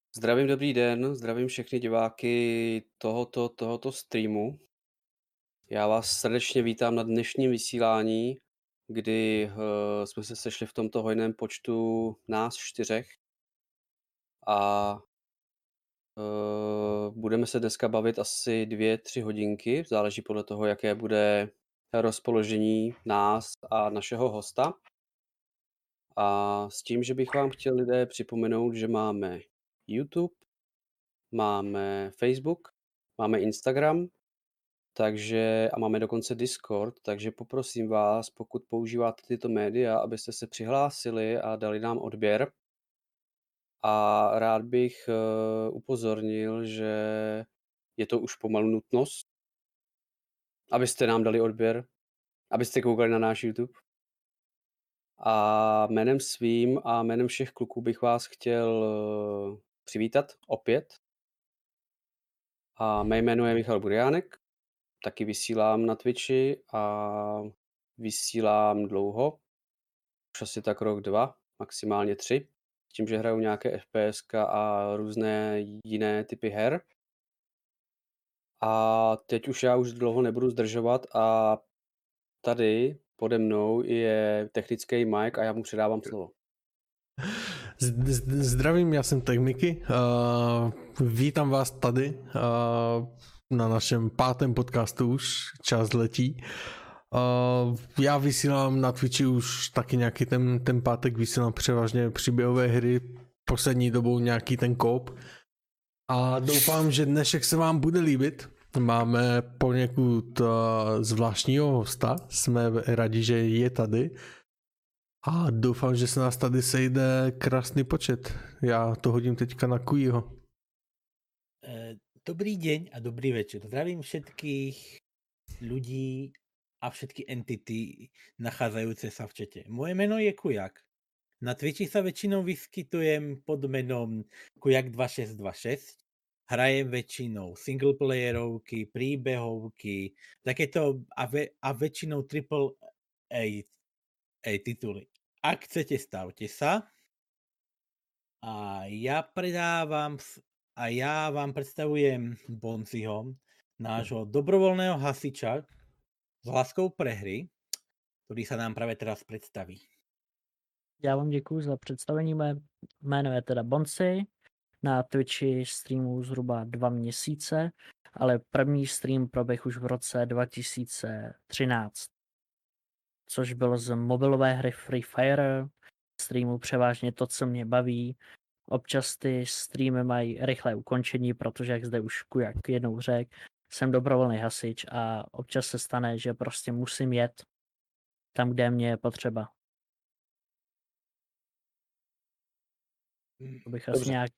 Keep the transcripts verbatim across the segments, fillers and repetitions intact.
Zdravím, dobrý den, zdravím všechny diváky tohoto tohoto streamu. Já vás srdečně vítám na dnešním vysílání, kdy, eh, jsme se sešli v tomto hojném počtu nás čtyřech a, eh, budeme se dneska bavit asi dvě tři hodinky, záleží podle toho, jaké bude rozpoložení nás a našeho hosta. A s tím, že bych vám chtěl lidé připomenout, že máme YouTube, máme Facebook, máme Instagram, takže a máme dokonce Discord, takže poprosím vás, pokud používáte tyto média, abyste se přihlásili a dali nám odběr. A rád bych, eh, upozornil, že je to už pomalu nutnost, abyste nám dali odběr, abyste koukali na náš YouTube. A jménem svým a jménem všech kluků bych vás chtěl, eh, přivítat opět. A mé jméno je Michal Buriánek, taky vysílám na Twitchi a vysílám dlouho, už asi tak rok, dva, maximálně tři, s tím, že hraju nějaké FPSka a různé jiné typy her. A teď už já už dlouho nebudu zdržovat a tady pode mnou je technický Mike a já mu předávám slovo. Zdravím, já jsem Techmiky. Uh, vítám vás tady uh, na našem pátém podcastu už, čas letí. Uh, já vysílám na Twitchi už taky nějaký ten, ten pátek, vysílám převážně příběhové hry, poslední dobou nějaký ten kop. A doufám, že dnešek se vám bude líbit. Máme poněkud uh, zvláštního hosta, jsme rádi, že je tady. A doufám, že se nás tady sejde krásný počet. Já to hodím teďka na Kuiho. Dobrý deň a dobrý večer. Zdravím všetkých ľudí a všetky entity nachádzajúce sa v čete. Moje meno je Kujak. Na Twitchi sa väčšinou vyskytujem pod menom Kujak dva šesť dva šesť. Hrajem väčšinou singleplayerovky, príbehovky, takéto a, ve, a väčšinou triple A, A tituly. Ak chcete, stavte sa. A ja predávam a ja vám predstavujem Bonciho, nášho dobrovoľného hasiča s láskou pre hry, ktorý sa nám práve teraz představí. Já vám děkuji za představení. Mé jméno je teda Bonci. Na Twitchi streamu zhruba dva měsíce, ale první stream proběh už v roce dva tisíce třináct, což bylo z mobilové hry Free Fire. Streamu převážně to, co mě baví. Občas ty streamy mají rychlé ukončení, protože jak zde už Kujak jednou řekl, jsem dobrovolný hasič a občas se stane, že prostě musím jet tam, kde mě je potřeba. To bych Dobře. asi nějak...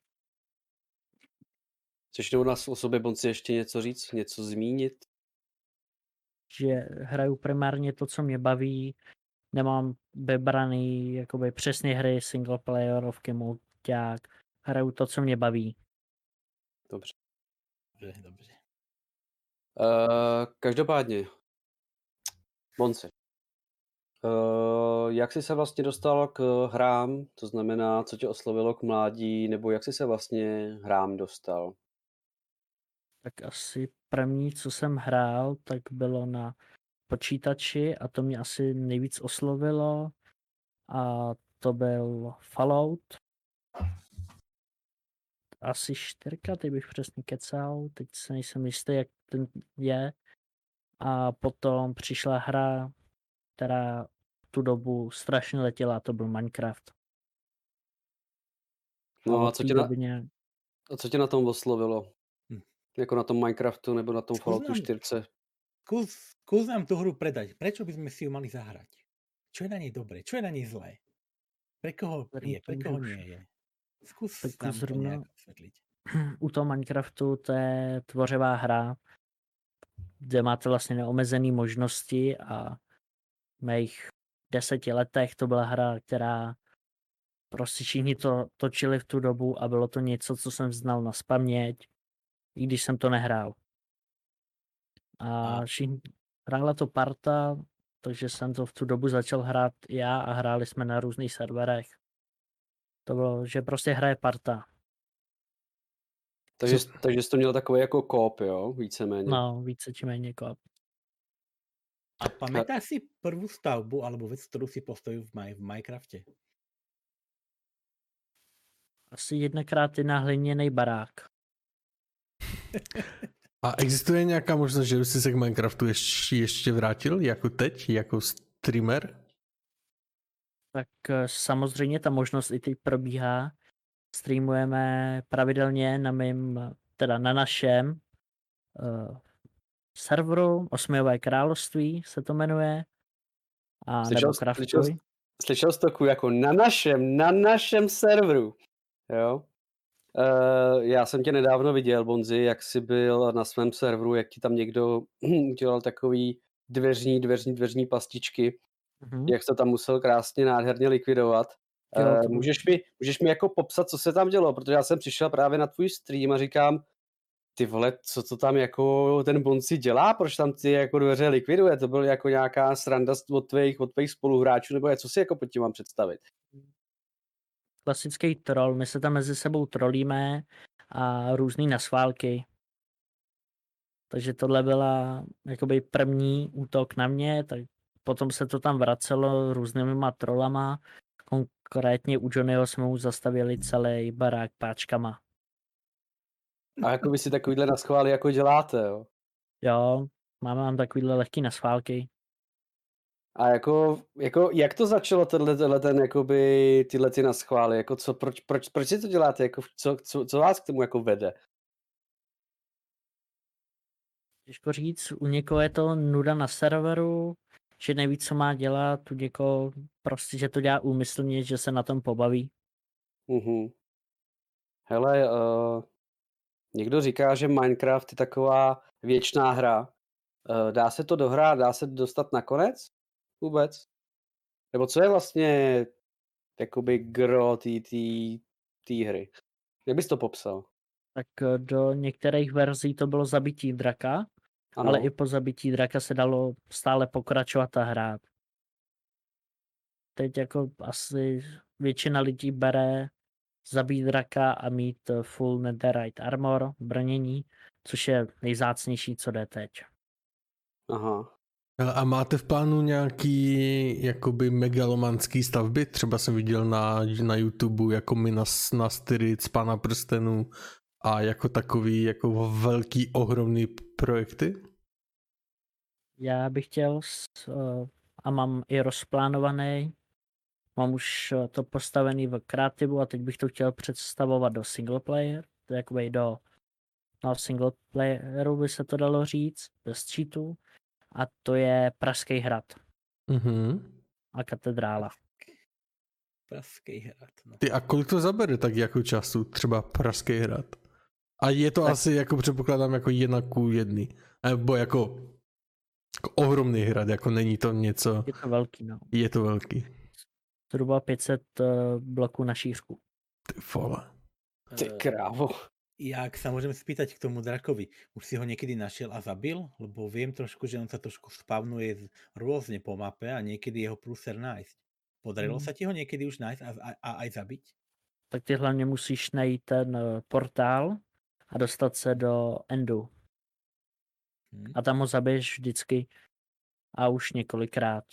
Chceš o nás o sobě, Bonci, ještě něco říct, něco zmínit? Že hraju primárně to, co mě baví, nemám vybraný jakoby přesně hry, single playerovky, mulťák, hraju to, co mě baví. Dobře. Dobře, dobře. Uh, každopádně, Bonci, uh, jak jsi se vlastně dostal k hrám, to znamená, co tě oslovilo k mládí, nebo jak jsi se vlastně hrám dostal? Tak asi první, co jsem hrál, tak bylo na počítači a to mě asi nejvíc oslovilo a to byl Fallout. Asi čtyřka, teď bych přesně kecal, teď se nejsem jistý, jak ten je. A potom přišla hra, která tu dobu strašně letěla, a to byl Minecraft. No a od co té tě, na, doby nějak... a co tě na tom oslovilo? Hm. Jako na tom Minecraftu nebo na tom Skús Falloutu nám- čtyři? Skús, skús nám tú hru predať. Prečo by sme si ju mali zahrať? Čo je na nej dobré? Čo je na nej zlé? Pre koho Verím je? Pre tomu, koho že už- nie je? Skús Tak nám to zrovna- nejak vysvetliť. U toho Minecraftu to je tvořivá hra, kde máte vlastně neomezené možnosti a v mých deseti letech to byla hra, která prostě všichni to točili v tu dobu a bylo to něco, co jsem znal na spaměť, i když jsem to nehrál. A A- všichni, hrála to parta, takže jsem to v tu dobu začal hrát já a hráli jsme na různých serverech. To bylo, že prostě hraje parta. Takže, Co- takže jsi to měl takový jako kóp, jo, víceméně. No, více či méně jako A pamätáš si prvú stavbu alebo vec, ktorú si postavil v, Maj- v Minecrafte? asi jednakrát i na hliněný barák. A existuje nějaká možnost, že jsi se k Minecraftu ještě, ještě vrátil, jako teď, jako streamer? Tak eh, samozřejmě ta možnost i teď probíhá. Streamujeme pravidelně na mým, teda na našem uh, serveru Osmiové království se to jmenuje. A Slyšel, nebo slyšel, Craftuj. slyšel jsi to ku jako na našem, na našem serveru, jo. Uh, já jsem tě nedávno viděl, Bonzi, jak jsi byl na svém serveru, jak ti tam někdo udělal takový dveřní, dveřní, dveřní pastičky, Mhm. jak jsi to tam musel krásně, nádherně likvidovat. Jo, Uh, to bylo- můžeš, mi, můžeš mi jako popsat, co se tam dělo, protože já jsem přišel právě na tvůj stream a říkám, ty vole, co to tam jako ten Bonzi dělá, proč tam ty jako dveře likviduje, to byl jako nějaká sranda od tvých, od tvých spoluhráčů, nebo je, co si jako pod tím mám představit? Klasický troll, my se tam mezi sebou trolíme a různý nasválky. Takže tohle byla jakoby první útok na mě, tak potom se to tam vracelo různýma trolama. Konkrétně u Johnnyho jsme mu zastavili celý barák páčkama. A jako vy si takovýhle naschvály jako děláte, jo? Jo, máme tam takovýhle lehký nasválky. A jako, jako jak to začalo tenhle, tenhle ten, jakoby, tyhle ty naschvály, jako co, proč, proč, proč si to děláte, jako co, co, co vás k tomu jako vede? Těžko říct, u někoho je to nuda na serveru, že neví, co má dělat, u někoho prostě, že to dělá úmyslně, že se na tom pobaví. Mhm. Hele, uh, někdo říká, že Minecraft je taková věčná hra. Uh, dá se to dohrát, dá se dostat na konec? Vůbec? Nebo co je vlastně jakoby gro té hry? Jak bys to popsal? Tak eh, do některých verzí to bylo zabití draka, Ano. ale i po zabití draka se dalo stále pokračovat a hrát. Teď jako asi většina lidí bere zabít draka a mít eh, full netherite armor, brnění, což je nejvzácnější, co jde teď. Aha. A máte v plánu nějaký jakoby megalomanský stavby? Třeba jsem viděl na, na YouTube jako Minas na Tirith z Pána prstenů a jako takový jako velký ohromný projekty? Já bych chtěl s, eh, a mám i rozplánovaný, mám už eh, to postavený v kreativu a teď bych to chtěl představovat do single player, to je jakoby do no, single playeru by se to dalo říct, bez cheatů, a to je Pražský hrad Mhm. a katedrála. Pražský hrad. No. Ty a kolik to zabere tak jako času, třeba Pražský hrad? A je to tak. asi, jako předpokládám, jako jedna ku jedný. Nebo jako, jako ohromný hrad, jako není to něco... Je to velký, no. Je to velký. Zhruba pět set uh, bloků na šířku. Ty vole. Ty krávo. Jak sa môžem spýtať k tomu drakovi, už si ho niekedy našiel a zabil? Lebo viem trošku, že on sa trošku spavnuje rôzne po mape a niekedy jeho prúser nájsť. Podarilo Hmm. sa ti ho niekedy už nájsť a, a, a aj zabiť? Tak ty hlavně musíš najít ten uh, portál a dostat se do Endu. Hm? A tam ho zabiješ vždycky a už několikrát.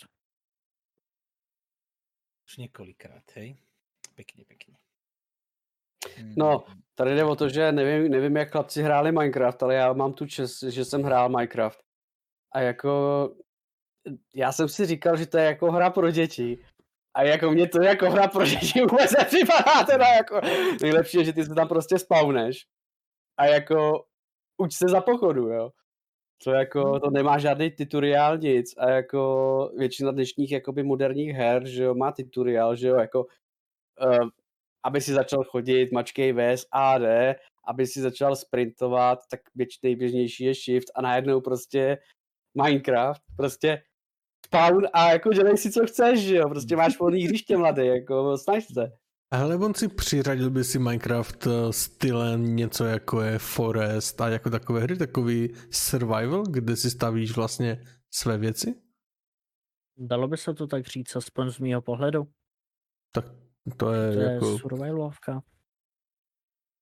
Už několikrát, hej? Pekne, pekne. No, tady jde o to, že nevím, nevím, jak chlapci hráli Minecraft, ale já mám tu čest, že jsem hrál Minecraft. A jako, já jsem si říkal, že to je jako hra pro děti. A jako mě to jako hra pro děti vůbec nepřipadá, teda jako nejlepší je, že ty se tam prostě spawneš. A jako, uč se za pochodu, jo. To jako, to nemá žádný tutoriál, nic. A jako většina dnešních jakoby moderních her, že jo, má tutoriál, že jo, jako uh, aby si začal chodit, mačkej ves, A, D, aby si začal sprintovat, tak běž, nejběžnější je shift a najednou prostě Minecraft, prostě spawn a jako dělej si, co chceš, že jo, prostě máš volný hřiště, mladý, jako snaž se. Ale on si přiřadil by si Minecraft stylem něco jako je Forest a jako takové hry, takový survival, kde si stavíš vlastně své věci? Dalo by se to tak říct, aspoň z mýho pohledu. Tak to je, To je jako... survivalovka.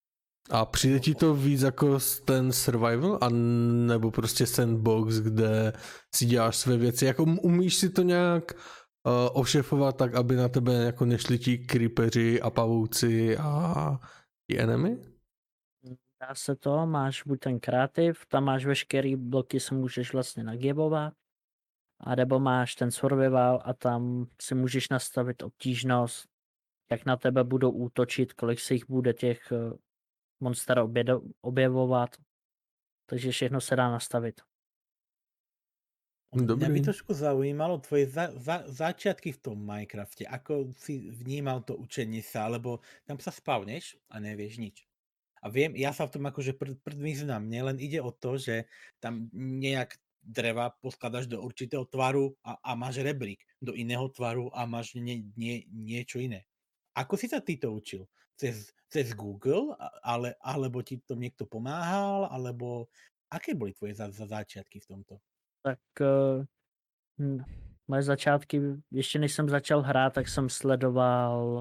A přijde ti to víc jako ten survival, a nebo prostě sandbox, kde si děláš své věci? Jako umíš si to nějak uh, ošefovat tak, aby na tebe jako nešli ti creepeři a pavouci a i enemy? Dá se to, máš buď ten kreativ, tam máš veškerý bloky, se můžeš vlastně nagibovat, a nebo máš ten survival a tam si můžeš nastavit obtížnost, jak na tebe budou útočit, kolik se jich bude těch monster objevovat, takže všechno se dá nastavit. Dobrý. Mňa by trošku zaujímalo tvoje za, za, začiatky v tom Minecrafte. Ako si vnímal to učenie sa, alebo tam sa spavneš a nevieš nič. A viem, ja sa v tom akože prd, prd vyznám. Mne len ide o to, že tam nejak dreva poskladaš do určitého tvaru a, a máš rebrík, do iného tvaru a máš nie, nie, niečo iné. Ako si sa ty to učil? Cez, cez Google? Ale, alebo ti to niekto pomáhal? Alebo aké boli tvoje za, za začiatky v tomto? Tak hm, moje začátky, ještě než jsem začal hrát, tak jsem sledoval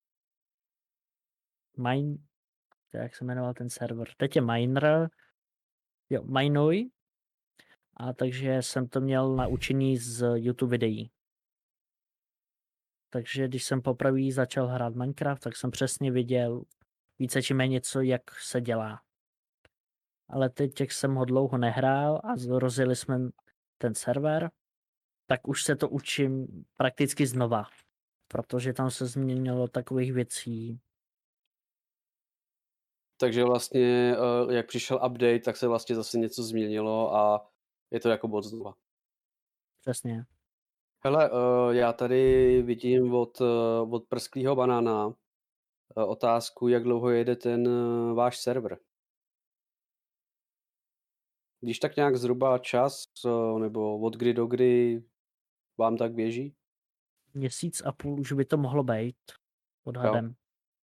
Mine, jak se jmenoval ten server, teď je Miner, jo, Minuj, a takže jsem to měl naučený z YouTube videí. Takže když jsem poprvé začal hrát Minecraft, tak jsem přesně viděl více či méně co, jak se dělá. Ale teď, jak jsem ho dlouho nehrál a rozjeli jsme ten server, tak už se to učím prakticky znova, protože tam se změnilo takových věcí. Takže vlastně, jak přišel update, tak se vlastně zase něco změnilo a je to jako bod znova. Přesně. Hele, já tady vidím od, od Prsklýho banána otázku, jak dlouho jede ten váš server. Když tak nějak zhruba čas, nebo od kdy do kdy vám tak běží? Měsíc a půl už by to mohlo být odhadem. Jo.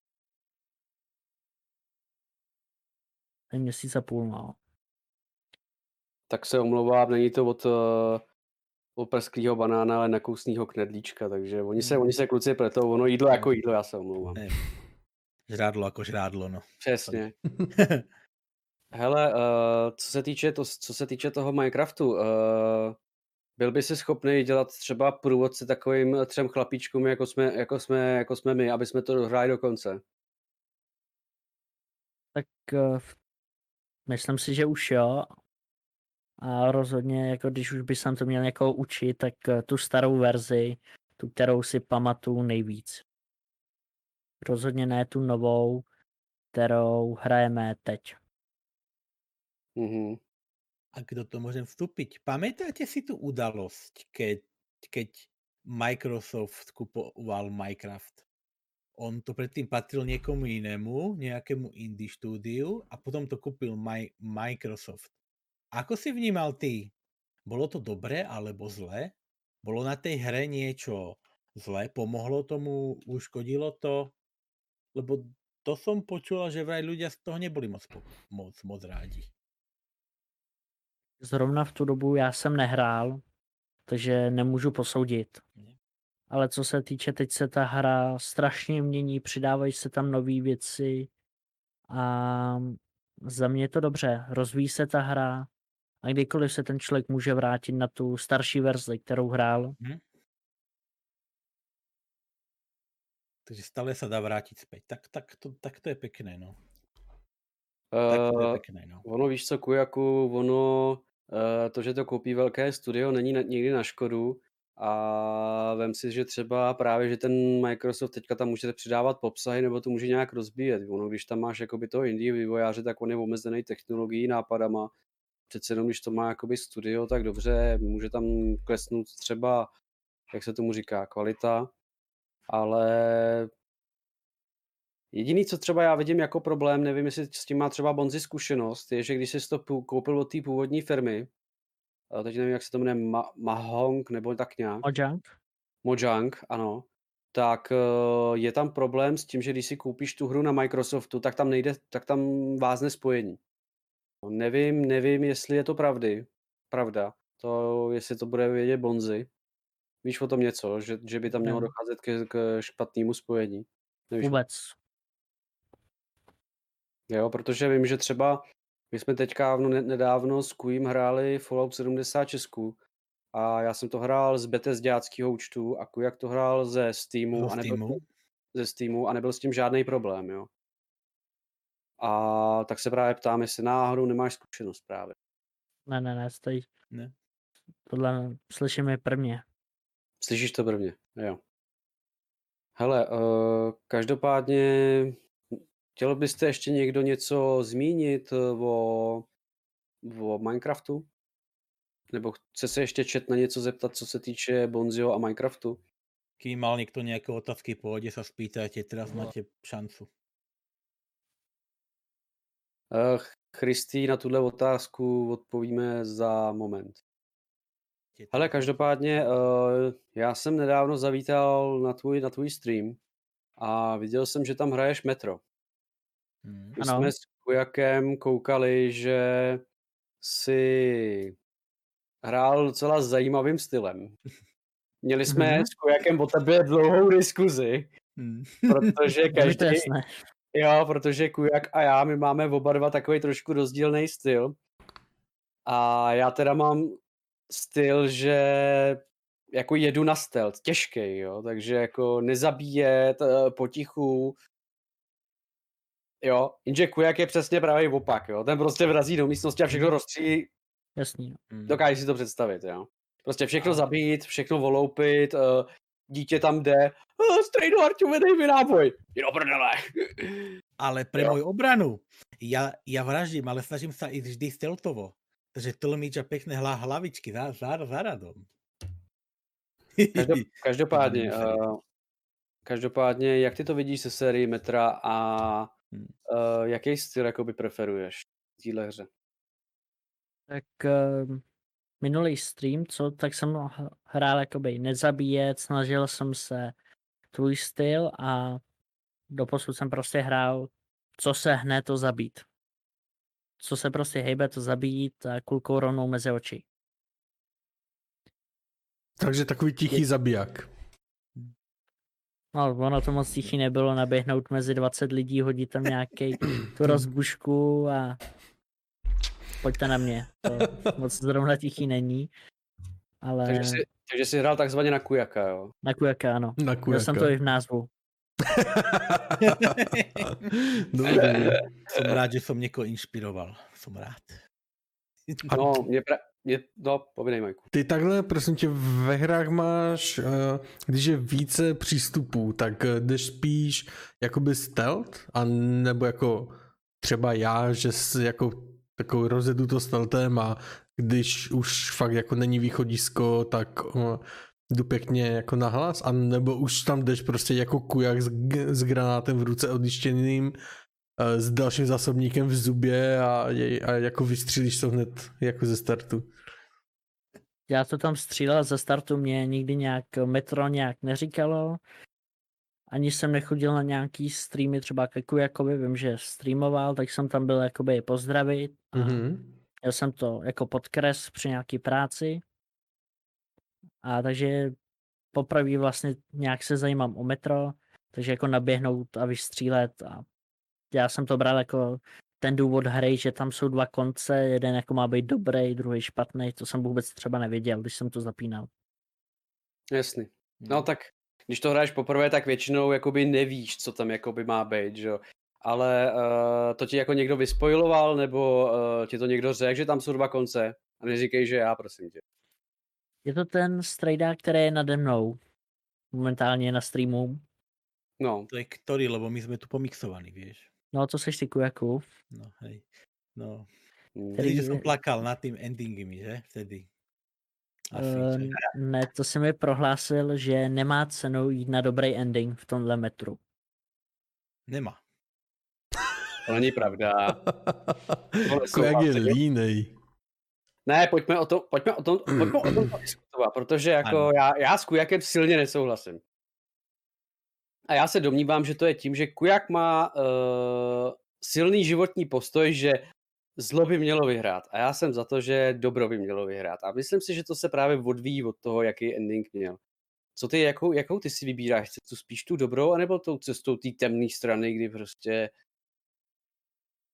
Ten měsíc a půl, no. Tak se omlouvám, není to od, od Prsklýho banána, ale nakousnýho knedlíčka, takže oni se, oni se kluci pletou, ono jídlo jako jídlo, já se omlouvám. Ne. Žrádlo jako žrádlo, no. Přesně. Hele, uh, co se týče to, co se týče toho Minecraftu, uh, byl by si schopný dělat třeba průvodce takovým třem chlapíčkům, jako jsme, jako jsme, jako jsme my, aby jsme to dohráli do konce? Tak uh, myslím si, že už jo. A rozhodně, jako když už by jsem to měl někoho učit, tak uh, tu starou verzi, tu, kterou si pamatuju nejvíc. Rozhodně ne tu novou, kterou hrajeme teď. Mm-hmm. Ak do toho môžem vstúpiť. Pamätáte si tú udalosť, keď, keď Microsoft kupoval Minecraft? On to predtým patril niekomu inému, nejakému indie štúdiu a potom to kúpil My, Microsoft. Ako si vnímal ty? Bolo to dobré alebo zlé? Bolo na tej hre niečo zlé? Pomohlo tomu? Uškodilo to? Lebo to som počula, že vraj ľudia z toho neboli moc, moc, moc rádi. Zrovna v tu dobu já jsem nehrál, takže nemůžu posoudit. Ale co se týče, teď se ta hra strašně mění, přidávají se tam nové věci a za mě je to dobře. Rozvíjí se ta hra a kdykoliv se ten člověk může vrátit na tu starší verzi, kterou hrál. Hmm. Takže stále sa dá vrátiť späť. Tak, tak, to, tak to je pekné, no. Uh, tak to je pekné, no. Ono, víš co, Kujaku, ono, uh, to, že to koupí velké studio, není na, nikdy na škodu a vem si, že třeba právě, že ten Microsoft teďka tam můžete přidávat popsahy, nebo to může nějak rozbíjet. Ono, když tam máš jakoby toho indie vývojáře, tak on je omezený technologií, nápadama. Přece jenom, když to má jakoby studio, tak dobře, může tam klesnout třeba, jak se tomu říká, kvalita, ale jediný, co třeba já vidím jako problém, nevím, jestli s tím má třeba Bonzi zkušenost, je, že když jsi to koupil od té původní firmy, teď nevím, jak se to jmenuje, Ma- Mahong nebo tak nějak. Mojang? Mojang, ano. Tak je tam problém s tím, že když si koupíš tu hru na Microsoftu, tak tam nejde, tak tam vázne spojení. Nevím, nevím, jestli je to pravdy. Pravda. To, jestli to bude vědět Bonzi. Víš o tom něco, že, že by tam mělo docházet k, k špatnému spojení? Nevíš? Vůbec. Jo, protože vím, že třeba my jsme teďka no, nedávno s Kuím hráli Fallout sedmdesát Česku a já jsem to hrál z Bethesďáckýho účtu a Kujak to hrál ze Steamu, Zo a nebyl, Steamu. ze Steamu a nebyl s tím žádný problém, jo. A tak se právě ptám, jestli náhodou nemáš zkušenost právě. Ne, ne, ne, stojí. Ne. Tohle slyšíme prvně. Slyšíš to prvně, jo. Hele, uh, každopádně chtěl byste ještě někdo něco zmínit o, o Minecraftu? Nebo chce se ještě chat na něco zeptat, co se týče Bonzio a Minecraftu? Kým mal niekto nejaké otázky, pôjde sa spýtajte, teraz máte šancu. Uh, Christy, na tuhle otázku odpovíme za moment. Hele, každopádně, uh, já jsem nedávno zavítal na tvůj, na tvůj stream a viděl jsem, že tam hraješ Metro. Hmm. My Ano. jsme s Kujakem koukali, že si hrál docela zajímavým stylem. Měli jsme Mhm. s Kujakem o tebe dlouhou diskuzi, Hmm. protože Je mi to každý, jasné. jo, protože Kujak a já, my máme oba dva takový trošku rozdílný styl. A já teda mám styl, že jako jedu na stealth, těžký, jo, takže jako nezabíjet, eh, potichu, jo, jenže Kujak je přesně pravý opak, jo, ten prostě vrazí do místnosti a všechno rozstřílí, Jasný. no. Hmm. dokážeš si to představit, jo. Prostě všechno A- zabít, všechno voloupit, uh, dítě tam jde, uh, strejdu Arťu, dej mi náboj, jdi do prdele. Ale pre Jo. moju obranu, ja, ja vraždím, ale snažím sa ísť vždy stealthovo. Takže tlmič a pekné hla, hlavičky za, za, za radom. Každop, každopádně, Dobrý, uh, každopádně, jak ty to vidíš se sérií Metra a Hmm. uh, jaký styl jakoby preferuješ v téhle hře? Tak uh, minulý stream, co, tak jsem h- hrál jakoby nezabíjet, snažil jsem se tvůj styl a doposud jsem prostě hrál, co se hne, to zabít. Co se prostě hejbe, to zabít a kulkou rovnou mezi oči. Takže takový tichý zabiják. No, ono to moc tichý nebylo, naběhnout mezi dvacet lidí, hodit tam nějaký tu rozbušku a pojďte na mě. To moc zrovna tichý není. Ale Takže jsi, takže jsi hrál takzvaně na Kujaka, jo? na Kujaka, ano. Na Měl jsem to Kujaka. i v názvu. Dobrý. Som rád, že som niekoho inšpiroval. Som rád. No, mě, pra, mě no, povídej, Majku. Ty takhle, prosím tě, ve hrách máš, eh, když je více přístupů, tak eh, jdeš spíš jakoby stealth, a nebo jako třeba já, že si jako takovou rozjedu to stealthem a když už fakt jako není východisko, tak uh, jdu pěkně jako nahlas, a nebo už tam jdeš prostě jako kujak s, g- s granátem v ruce odlištěným, uh, s dalším zásobníkem v zubě a, jej- a jako vystřílíš to hned jako ze startu. Já to tam střílel ze startu, mě nikdy nějak Metro nějak neříkalo. Ani jsem nechodil na nějaký streamy, třeba ke Kujakovi, vím, že streamoval, tak jsem tam byl jakoby pozdravit. A Mhm. měl jsem to jako podkres při nějaký práci. A takže poprvé vlastně nějak se zajímám o Metro, takže jako naběhnout a vystřílet. A já jsem to bral jako ten důvod hry, že tam jsou dva konce, jeden jako má být dobrý, druhý špatný, to jsem vůbec třeba nevěděl, když jsem to zapínal. Jasný. No tak, když to hraješ poprvé, tak většinou jakoby nevíš, co tam jakoby má být, že jo. Ale uh, to ti jako někdo vyspojiloval, nebo uh, ti to někdo řekl, že tam jsou dva konce? A neříkej, že já, prosím tě. Je to ten strejdák, který je nade mnou momentálně na streamu. No, To je ktorý, lebo my sme tu pomixovaní, vieš. No to seš ty Kujaku. No, hej. No, mm, Který- vtedy, že som plakal nad tým endingami, že? Vtedy. Asi, Uh, že? ne, to si mi prohlásil, že nemá cenu jít na dobrý ending v tomhle metru. Nemá. to není pravda. Kujak je línej. Ne, pojďme o tom, pojďme o tom, pojďme o tom diskutovat, protože jako Ano. já, já s Kujakem silně nesouhlasím. A já se domnívám, že to je tím, že Kujak má uh, silný životní postoj, že zlo by mělo vyhrát. A já jsem za to, že dobro by mělo vyhrát. A myslím si, že to se právě odvíjí od toho, jaký ending měl. Co ty, jakou, jakou ty si vybíráš? Chceš tu spíš tu dobrou, anebo tou cestou té temné strany, kdy prostě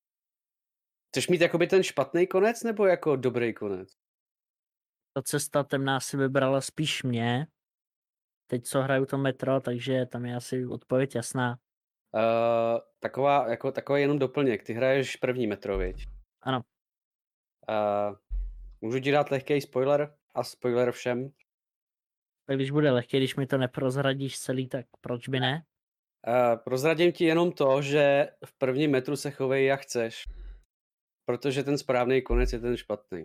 Chceš mít jakoby ten špatný konec, nebo jako dobrý konec? Ta cesta temná si vybrala spíš mě. Teď co hraju to metro, takže tam je asi odpověď jasná. Uh, taková, jako, takový jenom doplněk. Ty hraješ první metro, viď? Ano. Uh, můžu ti dát lehký spoiler a spoiler všem? Tak když bude lehký, když mi to neprozradíš celý, tak proč by ne? Uh, prozradím ti jenom to, že v prvním metru se chovej jak chceš. Protože ten správný konec je ten špatný.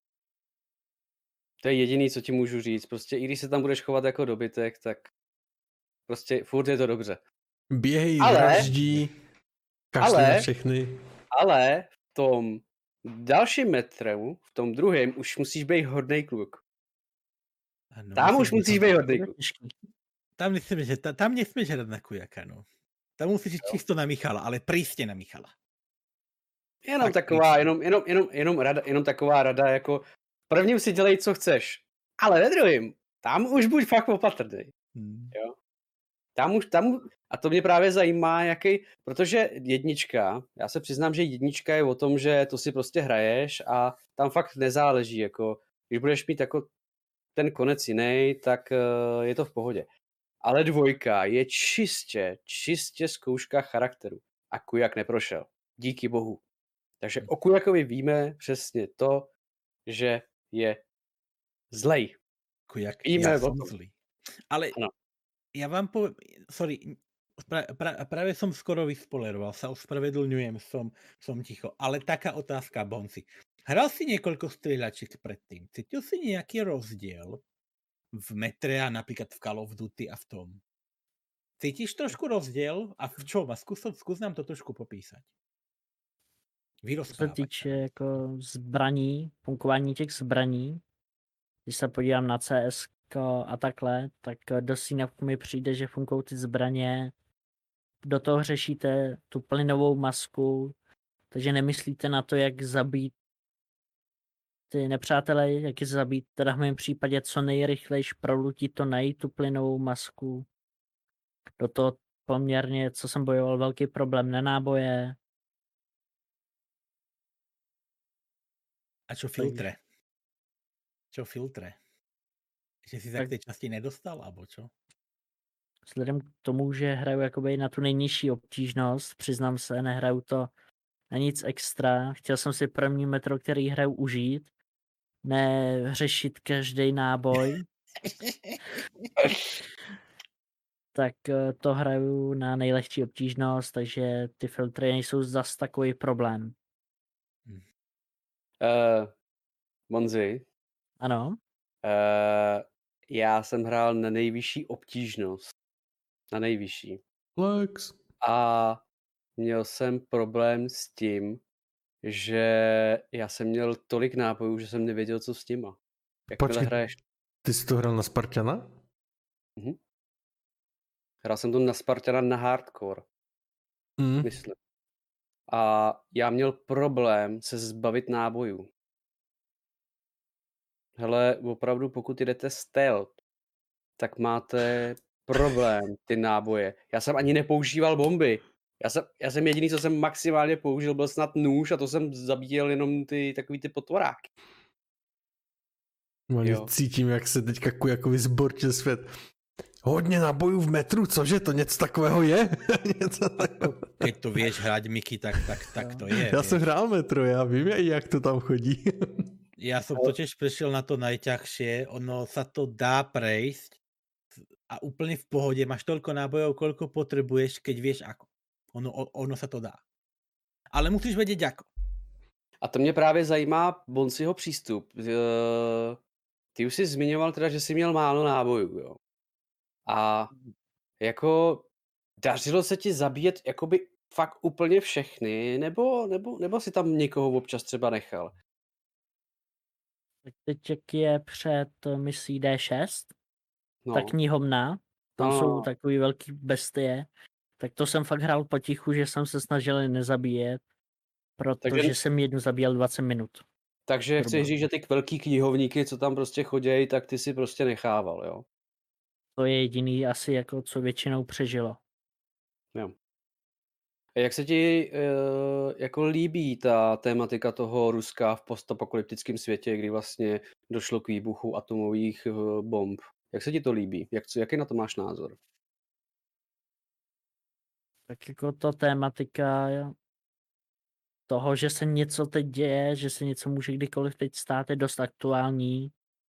To je jediný, co ti můžu říct. Prostě i když se tam budeš chovat jako dobytek, tak prostě furt je to dobře. Běhej, Ale- vraždí, kašli ale- na všechny. Ale v tom dalším metru, v tom druhém, už musíš být hodnej kluk. Ano, Tam myslím, už že musíš to- být To hodnej bude kluk. těžký. Tam myslím, že ta, tam nesmieš hrať na kujaka, no. Tam musíš ísť čisto na Michala, ale prísne na Michala. Jenom Tak taková, prísně. jenom, jenom, jenom, jenom, rada, jenom taková rada, jako v prvním si dělej, co chceš, ale ve druhém, tam už buď fakt opatrný. Hmm. Tam už, tam, a to mě právě zajímá, jaký, protože jednička, já se přiznám, že jednička je o tom, že to si prostě hraješ a tam fakt nezáleží, jako, když budeš mít jako ten konec jiný, tak uh, je to v pohodě. Ale dvojka je čistě, čistě zkouška charakteru. A Kujak neprošel. Díky bohu. Takže o Kujakovi víme přesně to, že je zlej. Kujak, Víme ja o som tom. zlý. Ale Ano. ja vám poviem, sorry, pra, pra, práve som skoro vyspoleroval, sa ospravedlňujem, som, som ticho. Ale taká otázka, Bonci. Hral si niekoľko strieľačiek predtým. Cítil si nejaký rozdiel v metre a napríklad v Call of Duty a v tom? Cítiš trošku rozdiel? A v čom? A skús, skús nám to trošku popísať. Co se Vyrozprávať. týče jako zbraní, fungování těch zbraní, když se podívám na C S a takhle, tak do Synapku mi přijde, že fungují ty zbraně, do toho řešíte tu plynovou masku, takže nemyslíte na to, jak zabít ty nepřátelé, jak je zabít, teda v mém případě co nejrychlejš prolutit to najít tu plynovou masku. Do toho poměrně, co jsem bojoval, velký problém na náboje. A čo filtre? Čo filtre? Že si sa Tak- k tej časti nedostal, alebo čo? Vzhledem k tomu, že hraju jakoby na tu nejnižší obtížnost, přiznám se, nehraju to na nic extra. Chtěl jsem si první metro, který hraju, užít, ne řešit každý náboj. Tak eh, to hraju na nejlehčí obtížnost, takže ty filtry nejsou zas takový problém. Uh, Monzi, Ano, uh, já jsem hrál na nejvyšší obtížnost. Na nejvyšší. Lex. A měl jsem problém s tím, že já jsem měl tolik nápojů, že jsem nevěděl, co s těma. Jak Počkej. hraješ? Ty jsi to hrál na Spartana? Hrál jsem to na Spartana na hardcore, Mm. myslím. A já měl problém se zbavit nábojů. Hele, opravdu, pokud jdete stealth, tak máte problém ty náboje. Já jsem ani nepoužíval bomby. Já jsem, já jsem jediný, co jsem maximálně použil, byl snad nůž a to jsem zabíjel jenom ty takový ty potvoráky. Mani, Jo. cítím, jak se teďka Kujakovi zborčil svět. Hodně nábojů v metru, cože to něco takového je? něco takového. Keď to vieš hrať, Miky, tak, tak, tak to je. Já vieš. jsem hrál metro, já vím, jak to tam chodí. Ja som totiž prešiel na to najťažšie, ono sa to dá prejsť a úplne v pohode, máš toľko nábojov, koľko potrebuješ, keď vieš ako. Ono, o- ono sa to dá. Ale musíš vedieť ako. A to mě právě zajímá Bonsiho přístup. Eh, Ty už jsi zmiňoval teda, že jsi měl málo nábojů, jo. A jako dařilo se ti zabíjet jakoby fakt úplně všechny, nebo, nebo, nebo si tam někoho občas třeba nechal? tak teď jak je před misí D šest, No, ta knihovna, tam No. jsou takový velký bestie, tak to jsem fakt hrál potichu, že jsem se snažil je nezabíjet, protože Takže- jsem jednu zabíjel dvacet minut. takže Zhruba. chceš říct, že ty velký knihovníky, co tam prostě chodějí, tak ty si prostě nechával, jo? To je jediný asi, jako co většinou přežilo. Jak se ti uh, jako líbí ta tématika toho Ruska v postapokalyptickém světě, kdy vlastně došlo k výbuchu atomových uh, bomb? Jak se ti to líbí? Jak, jaký na to máš názor? Tak jako to tématika toho, že se něco teď děje, že se něco může kdykoliv teď stát, je dost aktuální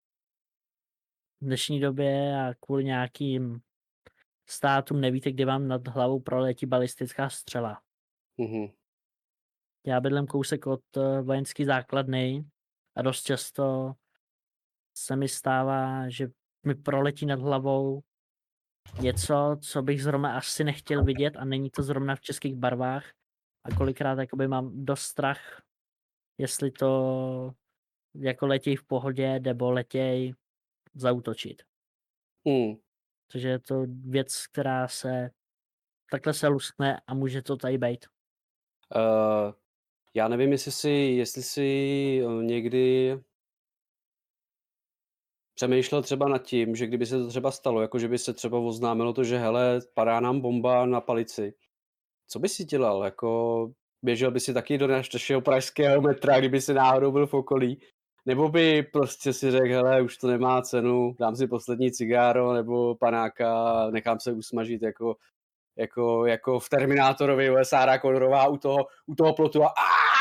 v dnešní době a kvůli nějakým státům nevíte, kdy vám nad hlavou proletí balistická střela. Mhm. Já bydlím kousek od vojenské základny a dost často se mi stává, že mi proletí nad hlavou něco, co bych zrovna asi nechtěl vidět a není to zrovna v českých barvách. A kolikrát jakoby mám dost strach, jestli to jako letěj v pohodě nebo letěj zaútočit. Mm. Takže je to věc, která se takhle se luskne a může to tady být. Uh, já nevím, jestli si, jestli si někdy přemýšlel třeba nad tím, že kdyby se to třeba stalo, jako že by se třeba oznámilo to, že hele, padá nám bomba na Palici. Co by si dělal? Jako běžel by si taky do našeho pražského metra, kdyby si náhodou byl v okolí? Nebo by prostě si řekl, hele, už to nemá cenu, dám si poslední cigáro nebo panáka, nechám se usmažit jako, jako, jako v Terminátorovi, Sarah Connorová u toho, u toho plotu a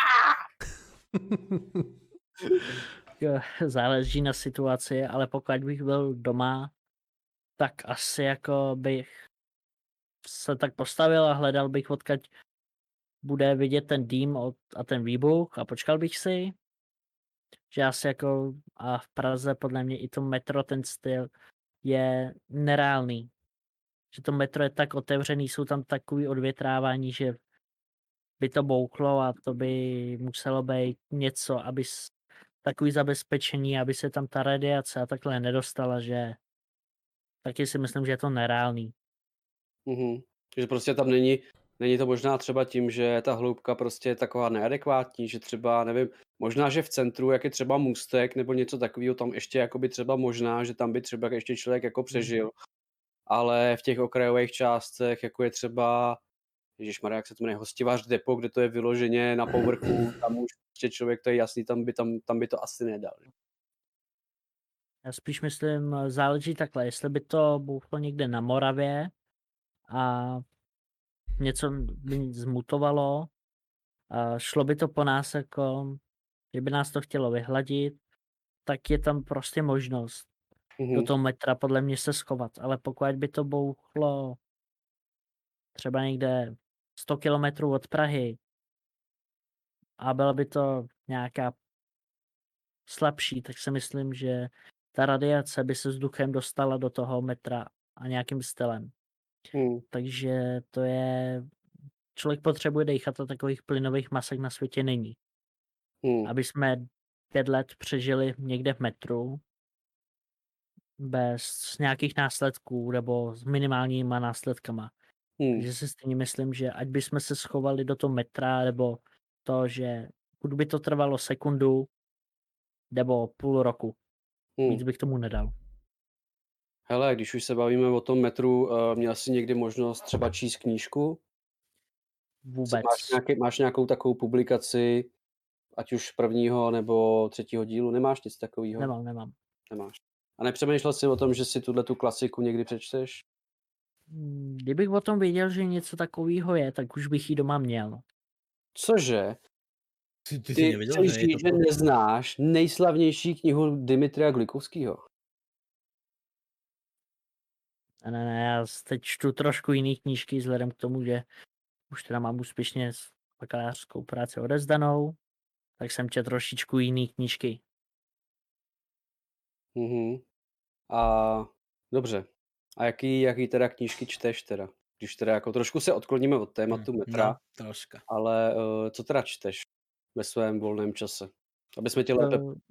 Jo, záleží na situaci, ale pokud bych byl doma, tak asi jako bych se tak postavil a hledal bych, odkud bude vidět ten dým od, a ten výbuch a počkal bych si, že asi jako a v Praze podle mě i to metro, ten styl je nereálný. Že to metro je tak otevřený, jsou tam takový odvětrávání, že by to bouchlo a to by muselo být něco, aby takový zabezpečení, aby se tam ta radiace a takhle nedostala, že taky si myslím, že je to nereálný. Mhm. Že prostě tam není, není to možná třeba tím, že ta hloubka prostě je taková neadekvátní, že třeba, nevím, možná, že v centru, jak je třeba můstek nebo něco takového, tam ještě jakoby třeba možná, že tam by třeba ještě člověk jako přežil, ale v těch okrajových částech, jako je třeba, ježišmarja, jak se to jmenuje, Hostivář depo, kde to je vyloženě na povrchu, tam už prostě člověk, to je jasný, tam by, tam, tam by to asi nedal. Já spíš myslím, záleží takhle, jestli by to bouchlo někde na Moravě a něco by zmutovalo, a šlo by to po nás jako, že by nás to chtělo vyhladit, tak je tam prostě možnost Mhm. do toho metra podle mě se schovat. Ale pokud by to bouchlo třeba někde sto kilometrů od Prahy a byla by to nějaká slabší, tak si myslím, že ta radiace by se vzduchem dostala do toho metra a nějakým stylem. Hmm. Takže to je... Člověk potřebuje dejchat a takových plynových masek na světě není. Hmm. Aby jsme pět let přežili někde v metru bez nějakých následků nebo s minimálníma následkama. Hmm. Takže si stejně myslím, že ať bychom se schovali do toho metra, nebo to, že buď by to trvalo sekundu, nebo půl roku. Hmm. Víc bych tomu nedal. Hele, když už se bavíme o tom metru, uh, měl jsi někdy možnost třeba číst knížku? Vůbec. Máš, nějaký, máš nějakou takovou publikaci, ať už prvního nebo třetího dílu? Nemáš nic takového? Nemám, nemám. Nemáš. A nepřemýšlel jsi o tom, že si tuhle tu klasiku někdy přečteš? Kdybych o tom věděl, že něco takového je, tak už bych ji doma měl. Cože? Ty, ty, Ty si nevěděl, chceš že je říct, to... že neznáš nejslavnější knihu Dimitrija Glikovského? Ne, ne, ne, já teď čtu trošku jiný knížky vzhledem k tomu, že už teda mám úspěšně bakalářskou práci odezdanou, tak jsem četl trošičku jiný knížky. Mhm. A dobře. A jaký, jaký teda knížky čteš teda? Když teda jako trošku se odkloníme od tématu Hm, metra, no, troška. ale uh, co teda čteš ve svém volném čase? Aby jsme tě lépe... Uh,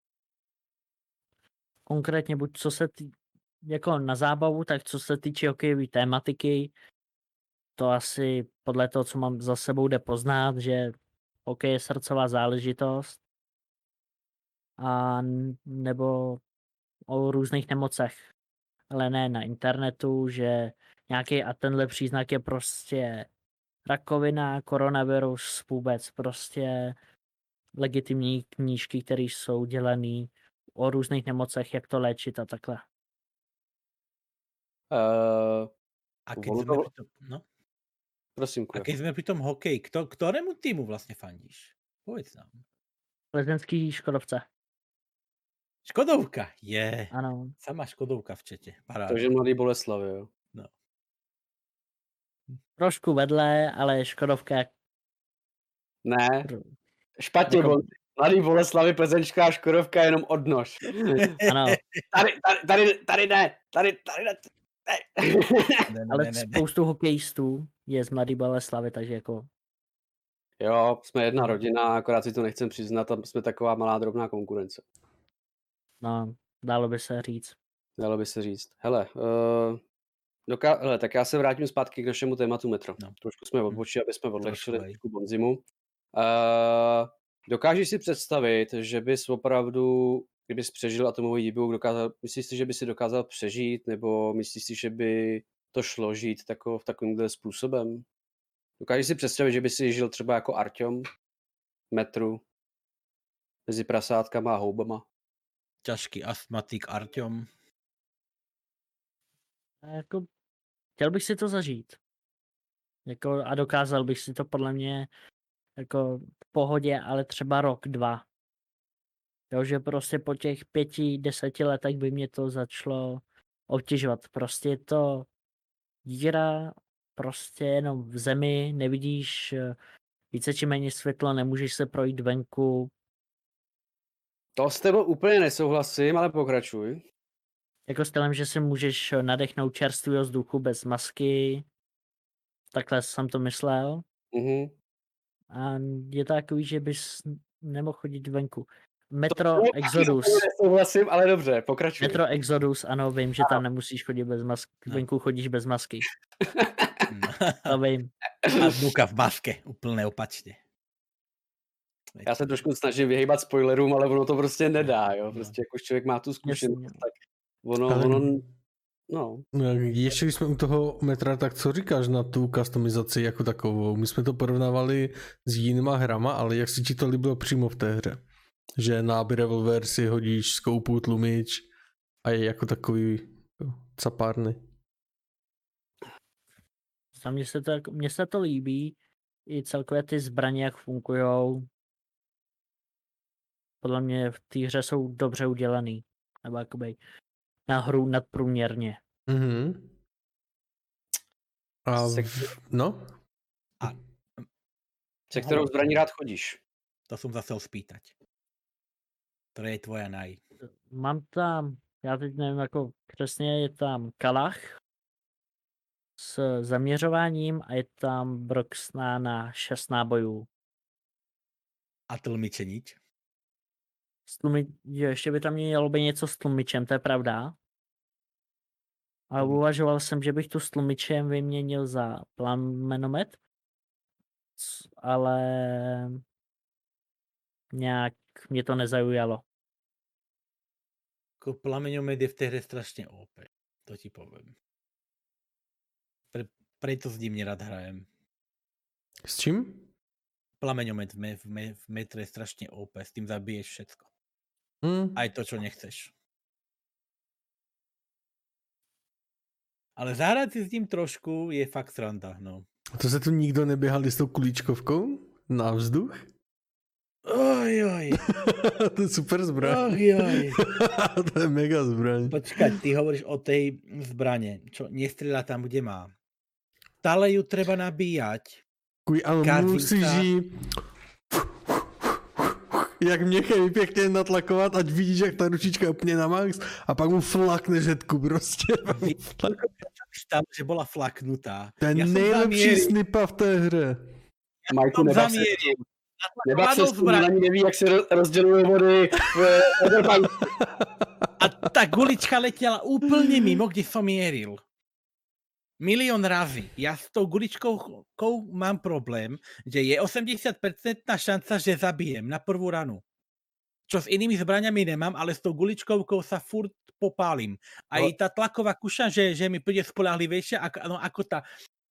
konkrétně buď co se tý, jako na zábavu, tak co se týče hokejové tématiky, to asi podle toho, co mám za sebou, jde poznat, že hokej je srdcová záležitost a nebo o různých nemocech, ale ne na internetu, že nějaký a tenhle příznak je prostě rakovina, koronavirus, vůbec prostě legitimní knížky, které jsou dělané o různých nemocech, jak to léčit a takhle. Uh, A keď ono sme to... pri tom, no? Prosím, A Kujo. keď sme pri tom hokeji, kto, ktorému týmu vlastne fandíš? Povedz nám. Plzeňský Škodovce. Škodovka, je. Yeah. Ano. Sama Škodovka v čete. Paráda. Takže Mladý Boleslav, jo. No. Trošku vedle, ale Škodovka... Ne, špatně, Jako- bo... Mladý Boleslavy, Plzeňská Škodovka je jenom odnož. Ano, Tady, tady, tady, tady ne, tady, tady ne. Ne, ne, ale ne, ne, ne. spoustu hokejistů je z Mladý Boleslavy, takže jako... Jo, jsme jedna rodina, akorát si to nechcem přiznat a jsme taková malá drobná konkurence. No, dalo by se říct. Dalo by se říct. Hele, uh, doká- hele, tak já se vrátím zpátky k našemu tématu metro. No. Trošku jsme odbočili, aby jsme odlehčili Trošku, hej. trošku Bonzimu. Uh, dokážeš si představit, že bys opravdu, kdybys přežil atomový výbuch, dokázal, myslíš si, že by si dokázal přežít, nebo myslíš si, že by to šlo žít tako, v takovýmhle způsobem? Dokážeš si představit, že by si žil třeba jako Arťom v metru mezi prasátkama a houbama? Ťažký astmatik Arťom. A jako, chtěl bych si to zažít. Jako, a dokázal bych si to podle mě jako v pohodě, ale třeba rok, dva. Jo, že prostě po těch pěti, deseti letech by mě to začalo obtěžovat. Prostě je to díra prostě jenom v zemi, nevidíš eh, více či méně světlo, nemůžeš se projít venku. To s tebou úplně nesouhlasím, ale pokračuj. Jako stylem, že si můžeš nadechnout čerstvý vzduchu bez masky. Takhle jsem to myslel. Mhm. A je to takový, že bys nemohl chodit venku. Metro To Exodus. úplně nesouhlasím, ale dobře, pokračuj. Metro Exodus, ano, vím, že tam nemusíš chodit bez masky. No. Venku chodíš bez masky. To vím. A vnuka v maske, úplne opačne. Já se trošku snažím vyhýbat spoilerům, ale ono to prostě nedá, jo. No. Prostě jako člověk má tu zkušenost, Jasně. tak ono, Ale- ono, no. No, ještě když jsme u toho metra, tak co říkáš na tu customizaci jako takovou? My jsme to porovnávali s jinýma hrama, ale jak si ti to líbilo přímo v té hře? Že náby revolver si hodíš skoupu, tlumič a je jako takový jo, capárny. Za mě se to, jako- mně se to líbí. I celkově ty zbraně, jak fungujou. Podle mě v té hře jsou dobře udělaný. Nebo jakoby na hru nadprůměrně. Mhm. A v, no? Se kterou zbraní rád chodíš? To som sa chcel spýtať. Ktorá je tvoja naj? Mám tam, já teď nevím, jako přesně je tam Kalach s zaměřováním a je tam Broxna na šest nábojů. A tlmiče nič? S tlumi, jo, ještě by tam mělo být něco s tlumičem, to je pravda. Ale Mhm. uvažoval jsem, že bych tu s tlumičem vyměnil za plamenomet, c- ale nějak mě to nezaujalo. Ako plameňomet je v tej hre strašne ó pé. To ti poviem. Pre, preto s ním nerad hrajem. S čím? Plameňomet v, me, v, me, v metre je strašne ó pé. S tým zabiješ všetko. Hm. Aj to, čo nechceš. Ale zahrať si s ním trošku je fakt sranda, no. To se tu nikdo neběhali s tou kulíčkovkou na vzduch? Oj, oj, To je super zbraň. oj, oj. To je mega zbraň. Počkaj, ty hovoríš o tej zbrane, čo nestrieľa tam, kde má. Stále ju treba nabíjať. Kuj, ano, Karvinka. musíš jí jak měchej pěkně natlakovat, ať vidíš, jak ta ručička je úplně na max a pak mu flakne žetku prostě. Stalo, že bola flaknutá. To je Ja som nejlepší zamieril. snipa v té hře. Majku, som nebav se, zamieril. nebav se Natlakovanou s tím, zbraň. ani neví, jak se ro- rozdělují vody v Cyberpunku. A tá gulička letela úplne mimo, kde som mieril. Milión razy. Ja s tou guličkou kou mám problém, že je osemdesiat percent šanca, že zabijem na prvú ranu. Čo s inými zbraňami nemám, ale s tou guličkovkou sa furt popálim. A No. i tá tlaková kuša, že, že mi príde spolahlivejšia ako, no, ako tá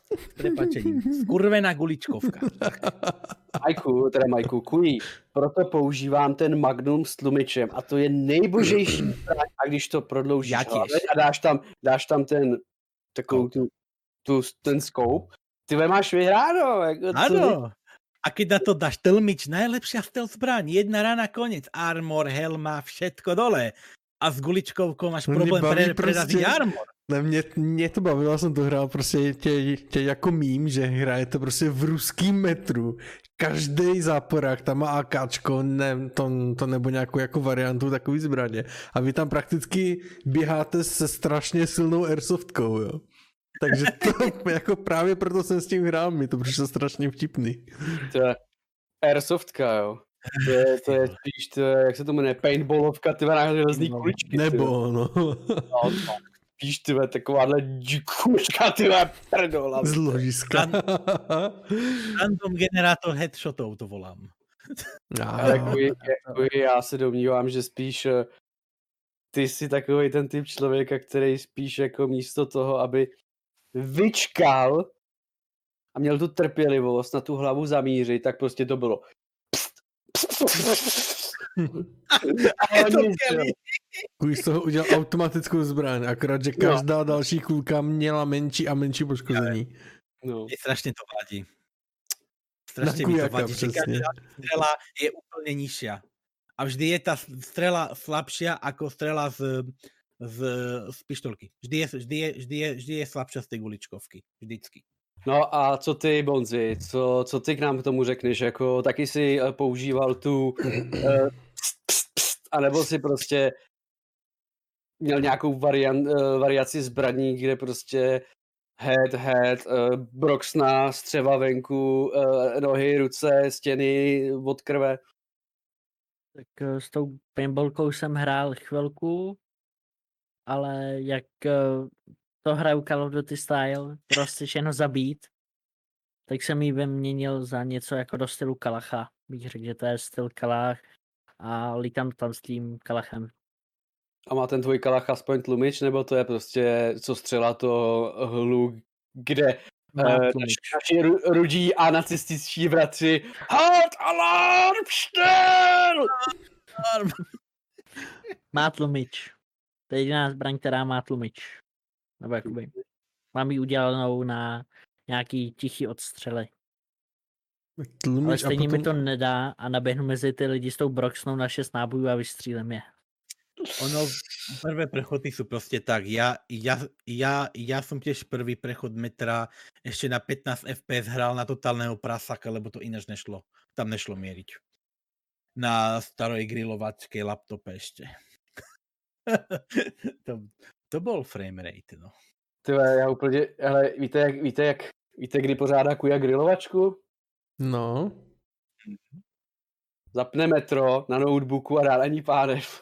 S prepačením. Skurvená guličkovka. Majku, teda Majku, kují, proto používám ten Magnum s tlumičem a to je nejbožejší zbraň a když to prodloužíš Já hlavě těž. a dáš tam, dáš tam ten takovou tu, tu, ten scope, ty ve máš vyhráno. Jako, to je- Áno. A keď na to dáš tlmič, najlepšia stealth zbraň. Jedna rana, konec. Armor, helma, všetko dole. A s guličkovkou máš Mě problém baví pre, preraziť prostě- armor. Ne, mě, mě to bavilo, já jsem to hrál prostě tě, tě jako mím, že hrajete prostě v ruským metru. Každý záporák tam má AKčko, ne, to, to nebo nějakou jako variantu takový zbraně. A vy tam prakticky běháte se strašně silnou airsoftkou, jo. Takže to jako právě proto jsem s tím hrál, mi to přišlo strašně vtipný. To je airsoftka, jo. To je, to je spíš, to je, jak se to jmenuje, paintballovka, ty na železný No, kuličky. ty Nebo, jo. no, No, no. Spíš, ty vole, takováhle kulička, ty vole, prdola. z ložiska. Random generátor headshotov to volám. Ale Ah, kuji, kuji, já se domnívám, že spíš eh, ty jsi takový ten typ člověka, který spíš jako místo toho, aby vyčkal a měl tu trpělivost na tu hlavu zamířit, tak prostě to bylo. Je to nic, Kelly. jo. Kuj z toho udělal automatickou zbraň, akorát, že každá další kulka měla menší a menší poškození. No. Je strašne to vadí. Na Strašne mi to kujaka, vadí, že přesně. každá strela je úplne nižšia. A vždy je tá strela slabšia ako strela z, z, z pištolky. Vždy je, vždy, je, vždy, je, vždy je slabšia z tej guličkovky. Vždycky. No a co ty, Bonzi, co, co ty k nám k tomu řekneš? Jako taky si eh, používal tu uh, pst, pst, pst, anebo si prostě měl nějakou variant, uh, variaci zbraní, kde prostě head, head, uh, broxna, střeva venku, uh, nohy, ruce, stěny od krve. Tak eh, s tou paintballkou jsem hrál chvilku, ale jak eh, to hraju Call of Duty style, prostě jenom zabít, tak jsem ji vyměnil za něco jako do stylu Kalacha. Bych řekl, že to je styl Kalach a lítám tam s tím Kalachem. A má ten tvůj kalach aspoň tlumič, nebo to je prostě, co střela to hlu, kde Má eh, tlumič. naši ru- rudí a nacističtí bratři Halt, alarm, štel! Má tlumič. To je jediná zbraň, která má tlumič. Nebo jakoby. Mám ji udělanou na nějaký tichý odstřely. Tlumič Ale a stejně potom... mi to nedá a naběhnu mezi ty lidi s tou broxnou na šest nábojů a vystřílím je. Ono, prvé prechody sú proste tak. Ja, ja, ja, ja som tiež prvý prechod metra ešte na pätnásť ef pé es hral na totálneho prasaka, lebo to ináč nešlo. Tam nešlo mieriť. Na starej grilovačke laptope ešte. to, to bol frame rate, no. Tyhle, já úplně, hele, víte, jak, víte, jak, víte, kdy pořádá Kuja grilovačku? No, Zapne metro na notebooku a dá na ní pánev.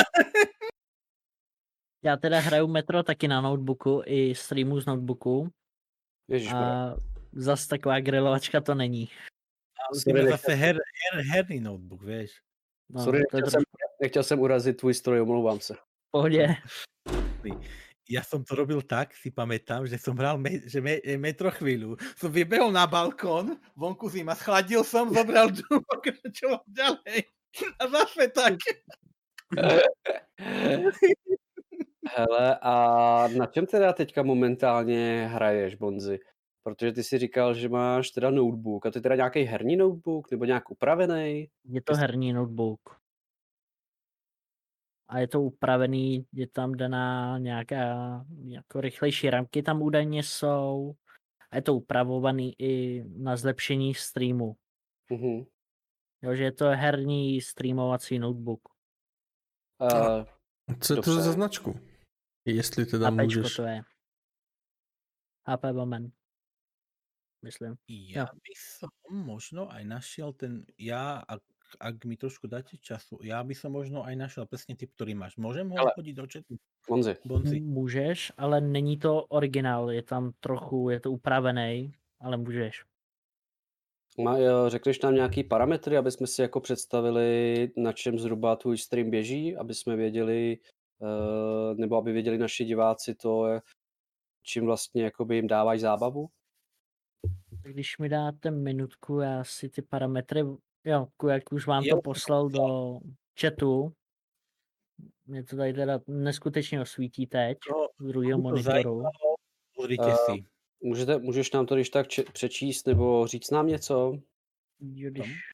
Já teda hraju Metro taky na notebooku i streamu z notebooku Ježišmarja. a zas taková grilovačka to není. Ale ty Sorry, máš nechtěl, zase her, her, herný notebook, vieš. No, sorry, to je nechtěl, trošku jsem, nechtěl jsem urazit tvůj stroj, omlouvám se. v pohodě. Ja som to robil tak, si pamätám, že som hral me, že me, metro chvíľu. Som vybehol na balkón, vonku zima, schladil som, zobral džum, pokračoval ďalej. A zase tak. Hele, a na čem teda teďka momentálně hraješ, Bonzi? Protože ty si říkal, že máš teda notebook. A to je teda nějaký herní notebook? Nebo nějak upravený? Je to herní notebook. A je to upravený, je tam daná nějaká jako rychlejší ramky tam údajně jsou. A je to upravovaný i na zlepšení streamu. Mhm. Jo, že je to herní streamovací notebook. Uh, co je to Dobře. za značku? Jestli teda HPčko můžeš. to je. há pé Bowman. Myslím. Ja by som možno aj našiel ten, ja, ak, ak mi trošku dáte času, ja by som možno aj našiel presne typ, ktorý máš. Môžem ho Ale- hodiť do chatu? Bonzi. Bonzi. Můžeš, ale není to originál, je tam trochu, je to upravený, ale můžeš. Ma, jo, řekneš nám nějaký parametry, aby jsme si jako představili, na čem zhruba tvůj stream běží, aby jsme věděli, uh, nebo aby věděli naši diváci to, čím vlastně jakoby jim dáváš zábavu? Když mi dáte minutku, já si ty parametry, jo, jak už vám Jo, to poslal do chatu, mě to tady teda neskutečně osvítí teď to, z druhého aby to monitoru. zajímalo, pozrite Uh, si. můžete, můžeš nám to když tak če- přečíst nebo říct nám něco? Jo, Tam. když,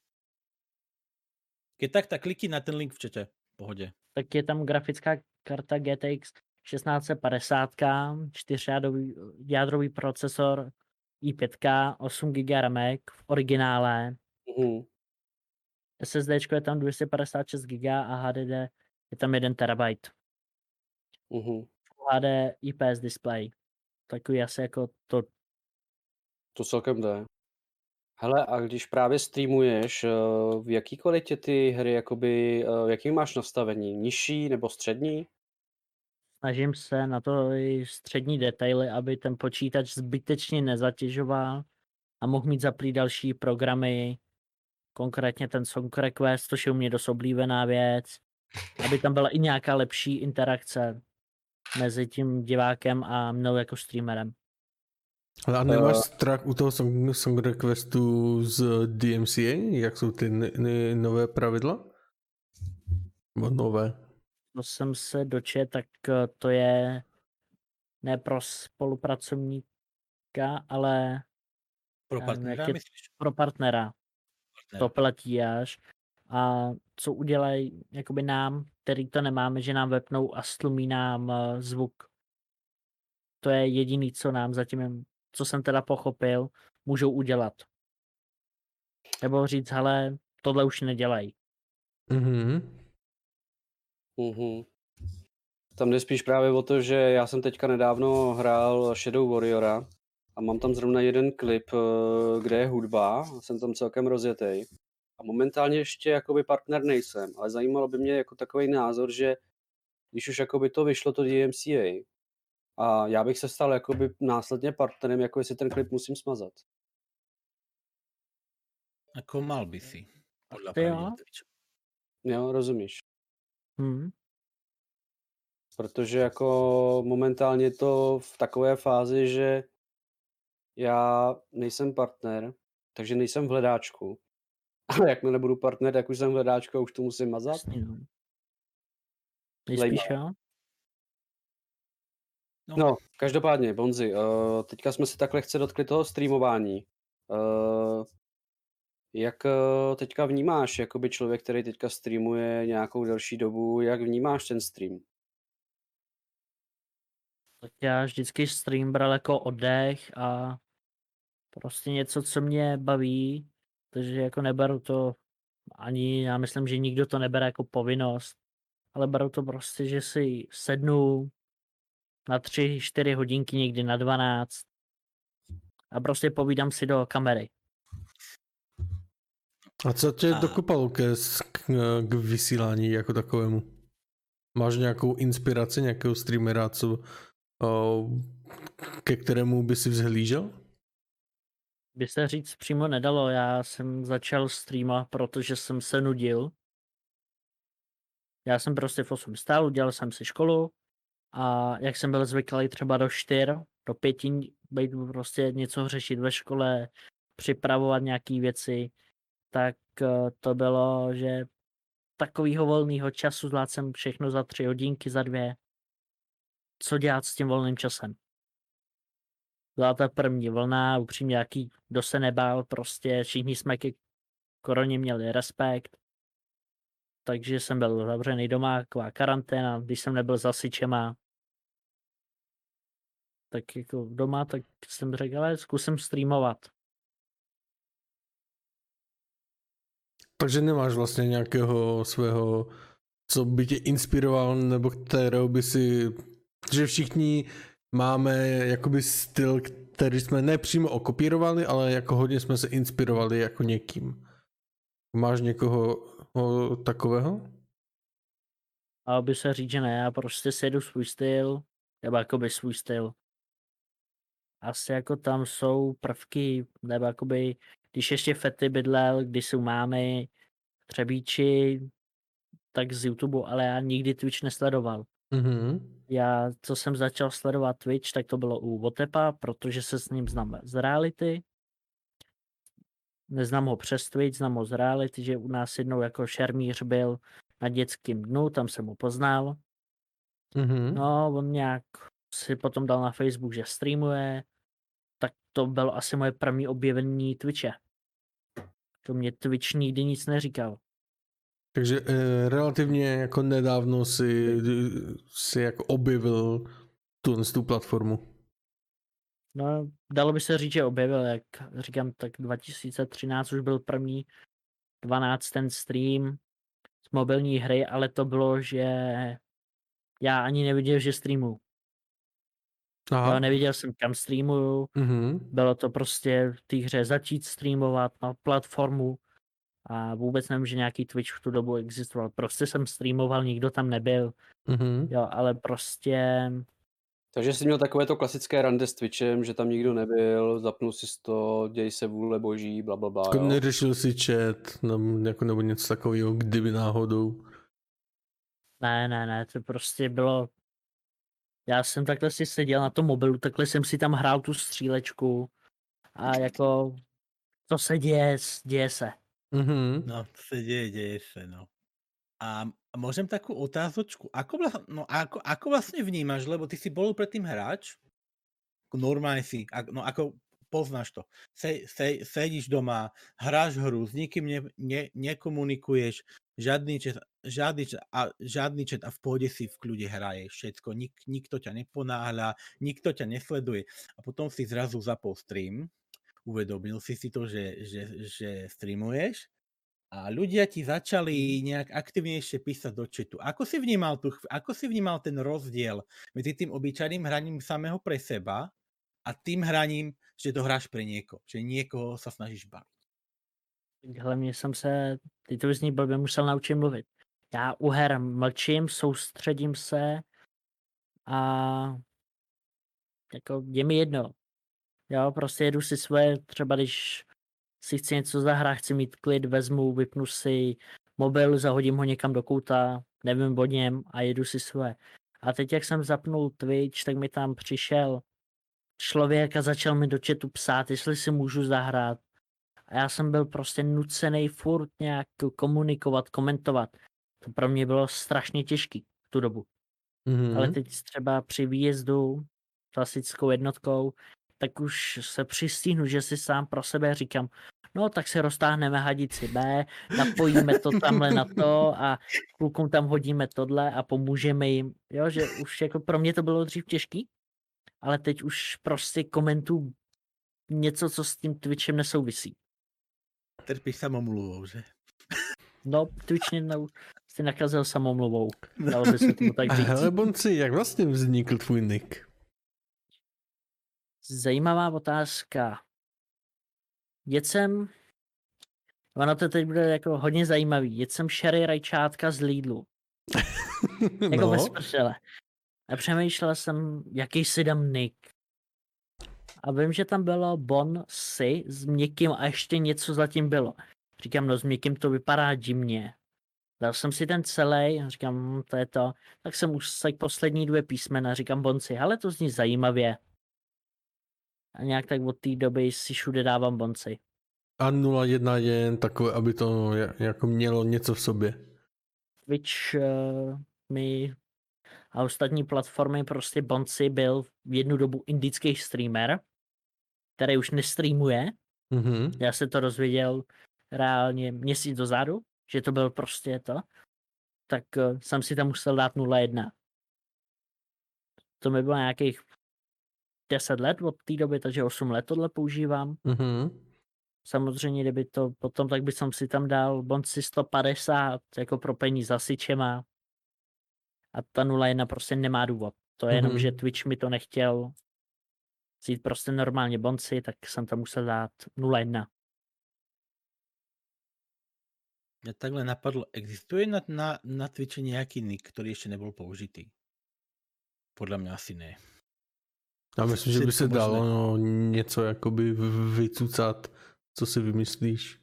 Keď tak, tak klikni na ten link v čete. V pohodě. tak je tam grafická karta G T X šestnáct padesát, čtyřjádrový jádrový procesor i pět, osm gigabajtů ramek v originále. Mhm. SSDčko je tam dvě stě padesát šest gigabajtů a H D D je tam jeden terabajt. Mhm. H D I P S display. Takový asi jako to. To celkem jde. Hele, a když právě streamuješ, eh, v jaký kvalitě ty hry, jakoby, eh, jaký máš nastavení? Nižší nebo střední? Snažím se na to i střední detaily, aby ten počítač zbytečně nezatěžoval a mohl mít zaplý další programy, konkrétně ten Song Request, což je u mě dost oblíbená věc, aby tam byla i nějaká lepší interakce mezi tím divákem a mnou jako streamerem. Ale a nemáš strach u toho Song, song Requestu z D M C A? Jak jsou ty n- n- nové pravidla? Nebo nové? To jsem se dočet, tak eh, to je ne pro spolupracovníka, ale Pro já nevím, jak partnera, je- myslíš? pro partnera. Partnera. To platí až. A co udělají jakoby nám, který to nemáme, že nám vepnou a stlumí nám eh, zvuk. To je jediný, co nám zatím, co jsem teda pochopil, můžou udělat. Nebo říct, hele, tohle už nedělají. Mhm. Mhm. Tam jde spíš právě o to, že já jsem teďka nedávno hrál Shadow Warriora a mám tam zrovna jeden klip, eh, kde je hudba, jsem tam celkem rozjetej. A momentálně ještě jakoby partner nejsem, ale zajímalo by mě jako takový názor, že když už jakoby to vyšlo to D M C A a já bych se stal jakoby následně partnerem, jako jestli ten klip musím smazat. Ako mal by si. Podľa Ty jo? pravidel Twitchu. Jo, rozumíš? Hm. Protože jako momentálně je to v takové fázi, že já nejsem partner, takže nejsem v hledáčku. Ale jakmile budu partner, tak už jsem v hledáčku a už to musím mazat. Jasně, no. Nejspíš jo? No. No, každopádně, Bonzi, uh, teďka jsme se tak lehce dotkli toho streamování. Uh, jak uh, teďka vnímáš, jakoby člověk, který teďka streamuje nějakou delší dobu, jak vnímáš ten stream? Tak já vždycky stream bral jako oddech a prostě něco, co mě baví, takže jako neberu to ani, já myslím, že nikdo to nebere jako povinnost, ale beru to prostě, že si sednu na tři, čtyři hodinky, někdy na dvanáct a prostě povídám si do kamery. A co tě A- dokopalo ke, k, k vysílání jako takovému? Máš nějakou inspiraci, nějakého streamera, co, o, ke kterému by si vzhlížel? By se říct přímo nedalo, já jsem začal streamovat, protože jsem se nudil. Já jsem prostě v osm stál, udělal jsem si školu a jak jsem byl zvyklý třeba do čtyř, do pěti, být prostě něco řešit ve škole, připravovat nějaké věci, tak eh, to bylo, že takovýho volného času zvládl jsem všechno za tři hodinky, za dvě. Co dělat s tím volným časem? Byla ta první vlna, upřímně jaký, kdo se nebál, prostě všichni jsme ke koroně měli respekt. Takže jsem byl zavřený doma, taková karanténa, když jsem nebyl za sičema. Tak jako doma, tak jsem řekl, ale zkusím streamovat. Takže nemáš vlastně nějakého svého, co by tě inspiroval, nebo kterého by si, že všichni máme jakoby styl, který jsme nepřímo okopírovali, ale jako hodně jsme se inspirovali jako někým. Máš někoho o, takového? A by se říct, že ne, já prostě si jedu svůj styl, nebo jakoby svůj styl. Asi jako tam jsou prvky, nebo jakoby, když ještě Fety bydlel, když jsou mámy, Třebíči, tak z YouTube, ale já nikdy Twitch nesledoval. Mhm. Já, co jsem začal sledovat Twitch, tak to bylo u Votepa, protože se s ním znám z reality. neznám ho přes Twitch, znám ho z reality, že u nás jednou jako šermíř byl na dětském dnu, tam jsem ho poznal. Mhm. No, on nějak si potom dal na Facebook, že streamuje, tak to bylo asi moje první objevení Twitche. To mě Twitch nikdy nic neříkal. Takže eh, relativně jako nedávno si, si jako objevil tu, tu platformu. No, dalo by se říct, že objevil, jak říkám, tak dva tisíce třináct už byl první dvanáct ten stream z mobilní hry, ale to bylo, že já ani neviděl, že streamuju. Aha. Jo, neviděl jsem, kam streamuju. Mhm. Bylo to prostě v té hře začít streamovat na platformu a vůbec nevím, že nějaký Twitch v tu dobu existoval. Prostě jsem streamoval, nikdo tam nebyl. Mhm. Jo, ale prostě Takže jsi měl takové to klasické rande s Twitchem, že tam nikdo nebyl, zapnul si to, děj se vůle boží, bla, bla, bla, Jako jo. neřešil si chat nebo, jako, nebo něco takového, kdyby náhodou. ne, ne, ne, to prostě bylo. Já jsem takhle si seděl na tom mobilu, takhle jsem si tam hrál tu střílečku a jako to se děje, děje se. Mhm. No, to se děje, děje se, no. A môžem takú otázočku. Ako, vla, no, ako, ako vlastne vnímaš, lebo ty si bol predtým hráč, normálne si, ak, no ako poznáš to, se, se, sedíš doma, hráš hru, s nikým ne, ne, nekomunikuješ, žiadny chat, žiadny, chat, a, žiadny chat a v pohode si v kľude hraješ všetko, Nik, nikto ťa neponáhľa, nikto ťa nesleduje a potom si zrazu zapol stream, uvedomil si si to, že, že, že streamuješ a ľudia ti začali nejak aktivnejšie písať do chatu. Ako si vnímal, tu, ako si vnímal ten rozdiel medzi tým obyčajným hraním samého pre seba a tým hraním, že to hráš pre niekoho, že niekoho sa snažíš baviť? Hlavně jsem se, ty to zní blbě, musel naučit mluvit. Já u her mlčím, soustředím se a jako je mi jedno. Jo, prostě jedu si svoje, třeba když si chci něco zahrát, chci mít klid, vezmu, vypnu si mobil, zahodím ho někam do kouta, nevím o něm a jedu si svoje. A teď, jak jsem zapnul Twitch, tak mi tam přišel člověk a začal mi do chatu psát, jestli si můžu zahrát. A já jsem byl prostě nucený furt nějak komunikovat, komentovat. To pro mě bylo strašně těžký v tu dobu. Mhm. Ale teď třeba při výjezdu klasickou jednotkou, tak už se přistihnu, že si sám pro sebe říkám, no tak se roztáhneme hadici B, napojíme to tamhle na to a klukům tam hodíme tohle a pomůžeme jim. Jo, že už jako pro mě to bylo dřív těžký, ale teď už prostě komentuju něco, co s tím Twitchem nesouvisí. Trpíš samomluvou, že? No, Twitch mě nou, si nakazil samomluvou. Dalo by se tomu tak říct. Hele, Bonci, jak vlastně vznikl tvůj nick? Zajímavá otázka. Jedl jsem, ono to teď bude jako hodně zajímavý, jedl jsem sherry rajčátka z Lidlu. Jako No. bez prdele. A přemýšlel jsem, jaký si dám nick. A vím, že tam bylo Bon si s měkkým a ještě něco zatím bylo. Říkám, no s měkkým to vypadá divně. Dal jsem si ten celý, říkám, hm, to je to. Tak jsem už se poslední dvě písmena, říkám Bonci, ale to zní zajímavě. A nějak tak od té doby si všude dávám Bonci. A nula jedna je jen takové, aby to jako mělo něco v sobě. Twitch uh, mi a ostatní platformy prostě Bonci byl v jednu dobu indický streamer, který už nestreamuje. Mhm. Já se to dozvěděl reálně měsíc dozadu, že to byl prostě to. Tak uh, jsem si tam musel dát nula jedna. To mi bylo nějakých deset let od té doby, takže osm let tohle používám. Mhm. Samozřejmě, kdyby to potom, tak bych si tam dal Bonci sto padesát jako pro peníze hasičema. A ta nula jedna prostě nemá důvod. To je jenom, Mhm. že Twitch mi to nechtěl vzít prostě normálně Bonci, tak jsem tam musel dát nula jedna. Mňa takhle napadlo, existuje na, na, na Twitchi nejaký nick, ktorý ešte nebol použitý? Podľa mňa asi ne. Já myslím, že by se Všetko dalo možné. no, něco jakoby vycucat, co si vymyslíš.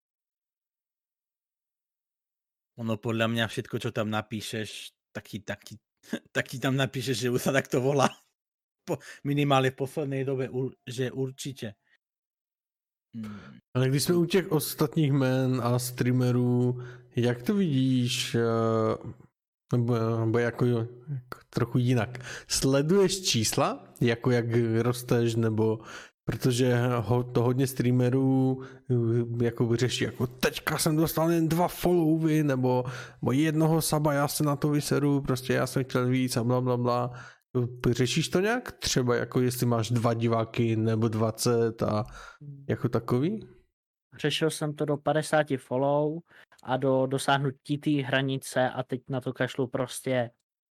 Ono podľa mňa všetko, čo tam napíšeš, tak ti, tak ti, tak ti tam napíšeš, že už sa takto volá. Po, minimálne v poslednej dobe, ur, že určite. Hmm. Ale když jsme u těch ostatních jmen a streamerů, jak to vidíš, eh, nebo, nebo jako, jako trochu jinak, sleduješ čísla, jako jak rosteš, nebo protože ho, to hodně streamerů eh, jako řeší, jako teďka jsem dostal jen dva followy, nebo, nebo jednoho saba, já se na to vyseru, prostě já jsem chtěl víc a bla bla bla. Řešíš to nějak? Třeba jako jestli máš dva diváky nebo dvacet a jako takový? Řešil jsem to do padesáti follow a do dosáhnutí té hranice a teď na to kašlu prostě.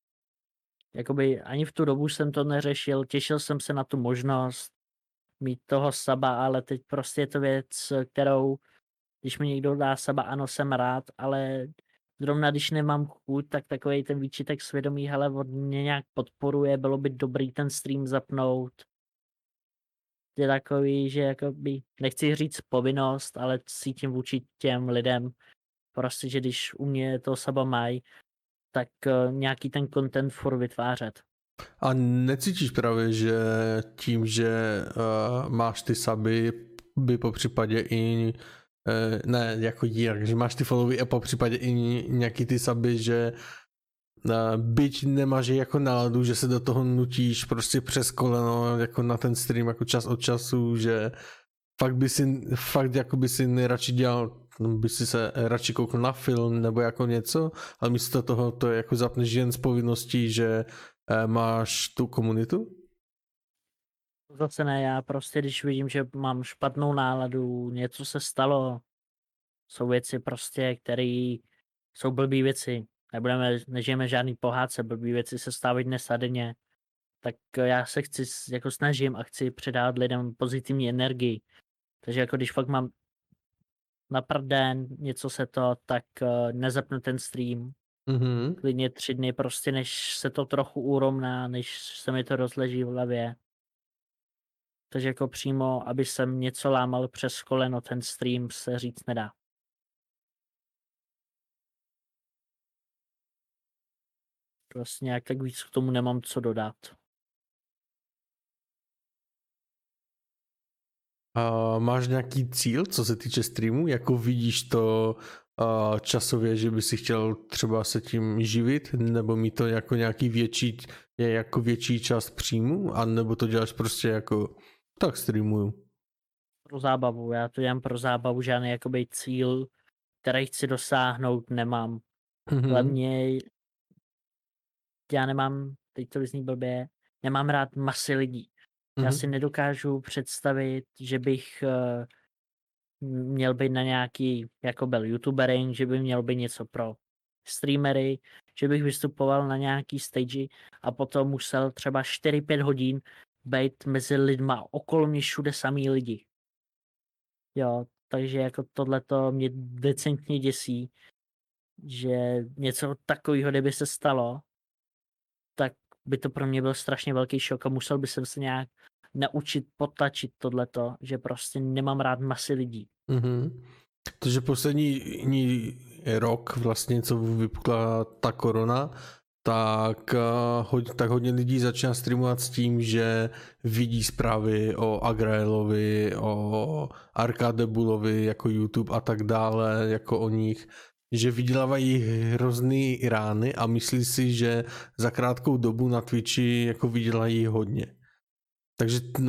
Jakoby ani v tu dobu jsem to neřešil, těšil jsem se na tu možnost mít toho saba, ale teď prostě je to věc, kterou, když mi někdo dá saba, ano, jsem rád, ale zrovna když nemám chuť, tak takový ten výčitek svědomí, hele, od mě nějak podporuje, bylo by dobrý ten stream zapnout. Je takový, že jakoby, nechci říct povinnost, ale cítím vůči těm lidem, prostě, že když u mě to saba mají, tak uh, nějaký ten content furt vytvářet. A necítíš právě, že tím, že uh, máš ty suby, by po případě i uh, ne, jako jinak, že máš ty followy a po případě i nějaký ty suby, že uh, byť nemáš jako náladu, že se do toho nutíš prostě přes koleno jako na ten stream jako čas od času, že fakt by si, fakt jako by si nejradši dělal, by si se radši koukl na film nebo jako něco, ale místo toho to je jako zapneš jen z povinností, že máš tu komunitu? Zase ne, já prostě, když vidím, že mám špatnou náladu, něco se stalo, jsou věci prostě, které jsou blbý věci. Nebudeme, nežijeme žádný pohádce, blbý věci se stávají dnes a denně. Tak já se chci, jako snažím a chci předávat lidem pozitivní energii. Takže jako když fakt mám na prden, něco se to, tak uh, nezapnu ten stream. Mm-hmm. Klidně tři dny, prostě než se to trochu úromná, než se mi to rozleží v hlavě. Takže jako přímo, aby jsem něco lámal přes koleno, ten stream se říct nedá. Prostě nějak tak víc k tomu nemám co dodat. A máš nějaký cíl, co se týče streamu? Jako vidíš to uh, časově, že by si chtěl třeba se tím živit, nebo mít to jako nějaký větší, je jako větší část příjmu, a nebo to děláš prostě jako tak streamuju? Pro zábavu, já to dělám pro zábavu, žádný jakoby cíl, který chci dosáhnout, nemám. Mm-hmm. Hlavně já nemám, teď to vyzní blbě, nemám rád masy lidí. Já Mm-hmm. si nedokážu představit, že bych uh, měl být na nějaký, jako byl youtubering, že by měl být něco pro streamery, že bych vystupoval na nějaký stage a potom musel třeba čtyři pět hodin být mezi lidma, okolo mě všude samý lidi. Jo, takže jako tohleto mě decentně děsí, že něco takového, kdyby se stalo, tak by to pro mě byl strašně velký šok a musel bych se nějak naučit potlačit tohleto, že prostě nemám rád masy lidí. Mm-hmm. Takže poslední rok vlastně, co vypukla ta korona, tak, uh, tak hodně lidí začíná streamovat s tím, že vidí zprávy o Agraelovi, o Arkadebulovi, jako YouTube a tak dále, jako o nich, že vydělávají hrozný rány a myslí si, že za krátkou dobu na Twitchi jako vydělají hodně. Takže uh,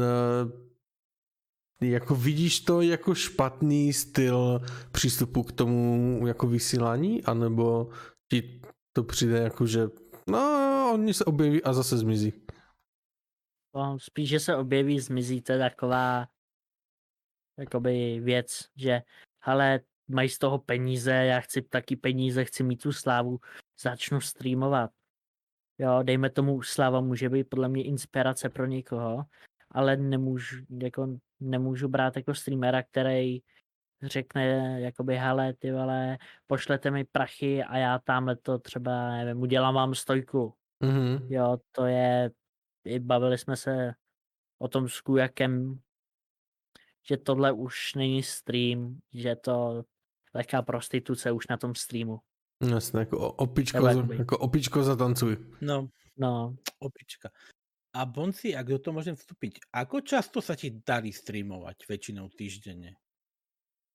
jako vidíš to jako špatný styl přístupu k tomu jako vysílání, anebo ti to přijde jako, že no, oni se objeví a zase zmizí? No, spíš, že se objeví, zmizí, to je taková jakoby věc, že hele, mají z toho peníze, já chci taky peníze, chci mít tu slávu, začnu streamovat. Jo, dejme tomu, sláva může být podle mě inspirace pro někoho, ale nemůžu, jako, nemůžu brát jako streamera, který řekne, jakoby, hele, ty vole, pošlete mi prachy a já tamhle to třeba, nevím, udělám vám stojku. Mm-hmm. Jo, to je, bavili jsme se o tom s Kujakem, že tohle už není stream, že to taká prostituce už na tom streamu. Jasně, jako opičko, jako opičko zatancuj. No, no, opička. A Bonci, ak do toho môžem vstúpiť, ako často sa ti darí streamovať väčšinou týždenne?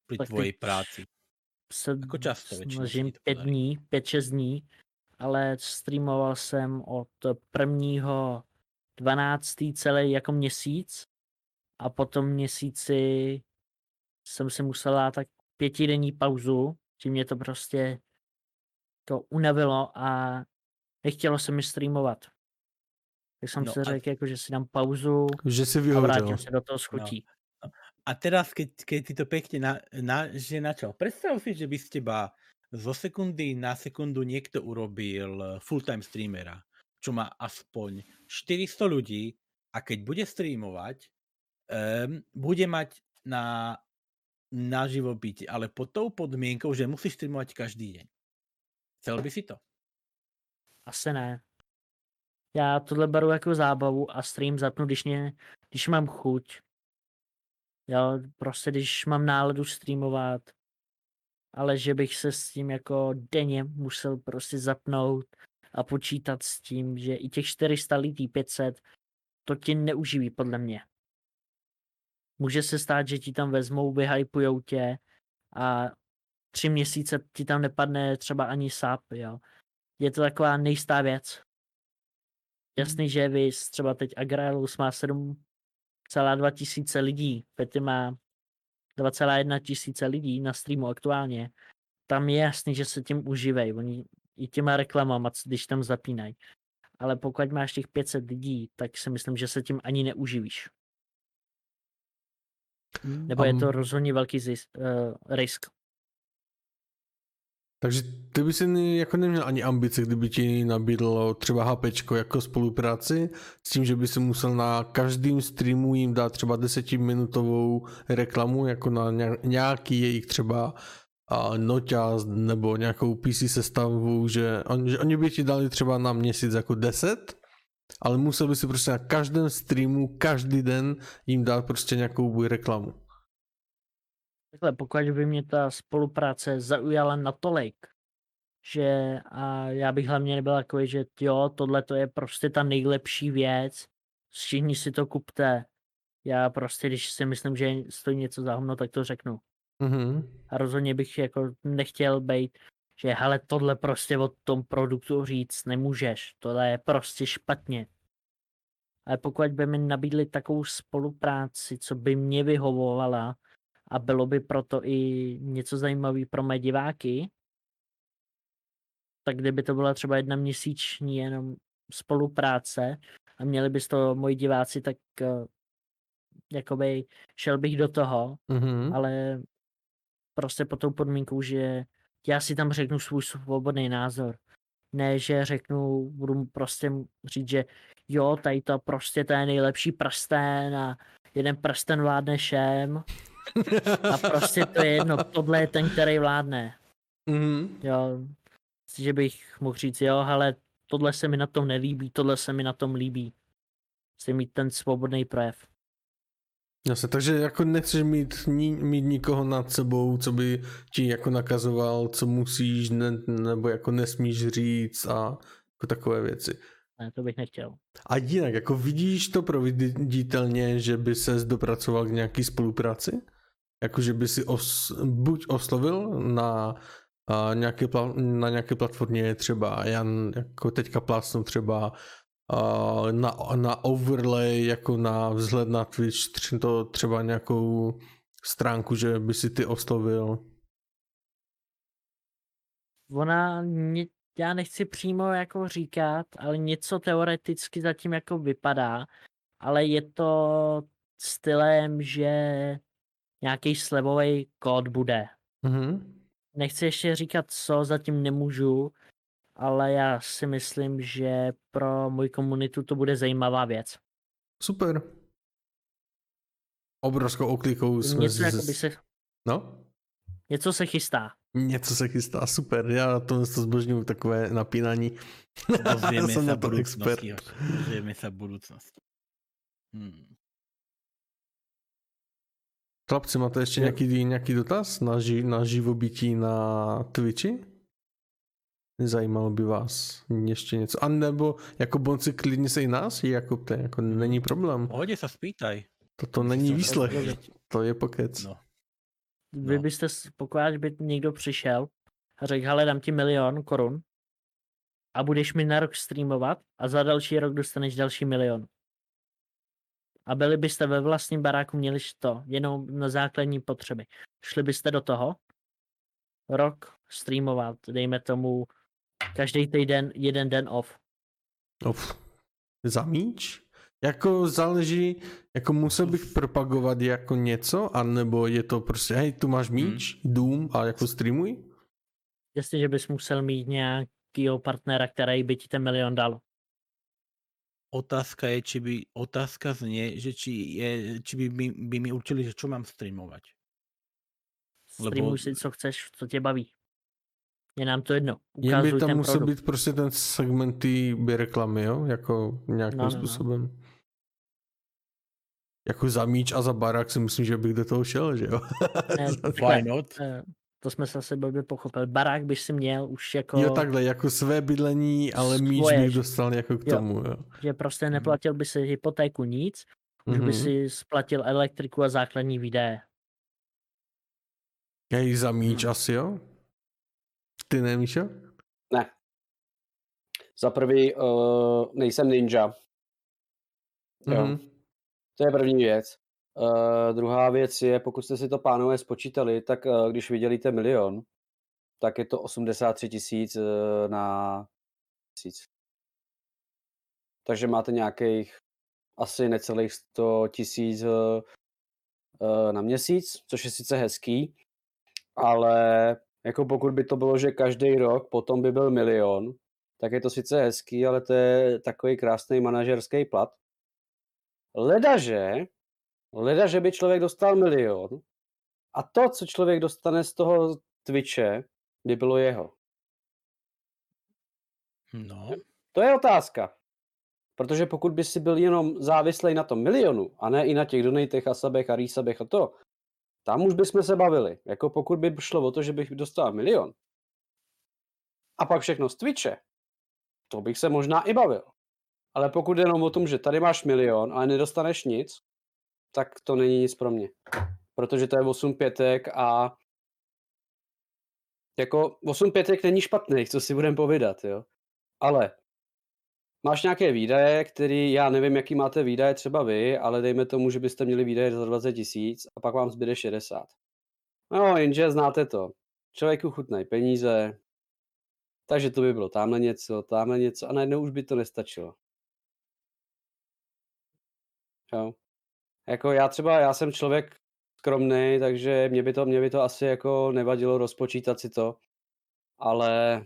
pri Tak tvojej teď práci? Se Ako často väčšinou sa snažím ti to pět podarí? dní, pět, šest dní, ale streamoval jsem od prvního dvanáctého celý jako měsíc a potom měsíci jsem si musel dát tak pětidenní pauzu, že mě to prostě to unavilo a nechtělo se mi streamovat. Tak jsem No si a, řekl, jako, že si dám pauzu Že si a vyhořel. vrátím se do toho s no, chutí. a teraz, keď, keď ty to pekne na, na, že načal, predstav si, že by z teba zo sekundy na sekundu niekto urobil full-time streamera, čo má aspoň štyristo ľudí a keď bude streamovať, um, bude mať na, na živobytie, ale pod tou podmienkou, že musí streamovať každý deň. Chcel by si to? Asi ne. Já tohle beru jako zábavu a stream zapnu, když, mě, když mám chuť. Jo, prostě když mám náladu streamovat, ale že bych se s tím jako denně musel prostě zapnout a počítat s tím, že i těch čtyři sta lidí, pět set, to ti neuživí podle mě. Může se stát, že ti tam vezmou, vyhypujou tě a tři měsíce ti tam nepadne třeba ani sap, jo. Je to taková nejistá věc. Jasný, že vy třeba teď Agraelus má sedm celá dva tisíce lidí, Petty má dva celá jedna tisíce lidí na streamu aktuálně. Tam je jasný, že se tím uživej, oni i těma reklamama, když tam zapínají. Ale pokud máš těch pět set lidí, tak si myslím, že se tím ani neuživíš. Nebo je to rozhodně velký zisk, uh, risk. Takže ty by si jako neměl ani ambice, kdyby ti nabídlo třeba HPčko jako spolupráci, s tím, že by si musel na každým streamu jim dát třeba desetiminutovou reklamu, jako na nějaký jejich třeba noťaz nebo nějakou P C sestavu, že, on, že oni by ti dali třeba na měsíc jako deset, ale musel by si prostě na každém streamu, každý den jim dát prostě nějakou reklamu. Takhle, pokud by mě ta spolupráce zaujala natolik, že a já bych hlavně nebyl takový, že jo, tohle to je prostě ta nejlepší věc, všichni si to kupte. Já prostě, když si myslím, že stojí něco za hovno, tak to řeknu. Mm-hmm. A rozhodně bych jako nechtěl být, že hele, tohle prostě o tom produktu říct nemůžeš, tohle je prostě špatně. Ale pokud by mi nabídli takovou spolupráci, co by mě vyhovovala a bylo by proto i něco zajímavé pro mé diváky, tak kdyby to byla třeba jedna měsíční jenom spolupráce a měli by z toho moji diváci, tak uh, jakoby šel bych do toho, Mm-hmm. ale prostě pod tou podmínkou, že já si tam řeknu svůj svobodný názor. Ne, že řeknu, budu prostě říct, že jo, tady to prostě to je nejlepší prsten a jeden prsten vládne všem a prostě to je jedno, tohle je ten, který vládne. Mm-hmm. Jo, že bych mohl říct, jo, hele, tohle se mi na tom nelíbí, tohle se mi na tom líbí. Chci mít ten svobodný projev. Jasně, takže jako nechceš mít, ní, mít nikoho nad sebou, co by ti jako nakazoval, co musíš ne, nebo jako nesmíš říct a jako takové věci. Ne, to bych nechtěl. A jinak, jako vidíš to proveditelně, že by ses dopracoval k nějaký spolupráci? Jako, že by si os, buď oslovil na, a, nějaké, na nějaké platformě třeba, já jako teďka plásnu třeba a, na, na overlay, jako na vzhled na Twitch, to třeba nějakou stránku, že by si ty oslovil. Ona, já nechci přímo jako říkat, ale něco teoreticky zatím jako vypadá, ale je to stylem, že nějaký slevový kód bude. Mm-hmm. Nechci ještě říkat co, zatím nemůžu, ale já si myslím, že pro moji komunitu to bude zajímavá věc. Super. Obrovskou oklikou jsme... Něco, z... jako by se... No? Něco se chystá. Něco se chystá, super. Já to, to zbožňuju takové napínání. Dozvieme Jsem sa na to expert. budúcnosti. Dozvieme sa budúcnosti. Hmm. Chlapci, máte ještě nějaký, nějaký dotaz na, ži, na živobytí na Twitchi? Zajímalo by vás ještě něco? A nebo jako bonci klidně se i nás, jako to jako není problém. Pohodě sa spýtaj. Toto není výslech, to je pokec. No. Vy No. byste, s- pokud až by někdo přišel a řekl, hele, dám ti milion korun a budeš mi na rok streamovat a za další rok dostaneš další milion. A byli byste ve vlastním baráku, měli to jenom na základní potřeby. Šli byste do toho, rok streamovat, dejme tomu každý týden jeden den off. Of. Za míč? Jako záleží, jako musel bych propagovat jako něco, anebo je to prostě, hej, tu máš míč, hmm. dům a jako streamuj? Jasně, že bys musel mít nějakýho partnera, který by ti ten milion dal. Otázka je, či by, otázka znie, že či, je, či by, by, by mi určili, že čo mám streamovať. Streamuj Lebo- si, co chceš, co tě baví. Je nám to jedno. Jen by Ukazuj tam ten musel produkt. být prostě ten segment té by reklamy, jo? Jako nějakým No, no, no. způsobem. Jako za míč a za barák si myslím, že bych do toho šel, že jo? Ne, Why not? eh, to jsme se asi blbě pochopili. Barák byš si měl už jako, Jo, takhle, jako své bydlení, ale míč Svoje, bych že- dostal jako k jo. tomu, jo. že prostě neplatil by si hypotéku nic, už by Mhm. si splatil elektriku a základní výdaje. Hej, za míč asi, jo? Ty ne, Míšo? Ne. Za prvý uh, nejsem ninja. Jo. Mhm. To je první věc. Uh, druhá věc je, pokud jste si to pánové spočítali, tak uh, když vydělíte milion, tak je to osmdesát tři tisíc uh, na tisíc. Takže máte nějakých asi necelých sto tisíc uh, uh, na měsíc, což je sice hezký, ale jako pokud by to bylo, že každý rok potom by byl milion, tak je to sice hezký, ale to je takový krásný manažerský plat. Ledaže, ledaže by člověk dostal milion a to, co člověk dostane z toho Twitche, by bylo jeho. No, To je otázka. Protože pokud by si byl jenom závislý na tom milionu a ne i na těch donatech a sabech a resubech a to, tam už bychom se bavili. Jako pokud by šlo o to, že bych dostal milion a pak všechno z Twitche, to bych se možná i bavil. Ale pokud jenom o tom, že tady máš milion, ale nedostaneš nic, tak to není nic pro mě. Protože to je osm pětek a jako osm pětek není špatný, co si budem povídat, jo. Ale máš nějaké výdaje, který, já nevím, jaký máte výdaje třeba vy, ale dejme tomu, že byste měli výdaje za dvacet tisíc a pak vám zbyde šedesát. No, jenže znáte to. Člověku chutnají peníze, takže to by bylo tamhle něco, tamhle něco a najednou už by to nestačilo. Jo. Jako já třeba, já jsem člověk skromný, takže mě by to, mě by to asi jako nevadilo rozpočítat si to, ale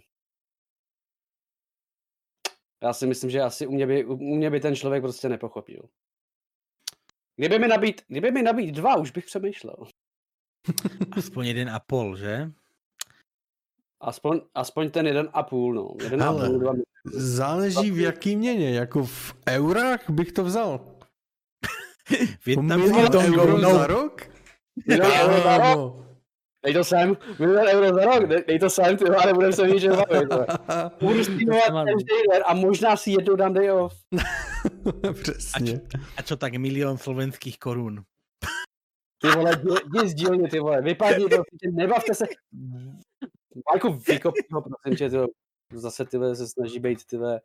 já si myslím, že asi u mě by, u mě by ten člověk prostě nepochopil. Kdyby mi nabít, kdyby mi nabít dva, už bych přemýšlel. aspoň jeden a pol, že? Aspoň, aspoň ten jeden a půl, no. Jeden Hele. a půl, dva. Záleží v jaký měně, jako v eurách bych to vzal. Vietnamský Milion dongou, euro no. za rok? Milion euro za rok? Kámo. Dej to sem, milion euro za rok, dej, dej to sem, ty vole, nebudem se ničem bavit. vole. Budu streamovat každý den a možná si jednou dám day off. Přesně. A čo tak milión slovenských korún? Ty vole, jdi z dílny, ty vole, vypadni, prostě, nebavte se. Majku, vykopni ho, prosím tě, ty vole. Zase ty vole se snaží být, ty vole.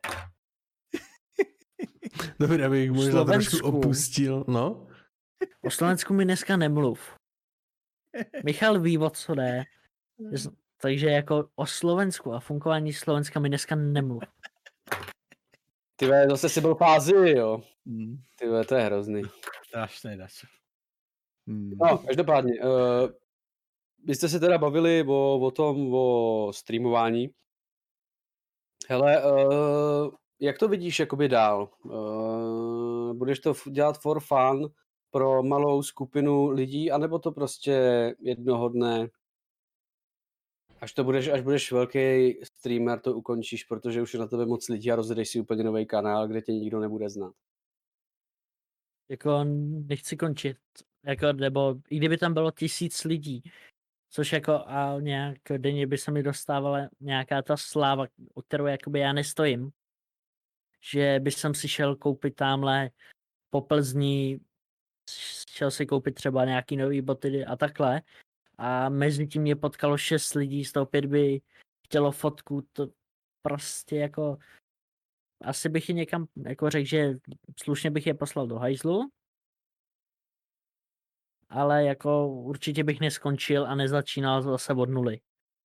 Dobrý, abych možná Slovensku. trošku opustil, no. O Slovensku mi dneska nemluv. Michal ví, o co jde. Z- Takže jako o Slovensku a fungování Slovenska mi dneska nemluv. Ty vole, zase si byl v Ázii, jo. Hmm, Ty vole, to je hrozný. strašné dačo. Hmm. No, každopádně, uh, vy jste se teda bavili o, o tom, o streamování. Hele, uh, jak to vidíš jakoby dál? Uh, budeš to f- dělat for fun pro malou skupinu lidí, anebo to prostě jednoho dne, až to budeš, až budeš velký streamer, to ukončíš, protože už je na tebe moc lidí a rozjedeš si úplně nový kanál, kde tě nikdo nebude znát. Jako nechci končit. Jako, nebo i kdyby tam bylo tisíc lidí, což jako a nějak denně by se mi dostávala nějaká ta sláva, o kterou jakoby já nestojím. Že by jsem si šel koupit tamhle po Plzni, šel si koupit třeba nějaký nový boty a takhle. a mezi tím mě potkalo šest lidí, z toho pět by chtělo fotku, to prostě jako asi bych je někam jako řekl, že slušně bych je poslal do hajzlu, ale jako určitě bych neskončil a nezačínal zase od nuly.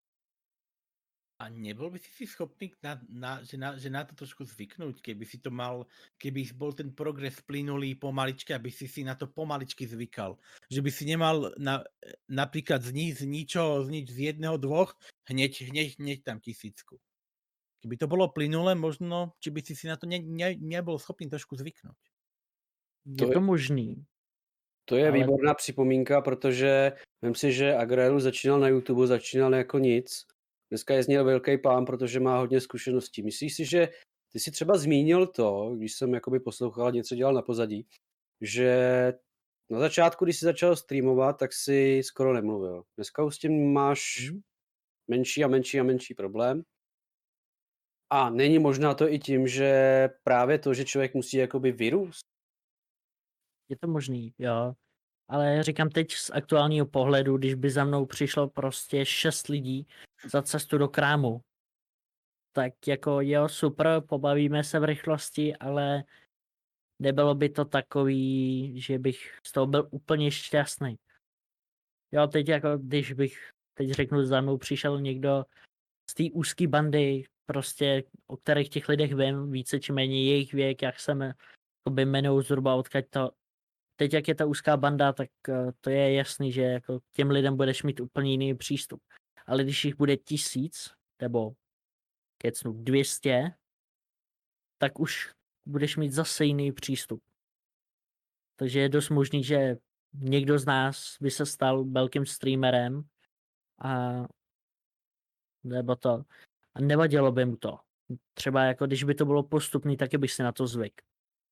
A nebol by si si schopný, na, na, že, na, že na to trošku zvyknúť, keby si to mal, keby bol ten progres plynulý pomaličky, aby si si na to pomaličky zvykal. Že by si nemal na, napríklad z, ni, z ničoho, z nič, z jedného, dvoch, hneď, hneď, hneď tam tisícku. Keby to bolo plynulé, možno, či by si si na to ne, ne, nebol schopný trošku zvyknúť. Je To to je, možný, to je ale výborná připomínka, protože vem si, že Agrelu začínal na YouTube, začínal jako nic. Dneska je z něj velký pán, protože má hodně zkušeností. Myslíš si, že ty si třeba zmínil to, když jsem jakoby poslouchal a něco dělal na pozadí, že na začátku, když jsi začal streamovat, tak si skoro nemluvil. Dneska už s tím máš hm, menší a menší a menší problém. A není možná to i tím, že právě to, že člověk musí jakoby vyrůst? je to možný, jo. Ale říkám teď z aktuálního pohledu, když by za mnou přišlo prostě šest lidí za cestu do krámu, tak jako jo, super, pobavíme se v rychlosti, ale nebylo by to takový, že bych z toho byl úplně šťastný. Jo, teď jako, když bych, teď řeknu, za mnou přišel někdo z té úzké bandy, prostě, o kterých těch lidech vím, více či méně jejich věk, jak se jakoby jmenou zhruba, odkud to. Teď, jak je ta úzká banda, tak uh, to je jasný, že jako k těm lidem budeš mít úplně jiný přístup. Ale když jich bude tisíc, nebo kecnu dvě stě, tak už budeš mít zase jiný přístup. Takže je dost možný, že někdo z nás by se stal velkým streamerem a nebo to. A nevadilo by mu to. Třeba jako když by to bylo postupný, taky bych si na to zvyk.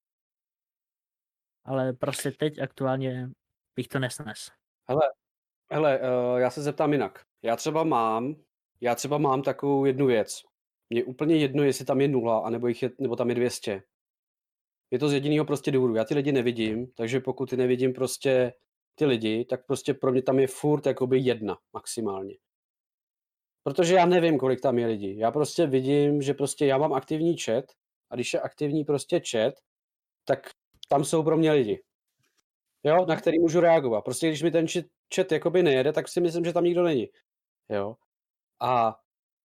Ale prostě teď aktuálně bych to nesnes. Hele, hele, uh, já se zeptám jinak. Já třeba mám, já třeba mám takovou jednu věc. Mně úplně jedno, jestli tam je nula, anebo, jich je, nebo tam je dvě stě. Je to z jediného prostě důvodu. Já ty lidi nevidím, takže pokud ty nevidím prostě ty lidi, tak prostě pro mě tam je furt jakoby jedna maximálně. Protože já nevím, kolik tam je lidí. Já prostě vidím, že prostě já mám aktivní chat a když je aktivní prostě chat, tak tam jsou pro mě lidi. Jo, na který můžu reagovat. Prostě když mi ten chat, chat jakoby nejede, tak si myslím, že tam nikdo není. Jo. A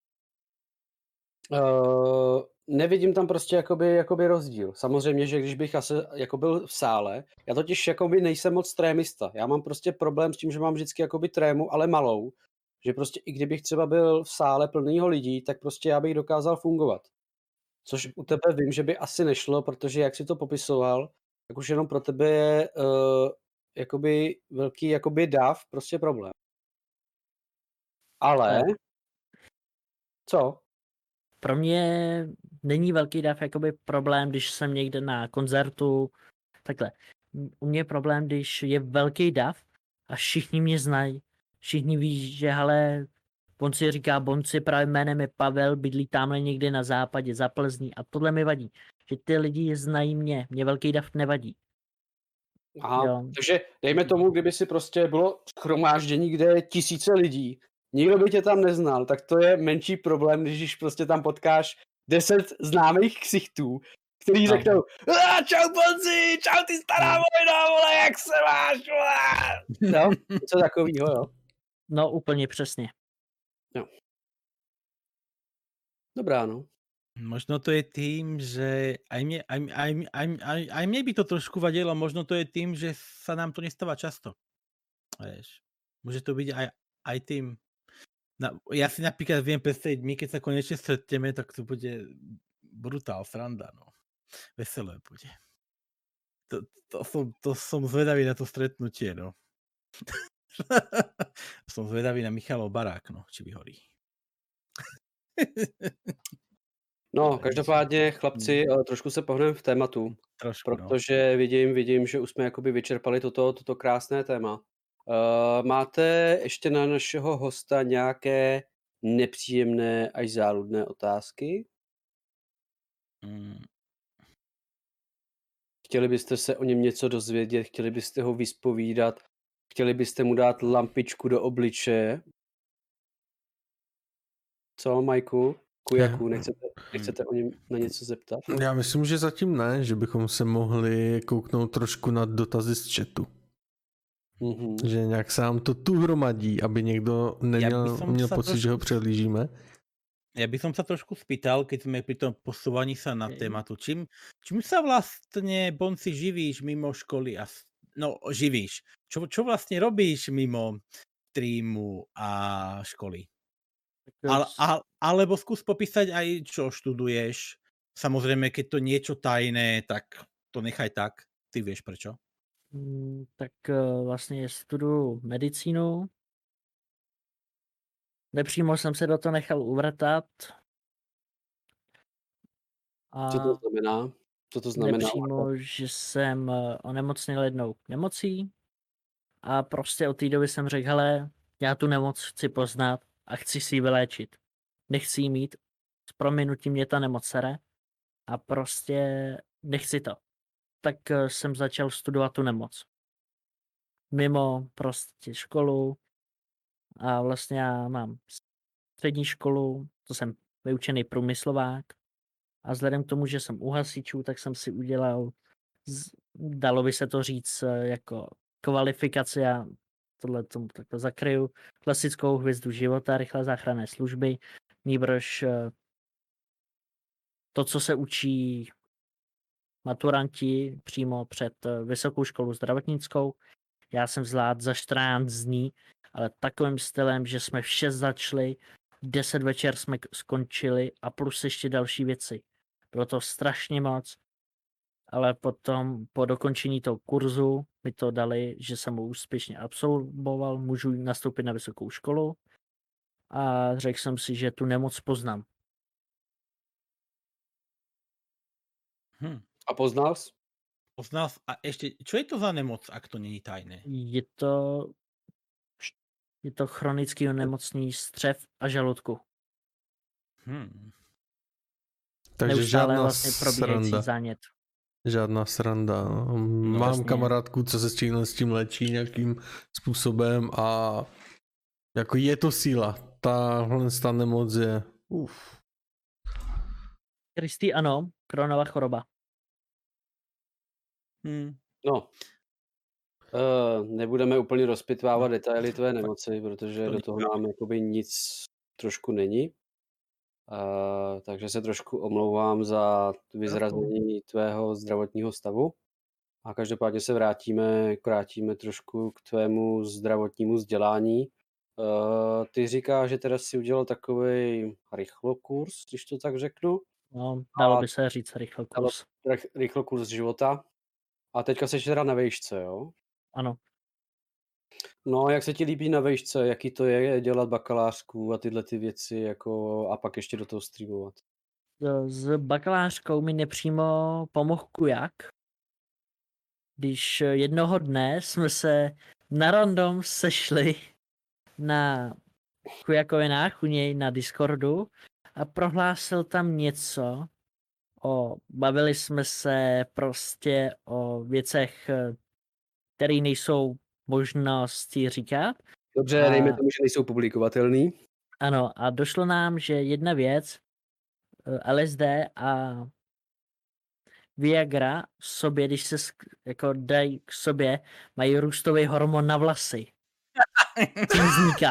uh, nevidím tam prostě jakoby, jakoby rozdíl. Samozřejmě, že když bych asi jako byl v sále, já totiž jakoby nejsem moc trémista. Já mám prostě problém s tím, že mám vždycky jakoby trému, ale malou. Že prostě i kdybych třeba byl v sále plnýho lidí, tak prostě já bych dokázal fungovat. Což u tebe vím, že by asi nešlo, protože jak jsi to popisoval, tak už jenom pro tebe je uh, jakoby velký jakoby dáv prostě problém. Ale, Tak. co? Pro mě není velký dav jakoby problém, když jsem někde na koncertu, takhle. U mě je problém, když je velký dav a všichni mě znají. Všichni ví, že hele, on si říká Bonci, právě jménem je Pavel, bydlí tamhle někde na západě, za Plzní a tohle mi vadí. Že ty lidi znají mě, mě velký dav nevadí. Aha, Jo. takže dejme tomu, kdyby si prostě bylo shromáždění, kde je tisíce lidí, nikdo by tě tam neznal, tak to je menší problém, když prostě tam potkáš deset známých ksichtů, který No. řeknou "Ah, čau Bonzi, čau ty stará vojna, vole, jak se máš, vole." No, něco takovýho, jo. No úplně přesně. Jo. Dobrá, no. Možno to je tým, že aj mne, aj, aj, aj, aj, aj mne by to trošku vadilo, možno to je tým, že sa nám to nestáva často. Vieš, môže to byť aj, aj tým. Na, ja si napríklad viem predstaviť, my keď sa konečne stretneme, tak to bude brutál, sranda, no. Veselé bude. To, to, som, to som zvedavý na to stretnutie, no. Som zvedavý na Michalov barák, no, či vyhorí. No, každopádně, chlapci, eh, trošku se pohneme v tématu, Trošku, no. protože vidím, vidím, že už jsme jakoby vyčerpali toto, toto krásné téma. Uh, máte ještě na našeho hosta nějaké nepříjemné až záludné otázky? Mm. Chtěli byste se o něm něco dozvědět, chtěli byste ho vyspovídat, chtěli byste mu dát lampičku do obličeje? Co, Majku? Kujaku, nechcete, nechcete o něm na něco zeptat? Já myslím, že zatím ne, že bychom se mohli kouknout trošku na dotazy z chatu. Mm-hmm. Že nějak se nám to tu hromadí, aby někdo neměl měl pocit, trošku... že ho přehlížíme. Ja by som sa trošku spýtal, keď sme pri tom posúvaní sa na tématu, čím, čím sa vlastne, Bonci, živíš mimo školy a no, živíš? Čo, čo vlastne robíš mimo streamu a školy? Ale, a, alebo skús popísať aj, čo študuješ. Samozrejme, keď to niečo tajné, tak to nechaj tak. Ty vieš prečo? Mm, tak vlastně studuju medicínu. Nepřímo jsem se do toho nechal uvrtat. A Co to znamená? Co to znamená? nepřímo, že jsem onemocněl jednou nemocí a prostě od té doby jsem řekl, hele, já tu nemoc chci poznat a chci si ji vyléčit. Nechci ji mít, s prominutím mě ta nemoc sere a prostě nechci to. Tak jsem začal studovat tu nemoc. Mimo prostě školu a vlastně já mám střední školu, to jsem vyučený průmyslovák a vzhledem k tomu, že jsem u hasičů, tak jsem si udělal, dalo by se to říct jako kvalifikaci a tohle tomu takto zakryju, klasickou hvězdu života, rychlé záchranné služby, nýbrž to, co se učí maturanti přímo před vysokou školu zdravotnickou. Já jsem zvládl za čtrnáct dní, ale takovým stylem, že jsme v šest začali, v deset večer jsme skončili a plus ještě další věci. Bylo to strašně moc, ale potom po dokončení toho kurzu mi to dali, že jsem ho úspěšně absolvoval, můžu nastoupit na vysokou školu a řekl jsem si, že tu nemoc poznám. Hm. A poznal jsi? Poznal jsi. A ještě, čo je to za nemoc, ak to není tajné? Je to, je to chronický onemocnění střev a žaludku. Hm. Takže neustále žádná vlastně probíhající sranda. zánět. Žádná sranda. Mám vlastně. kamarádku, co se s tím, s tím léčí nějakým způsobem a jako je to síla. Tahle ta nemoc je uf. Kristý, ano, Crohnova choroba. Hm. No, uh, nebudeme úplně rozpitvávat detaily tvé nemoci, protože do toho nám jakoby nic trošku není. Uh, takže se trošku omlouvám za vyzrazení tvého zdravotního stavu. A každopádně se vrátíme, vrátíme trošku k tvému zdravotnímu vzdělání. Uh, ty říkáš, že teda si udělal takový rychlokurs, když to tak řeknu. No, dalo by se říct rychlokurs. Rychlokurs života. A teďka jsi teda na vejšce, jo? Ano. No, jak se ti líbí na vejšce, jaký to je dělat bakalářku a tyhle ty věci, jako a pak ještě do toho streamovat? S bakalářkou mi nepřímo pomohl kujak. Když jednoho dne jsme se na random sešli na kujakovinách u něj na Discordu a prohlásil tam něco o, bavili jsme se prostě o věcech, které nejsou možnosti říkat. Dobře, a... dejme tomu, že nejsou publikovatelný. Ano, a došlo nám, že jedna věc, L S D a Viagra v sobě, když se jako dají k sobě, mají růstový hormon na vlasy. Co vzniká.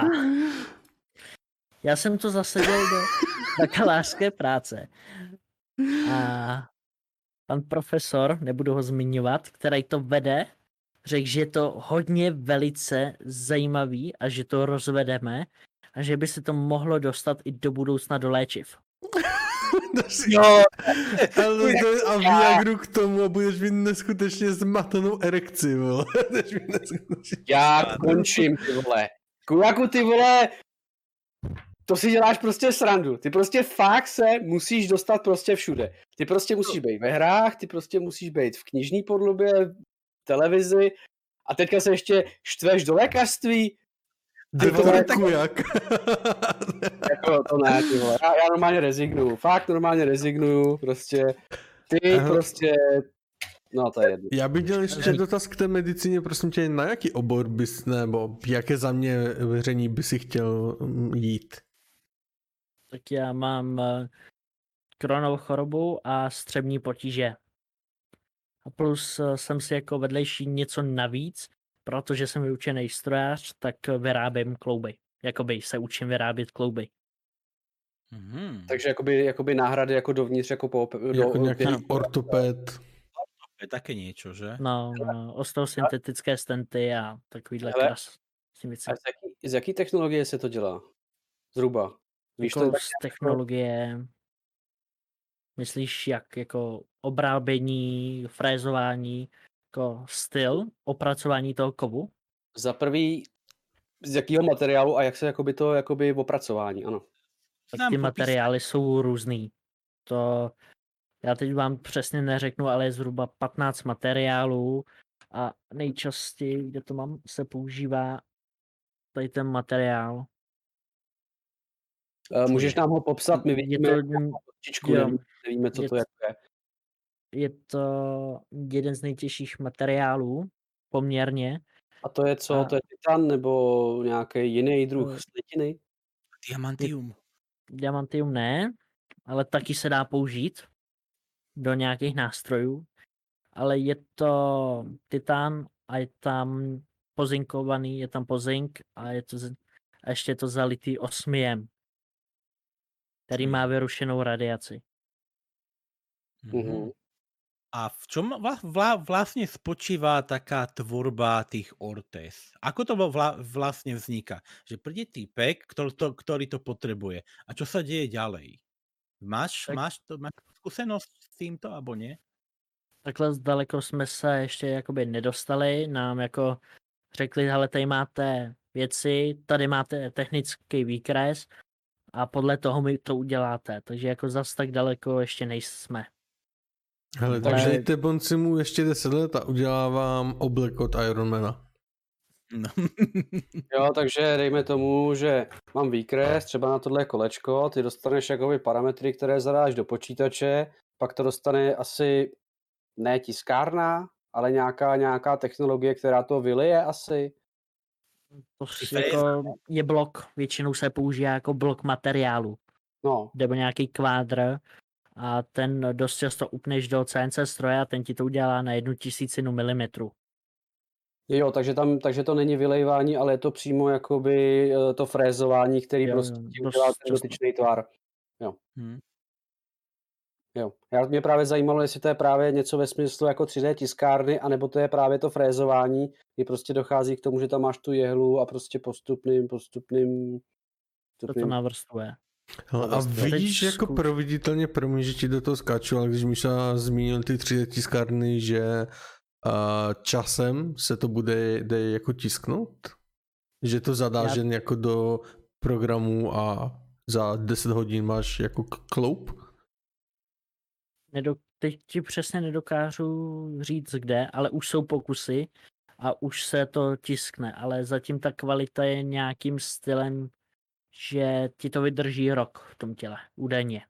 Já jsem to zasadil do bakalářské práce. A pan profesor, nebudu ho zmiňovat, který to vede, řekl, že je to hodně velice zajímavý a že to rozvedeme a že by se to mohlo dostat i do budoucna do léčiv. Jo, a Viagru k tomu a budeš mít neskutečně zmatenou erekci, vole. Já končím, ty vole. Kujaku, ty vole, to si děláš prostě srandu. Ty prostě fakt se musíš dostat prostě všude. Ty prostě musíš být ve hrách, ty prostě musíš být v knižní podlobě, v televizi a teďka se ještě štveš do lékařství. Doktor Kujak. Jako to ne, ty vole. Já, já normálně rezignuju. Fakt normálně rezignuju. Prostě ty Aha. prostě No to je jedno. Já bych měl ještě dotaz k té medicíně, prosím tě, na jaký obor bys, nebo jaké zaměření by si chtěl jít? Tak já mám Crohnovou chorobu a střevní potíže. A plus jsem si jako vedlejší něco navíc, protože jsem vyučený strojář, tak vyrábím klouby. Jakoby se učím vyrábět klouby. Mm-hmm. Takže jakoby, jakoby náhrady jako dovnitř, jako po... Do, Jako nějaký do, ortoped. Je také něco, že? No, no osteosyntetické stenty a takovýhle Hele, kras. A z jaký, z jaký technologie se to dělá? Zhruba. Víš jako to z technologie, myslíš jak jako obrábění, frézování, jako styl opracování toho kovu? Za prvý, z jakého materiálu a jak se jakoby to jakoby opracování, ano. Tak ty materiály jsou různý. To já teď vám přesně neřeknu, ale je zhruba patnáct materiálů a nejčastěji, kde to mám, se používá tady ten materiál. Uh, můžeš nám ho popsat? My vidíme je to, kočičku, nevíme, nevíme, co je to je. Je to jeden z nejtěžších materiálů, poměrně. A to je co? A... To je titan nebo nějaký jiný druh slitiny? Diamantium. Diamantium ne, ale taky se dá použít do nějakých nástrojů. Ale je to titan a je tam pozinkovaný, je tam pozink a je to a ještě je to zalitý osmiem, který má vyrušenou radiaci. Mm-hmm. A v čom vla, vlastne spočíva taká tvorba tých ortéz? Ako to vla, vlastne vzniká? Že príde týpek, ktorý to, ktorý to potrebuje. A čo sa deje ďalej? Máš, tak... máš, to, máš skúsenosť s týmto, alebo nie? Takhle daleko jsme se ještě jakoby nedostali. Nám jako řekli, hele, tady máte věci, tady máte technický výkres a podle toho mi to uděláte. Takže jako zas tak daleko ještě nejsme. Hele, takže ale... dejte Boncimu ještě deset let a udělávám oblek od Ironmana. No. Jo, takže dejme tomu, že mám výkres, třeba na tohle kolečko, ty dostaneš jakoby parametry, které zadáš do počítače, pak to dostane asi ne tiskárna, ale nějaká, nějaká technologie, která to vylije asi. To jako je blok, většinou se používá jako blok materiálu. No. Nebo nějaký kvádr a ten dost často upneš do C N C stroje a ten ti to udělá na jednu tisícinu milimetru. Jo, takže tam, takže to není vylejvání, ale je to přímo jakoby to frézování, který jo, prostě udělá ten dotyčný tvar. Jo. Hmm. Jo. Já, mě právě zajímalo, jestli to je právě něco ve smyslu jako tři dé tiskárny, anebo to je právě to frézování, kdy prostě dochází k tomu, že tam máš tu jehlu a prostě postupným, postupným... postupným... To to navrstvuje. No, a vidíš jako zkuš... proveditelně, promiň, že ti do toho skáču, ale když Míša zmínil ty tři dé tiskárny, že uh, časem se to bude jde jako tisknout? Že to zadáš Já... jako do programu a za deset hodin máš jako kloup? Nedok- teď ti přesně nedokážu říct kde, ale už jsou pokusy a už se to tiskne, ale zatím ta kvalita je nějakým stylem, že ti to vydrží rok v tom těle, údajně.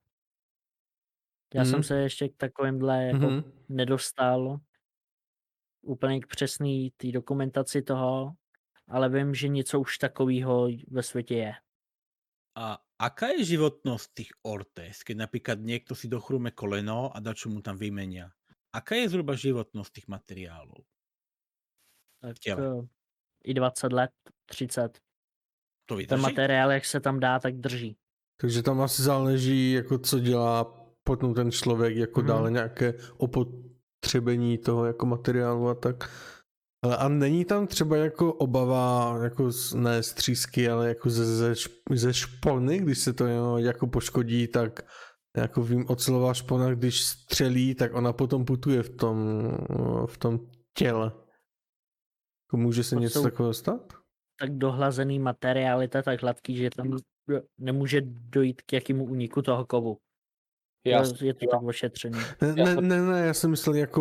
Já mm. jsem se ještě k takovémhle jako mm-hmm. nedostal úplně k přesný té dokumentaci toho, ale vím, že něco už takového ve světě je. A aká je životnosť tých ortéz, keď napríklad niekto si dochrúme koleno a dačo mu tam vymenia? Aká je zhruba životnosť tých materiálov? Tak i dvacet let, třicet. To vydrží? Ten materiál, jak se tam dá, tak drží. Takže tam asi záleží, jako co dělá potom ten člověk, jako mm. dále nějaké opotřebení toho jako materiálu a tak. Ale a není tam třeba jako obava, jako ne z třísky, ale jako ze, ze, ze špony, když se to jako poškodí, tak jako vím, ocelová špona, když střelí, tak ona potom putuje v tom, v tom těle. Jako může se to něco takového stát? Tak dohlazený materiál je tak hladký, že tam nemůže dojít k jakému úniku toho kovu. Jasný, je to tak ošetřený. Ne, ne, ne, já jsem myslel jako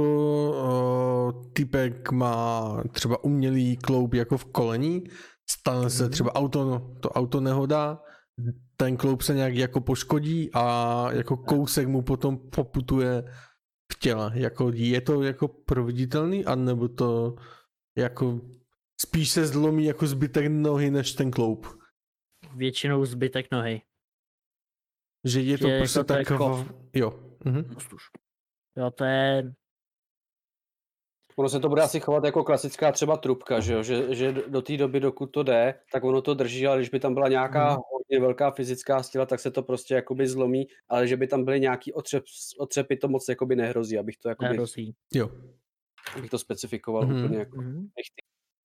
o, typek má třeba umělý kloub jako v kolení, stane se třeba auto, to auto nehoda, ten kloub se nějak jako poškodí a jako kousek mu potom poputuje v těla? Jako, je to jako proveditelný, anebo to jako spíš se zlomí jako zbytek nohy než ten kloup? Většinou zbytek nohy. Že je to Že prostě jako to je tak... kov. Jo. Mhm. Jo, to je... Ono se to bude asi chovat jako klasická třeba trubka, že jo? Že, že do té doby, dokud to jde, tak ono to drží, ale když by tam byla nějaká Mhm. hodně velká fyzická síla, tak se to prostě jakoby zlomí, ale že by tam byly nějaký otřep, otřepy, to moc jakoby nehrozí, abych to jakoby, Nehrozí. Jo. abych to specifikoval Mhm. úplně jako Mhm. nechty.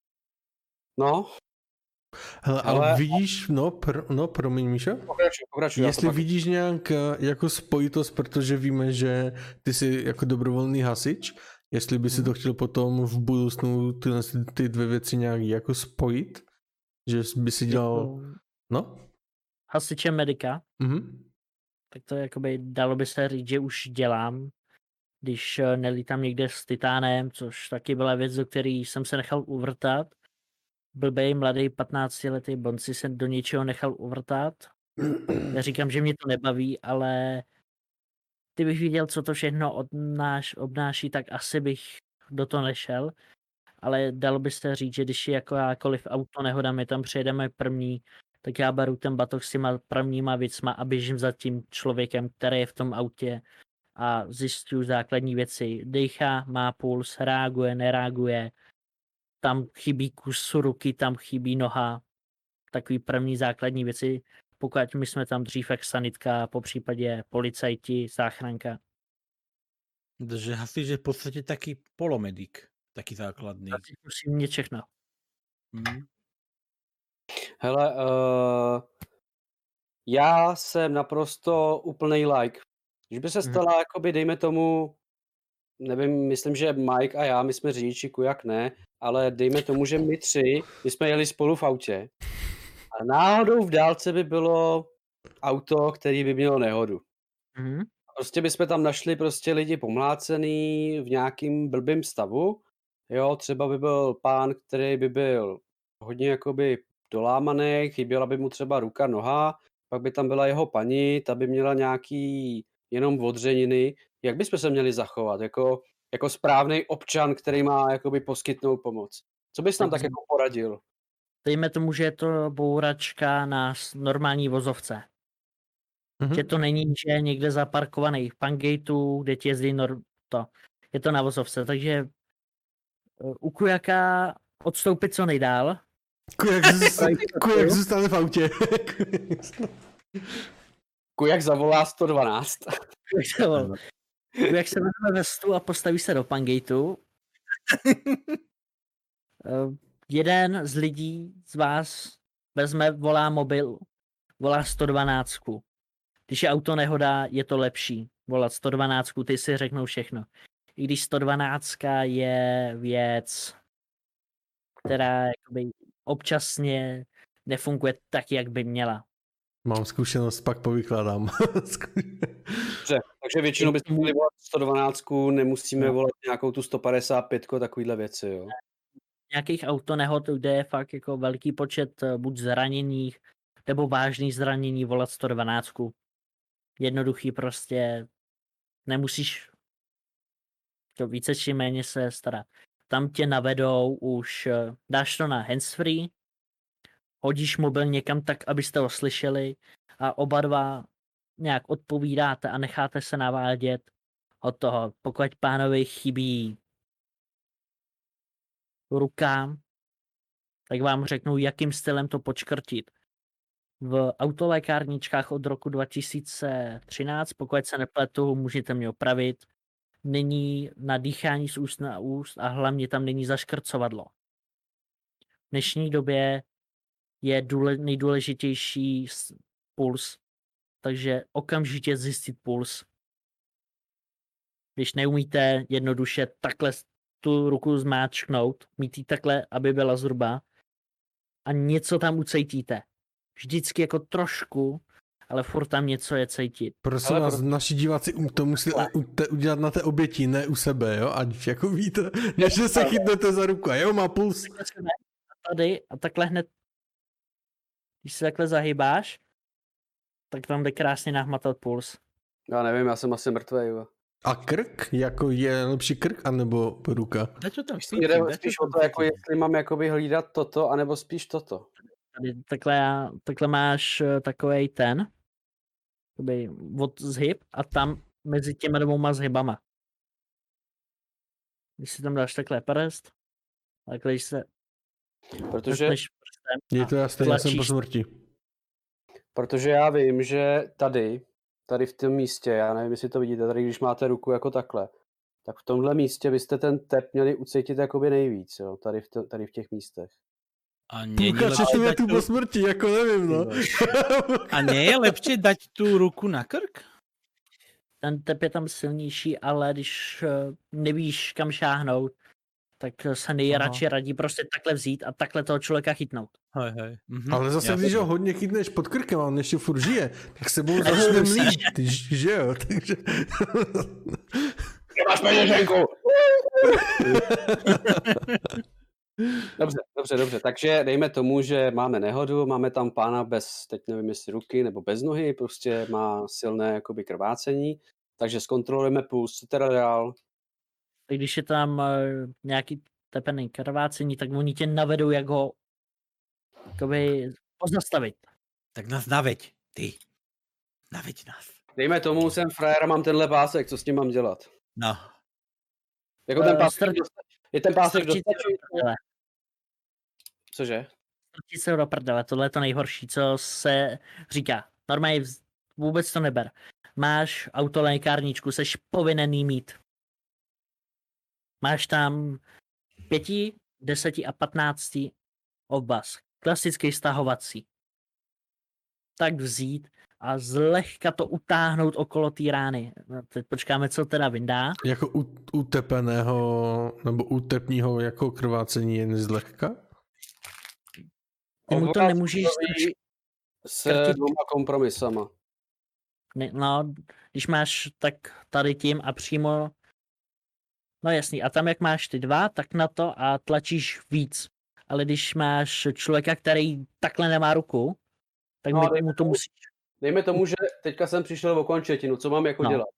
No, Hele, ale Ale- vidíš, no, pr, no promiň, Míšo? pokračuj, pokračuj. já to Jestli pak- vidíš nějak eh, jako spojitost, protože víme, že ty jsi jako dobrovolný hasič, jestli by si to chtěl potom v budoucnu tyhle ty dvě věci nějak jako spojit, že by si dělal, Jako no? hasiče medika, Mhm. tak to jakoby dalo by se říct, že už dělám, když eh, nelítám někde s titánem, což taky byla věc, do které jsem se nechal uvrtat. Blbej, mladý, patnáctiletý bonci se do něčeho nechal uvrtat. Já říkám, že mě to nebaví, ale kdybych viděl, co to všechno odnáš, obnáší, tak asi bych do toho nešel. Ale dalo by se říct, že když je jako jakákoliv auto nehoda, my tam přijedeme první, tak já beru ten batoh s těma prvníma věcma a běžím za tím člověkem, který je v tom autě a zjišťuju základní věci. Dejchá, má puls, reaguje, nereaguje, tam chybí kus ruky, tam chybí noha, takový první základní věci, pokud my jsme tam dřív jak sanitka, po případě policajti, záchranka. Že hasič je v podstatě taký polomedik, taký základný. A teď musím mít všechno. Hmm. Hele, uh, já jsem naprosto úplnej like. Když by se Mhm. stala, jakoby, dejme tomu, nevím, myslím, že Mike a já, my jsme řidiči, Kujak ne, ale dejme tomu, že my tři, my jsme jeli spolu v autě a náhodou v dálce by bylo auto, který by mělo nehodu. Mhm. Prostě bychom tam našli prostě lidi pomlácený v nějakým blbým stavu, jo, třeba by byl pán, který by byl hodně jakoby dolámaný, chyběla by mu třeba ruka, noha, pak by tam byla jeho paní, ta by měla nějaký jenom odřeniny. Jak bychom se měli zachovat jako, jako správný občan, který má jakoby poskytnout pomoc? Co bys nám Tak tak jako poradil? Dejme tomu, že je to bouračka na s- normální vozovce. Mhm. Že to není, že je někde zaparkovaný v Pangateu, kde ti jezdí nor- to. Je to na vozovce, takže eh, u Kujaka odstoupit co nejdál. Kujak, zůstane, kujak zůstane v autě. Kujak zavolá sto dvanáct. Jak se vol- Kujak se vezme vestu a postaví se do Pangateu. Eh, Jeden z lidí z vás vezme, volá mobil, volá sto dvanáct. Když je auto nehoda, je to lepší volat sto dvanáct, ty si řeknou všechno. I když sto dvanáct je věc, která jakoby občasně nefunguje tak, jak by měla. Mám zkušenost, pak povykládám. Dobře, takže většinou bychom měli volat sto dvanáct, nemusíme No. volat nějakou tu sto padesát pět, takovýhle věci, jo. Nějakých autonehod, kde je fakt jako velký počet eh, buď zraněných, nebo vážných zranění, volat sto dvanáct. Jednoduchý prostě, nemusíš to více či méně se starat. Tam tě navedou už, eh, dáš to na handsfree, hodíš mobil někam tak, abyste ho slyšeli a oba dva nějak odpovídáte a necháte se navádět od toho. Pokud pánovi chybí ruka, tak vám řeknu, jakým stylem to počkrtit. V autolékárničkách od roku dva tisíce třináct, pokud se nepletu, můžete mě opravit, není na dýchání z úst na úst a hlavně tam není zaškrcovadlo. V dnešní době je důle, nejdůležitější s- puls, takže okamžitě zjistit puls. Když neumíte jednoduše takhle tu ruku zmáčknout, mít ji takhle, aby byla zhruba a něco tam ucítíte. Vždycky jako trošku, ale furt tam něco je cítit. Prosím Ale vás, pro- naši diváci um, to musí udělat na té oběti, ne u sebe, jo? Ať jako víte, než že se chytnete za ruku a jo, má puls. Takhle se ne, a tady a takhle hned, když se takhle zahybáš, tak tam jde krásně nahmatat puls. Já nevím, já jsem asi mrtvej, jo. A krk? Jako je lepší krk, anebo ruka? Na čo tam Mně jde cítím? Na spíš čo o tam to, jako cítím? jestli mám jakoby hlídat toto, anebo spíš toto. Tady takhle, takhle máš takovej ten, jakoby od zhyb a tam mezi těma dvouma zhybama. Když si tam dáš takhle prst, takhle když se Protože, dotkneš prstem Je a to já stejně jsem po tlačíš, smrti. protože já vím, že tady, tady v tom místě, já nevím, jestli to vidíte, tady když máte ruku jako takhle, tak v tomhle místě byste ten tep měli ucítit jakoby nejvíc, jo, tady v, to, tady v těch místech. A nie, nie Lukáš, lepšie je dať tu tú, po smrti, jako nevím, no. a nie je lepšie dať tú ruku na krk? ten tep je tam silnější, ale když eh, nevíš kam šáhnout, tak se nejradši radí prostě takhle vzít a takhle toho člověka chytnout. Hej, hej. Mhm. Ale zase, Jasne. když ho hodně chytneš pod krkem a on ještě furt žije, tak sebou začne mlít, ty ž- že jo, takže... Máš peněženku! Dobře, dobře, dobře. Takže dejme tomu, že máme nehodu, máme tam pána bez, teď nevím jestli ruky nebo bez nohy, prostě má silné jakoby krvácení, takže zkontrolujeme puls, co teda dál. Tak když je tam eh, nějaký tepený krvácení, tak oni tě navedou, jak ho jakoby pozastavit. Tak nás naveď, ty. Naveď nás. Dejme tomu, jsem frajer a mám tenhle pásek, co s ním mám dělat? No. Jako ten Eh, pásek, strč- dosta- je ten pásek strčit se do dostačující? prdele. Cože? Strčit se do prdele, tohle je to nejhorší, co se říká. Normálně vz- vůbec to neber. Máš autolékárničku, seš povinnený mít. Máš tam pěti, deseti a patnácti obvaz. Klasický stahovací. Tak vzít a zlehka to utáhnout okolo té rány. No, teď počkáme, co teda vyndá. Jako u, utepeného, nebo utepního jako krvácení jen zlehka? Ty mu to Obvaz nemůžeš stojí s zkrtit. dvěma kompromisama. Ne, no, když máš tak tady tím a přímo, no jasný, a tam jak máš ty dva, tak na to a tlačíš víc. Ale když máš člověka, který takhle nemá ruku, tak No, mi, dejme mu to tomu- musí. Dejme tomu, že teďka jsem přišel o končetinu, co mám jako No. dělat?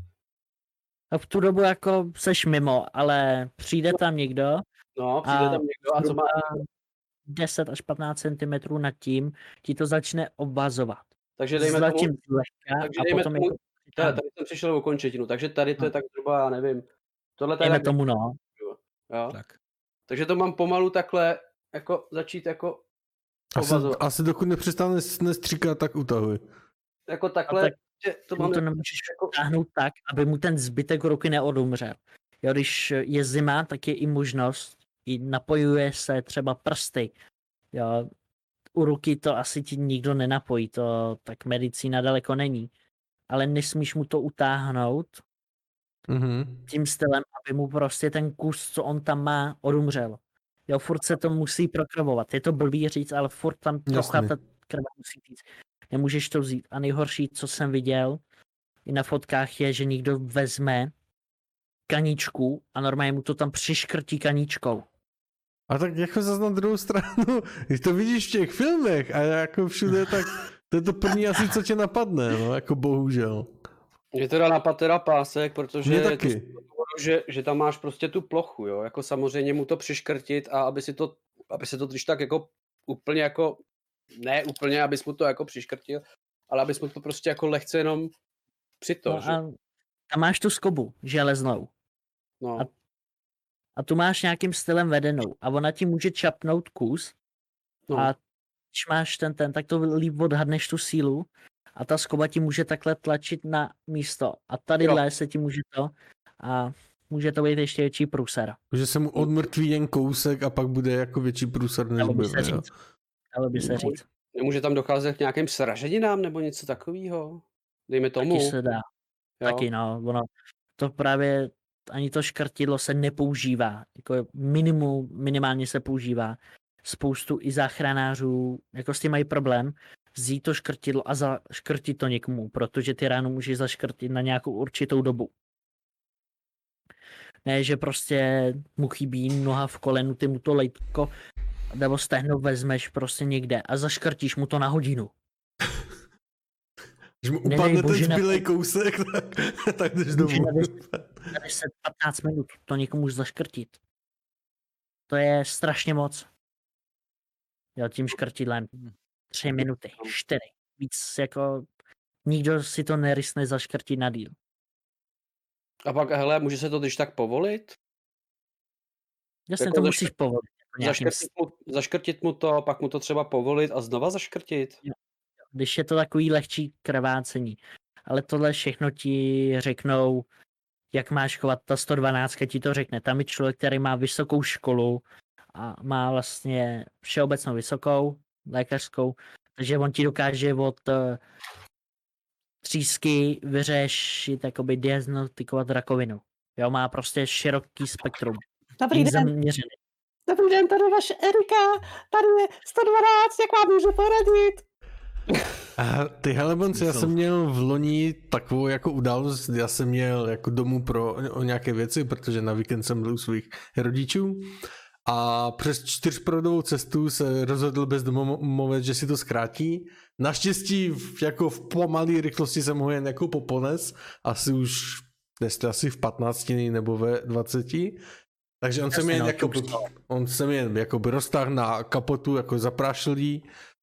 A v tu dobu jako seš mimo, ale přijde tam někdo No, přijde a tam někdo a co má? zhruba deset až patnáct centimetrů nad tím ti to začne obvazovat. Takže dejme tomu, Začím zlehka takže a dejme potom tomu- jako tady, tady jsem přišel o končetinu, takže tady to je No. tak zhruba, já nevím, tohle tady dejme tak, tomu, no. jo? Tak. Takže to mám pomalu takhle, jako začít jako Asi, obvazovat. asi dokud nepřestane nestříkat, tak utahuj. Jako A takhle, tak že to mu mám to jako, nemůžeš táhnout tak, aby mu ten zbytek ruky neodumřel. Jo, když je zima, tak je i možnost, i napojuje se třeba prsty. Jo, u ruky to asi ti nikdo nenapojí, to tak medicína daleko není. Ale nesmíš mu to utáhnout Mhm. tím stylem, aby mu prostě ten kus, co on tam má, odumřel. Jo, furt se to musí prokrvovat. Je to blbý říct, ale furt tam trocha Jasně. ta krve musí jít. Nemůžeš to vzít. A nejhorší, co jsem viděl i na fotkách, je, že někdo vezme kaničku a normálně mu to tam přiškrtí kaničkou. A tak jako zase na druhou stranu, když to vidíš v těch filmech a jako všude, tak to je to první asi, co tě napadne, no, jako bohužel. mě teda napad teda pásek, protože Mě je to taky. z důvodu, že, že tam máš prostě tu plochu, jo, jako samozřejmě mu to přiškrtit a aby si to, aby se to když tak jako úplně jako, ne úplně, abys mu to jako přiškrtil, ale abys mu to prostě jako lehce jenom přito, No že? a tam máš tu skobu železnou. No. a- A tu máš nějakým stylem vedenou. A ona ti může čapnout kus. No. A když máš ten ten, tak to líp odhadneš tu sílu. A ta skoba ti může takhle tlačit na místo. A tadyhle se ti může to. A může to být ještě větší průser. Že se mu odmrtví jen kousek a pak bude jako větší průser než Dalo by byl. se jo. říct. Dalo by se říct. Nemůže tam docházet k nějakým sraženinám nebo něco takového? Dejme tomu. Taky se dá. jo? Taky no. Ono, to právě ani to škrtidlo se nepoužívá. Jako minimum, minimálně se používá. Spoustu i záchranářů jako s tím mají problém vzít to škrtidlo a zaškrtit to někomu, protože ty ránu můžeš zaškrtit na nějakou určitou dobu. Ne, že prostě mu chybí noha v kolenu, ty mu to lejtko nebo stehno vezmeš prostě někde a zaškrtíš mu to na hodinu. Když mu Nedej upadne ten bože, zbylej kousek, tak, tak jdeš domů. Na deset patnáct minut to někomu už zaškrtit. To je strašně moc. Jo, tím škrtidlem. Tři minuty, čtyři. Víc jako nikdo si to nerysne zaškrtit na díl. A pak, hele, může se to když tak povolit? Jasně, Jako to zaškr- musíš povolit. Jako nějakým Zaškrtit mu, zaškrtit mu to, pak mu to třeba povolit a znova zaškrtit? Když je to takový lehčí krvácení. Ale tohle všechno ti řeknou, jak máš chovat. Ta sto dvanáct ti to řekne. Tam je člověk, který má vysokou školu a má vlastně všeobecnou vysokou, lékařskou, takže on ti dokáže od uh, třísky vyřešit, jakoby diagnostikovat rakovinu. Jo, má prostě široký spektrum. Dobrý den. Zaměřený. Dobrý den, tady vaše Erika. Tady je sto dvanáct, jak vám můžu poradit? A ty Helebonci, já jsem měl v loni takovou jako událost, já jsem měl jako domů pro o nějaké věci, protože na víkend jsem byl u svých rodičů a přes čtyřproudovou cestu se rozhodl bezdomovec, že si to zkrátí. Naštěstí v, jako v pomalé rychlosti jsem ho jen jako popones, asi už jestli asi v patnácti nebo ve dvaceti. Takže on se mi jen no, jako, on se mi jen jako roztáhl na kapotu, jako zaprášil jí.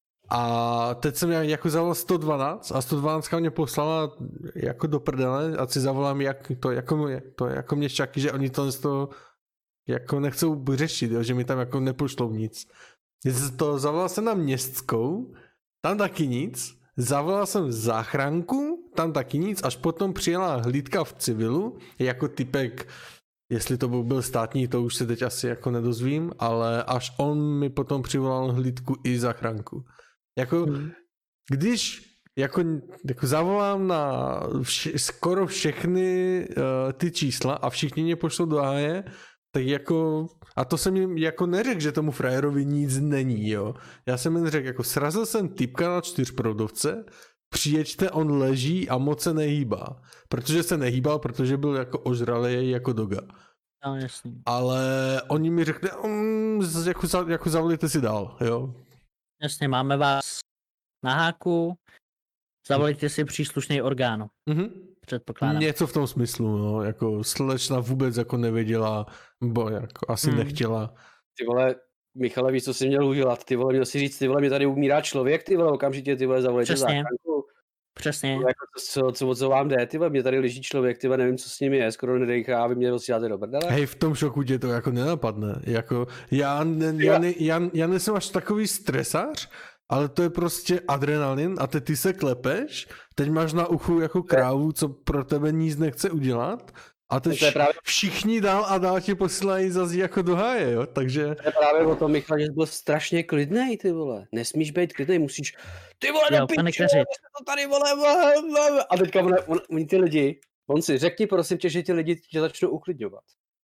A teď jsem jako zavolal sto dvanáct a sto dvanáct mě poslala jako do prdele a si zavolám, jak to jako, to jako mě šťaky, že oni to, to jako nechcou řešit, jo, že mi tam jako nepošlou nic. To zavolal jsem na městskou, tam taky nic, zavolal jsem záchranku, tam taky nic, až potom přijela hlídka v civilu, jako typek, jestli to byl státní, to už se teď asi jako nedozvím, ale až on mi potom přivolal hlídku i záchranku. Jako, hmm. když jako, jako zavolám na vše, skoro všechny uh, ty čísla a všichni mě pošlou do háje, tak jako, a to jsem jim jako neřekl, že tomu frajerovi nic není, jo. Já jsem jen řekl, jako srazil jsem typka na čtyřproudovce, přijeďte, on leží a moc se nehýbá. Protože se nehýbal, protože byl jako ožralý jako doga. No, jasný. Ale oni mi řekli, um, jako, jako zavolíte si dál, jo. Jasně, máme vás na háku, zavolíte si příslušný orgán. Mm-hmm. Předpokládám. Něco v tom smyslu, no, jako slečna vůbec jako nevěděla, bo jako asi hmm. nechtěla. Ty vole, Michale, víš, co jsi měl udělat, ty vole, měl si říct, ty vole, mě tady umírá člověk, ty vole, okamžitě, ty vole, zavolejte záchranku. Přesně. Jako, co, co, co vám jde, ty vole, mě tady leží člověk, ty vole, nevím, co s ním je, skoro nedejchá a vy mě posíláte do prdele. Hej, v tom šoku tě to jako nenapadne, jako já, ne, já, ne, já, já nejsem až takový stresař, ale to je prostě adrenalin a teď ty se klepeš, teď máš na uchu jako krávu, co pro tebe nic nechce udělat a teď právě... všichni dál a dál ti posílají zase jako do háje, jo, takže... To je právě o tom, Michal, že jsi byl strašně klidnej, ty vole, nesmíš být klidnej, musíš, ty vole, do piče, to tady, vole, vole, vole. A teďka on, on, oni ty lidi, on si řekni prosím tě, že ti lidi tě začnou uklidňovat.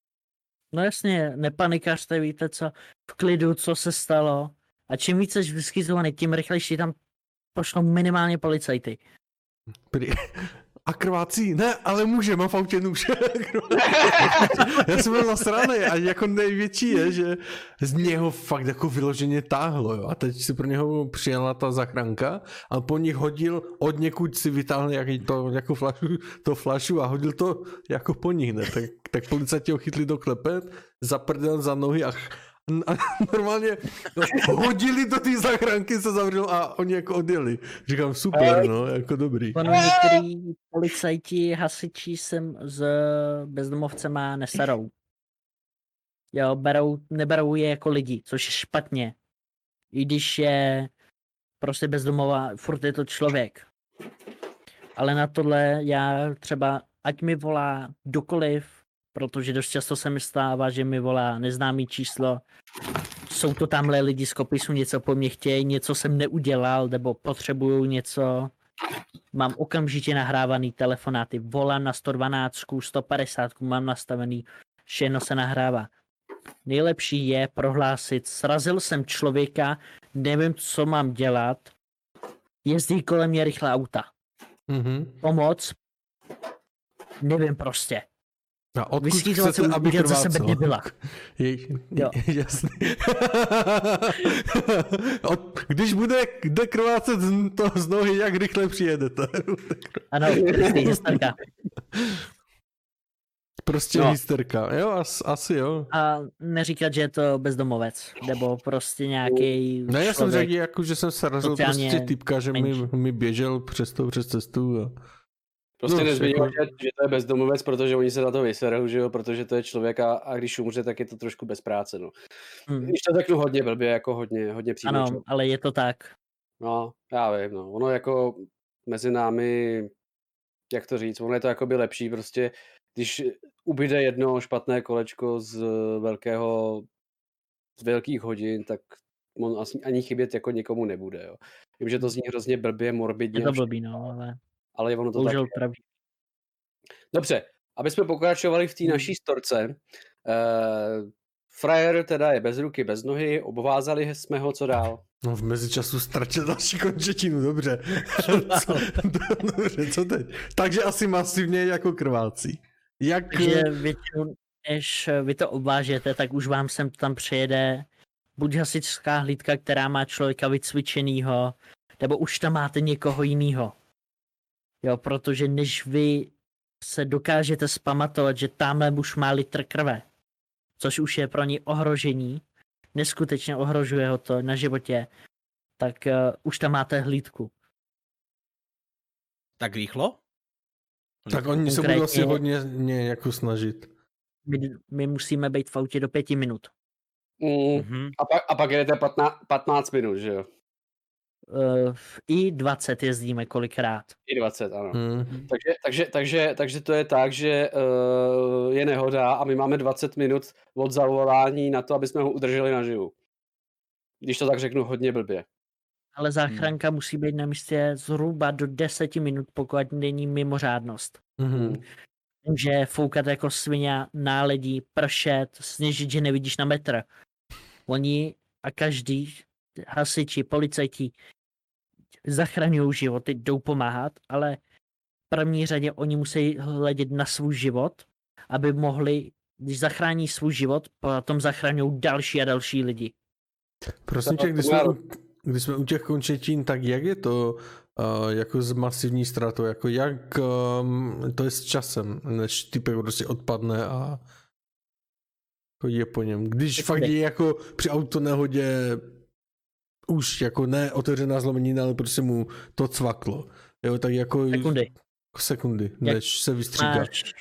No jasně, nepanikařte, víte co, v klidu, co se stalo. A čím víc jsi vyschizovaný, tím rychlejší tam pošlou minimálně policajty. A krvácí? Ne, ale může, mám v autě nůž. Já jsem byl nasranej a jako největší je, že z něho fakt jako vyloženě táhlo, jo. A teď si pro něho přijela ta zachránka a po nich hodil, od někud si vytáhl jaký to, jako flašu, to flašu a hodil to jako po nich, ne. Tak, tak policajti ho chytli do klepet, zaprdel za nohy a a normálně hodili do té zachránky, se zavřel a oni jako odjeli. Říkám, super, no, jako dobrý. Ono některý policajti, hasiči sem s bezdomovcema neserou. Jo, berou, neberou je jako lidi, což je špatně. I když je prostě bezdomová, furt je to člověk. Ale na tohle já třeba, ať mi volá kdokoliv, protože dost často se mi stává, že mi volá neznámý číslo. Jsou to tamhle lidi z Kopisu, něco po mně chtějí, něco jsem neudělal, nebo potřebuju něco. Mám okamžitě nahrávaný telefonáty, volám na sto dvanáct, sto padesát, mám nastavený, všechno se nahrává. Nejlepší je prohlásit, srazil jsem člověka, nevím, co mám dělat, jezdí kolem mě rychle auta. Mm-hmm. Pomoc, nevím prostě. A odkud Vystřízovat se chcete, aby udělat za sebe krvácel? debila. Je, Jo. jasný. Od, když bude, bude krvácet z, to z nohy, jak rychle přijedete. Ano, jistý, hysterka. Prostě No. hysterka. Jo, as, asi jo. A neříkat, že je to bezdomovec, nebo prostě nějaký Ne, já jsem člověk. řekl, jako, že jsem srazil sociálně prostě typka, že mi, menší. mi běžel přes to, přes cestu. A... Prostě No, nezmiňovat, jako- že, že to je bezdomovec, protože oni se na to vyserou, že jo, protože to je člověk a, a když umře, tak je to trošku bez práce, no. Hmm. Když to řeknu hodně blbě, jako hodně, hodně přímo. Ano, ale je to tak. No, já vím, no. Ono jako mezi námi, jak to říct, ono je to jakoby lepší, prostě, když ubyde jedno špatné kolečko z velkého, z velkých hodin, tak on asi ani chybět jako nikomu nebude, jo. Vím, že to zní hrozně blbě, morbidně, Je to a vše- blbý, no, ale ale ono to tak bohužel je. pravdí. Dobře, aby jsme pokračovali v té Hmm. naší storce. Uh, frajer teda je bez ruky, bez nohy, obvázali jsme ho, co dál? No v mezičasu ztratil další končetinu, dobře. co, dobře, co teď? Takže asi masivně jako krvácí. Jak... Takže většinou, než vy to obvážete, tak už vám sem tam přijede buď hasičská hlídka, která má člověka vycvičenýho, nebo už tam máte někoho jinýho. Jo, protože než vy se dokážete zpamatovat, že tamhle už má litr krve, což už je pro ní ohrožení, neskutečně ohrožuje ho to na životě, tak uh, už tam máte hlídku. Tak rýchlo? Tak oni se budou Konkrétně- asi hodně ně, jako snažit. My, my musíme být v autě do pěti minut. Mm, Mhm. a, pak, a pak jedete patnáct, patnáct minut, že jo? Uh, I dvacet jezdíme kolikrát. I dvacet, ano. Hmm. Takže, takže, takže, takže to je tak, že uh, je nehoda a my máme dvacet minut od zavolání na to, aby jsme ho udrželi naživu. Když to tak řeknu hodně blbě. Ale záchranka musí být na místě zhruba do deseti minut, pokud není mimořádnost. Hmm. Může foukat jako svině, náledí, pršet, sněžit, že nevidíš na metr. Oni a každý hasiči, policajti zachraňují životy, jdou pomáhat, ale v první řadě oni musí hledět na svůj život, aby mohli, když zachrání svůj život, potom zachraňují další a další lidi. Prosím tě, když jsme, u, když jsme u těch končetin, tak jak je to uh, jako s masivní ztrátou, jako jak um, to je s časem, než typek prostě odpadne a jako je po něm. Když Sekundy. fakt je jako při autonehodě už jako ne otevřená zlomenina, ale prostě mu to cvaklo. Jo, tak jako Sekundy. sekundy, Jak než se vystřídá. Máš...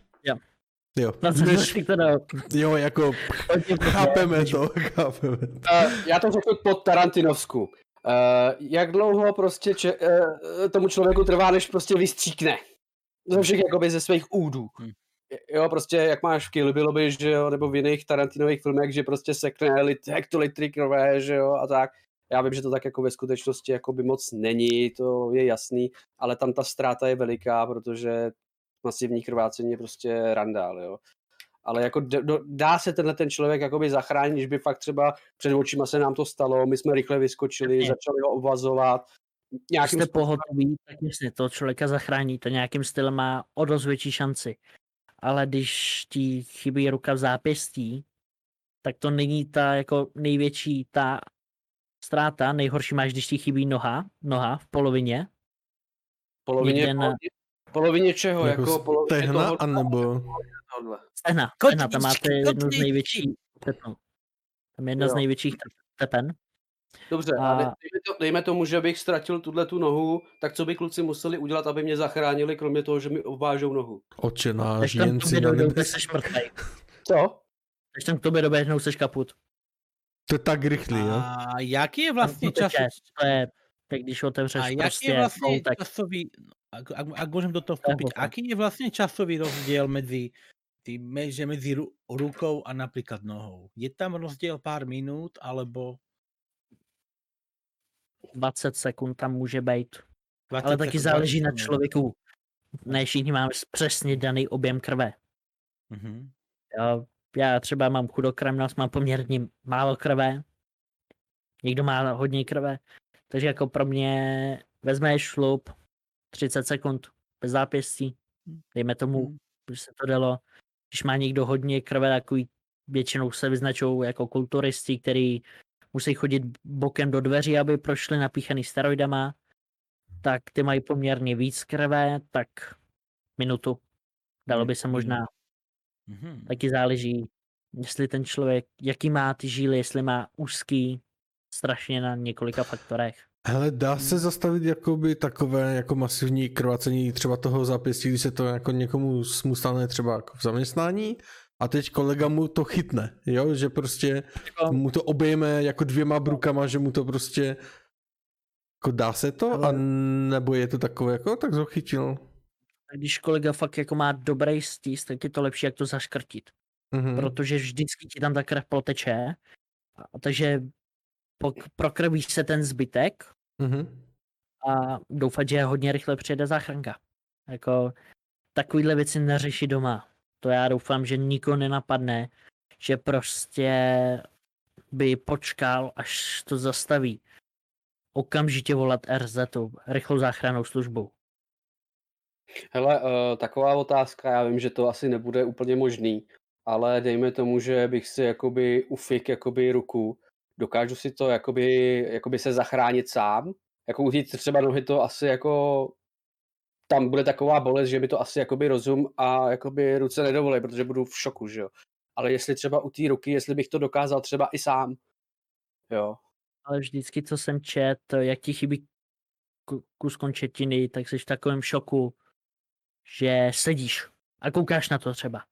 Jo, No, co než, než... to dal. jo, jako chápeme to, chápeme to. Uh, já to řeknu pod Tarantinovsku. Uh, jak dlouho prostě če- uh, tomu člověku trvá, než prostě vystříkne? Ze všech jakoby ze svých údů. Hmm. Jo, prostě jak máš v Kill Billovi, že jo, nebo v jiných Tarantinových filmech, že prostě sekne lit, hektolitry krve, že jo, a tak. Já vím, že to tak jako ve skutečnosti jako by moc není, to je jasný, ale tam ta ztráta je veliká, protože masivní krvácení je prostě randál, jo. Ale jako d- do, dá se tenhle ten člověk jakoby zachránit, když by fakt třeba před očima se nám to stalo, my jsme rychle vyskočili, Jasně. začali ho obvazovat. Když Nějakým jste způsobem, pohotoví, tak jasně, to člověka zachrání, to nějakým stylem má o dost větší šanci. Ale když ti chybí ruka v zápěstí, tak to není ta jako největší ta ztráta. Nejhorší máš, když ti chybí noha, noha v polovině. polovině, někde na- polovině, polovině čeho, jako, Jako jako polovině stehna, toho, anebo... tohohle. Stehna, Kotničky, stehna, tam máte jednu z kotničky. největších tepnů. Tam je jedna Jo. z největších tepen. Dobře, a... A- a dejme, to, dejme tomu, že bych ztratil tuhle tu nohu, tak co by kluci museli udělat, aby mě zachránili, kromě toho, že mi obvážou nohu? Oče náš, Než tam k jenci tobě na dojdou, tak nebes. seš mrtvej. Co? Než tam k tobě doběhnou, seš kaput. To je tak rychlý, jo? A jaký je Tam vlastně to čas? teče, to je, tak když otevřeš A jaký prostě je vlastně koutek, časový, ak, ak, ak môžem do toho To je vstúpiť, možné. aký je vlastne časový rozdiel medzi tým, že medzi ru, rukou a napríklad nohou? Je tam rozdiel pár minút, alebo dvacet sekund tam může být. dvacet Ale taky sekúnd, záleží na dvacet minút? člověku. Ne všichni máme přesně daný objem krve. Mhm. Já, já třeba mám chudokrevnost, mám poměrně málo krve. Někdo má hodně krve. Takže jako pro mě vezmeš šlup třicet sekund bez zápěstí. Dejme tomu, Mhm. že se to dalo. když má někdo hodně krve, takový většinou se vyznačují jako kulturisti, který musí chodit bokem do dveří, aby prošli napíchaný steroidama, tak ty mají poměrně víc krve, tak minutu. Dalo by se možná, Mhm. taky záleží, jestli ten člověk, jaký má ty žíly, jestli má úzký, strašně na několika faktorech. Hele, dá se zastavit jakoby takové jako masivní krvácení třeba toho zápěstí, když se to jako někomu mu stane třeba jako v zaměstnání a teď kolega mu to chytne, jo, že prostě Jako, mu to obejme jako dvěma brukama, že mu to prostě jako dá se to, Ale- a nebo je to takové jako, tak ho chytil. když kolega fakt jako má dobrý stíst, tak je to lepší, jak to zaškrtit. Mhm. Protože vždycky ti tam ta krev proteče, a takže pok- prokrví se ten zbytek Mhm. a doufat, že hodně rychle přijede záchranka. Jako takovýhle věci neřeší doma. To já doufám, že nikoho nenapadne, že prostě by počkal, až to zastaví. Okamžitě volat R Z, rychlou záchrannou službu. Hele, uh, taková otázka, já vím, že to asi nebude úplně možný, ale dejme tomu, že bych si jakoby ufik jakoby ruku, dokážu si to jakoby, jakoby se zachránit sám, jako utít třeba nohy to asi jako, tam bude taková bolest, že mi to asi jakoby rozum a jakoby ruce nedovolí, protože budu v šoku, že jo. Ale jestli třeba u té ruky, jestli bych to dokázal třeba i sám, jo. Ale vždycky, co jsem čet, jak ti chybí ku- kus končetiny, tak jsi v takovém šoku, že sedíš a koukáš na to třeba.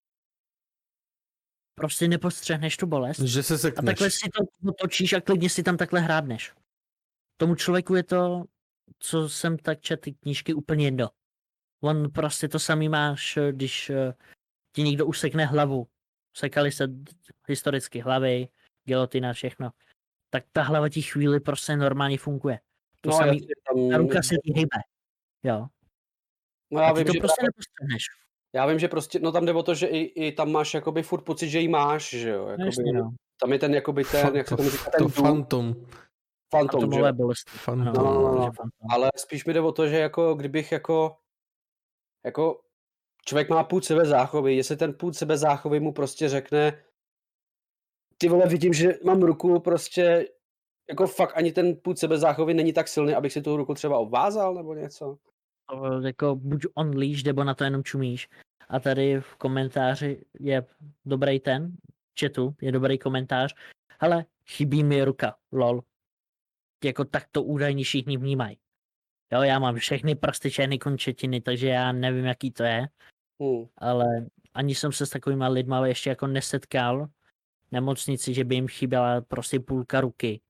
Prostě nepostřehneš tu bolest Že se a sekneš. takhle si to otočíš a klidně si tam takhle hrádneš. Tomu člověku je to, co jsem tak četl, ty knížky, úplně jedno. On prostě to samý máš, když eh, ti někdo usekne hlavu. Sekali se d- historicky hlavy, gilotina, všechno. Tak ta hlava ti chvíli prostě normálně funguje. To No, samý, jasně, tam, ta ruka se ti hýbe. Jo. no A já ty vím, to že prostě právě- nepostřehneš. Já vím, že prostě, no tam jde o to, že i, i tam máš jakoby furt pocit, že ji máš, že jo, No, jakoby, jasně, no. tam je ten jakoby ten, jak se tomu říká, ten to dům, fantom. fantom, že jo. Fantomové bolesti. Fantom. Ano, No, no, no, takže no. fantom. Ale spíš mi jde o to, že jako kdybych jako, jako člověk má půd sebezáchovy, jestli ten půd sebezáchovy mu prostě řekne, ty vole, vidím, že mám ruku prostě, jako fakt ani ten půd sebezáchovy není tak silný, abych si tu ruku třeba obvázal nebo něco. To jako buď on líš, nebo na to jenom čumíš. A tady v komentáři je dobrý ten, v chatu je dobrý komentář, ale chybí mi ruka, lol. Jako tak to údajně všichni vnímají. Jo, já mám všechny prsty, černé končetiny, takže já nevím, jaký to je, Hmm. ale ani jsem se s takovýma lidma ještě jako nesetkal v nemocnici, že by jim chyběla prostě půlka ruky.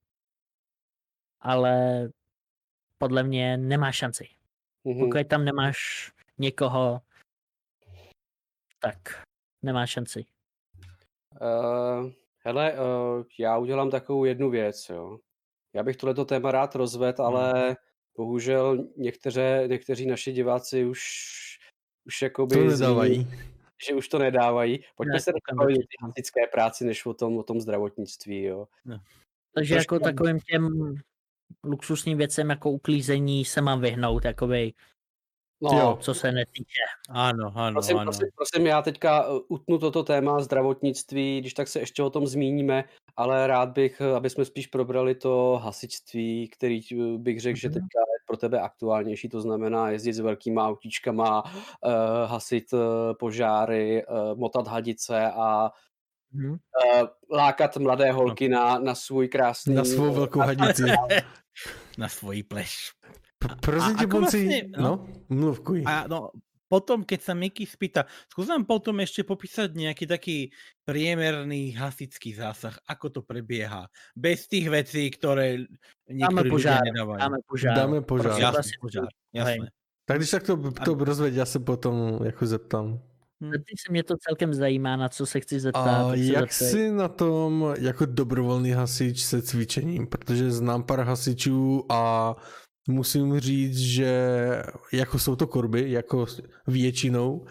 Ale podle mě nemá šanci. Mhm. Pokud tam nemáš někoho, tak nemá šanci. Uh, hele, uh, já udělám takovou jednu věc, jo. Já bych tohleto téma rád rozvedl, ale bohužel některé, někteří naši diváci už, už jakoby... To zní, nedávají. že už to nedávají. Pojďme Ne, se koukám bavit do o té hasičské práci, než o tom, o tom zdravotnictví, jo. Takže Trošku jako mám- takovým těm luxusním věcem jako uklízení se mám vyhnout, jakoby, No, Jo. co se netýče. Áno, áno, prosím, áno. prosím, prosím, já teďka uh, utnu toto téma zdravotnictví, když tak se ještě o tom zmíníme, ale rád bych, uh, aby jsme spíš probrali to hasičství, který uh, bych řekl, že Mhm. teďka je pro tebe aktuálnější, to znamená jezdit s velkýma autíčkama, uh, hasit uh, požáry, uh, motat hadice a Mhm. uh, lákat mladé holky na, na svůj krásný... Na svou velkou hadici. Na svoji pleš. P- Prosím A tě, ako Bonci, vlastne, no? no, mluv, kuj. A no, potom, keď sa Miky spýta, skús nám potom ešte popísať nejaký taký priemerný hasičský zásah, ako to prebieha. Bez tých vecí, ktoré Dáme niektorí požár, ľudia nedávajú. dáme požár. Dáme požár. Prosím vás, Jasné, požár, jasné. Tak když tak to, to rozveď, já se potom jako zeptám. Ty se mě to celkem zajímá, na co se chci zeptat. A tak se jak zeptej. jsi na tom jako dobrovolný hasič se cvičením? Protože znám pár hasičů a musím říct, že jako jsou to korby, jako většinou,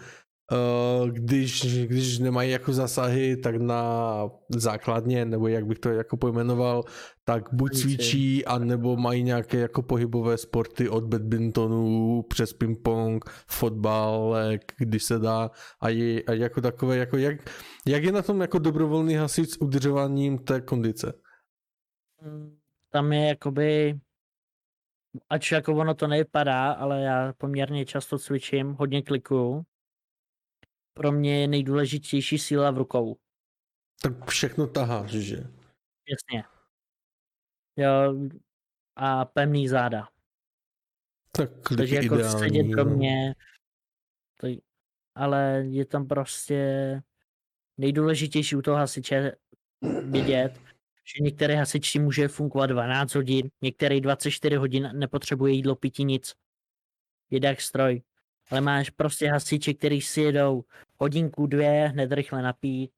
Uh, když, když nemají jako zásahy, tak na základně, nebo jak bych to jako pojmenoval, tak buď cvičí, anebo mají nějaké jako pohybové sporty od badmintonu přes ping-pong, fotbal, když se dá, a, je, a jako takové, jako jak, jak je na tom jako dobrovolný hasič s udržováním té kondice? Tam je jakoby, ač jako ono to nevypadá, ale já poměrně často cvičím, hodně klikuju. Pro mě je nejdůležitější síla v rukou. Tak všechno taháš, že? Jasně. Jo, a pevný záda. Tak Takže jako ideální, sedět pro no. mě, to, ale je tam prostě nejdůležitější u toho hasiče vidět, že některý hasič může fungovat dvanáct hodin, některý dvacet čtyři hodin, nepotřebuje jídlo, pití, nic. Jede jak stroj. Ale máš prostě hasiče, který si jedou hodinku, dvě, hned rychle napít.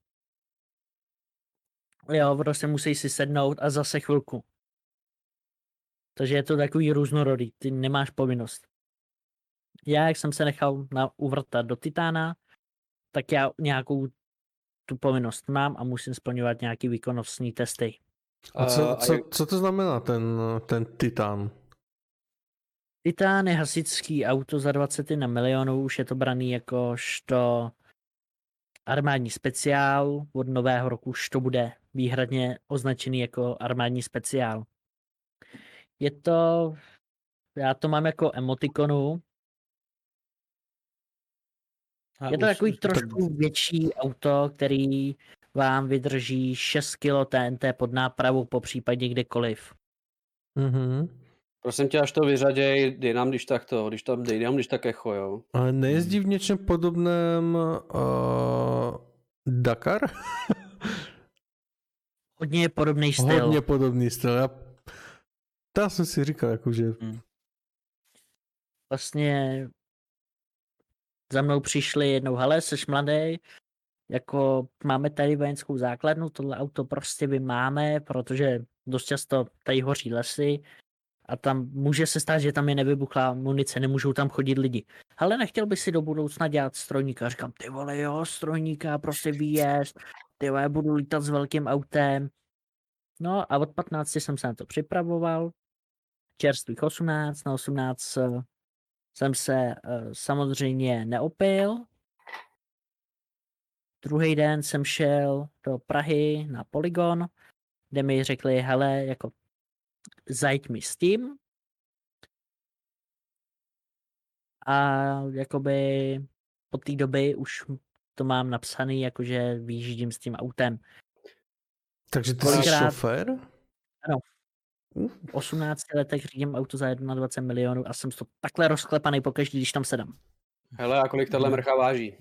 Jo, prostě musí si sednout a zase chvilku. Takže je to takový různorodý, ty nemáš povinnost. Já, jak jsem se nechal na, uvrtat do Titána, tak já nějakou tu povinnost mám a musím splňovat nějaký výkonnostní testy. A co, A co, jak- co to znamená ten, ten Titán? Titán je hasičský auto za dvacet na milionů, už je to braný jakožto armádní speciál, od nového roku už to bude výhradně označený jako armádní speciál. Je to, já to mám jako emotikonu, A je to už- takový už to- trošku větší auto, který vám vydrží šest kilo T N T pod nápravou, po případě kdekoliv. Mhm. Prosím tě, až to vyřaděj, dej nám když tak to, když tam dej nám když tak echo, jo. Ale nejezdí v něčem podobném uh, Dakar? Hodně podobný styl. Hodně podobný styl. Já, to já jsem si říkal, jakože... Vlastně za mnou přišli jednou, hele, seš mladý, jako máme tady vojenskou základnu, tohle auto prostě vy máme, protože dost často tady hoří lesy a tam může se stát, že tam je nevybuchlá munice, nemůžou tam chodit lidi. Ale nechtěl by si do budoucna dělat strojníka. Říkám, ty vole, jo, strojníka, prostě výjezd, ty vole, budu lítat s velkým autem. No a od patnácti jsem se na to připravoval, čerstvých osmnáct, na osmnáct jsem se uh, samozřejmě neopil. Druhý den jsem šel do Prahy na Polygon, kde mi řekli, hele, jako zajď mi s tím. A jakoby po té doby už to mám napsaný, jakože vyjíždím s tím autem. Takže ty Kolikrát- jsi šofér? Ano. V osmnácti letech řídím auto za dvacet jedna milionů a jsem to takhle rozklepaný pokaždý, když tam sedám. Hele, a kolik tahle mrcha váží?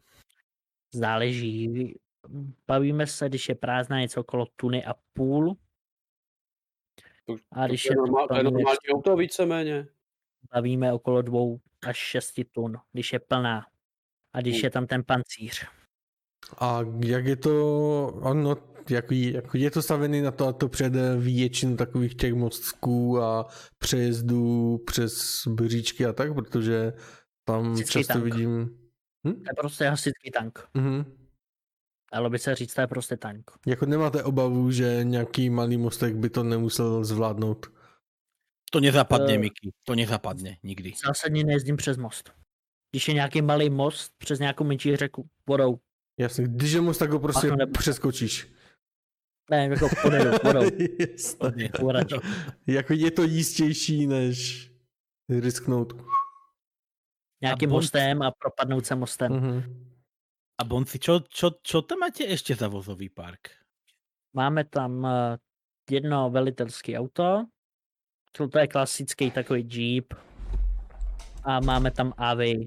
Záleží. Bavíme se, když je prázdná, něco okolo tuny a půl. To, A když to, je je to normál, to je plný, normální auto víceméně. bavíme okolo dvou až šesti tun, když je plná. A když Hmm. je tam ten pancíř. A jak je to, ano, jako, jako je to stavený na to, a to přede většinu takových těch mostků a přejezdů přes říčky a tak, protože tam Hasičský často tank. vidím... Hm? To je prostě hasičský tank. Mhm. Dalo by se říct, to je prostě tank. Jako nemáte obavu, že nějaký malý mostek by to nemusel zvládnout? To nezapadne, Eh. Miky. To nezapadne nikdy. Zásadně nejezdím přes most. Když je nějaký malý most přes nějakou menší řeku vodou. Jasně, když je most, tak ho prostě Ach, nebo- přeskočíš. Ne, jako podedu vodou. Jasně. Urač. Jako je to jistější, než risknout. Nějakým A bond- mostem a propadnout se mostem. Mhm. A Bonci, čo, čo, čo tam máte ešte za vozový park? Máme tam eh, jedno velitelské auto. To to je klasický takový Jeep. A máme tam A V,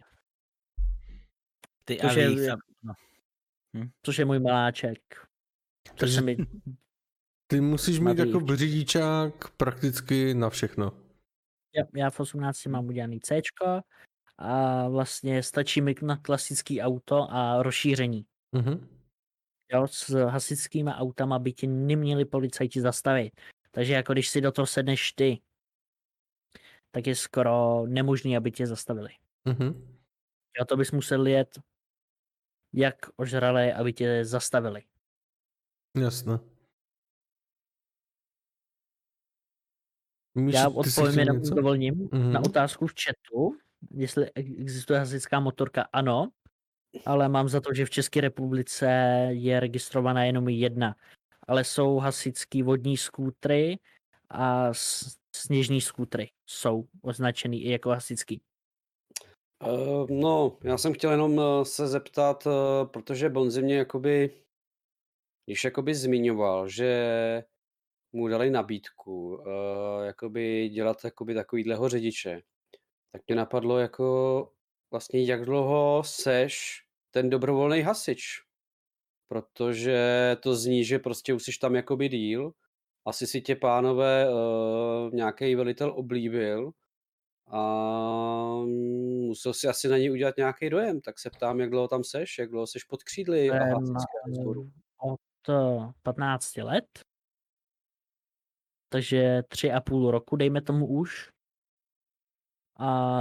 Ty Což je- aví sa... no. což je můj miláček. Což Takže se mi ty musíš mít Mladý. jako řidičák prakticky na všechno. Já, já v osmnácti mám udělaný Cčko a vlastně stačí mi na klasický auto a rozšíření. Mhm. Jo, s hasičskýma autama by tě neměli policajti zastavit. Takže jako když si do toho sedneš ty, tak je skoro nemožný, aby tě zastavili. Mhm. Jo, to bys musel jet jak ožralé, aby tě zastavili. Jasné. Míši, Já ty jsi odpovím chtěl jenom něco? dovolním Mhm. na otázku v chatu, jestli existuje hasická motorka. Ano, ale mám za to, že v České republice je registrovaná jenom jedna. Ale jsou hasičský vodní skútry a s- sněžní skútry jsou označený i jako hasičský. Uh, no, já jsem chtěl jenom uh, se zeptat, uh, protože Bonzi mě jakoby, když jakoby zmiňoval, že mu dali nabídku, uh, jakoby dělat jakoby takovýhleho řidiče, tak mě napadlo jako vlastně jak dlouho seš ten dobrovolný hasič, protože to zní, že prostě už jsi tam jakoby díl, asi si tě pánové uh, nějaký velitel oblíbil a musel si asi na něj udělat nějaký dojem, tak se ptám, jak dlouho tam seš, jak dlouho seš pod křídly a Jsem hasičského sboru. od eh, patnácti let, takže tři a půl roku, dejme tomu už. A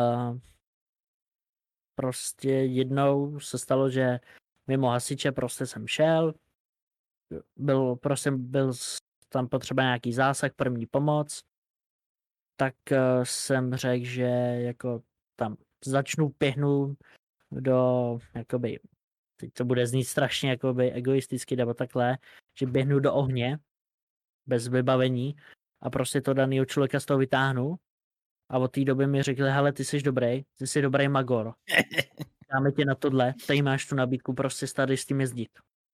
prostě jednou se stalo, že mimo hasiče prostě jsem šel, byl, prostě byl s- tam potřeba nějaký zásah, první pomoc, tak eh, jsem řekl, že jako tam začnu, pěhnu do, jakoby, teď to bude znít strašně jakoby egoisticky nebo takhle, že běhnu do ohně bez vybavení a prostě to danýho člověka z toho vytáhnu a od té doby mi řekli, hele, ty jsi dobrý, ty jsi dobrý magor, dáme tě na tohle, tady máš tu nabídku, prostě tady s tím jezdit.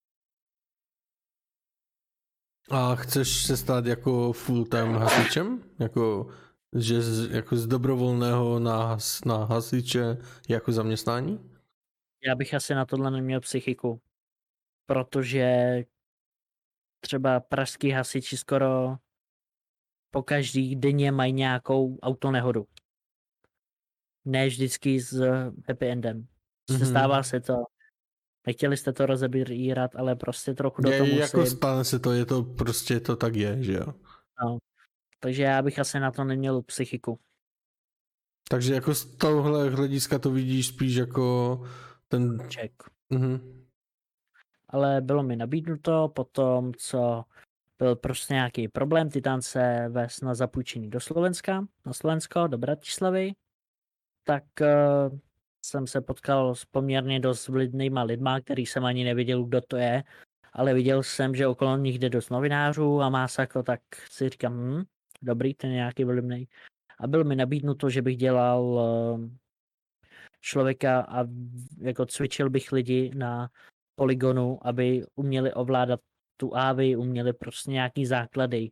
A chceš se stát jako full-time hasičem? Jako, že z, jako z dobrovolného na, has, na hasiče jako zaměstnání? Já bych asi na tohle neměl psychiku, protože třeba pražský hasiči skoro po každý denně mají nějakou autonehodu. Ne vždycky s happy endem. Mhm. Stává se to. Nechtěli jste to rozebírat, ale prostě trochu do toho Je, jako musím. stane se to, je to prostě to tak je, že jo? No. Takže já bych asi na to neměl psychiku. Takže jako z tohohle hlediska to vidíš spíš jako ten... Ček. Mhm. Ale bylo mi nabídnuto potom, co byl prostě nějaký problém, Titan se vést na zapůjčení do Slovenska, na Slovensko, do Bratislavy, tak uh, jsem se potkal s poměrně dost vlivnýma lidma, který jsem ani nevěděl, kdo to je, ale viděl jsem, že okolo nich jde dost novinářů a Másako, tak si říkám, hm, dobrý, ten je nějaký vlivný. A byl mi nabídnuto, že bych dělal uh, člověka a jako cvičil bych lidi na polygonu, aby uměli ovládat tu ávy, uměli prostě nějaký základy.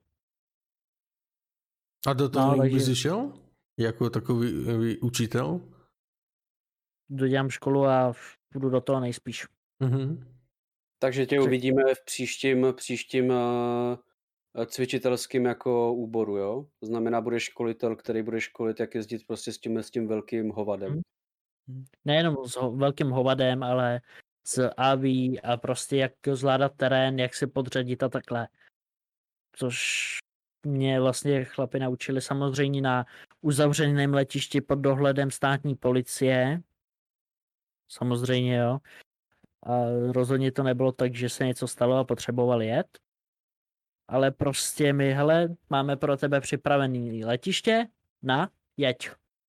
A do toho No, no, takže- bys šel? Jako takový uh, učitel? Dodělám školu a půjdu do toho nejspíš. Mhm. Takže tě Při- uvidíme v příštím, příštím uh, cvičitelským jako úboru, jo? To znamená, budeš školitel, který bude školit, jak jezdit prostě s tím, s tím velkým hovadem. Hmm. Nejenom s ho- velkým hovadem, ale s á vé a prostě jak zvládat terén, jak se podřadit a takhle. Což mě vlastně chlapi naučili samozřejmě na uzavřeném letišti pod dohledem státní policie. Samozřejmě, jo. A rozhodně to nebylo tak, že se něco stalo a potřeboval jet. Ale prostě my, hele, máme pro tebe připravený letiště, na, jeď.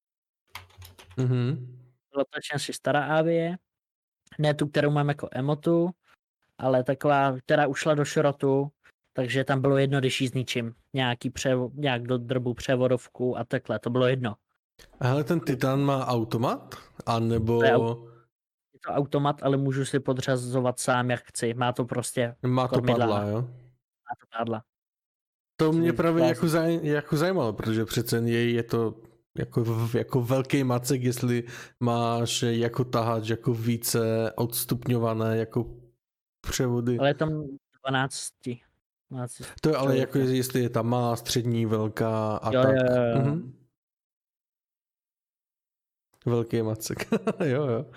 Mhm. Letačně si stará Avie, ne tu, kterou mám jako emotu, ale taková, která ušla do šrotu, takže tam bylo jedno, když jí s ničím. Nějaký převo, nějak do drbu převodovku a takhle, to bylo jedno. A hele, ten Titan má automat? A nebo To je Je to automat, ale můžu si podřazovat sám, jak chci. Má to prostě, má to kormidla. padla, jo? má to pádla. To mě Což právě vás- jako, zaj, jako zajímalo, protože přece je, je to jako, jako velký macek, jestli máš jako tahač jako více odstupňované jako převody. Ale je tam dvanáct. dvanáct To je ale člověk, jako, jo. jestli je ta má, střední, velká a Jo, tak. jo, jo, jo. Mhm. Velký macek, jo, jo.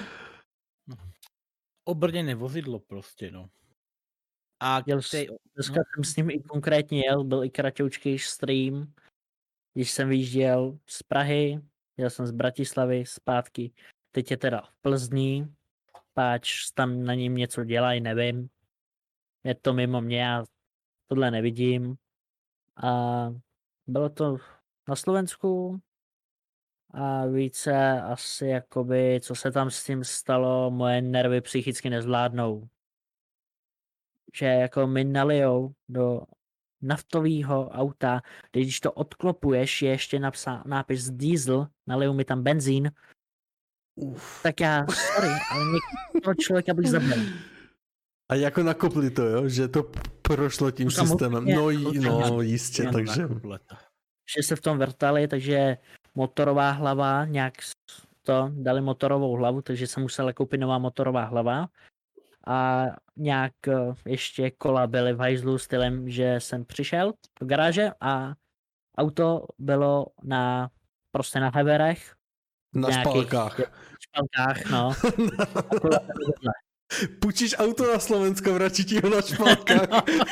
Obrněné vozidlo prostě, no. A Jel k té, s- Dneska jsem s ním i konkrétně jel, byl i kratoučký stream, když jsem vyjížděl z Prahy, jel jsem z Bratislavy zpátky, teď je teda v Plzni páč tam na ním něco dělají, nevím. Je to mimo mě, já tohle nevidím. A bylo to na Slovensku a více asi jakoby, co se tam s tím stalo, moje nervy psychicky nezvládnou. Že jako mi nalijou do naftového auta, když to odklopuješ, je ještě napsá, nápis diesel, nalijou mi tam benzín, Uf. tak já, sorry, ale někdo člověka bych zabil. A jako nakopli to, jo? Že to prošlo tím Samozřejmě, systémem. No, jí- no samozřejmě. jistě, Ano, takže... nakoplo to. Že se v tom vrtali, takže motorová hlava, nějak to, dali motorovou hlavu, takže jsem musel koupit nová motorová hlava. A nějak eh, ještě kola byly v hajzlu stylem, že jsem přišel do garáže a auto bylo na prostě na heverech. Na nějakých špalkách. špalkách, no. A kola byly vedle. Půjčíš auto na Slovensko, vrací ti ho na špalkách.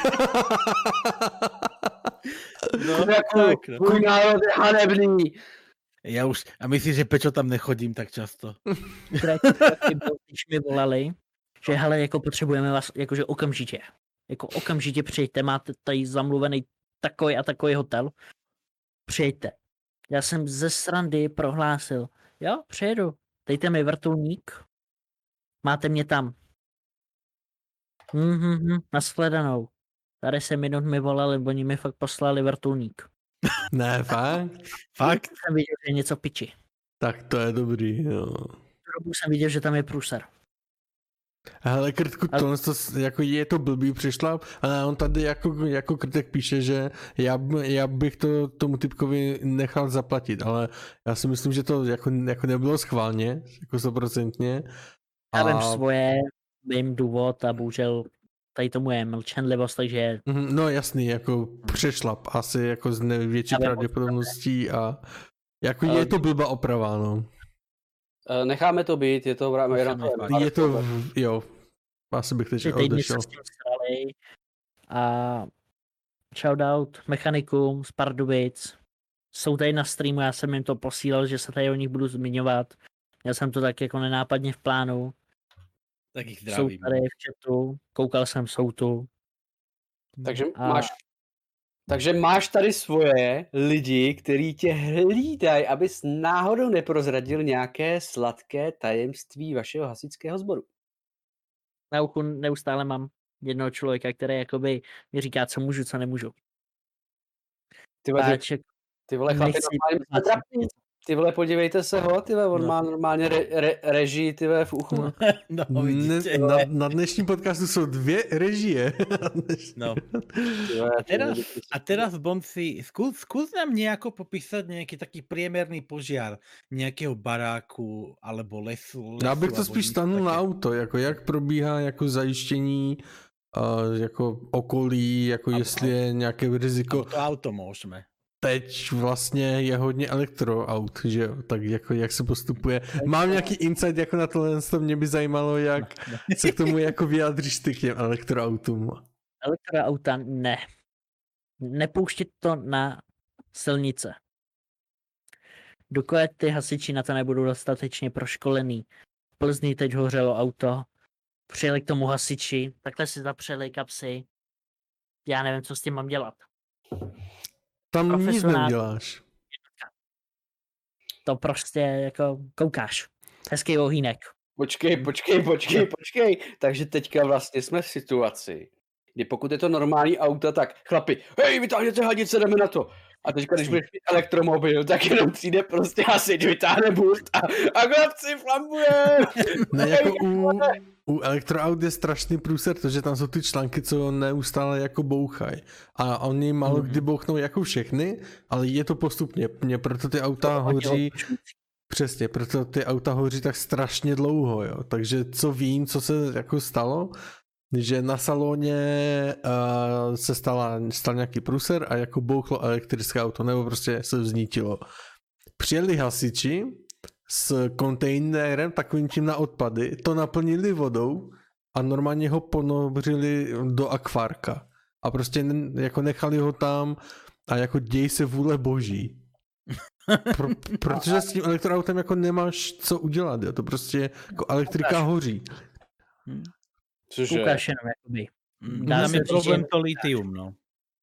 No, Jako, tak, no. můj národ je hanebný. Já už, a myslím, že Pečo tam nechodím tak často. Třetí taky byl, když mi volali, že hele, jako potřebujeme vás, jakože okamžitě. Jako okamžitě přijďte, máte tady zamluvený takový a takový hotel. Přijďte. Já jsem ze srandy prohlásil, jo, přijedu, dejte mi vrtulník, máte mě tam. Mhm, nashledanou. Tady se minut mi volali, oni mi fakt poslali vrtulník. Ne, fakt? Fakt? Jsem viděl, že je něco piči. Tak to je dobrý, jo. Tu dobu jsem viděl, že tam je průser. Hele, Krtku, Ale- to, to, jako je to blbý přešlap, ale on tady jako, jako Krtek píše, že já, b- já bych to tomu typkovi nechal zaplatit, ale já si myslím, že to jako, jako nebylo schválně, jako stoprocentně. Já vím svoje, vím důvod a bohužel tady tomu je mlčenlivost, takže Mhm, no jasný, jako přešlap, asi jako z největší Já vím, pravděpodobností a jako Ale- je to blbá oprava, no. Eh, Necháme to být, je to vrát, jenom Necháme to fakt. Je to, v- jo, asi bych teď tři týdny odešel. se s tím srali a shoutout mechanikům z Pardubic. Jsou tady na streamu, já jsem jim to posílal, že se tady o nich budu zmiňovat. Já jsem to tak jako nenápadně v plánu. Tak jich Jsou zdravím. tady v chatu, koukal jsem, jsou tu. Takže A- máš, takže máš tady svoje lidi, kteří tě hlídají, abys náhodou neprozradil nějaké sladké tajemství vašeho hasičského sboru. Na uchu neustále mám jednoho člověka, který jakoby mi říká, co můžu, co nemůžu. Ty vole, ty, Páček, ty vole chlapi, nechci normálně jste trapní. Ty vole, podívejte se ho, ty vole, on No. má normálně re, re, režii, ty vole, v uchu. No. No, Ne, vidíte. na, na dnešním podcastu jsou dvě režie. No. Ty vole, A teraz, ty vole, a teraz Bonci, skús, skús nám nejako popísať nejaký taký priemerný požiar nejakého baráku alebo lesu. lesu Já bych to alebo spíš nič stanul na také. auto, jako jak probíhá jako zajištění uh, jako okolí, jako A- jestli je nějaké riziko. Alebo to auto môžeme. Teď vlastně je hodně elektroaut, že jo, tak jako jak se postupuje. Mám nějaký insight jako na tohle, to mě by zajímalo, jak No. se k tomu jako vyjádříš ty k těm elektroautům. elektroauta ne. Nepouštět to na silnice. Dokud ty hasiči na to nebudou dostatečně proškolený. V Plzni teď hořelo auto, přijeli k tomu hasiči, takhle si zapřeli kapsy. Já nevím, co s tím mám dělat. Tam nic Profesionál- neuděláš. To prostě jako koukáš. Hezký ohýnek. Počkej, počkej, počkej, počkej. Takže teďka vlastně jsme v situaci, kdy pokud je to normální auto, tak chlapi, hej, vytáhněte hadice, jdeme na to. A teďka, když budeš mít elektromobil, tak jenom přijde prostě hasič, vytáhne burt a, a chlapci, flambuje. Ne, jako u, u elektroaut je strašný průser, protože tam jsou ty články, co neustále jako bouchají. A oni málo kdy bouchnou jako všechny, ale je to postupně. Mě proto ty auta hoří, přesně, proto ty auta hoří tak strašně dlouho, jo. Takže co vím, co se jako stalo, že na salóně uh, se stala, stal nějaký průser a jako bouchlo elektrické auto, nebo prostě se vznítilo. Přijeli hasiči s kontejnerem takovým tím na odpady, to naplnili vodou a normálně ho ponořili do akvárka. A prostě ne, jako nechali ho tam a jako děj se vůle boží. Pro, protože s tím elektroautem jako nemáš co udělat, jo. To prostě jako elektrika hoří. Hm. Cože? Koukáš jenom jakoby. Mm, Dá Tam se je říct, že problém jenom to litium, no.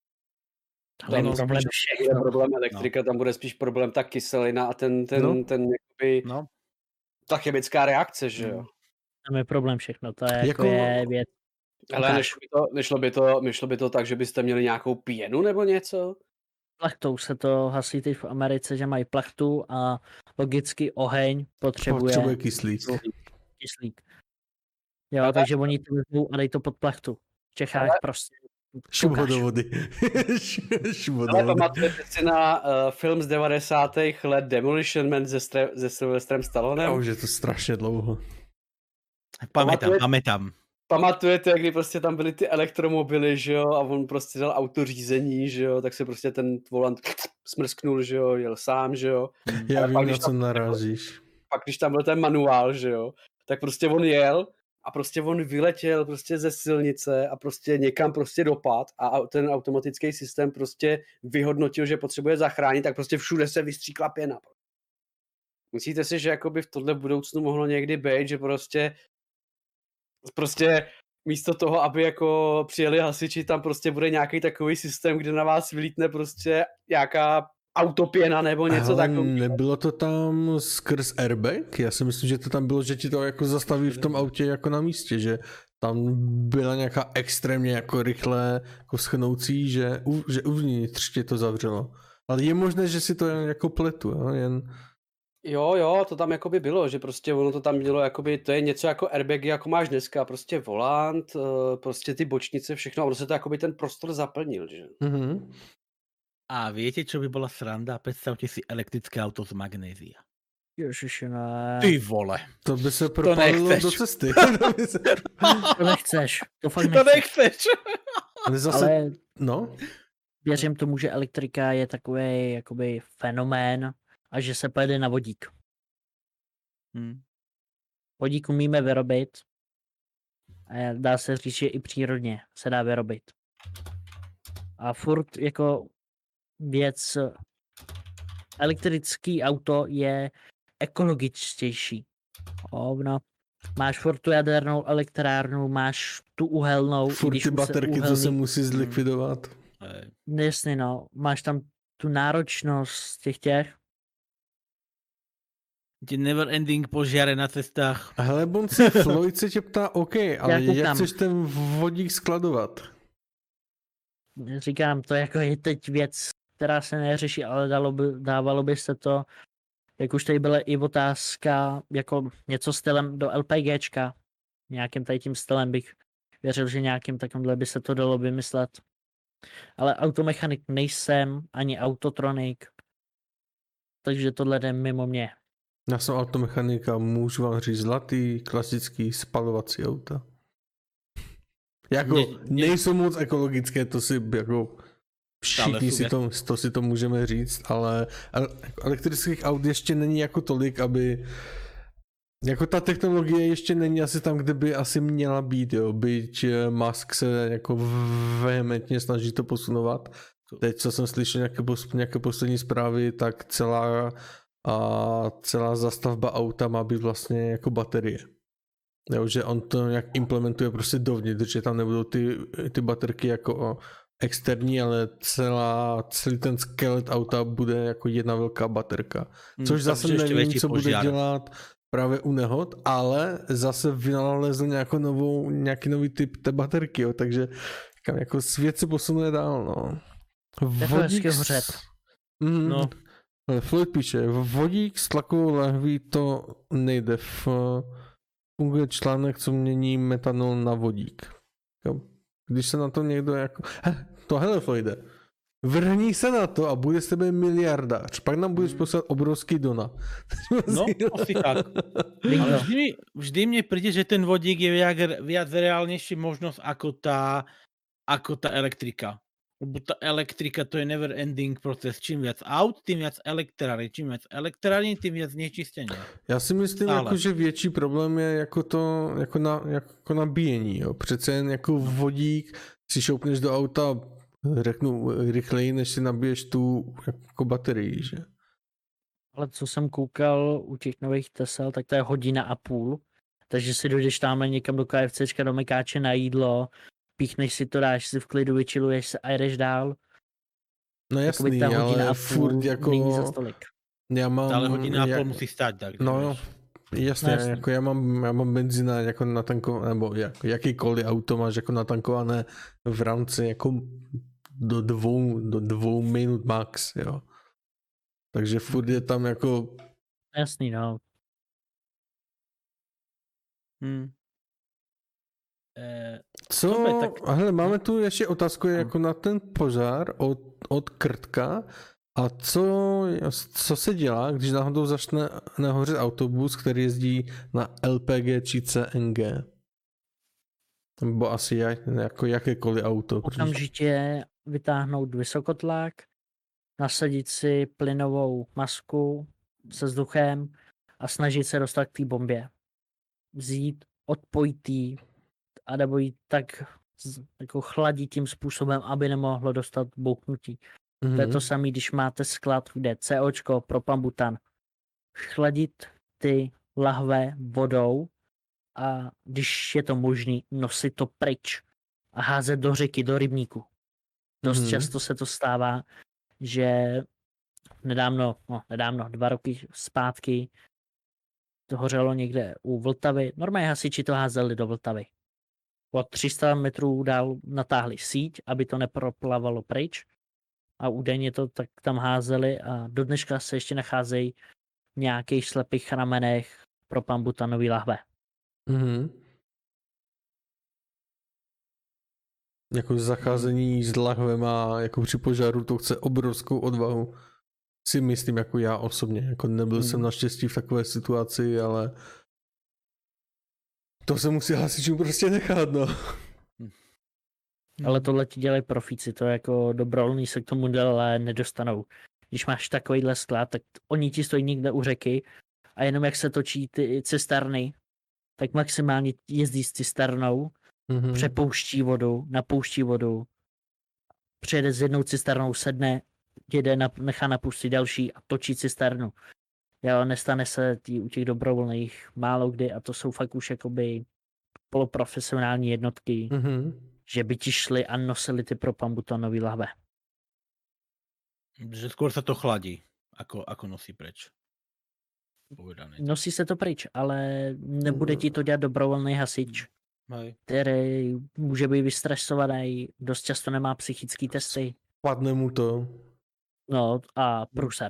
tam je ono problém Bude všechno. problém elektrika, tam bude spíš problém ta kyselina a ten, ten, No. ten jakoby, No. ta chemická reakce, že jo? Mm. Tam je problém všechno, to je jako, Jako- je věc. Ale Ukáž. nešlo by, to, nešlo, by to, nešlo by to tak, že byste měli nějakou pěnu nebo něco? Plachtou se to hasí teď v Americe, že mají plachtu a logicky oheň potřebuje, Potřebuje kyslík. kyslík. Jo, Ale- takže oni to vezmou a dej to pod plachtu. V Čechách Ale- prostě Šup ho koukáš. do vody. Šup ho do Ale vody. pamatujete si na uh, film z devadesátých let Demolition Man se, Stre- se Sylvestrem A Stallonem? už je to strašně dlouho. Pamätám, Pamatuje- pamätám. Pamatujete, kdy prostě tam byly ty elektromobily, že jo, a on prostě dal autořízení, že jo, tak se prostě ten volant smrsknul, že jo, jel sám, že jo. Já Ale vím, pak, na když co tam- narazíš. Pak když tam byl ten manuál, že jo, tak prostě on jel a prostě on vyletěl prostě ze silnice a prostě někam prostě dopad a ten automatický systém prostě vyhodnotil, že potřebuje zachránit, tak prostě všude se vystříkla pěna. Myslíte si, že jakoby v tohle budoucnu mohlo někdy být, že prostě prostě místo toho, aby jako přijeli hasiči, tam prostě bude nějaký takový systém, kde na vás vylítne prostě nějaká autopěna nebo něco Ale takového. nebylo to tam skrz airbag? Já si myslím, že to tam bylo, že ti to jako zastaví v tom autě jako na místě, že tam byla nějaká extrémně jako rychle jako schnoucí, že, u, že uvnitř tě to zavřelo. Ale je možné, že si to jen jako pletu, jo? Jen... Jo, jo, to tam jakoby bylo, že prostě ono to tam bylo jakoby, to je něco jako airbagy, jako máš dneska, prostě volant, eh, prostě ty bočnice, všechno, a ono se to jakoby ten prostor zaplnil, že? Mhm. A viete, čo by bola sranda? Predstavte si elektrické auto z magnézia. Ježiši, ne. Ty vole. To by se propálilo nechceš. do cesty. To by se... To nechceš. To fakt To nechceš. nechceš. Ale zase, Ale no, věřím tomu, že elektrika je takový jakoby fenomén a že se pojede na vodík. Hm. Vodík umíme vyrobit a dá se říct, že i přírodně se dá vyrobit. A furt jako věc, elektrický auto je ekologičtější. Ono, máš furt tu jadernou elektrárnu, máš tu uhelnou. i furt když ty už se baterky, co uhelný- se musí zlikvidovat. Eh, Jasně, no. Máš tam tu náročnost těch těch. Tie never ending požiare na cestách. Hele, Bonci, Floyd se tě ptá, OK, ale koukám. jak chceš ten vodík skladovat? Říkám, to jako je teď věc, která se neřeší, ale dalo by, dávalo by se to, jak už tady byla i otázka, jako něco stylem do LPGčka. Nějakým tady tím stylem bych věřil, že nějakým takovýmhle by se to dalo vymyslet. Ale automechanik nejsem, ani autotronik, takže tohle jde mimo mě. Já jsem automechanika, můžu vám říct zlatý, klasický spalovací auta. Jako Ne- ne- nejsou moc ekologické, to si jako všichni jsou si ne- to, to si to můžeme říct, ale ele- elektrických aut ještě není jako tolik, aby jako ta technologie ještě není asi tam, kde by asi měla být, jo, byť eh, Musk se jako vehementně snaží to posunovat. Teď, co jsem slyšel nějaké, pos- nějaké poslední zprávy, tak celá a celá zastavba auta má být vlastně jako baterie. Jo, že on to nějak implementuje prostě dovnitř, že tam nebudou ty, ty baterky jako externí, ale celá, celý ten skelet auta bude jako jedna velká baterka. Což zase Takže ešte nevím, väčší co bude požiar. dělat právě u nehod, ale zase vynalezl nějakou novou, nějaký nový typ té baterky, jo, takže říkám, jako svět se posunuje dál, no. to hezky s- hořet. Mm, No. ale Floyd píše, vodík s tlakovou lahví to nejde. V, funguje článek, co mění metanol na vodík. Jo. Když se na to někdo jako... He, to hele Floyde, vrhni se na to a bude s tebe miliardář. Pak nám budeš poslat obrovský dona. No, asi tak. Bingo. Ale vždy, mi, vždy mne príde, že ten vodík je viac, viac reálnejší možnosť ako tá, ako tá elektrika. Lebo tá elektrika to je never ending proces. Čím viac aut, tým viac elektrární. Čím viac elektrární, tým viac znečistenia. Já si myslím, Ale. jako, že větší problém je jako to, jako, na, jako nabíjení. Jo. Přece jen jako vodík si šoupneš do auta, řeknu rychleji, než si nabiješ tu jako baterii, že? Ale co jsem koukal u těch nových Tesel, tak to je hodina a půl. Takže si dojdeš tamhle někam do KFCčka, do Mekáče na jídlo, píchneš si to, dáš si v klidu, vyčiluješ se a jedeš dál. No jasný, ta hodina ale a furt půl jako... není za stolik. Já mám... Ale hodina a já- půl musí stát, tak. No, že no, vieš. jasně, No, jasně. jako já mám, já mám benzína jako natankované, nebo jak, jakýkoliv auto máš jako natankované v rámci jako do dvou, do dvou minut max, jo. Takže furt je tam jako, Jasný, no. Hm. Eh, co, Dobre, tak- a hele, máme tu ještě otázku jako na ten požár od, od Krtka. A co, co se dělá, když náhodou začne nehořet autobus, který jezdí na L P G či C N G? Nebo asi jak, jako jakékoliv auto. protože- Okamžitě vytáhnout vysokotlak, nasadit si plynovou masku se vzduchem a snažit se dostat k té bombě. Vzít, odpojit jí a nebo ji tak z- jako chladit tím způsobem, aby nemohlo dostat bouchnutí. Mhm. To je to samé, když máte sklad, kde COčko, propanbutan. Chladit ty lahve vodou a když je to možný, nosit to pryč a házet do řeky, do rybníku. Dost Mhm. často se to stává, že nedávno, no nedávno, dva roky zpátky to hořelo někde u Vltavy. Normálně hasiči to házeli do Vltavy. O tři sta metrů dál natáhli síť, aby to neproplavalo pryč. A údajně to tak tam házeli a do dneška se ještě nacházejí v nějakých slepých ramenech pro pambutanový lahve. Mhm. Jako zacházení s lahvem a jako při požáru to chce obrovskou odvahu. Si myslím, jako já osobně. Jako nebyl Mhm. jsem naštěstí v takové situaci, ale to se musí hasičům prostě nechat, no. Ale tohle ti dělají profíci, to jako dobrovolní se k tomu ale nedostanou. Když máš takovýhle sklad, tak oni ti stojí někde u řeky a jenom jak se točí ty cisterny, tak maximálně jezdí s cisternou, Mhm. přepouští vodu, napouští vodu, přijede s jednou cisternou, sedne, jede, nap- nechá napustit další a točí cisternu. Jo, nestane se tí, u těch dobrovolných málo kdy a to jsou fakt už jakoby poloprofesionální jednotky, Mhm. že by ti šli a nosili ty propambutonové lahve. Že skôr sa to chladí, ako, ako nosí preč. Povedané. Nosí se to pryč, ale nebude ti to dělat dobrovolný hasič, Hej. který může být vystresovaný, dost často nemá psychické testy, Padne mu to. no a průser.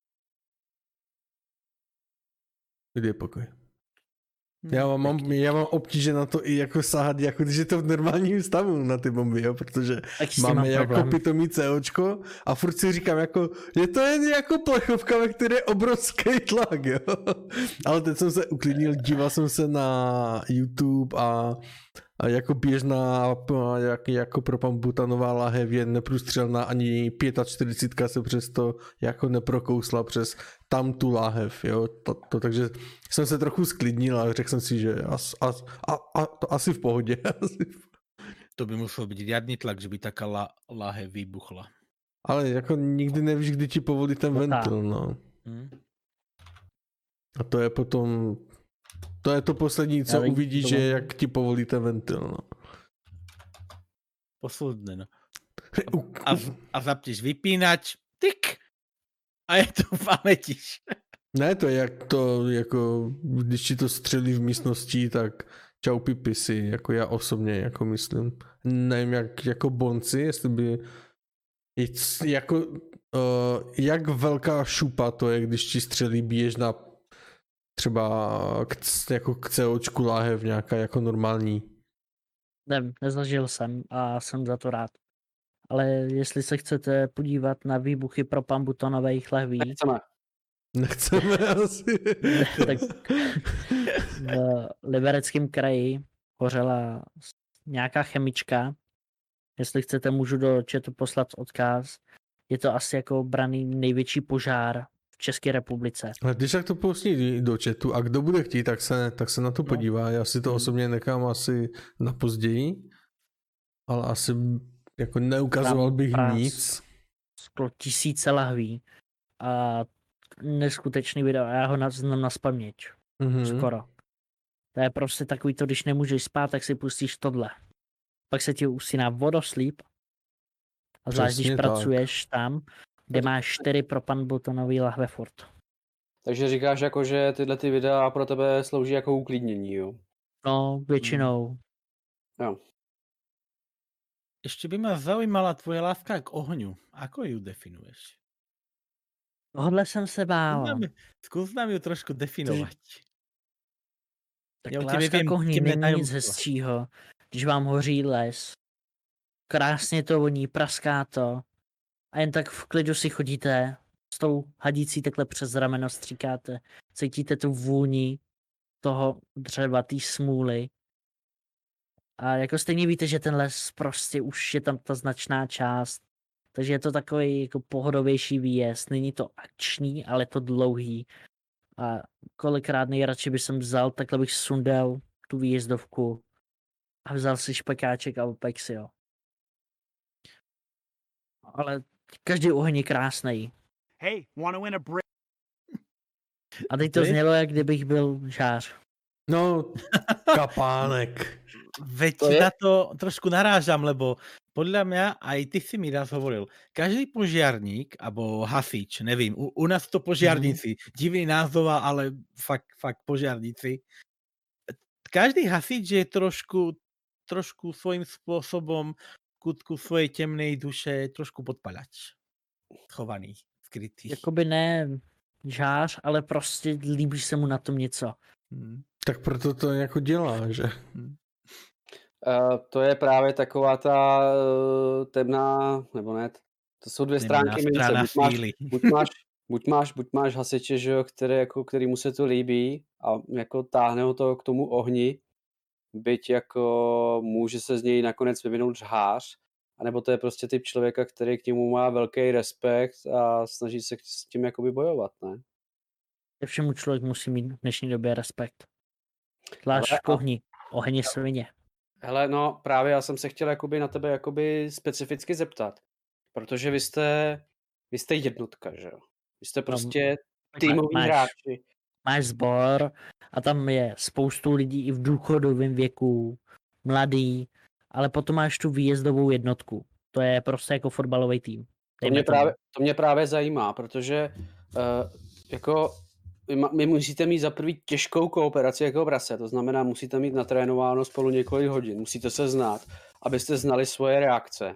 Kdy je pokoj. Já mám, mám, já mám obtíže na to i jako sahat, jako když je to v normálním stavu na ty bomby, jo, protože Tak s tím mám máme jako problém. pitomý COčko a furt si říkám jako, je to jen jako plechovka, ve které je obrovský tlak, jo. Ale teď jsem se uklidnil, díval jsem se na YouTube a, a jako běžná, jak, jako propambutanová lahev je neprůstřelná, ani čtyřicet pět se přesto jako neprokousla přes tam tu láhev, jo, to, to, takže jsem se trochu sklidnil a řekl jsem si, že as, as, a, a, to asi v pohodě. Asi v... To by musel byť riadny tlak, že by taká la, láhev vybuchla. Ale jako nikdy nevíš, kdy ti povolí ten No tak. ventil, no. Hm? A to je potom, to je to poslední, co Ale uvidíš, to že mám- jak ti povolí ten ventil, no. Posledné, no. A, z- a zapneš vypínač, tyk! A je to v pamätiš. Ne, to je jak to, jako, když ti to střelí v místnosti, tak čau pipisy, jako já osobně, jako myslím. Nevím, jak, jako bonci, jestli by, jako, uh, jak velká šupa to je, když ti střelí běžná třeba k, jako k COčku láhev nějaká jako normální. Nevím, nezažil jsem a jsem za to rád. Ale jestli se chcete podívat na výbuchy propambutonových lahví, Nechceme. Nechceme asi. tak v Libereckém kraji hořela nějaká chemička. Jestli chcete, můžu do chatu poslat odkaz. Je to asi jako braný největší požár v České republice. A když tak to pustí do chatu a kdo bude chtít, tak se, tak se na to No. podívá. Já si to osobně nechám asi na později, ale asi jako neukazoval Tam bych prác. nic. Skoro tisíce lahví a neskutečný video. Já ho znám na spaměť. Mhm. Skoro. To je prostě takový to, když nemůžeš spát, tak si pustíš tohle. Pak se ti usíná vodoslíp. A zvlášť, když Přesně tak. pracuješ tam, kde máš čtyři propanbutonový lahve furt. Takže říkáš jako, že tyhle ty videa pro tebe slouží jako uklidnění, jo? No, většinou. Jo. Ešte by ma zaujímala tvoja láska k ohňu. Ako ju definuješ? Tohle jsem se Skús bála. nám, skús nám ju trošku definovať. Tak Já u tebe láska vím k ohni temné není nic tajemstva. hezčího, když vám hoří les. Krásně to voní, praská to. A jen tak v klidu si chodíte s tou hadící takhle přes rameno stříkáte. Cítíte tu vůni toho dřeva, té smůly. A jako stejně víte, že ten les prostě už je tam ta značná část. Takže je to takový jako pohodovější výjezd. Není to akční, ale je to dlouhý. A kolikrát nejradši bych jsem vzal, takhle bych sundal tu výjezdovku a vzal si špekáček a opek si jo. Ale každý oheň je krásnej. Hey, want to win a break? A teď To to je- znělo, jak kdybych byl žář. No, kapánek. Veď To je- na to trošku narážam, lebo podľa mňa, aj ty si mi raz hovoril, každý požiarník, alebo hasič, nevím, u, u nás to požiarníci, mm-hmm. divný názov, ale fakt, fakt požiarníci. Každý hasič je trošku, trošku svojím spôsobom v kutku svojej temnej duše trošku podpalač. Schovaný, skrytý. Jakoby ne žář, ale prostě líbí se mu na tom něco. Hmm. Tak proto to jako dělá, že? Uh, to je právě taková ta uh, temná, nebo ne, to jsou dvě Temná stránky mince. strana Buď máš, síly. buď, máš, buď, máš, buď máš hasiče, že jo, který, jako, který mu se to líbí a jako táhne ho to k tomu ohni, byť jako může se z něj nakonec vyvinout žhář, anebo to je prostě typ člověka, který k němu má velký respekt a snaží se s tím jakoby bojovat, ne? Ke všemu člověk musí mít v dnešní době respekt. Zvlášť Ale k a- ohni. Oheň je svině. Hele, no právě já jsem se chtěl jakoby na tebe jakoby specificky zeptat, protože vy jste, vy jste jednotka, že jo? Vy jste prostě týmoví máš- hráči. Máš sbor a tam je spoustu lidí i v důchodovém věku, mladý, ale potom máš tu výjezdovou jednotku. To je prostě jako fotbalový tým. To Dejme mě, tomu. právě, to mě právě zajímá, protože uh, jako vy, ma- vy musíte mít za prvý těžkou kooperaci jako prase, to znamená, musíte mít natrénováno spolu několik hodin, musíte se znát, abyste znali svoje reakce.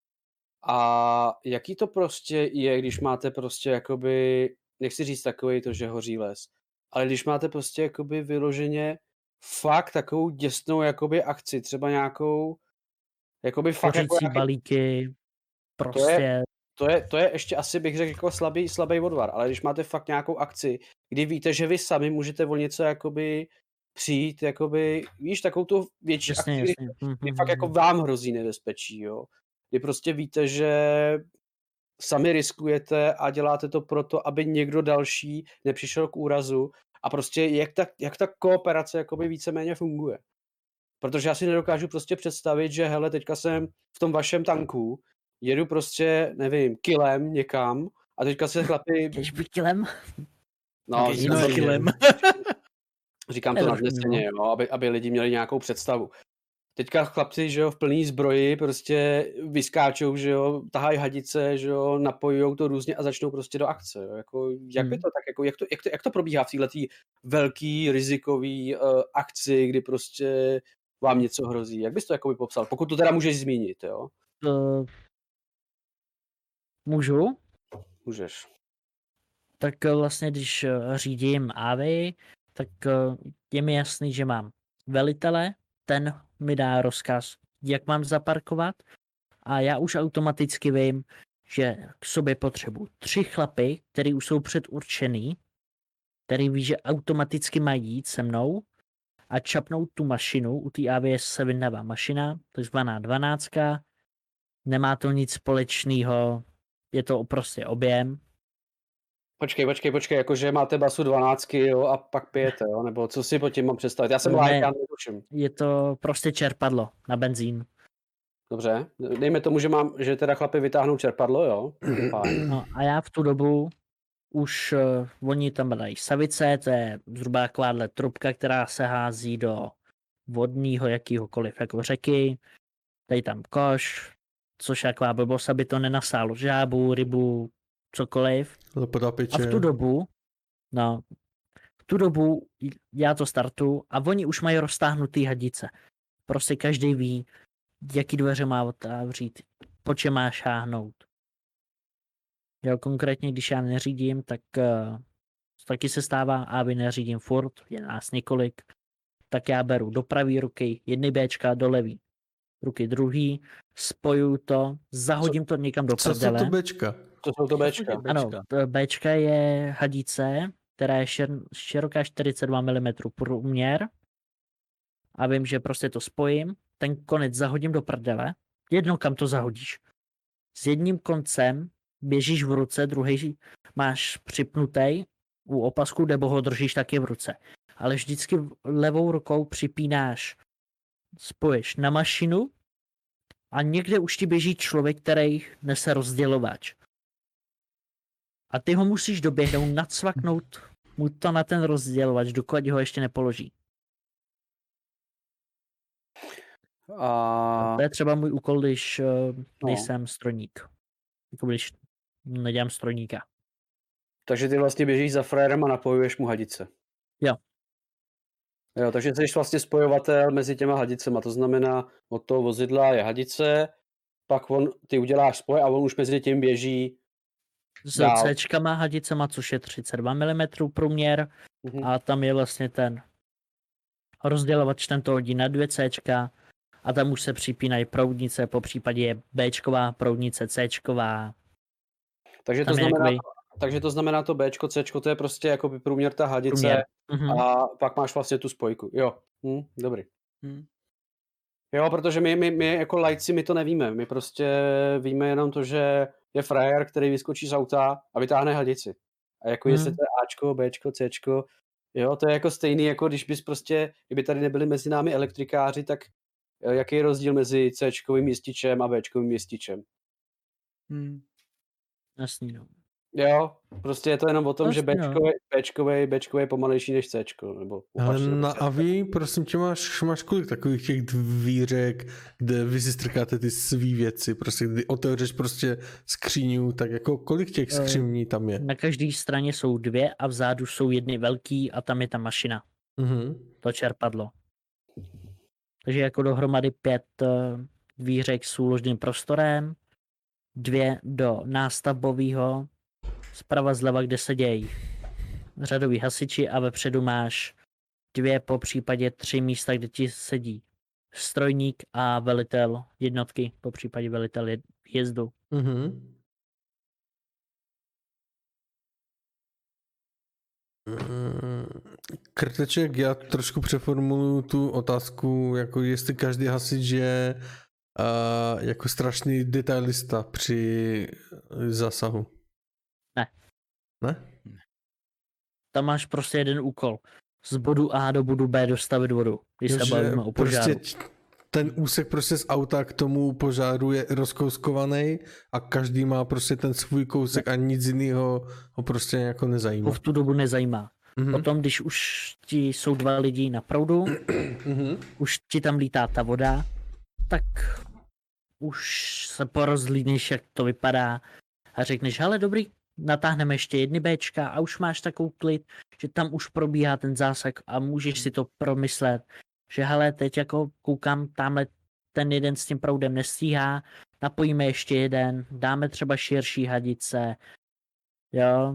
A jaký to prostě je, když máte prostě jakoby, nechci říct takový to, že hoří les, ale když máte prostě jakoby vyloženě fakt takovou děsnou jakoby akci, třeba nějakou jakoby fakt jako Hořící nějaký, balíky, prostě to je, to je ještě asi bych řekl jako slabý, slabý odvar, ale když máte fakt nějakou akci, kdy víte, že vy sami můžete o něco jakoby přijít, jakoby, víš, takovou tu větší jasně, akci, jasně. Hm, kdy hm, fakt hm, jako hm. vám hrozí nebezpečí, jo. Kdy prostě víte, že sami riskujete a děláte to proto, aby někdo další nepřišel k úrazu a prostě jak ta, jak ta kooperace jakoby víceméně funguje. Protože já si nedokážu prostě představit, že hele, teďka jsem v tom vašem tanku, jedu prostě, nevím, kilem někam a teďka se chlapi, Jdeš být kilem? no, Ok, říkám, no, to, kilem. říkám To to je trošku nadneseně, jo, aby, aby lidi měli nějakou představu. Teďka chlapci, že jo, v plný zbroji prostě vyskáčou, že jo, tahají hadice, že jo, napojujou to různě a začnou prostě do akce, jo. Jako, jak by Hmm. to tak, jako, jak to, jak to, jak to probíhá v této velký rizikový uh, akci, kdy prostě vám něco hrozí, jak bys to jakoby popsal, pokud to teda můžeš zmínit, jo? Uh, můžu? Můžeš. Tak eh, vlastně, když eh, řídím á vé, tak eh, je mi jasný, že mám velitele, ten mi dá rozkaz, jak mám zaparkovat a já už automaticky vím, že k sobě potřebuji tři chlapy, který už jsou předurčený, který ví, že automaticky mají jít se mnou a čapnout tu mašinu, u té á vé se vydává mašina, takzvaná dvanáctka, nemá to nic společného, je to prostě objem. Počkej, počkej, počkej, jakože máte basu dvanáctky, jo, a pak pijete, jo, nebo co si pod tím mám představit? Já jsem Ne. láhý, já netuším. Je to prostě čerpadlo na benzín. Dobře, dejme tomu, že mám, že teda chlapi vytáhnou čerpadlo, jo. Fajn. No a já v tu dobu už uh, oni tam dají savice, to je zhruba takováhle trubka, která se hází do vodního jakýhokoliv jako řeky, dají tam koš, což je taková blbost, aby to nenasálo žábu, rybu, cokoliv. A v tu dobu, no, v tu dobu já to startu a oni už mají roztáhnutý hadice. Prostě každý ví, jaký dveře má otevřít, po čem má šáhnout. Jo, konkrétně, když já neřídím, tak uh, taky se stává, aby neřídím furt, je nás několik, tak já beru do pravé ruky jedny béčka, do levý ruky druhý, spojuju to, zahodím co, to někam do prdele. Co jsou to béčka? To jsou to béčka. Ano, béčka je hadice, která je šir, široká čtyřicet dva milimetrů průměr a vím, že prostě to spojím, ten konec zahodím do prdele, jedno kam to zahodíš. S jedním koncem běžíš v ruce, druhý máš připnutý u opasku, nebo ho držíš taky v ruce. Ale vždycky levou rukou připínáš, spoješ na mašinu a někde už ti běží člověk, který nese rozdělovač. A ty ho musíš doběhnout, nacvaknout mu to na ten rozdělovač, dokud ho ještě nepoloží. A... To je třeba můj úkol, když nejsem no. strojník. Jako když nedělám strojníka. Takže ty vlastně běžíš za frajerem a napojuješ mu hadice. Jo. Jo, takže jsi vlastně spojovatel mezi těma hadicema. To znamená, od toho vozidla je hadice, pak on, ty uděláš spoj a on už mezi tím běží s C-čkama hadicema, což je třicet dva milimetrů průměr mm-hmm. a tam je vlastně ten rozdělovač, ten to hodí na dvě C-čka a tam už se připínají proudnice, po případě je Bčková proudnice, Cčková. Takže to, znamená, jakoby... takže to znamená to Bčko, Cčko, to je prostě jako průměr ta hadice průměr. Mm-hmm. A pak máš vlastně tu spojku. Jo, hm, dobrý. Hm. Jo, protože my, my, my jako lajci my to nevíme. My prostě víme jenom to, že je frajer, který vyskočí z auta a vytáhne hadici. A jako hmm. jestli to je Ačko, Bčko, Cčko, jo, to je jako stejný, jako když bys prostě, kdyby tady nebyli mezi námi elektrikáři, tak jaký je rozdíl mezi Cčkovým jističem a Bčkovým jističem? Hmm. Jasný, no. Jo, prostě je to jenom o tom, Jasný, že Bčkový, Bčkový, Bčkový je pomalejší než Cčko. Nebo ale na A V, prosím tě, máš, máš kolik takových těch dvířek, kde vy si strkáte ty svý věci, prostě kdy otevřeš prostě skříňu, tak jako kolik těch skříní tam je? Na každé straně jsou dvě a vzadu jsou jedny velký a tam je ta mašina. Mm-hmm. To čerpadlo. Takže jako dohromady pět dvířek s úložným prostorem, dvě do nástavbového, zprava zleva, kde se dějí řadoví hasiči a vepředu máš dvě, po případě tři místa, kde ti sedí strojník a velitel jednotky, po případě velitel jezdu. Mm-hmm. Krteček, já trošku přeformuluju tu otázku, jako jestli každý hasič je uh, jako strašný detailista při zásahu. Ne. Ne? Tam máš prostě jeden úkol. Z bodu A do bodu B dostavit vodu, když se bavíme o požáru. Prostě ten úsek prostě z auta k tomu požáru je rozkouskovaný a každý má prostě ten svůj kousek a nic jiného ho prostě jako nezajímá. V tu dobu nezajímá. Mm-hmm. Potom, když už ti jsou dva lidi na proudu, mm-hmm. už ti tam lítá ta voda, tak už se porozhlídneš, jak to vypadá a řekneš, hele dobrý, natáhneme ještě jedny Bčka a už máš takovou klid, že tam už probíhá ten zásah a můžeš si to promyslet, že hele, teď jako koukám, tamhle ten jeden s tím proudem nestíhá, napojíme ještě jeden, dáme třeba širší hadice, jo.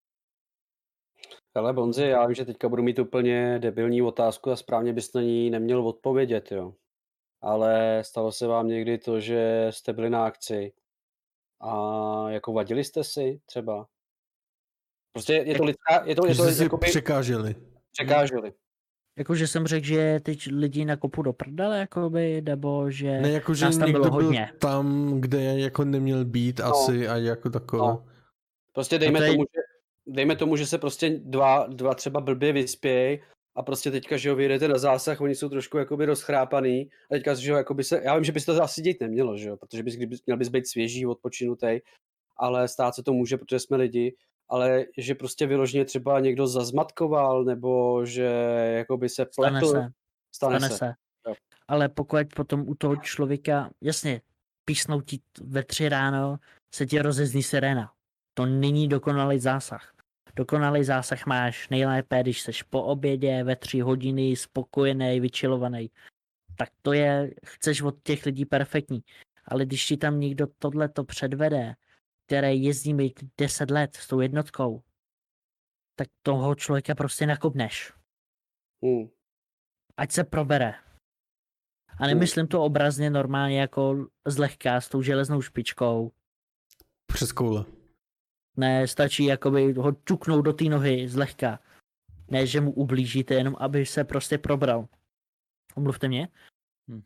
Hele Bonzi, já vím, že teďka budu mít úplně debilní otázku a správně bys na ní neměl odpovědět, jo. Ale stalo se vám někdy to, že jste byli na akci a jako vadili jste si třeba? Prostě je to lidská, je to, je to, že jakoby... překáželi. Překáželi. Jakože jsem řekl, že teď lidi nakopu do prdele, jakoby, nebo že ne, jako, že nás tam bylo hodně. Byl tam, kde jako neměl být no. asi a jako takové. No. Prostě dejme je... tomu, že, dejme tomu, že se prostě dva, dva třeba blbě vyspějí a prostě teďka, že ho vyjedete na zásah, oni jsou trošku jakoby rozchrápaný a teďka, že ho jakoby se, já vím, že bys to asi dělat nemělo, že jo, protože bys, měl bys být svěží, odpočinutý, ale stát se to může, protože jsme lidi ale že prostě vyloženě třeba někdo zazmatkoval, nebo že jakoby se Stane pletl. se. Stane, Stane se. se. Jo. Ale pokud potom u toho člověka, jasně, písnou ti ve tři ráno, se ti rozezní siréna. To není dokonalý zásah. Dokonalý zásah máš nejlépe, když seš po obědě ve tři hodiny spokojený, vyčilovaný. Tak to je, chceš od těch lidí perfektní. Ale když ti tam někdo tohleto předvede, který jezdí mít deset let s tou jednotkou, tak toho člověka prostě nakopneš. Hmm. Ať se probere. A nemyslím to obrazně normálně jako zlehka s tou železnou špičkou. Přes koule. Ne, stačí jakoby ho čuknout do té nohy zlehka. Ne, že mu ublížíte, jenom aby se prostě probral. Omluvte mě. Hm.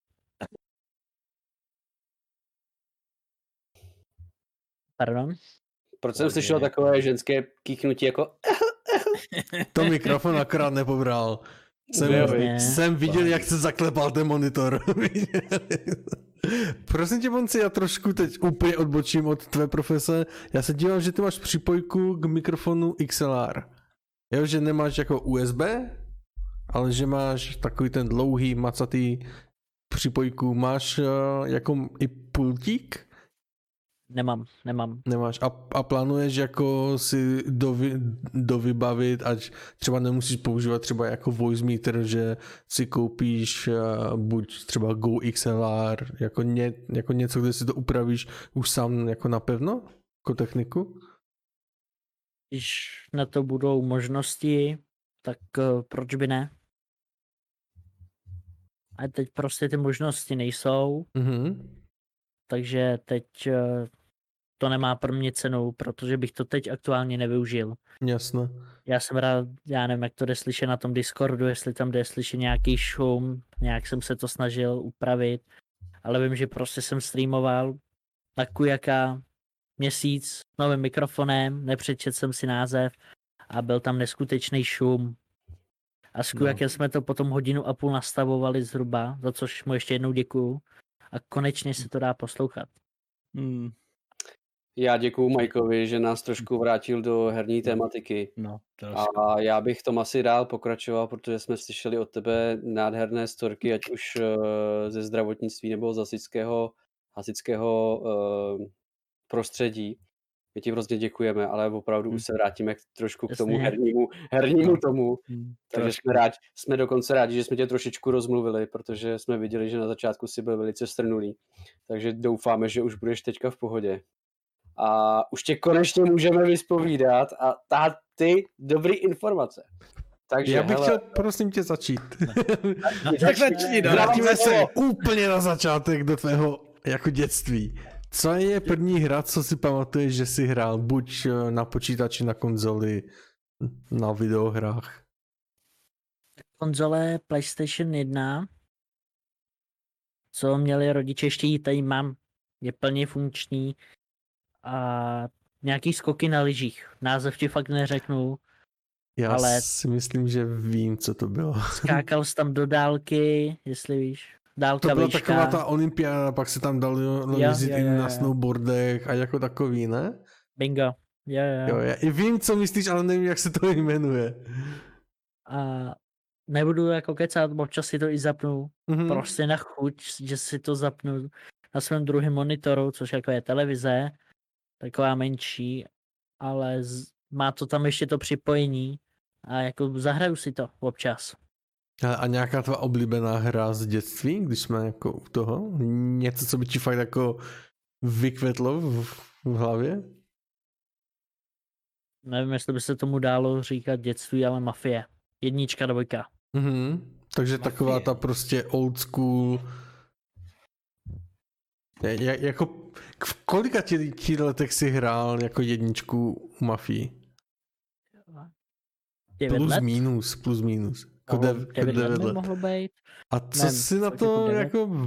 Pardon? Proč jsem slyšel takové ženské kýchnutí jako To mikrofon akorát nepobral. Jsem, Úplně. jsem viděl, jak se zaklepal ten monitor. Prosím tě, Bonci, já trošku teď úplně odbočím od tvé profese. Já se dívám, že ty máš připojku k mikrofonu X L R. Jo, že nemáš jako U S B, ale že máš takový ten dlouhý, macatý připojku. Máš uh, jako i pultík? Nemám, nemám. Nemáš. A, a plánuješ jako si dovy, dovybavit, ať třeba nemusíš používat třeba jako voice meter, že si koupíš uh, buď třeba Go X L R, jako, ně, jako něco, kde si to upravíš už sám jako napevno, jako techniku? Když na to budou možnosti, tak uh, proč by ne? A teď prostě ty možnosti nejsou, Mhm. takže teď uh, to nemá pro mě cenu, protože bych to teď aktuálně nevyužil. Jasné. Já jsem rád, já nevím, jak to jde slyšet na tom Discordu, jestli tam jde slyšet nějaký šum, nějak jsem se to snažil upravit, ale vím, že prostě jsem streamoval na Kujaka měsíc s novým mikrofonem, nepřečet jsem si název a byl tam neskutečný šum. A s Kujakem no. jsme to potom hodinu a půl nastavovali zhruba, za což mu ještě jednou děkuju. A konečně se to dá poslouchat. Hmm. Já děkuju Majkovi, že nás trošku vrátil do herní tématiky. No, a já bych tom asi dál pokračoval, protože jsme slyšeli od tebe nádherné storky, ať už ze zdravotnictví nebo z hasičského, hasičského uh, prostředí. My ti hrozně děkujeme, ale opravdu hmm. už se vrátíme trošku Jasně. k tomu hernímu, hernímu no. tomu. Hmm. Takže jsme, rádi, jsme dokonce rádi, že jsme tě trošičku rozmluvili, protože jsme viděli, že na začátku si byl velice strnulý. Takže doufáme, že už budeš teďka v pohodě. A už tě konečně můžeme vyspovídat a tát ty dobrý informace. Takže, já bych hele, chtěl, prosím tě, začít. Tak začni, vrátíme se úplně na začátek do tvého jako dětství. Co je první hra, co si pamatuješ, že jsi hrál buď na počítači, na konzoli, na videohrách? Konzole PlayStation jedna, co měli rodiče, ještě ji tady mám, je plně funkční a nějaký skoky na lyžích. Název ti fakt neřeknu. Já ale si myslím, že vím, co to bylo. Skákal jsi tam do dálky, jestli víš. Dálka, to byla výška. taková ta olympiáda, pak se tam dali jezdit i na snowboardech a jako takový, ne? Bingo. Jo, jo. jo já i vím, co myslíš, ale nevím, jak se to jmenuje. A nebudu jako kecat, občas si to i zapnu. Mm-hmm. Prostě na chuť, že si to zapnu na svém druhém monitoru, což jako je televize, taková menší, ale z... má to tam ještě to připojení a jako zahraju si to občas. A nějaká tvá oblíbená hra z dětství, když jsme jako u toho? Něco, co by ti fakt jako vykvetlo v, v hlavě? Nevím, jestli by se tomu dálo říkat dětství, ale Mafie. Jednička, dvojka. Mm-hmm. Takže Mafie. Taková ta prostě old school. Je, jako v kolika ti, ti letech si hrál jako jedničku u Mafii? Plus let? minus, plus minus. Jako dev, devět, devět let mohlo být. A co nevím, si na to jako...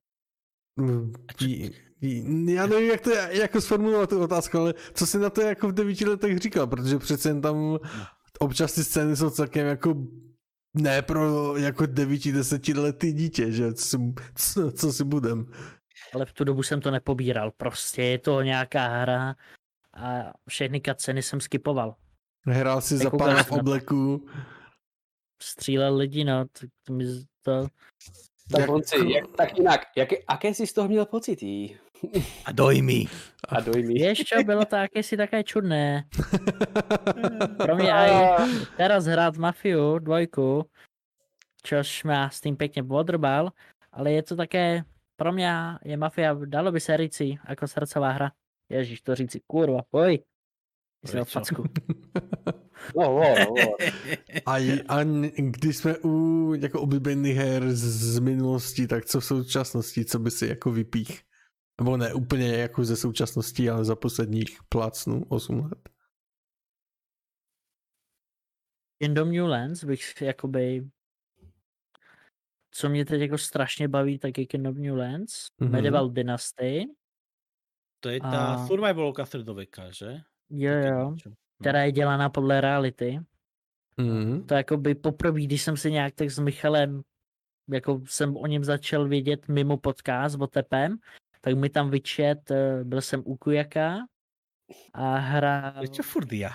Já nevím, jak to jako sformulovat tu otázku, ale co si na to jako v devíti letech říkal, protože přece jen tam občas ty scény jsou celkem jako ne pro jako devíti, desetiletý dítě, že co si, co, co si budem. Ale v tu dobu jsem to nepobíral, prostě je to nějaká hra a všechny cutsceny jsem skipoval. Hrál si za Nekoukal pána v jsem na to. obleku. Střílel lidi, no, to, to, mi z- to Tak Jak- Bonci, jak, tak jinak, jaké, jaké jsi z toho měl pocity A dojmy. a dojmy? vieš čo, bylo to akési také čudné. Pro mě aj teraz hrát Mafiu dvojku, čož ma s tým pekne podrbal, ale je to také, pro mňa je Mafia, dalo by sa říci, ako srdcová hra. Ježiš, to říci, kurva, poj. Jsem Prečo? facku. No, no, no. A, a n- když jsme u jako oblíbených her z, z minulosti, tak co v současnosti, co by si jako vypích? Nebo ne úplně jako ze současnosti, ale za posledních plácnu osm let. Kingdom New Lands bych jakoby, co mě teď jako strašně baví, tak je Kingdom New Lands, Mhm. Medieval Dynasty, To je tá A- survivalovka stredoveká, že? jo Také jo, niečo. No. která je dělaná podle reality. Mm. To jakoby poprvé, když jsem si nějak tak s Michalem, jako jsem o něm začal vědět mimo podcast o Tepem, tak mi tam vyčet, eh, byl jsem u Kujaka a hrál... Prečo furt ja?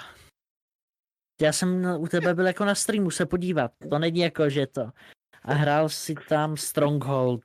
Já jsem na- u tebe byl jako na streamu se podívat, to není jako, že to. A hrál si tam Stronghold.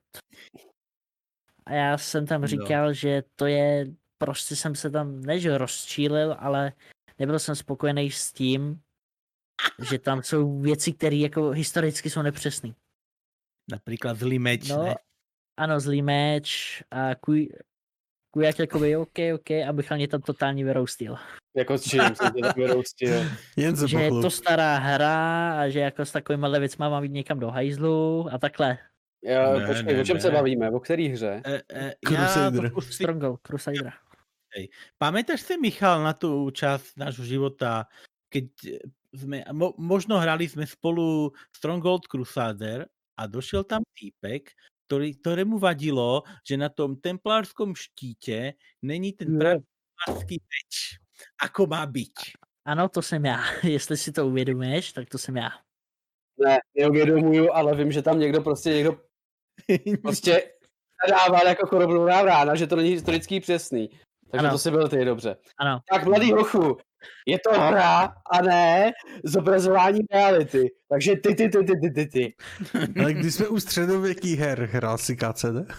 A já jsem tam No. říkal, že to je, prostě jsem se tam, ne že rozčílil, ale nebyl jsem spokojený s tím, že tam jsou věci, které jako historicky jsou nepřesné. Napríklad zlý meč, No, ne? ano, zlý meč a kuj, kujak jakoby OK, OK, a Michal mě tam totálně vyroustil. Jako s čím jsem tě tak vyroustil. Jen se Že je to pochlup. stará hra a že jako s takovýma věcma mám jít někam do hajzlu a takhle. Jo, Ne, počkej, ne, o čem se ne. bavíme? O který hře? E, e, ja Crusader. to pustím. Stronghold, Crusader. Pamätáš si, Michal, na tú časť nášho života, keď sme, mo, možno hrali sme spolu Stronghold Crusader a došiel tam týpek, ktorý, ktorému vadilo, že na tom templárskom štíte není ten Jo. pravý templársky meč, ako má byť. Ano, to jsem já. Jestli si to uvědomíš, tak to jsem já. Ne, neuvědomuju, ale vím, že tam někdo prostě někdo prostě nadával jako koroblová vrána, že to není historický přesný. Takže Ano. to si byl ty, dobře. Ano, Tak mladý hochu, je to hra a ne zobrazování reality. Takže ty, ty, ty, ty, ty, ty, ty. Ale když jsme u středověkých her, hrál si K C D?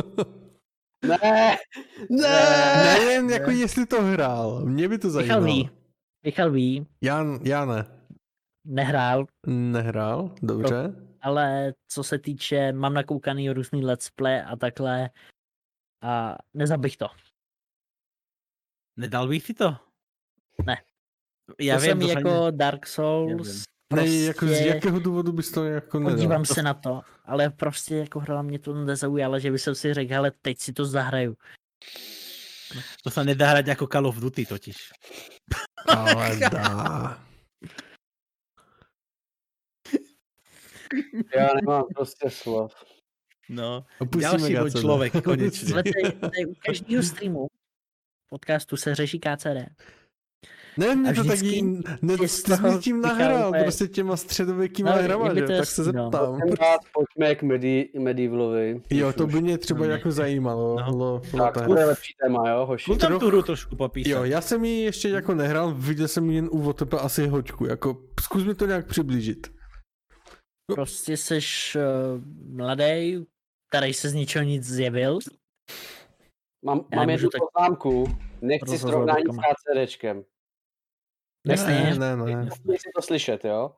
Ne, ne. Nejen jako jestli to hrál, mě by to Michal zajímalo. ví. Michal ví, Já, já ne. nehrál, Nehrál, dobře. ale co se týče, mám nakoukaný různý let's play a takhle a nezabych to. Nedal bych si to? Ne. Ja to viem, jsem to sa jako ne- Dark Ja Souls, viem. Ne, jako z prostě jakého důvodu bys to jako nedal? podívám se na to, ale prostě jako hra mě to nezaujala, že by jsem si řekl, hele, teď si to zahraju. To sa nedá hrať ako Call of Duty totiž. Ale dá. Já nemám prostě slov. No, Opustíme ďalší K môj C D. človek, konečne. Ale to je, to je u každého streamu podcastu se řeší K C D. Ne, mě A to vždycky taky, ne, je ty z jsi toho mi tím vychází nahrál, úplně- prostě těma středověkýma No, hrama, je mi že? to Tak se jasný, no. zeptám. Tenkrát pojďme k medi, Medievalovi. Jo, to by mě třeba Ne. jako zajímalo. No. No. Tak, to bude lepší téma, jo, hoši. Skús tam Troch- tú hru trošku popísať. Jo, já jsem ji ještě jako nehrál, viděl jsem jen u O T P asi hoďku, jako zkus mi to nějak přiblížit. Prostě seš uh, mladý, který se z ničeho nic zjevil. Mám, Já mám nemůžu jednu tak poznámku. Nechci rozhazovat srovnání s rukama. KCDčkem. Jasně. Ne, ne, ne. Nechci to slyšet, jo?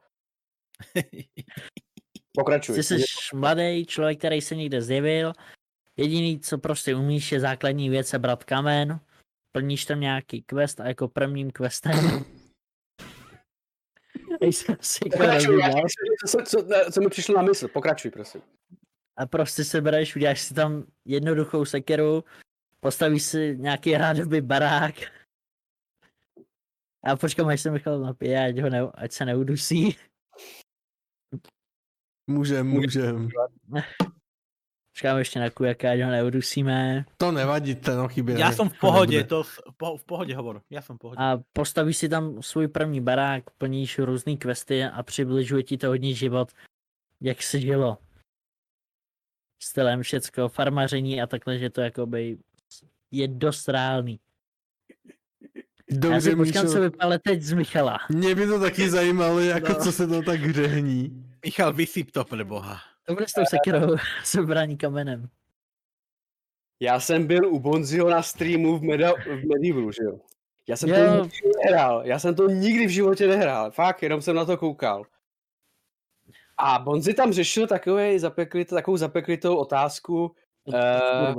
Pokračuj. Ty jsi mladý člověk, který se někde zjevil. Jediný, co prostě umíš, je základní věc, je brát kamen. Plníš tam nějaký quest a jako prvním questem. Jsem si jako Pokračuj, já rozuměl. chci slyšet, co, co, ne, co mi přišlo na mysl. Pokračuj, prosím. A prostě se bereš, uděláš si tam jednoduchou sekeru, postavíš si nějaký rádoby barák. A počkám, až se Michal napije, ať, ho ne, ať se neudusí. Můžem, můžem. Počkám ještě na Kujaka, ať ho neudusíme. To nevadí, ten chybě. Ja som v pohode, to v, po, v pohode hovor. Ja som v pohode. A postavíš si tam svůj první barák, plníš různý questy a přibližuje ti to hodně život, jak se žilo. Stylem všecko, farmaření a takhle, že to jakoby je dost reálný. Já si Dobře, počkám, Míšo, co vypadá teď z Michala. mě by to taky zajímalo, jako No. co se to tak hřehní. Michal, vysyp to pre boha. To bude s tou sekirou se brání kamenem. Já jsem byl u Bonziho na streamu v, Meda, v Medievalu, že jo? Já jsem Jo. to nikdy nehrál, já jsem to nikdy v životě nehrál, fakt, jenom jsem na to koukal. A Bonzi tam řešil takový zapeklit, takovou zapeklitou otázku, uh,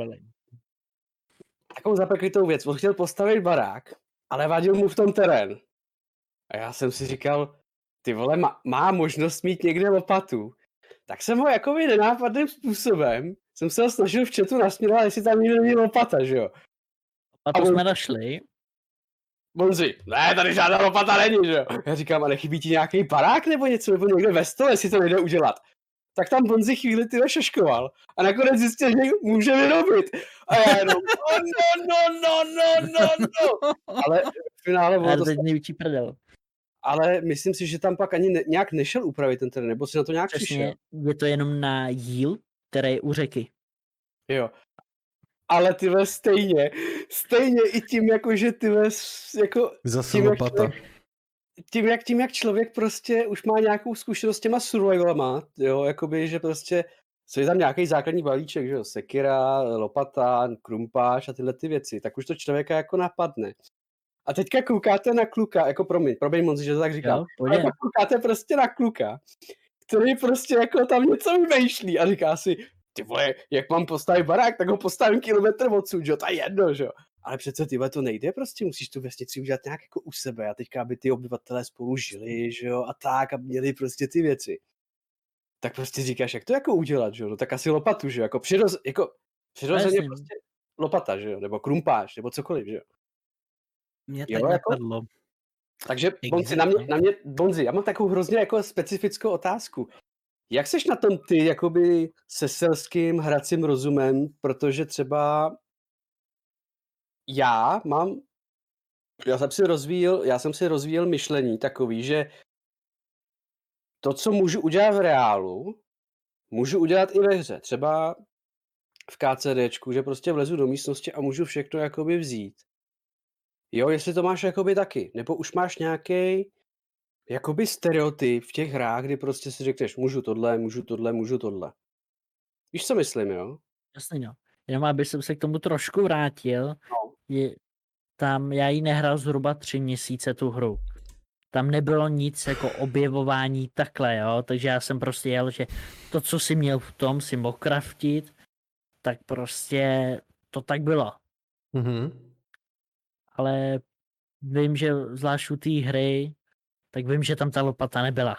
takovou zapeklitou věc. On chtěl postavit barák, ale vadil mu v tom terén. A já jsem si říkal, ty vole, má, má možnost mít někde lopatu. Tak jsem ho jakoby nenápadným způsobem, jsem se ho snažil v chatu nasměrovat, jestli tam někde není lopata, že jo. A to A on- jsme našli. Bonzi, ne, tady žádná lopata není, že jo. Já říkám, a nechybí ti nějaký barák nebo něco, nebo někde ve stole, jestli to nejde udělat. Tak tam Bonzi chvíli ty šaškoval a nakonec zjistil, že může vyrobit. A já jenom, oh, no, no, no, no, no, no. Ale v finále bylo Ale to teď největší prdel. ale myslím si, že tam pak ani ne, nějak nešel upravit ten terén, nebo si na to nějak přišel. Přesně, je to jenom na jíl, který je u řeky. Jo. Ale ty ve stejně, stejně i tím, jako že ty ve, jako Zase tím, jak lopata. člověk, tím, jak, tím, jak člověk prostě už má nějakou zkušenost s těma survivalama, jo, jakoby, že prostě co je tam nějaký základní balíček, že jo, sekira, lopata, krumpáč a tyhle ty věci, tak už to člověka jako napadne. A teďka koukáte na kluka, jako promiň, promiň Monzi, že to tak říkám, Jo, ale pojď. pak koukáte prostě na kluka, který prostě jako tam něco vymýšlí a říká si, ty vole, jak mám postavit barák, tak ho postavím kilometr odsud, že jo, to je jedno, že jo. Ale přece tyhle to nejde, prostě musíš tu vesnici udělat nějak jako u sebe a teďka, aby ty obyvatelé spolu žili, že jo, a tak, a měli prostě ty věci. Tak prostě říkáš, jak to jako udělat, že jo, no tak asi lopatu, že jo, jako, přiroz, jako přirozeně Jasně. prostě lopata, že jo, nebo krumpáč, nebo cokoliv, že jo. Mňa Jo, tak jako- napadlo. Takže Bonzi, na mě, na mě, Bonzi, já mám takovou hrozně jako specifickou otázku. Jak seš na tom ty, jakoby se selským hracím rozumem, protože třeba já mám, já jsem si rozvíjel, já jsem si rozvíjel myšlení takový, že to, co můžu udělat v reálu, můžu udělat i ve hře. Třeba v KCDčku, že prostě vlezu do místnosti a můžu všechno jakoby vzít. Jo, jestli to máš jakoby taky, nebo už máš nějaký jakoby stereotyp v těch hrách, kdy prostě si řekneš, můžu tohle, můžu tohle, můžu tohle. Víš, co myslím, jo? Jasně, no. Jenom aby jsem se k tomu trošku vrátil, No. je, tam já ji nehrál zhruba tři měsíce tu hru. Tam nebylo nic jako objevování takhle, jo, takže já jsem prostě jel, že to, co si měl v tom, si mohl craftit, tak prostě to tak bylo. Mhm. Ale vím, že zvlášť u té hry, tak vím, že tam ta lopata nebyla.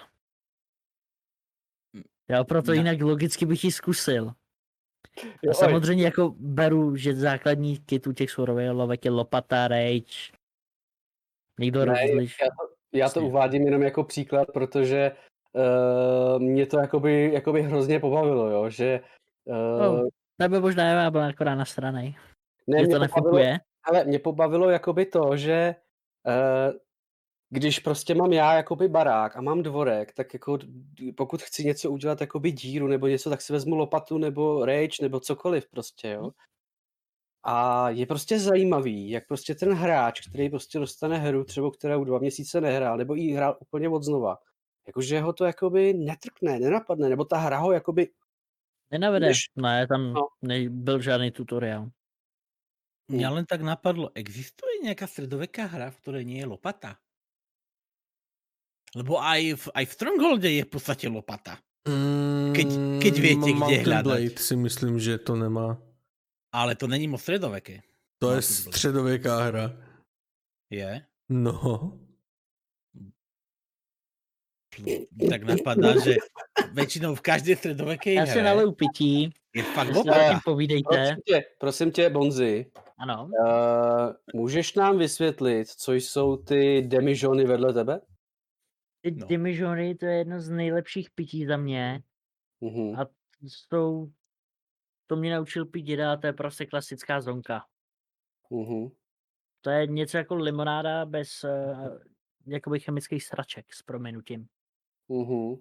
Jo, proto Ne. jinak logicky bych ji zkusil. Jo, A samozřejmě jako beru, že základní kit u těch surovinovek je lopata, rage, někdo Ne, rozliš. já to, já to Jasně. uvádím jenom jako příklad, protože uh, mě to jakoby, jakoby hrozně pobavilo, jo, že uh, Oh, tebe možná já byla akorát na straně. ne, Že mě to pobavilo, nefunguje. ale mě pobavilo jakoby to, že uh, když prostě mám já jakoby barák a mám dvorek, tak jako d- pokud chci něco udělat jakoby díru nebo něco, tak si vezmu lopatu nebo rage nebo cokoliv prostě, jo. A je prostě zajímavý, jak prostě ten hráč, který prostě dostane hru, třeba kterou dva měsíce nehrál, nebo ji hrál úplně od znova, jakože ho to jakoby netrkne, nenapadne, nebo ta hra ho jakoby, Nenavede. Než- Ne, tam no. nebyl žádný tutoriál. Mňa len tak napadlo, existuje nejaká stredoveká hra, v ktorej nie je lopata? Lebo aj v, aj v Strongholde je v podstate lopata. Keď- keď viete, Mm, kde Mountain hľadať. Blade si myslím, že to nemá. Ale to není moc stredoveké. To je Mountain Blade. středověká hra. Je? No. Tak napadá, že väčšinou v každej stredovekej Já si hre naliju pití, je fakt vy si lopata. zatím povídejte. prosím tě, prosím tě, Bonzi, Ano. uh, můžeš nám vysvětlit, co jsou ty demižony vedle tebe? Ty No. dimižony, to je jedno z nejlepších pití za mě. Mhm. A jsou, to mě naučil pít děda, to je prostě klasická zonka. Mhm. To je něco jako limonáda bez uh, jakoby chemických sraček s prominutím. Mhm.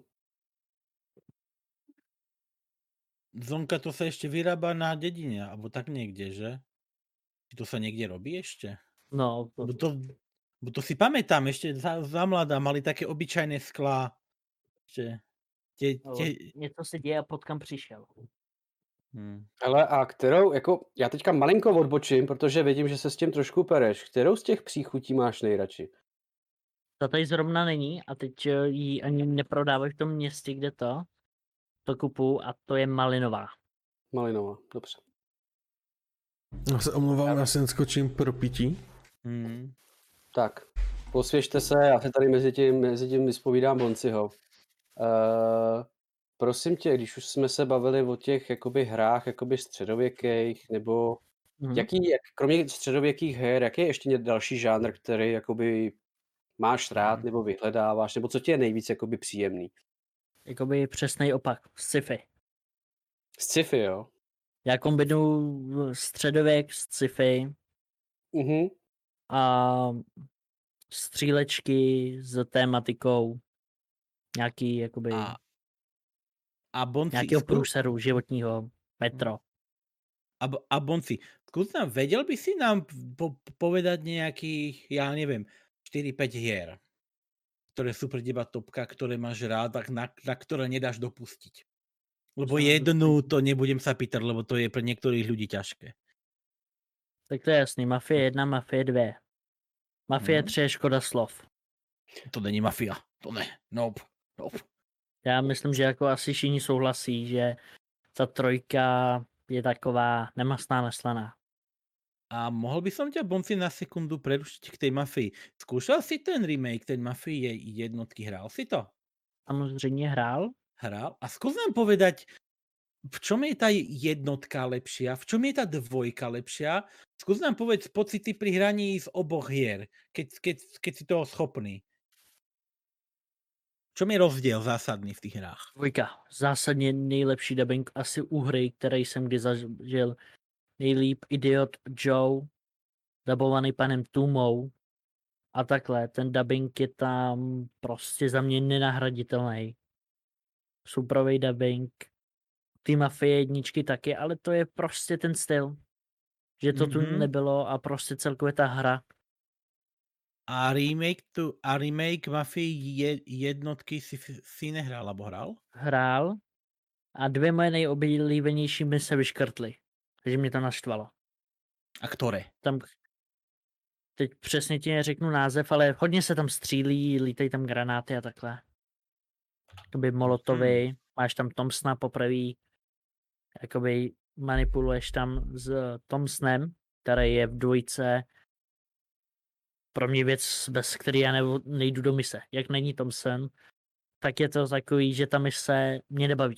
Zonka to sa ešte vyrába na dedine, alebo tak niekde, že? Či to sa niekde robí ešte? No, to, Lebo to Bo to si pamätám, ešte za, za mladá mali také obyčajné sklá. Ešte, tie, No, tie... něco se děje a pod kam přišel. Hmm. Hele, a kterou, jako, já teďka malinko odbočím, protože vidím, že se s tím trošku pereš. Kterou z těch příchutí máš nejradši? Ta tady zrovna není a teď eh, ji ani neprodávají v tom městě, kde to, to kupu a to je malinová. Malinová, dobře. Já se omlouvám, já si skočím pro pití. Hmm. Tak, posvěžte se, já se tady mezi tím, mezi tím vyspovídám Bonciho. Uh, prosím tě, když už jsme se bavili o těch jakoby hrách jakoby středověkých, nebo Mhm. jaký, jak, kromě středověkých her, jaký je ještě další žánr, který jakoby máš rád, nebo vyhledáváš, nebo co ti je nejvíc jakoby příjemný? Jakoby přesnej opak, sci-fi. Sci-fi, jo? Já kombinuju středověk s sci-fi Mhm. a střílečky s tématikou nějaký jakoby A, a Bonci, nějakého skú- průseru životního metro. a, b- a Bonci, skús nám, vedel by si nám po, povedať nejakých, ja neviem, štyri päť hier, ktoré sú pre teba topka, ktoré máš rád, tak na, na ktoré nedáš dopustiť. Lebo Čo mám jednu dopustiť? to nebudem sa pýtať, lebo to je pre niektorých ľudí ťažké. Tak to je jasný, Mafie jedna, Mafie dvě. Mafie Mhm. tři je škoda slov. To není mafia, to ne, nope, nope. Já myslím, že jako asi všichni souhlasí, že ta trojka je taková nemastná, neslaná. A mohol by som ťa, Bonci, na sekundu prerušiť k tej mafii. Skúšal si ten remake, ten Mafii jednotky, hral si to? Samozřejmě hrál. Hral? A skús nám povedať, v čom je tá jednotka lepšia, v čom je tá dvojka lepšia? Skús nám povedz pocity pri hraní z oboch hier, keď, keď, keď si toho schopný. V čom je rozdiel zásadný v tých hrách? Dvojka. Zásadně nejlepší dubbing asi u hry, který jsem kdy zažil. Nejlíp Idiot Joe, dabovaný panem Tumou. A takhle, ten dubbing je tam prostě za mě nenahraditelný. Superový dubbing. Ty Mafie jedničky taky, ale to je prostě ten styl. Že to tu Mhm. nebylo a prostě celkově ta hra. A remake, tu, a remake Mafii je, jednotky si, si nehrál, alebo hral? Hrál a dvě moje nejoblíbenější mi se vyškrtly. Takže mě to naštvalo. A ktoré? Tam teď přesně ti neřeknu název, ale hodně se tam střílí, lítají tam granáty a takhle. Jakoby molotovy, hmm. máš tam Thompsona poprvé, jakoby manipuluješ tam s Thompsonem, který je v dvojce pro mě věc, bez který já ne, nejdu do mise. Jak není Thompson, tak je to takový, že ta mise mě nebaví.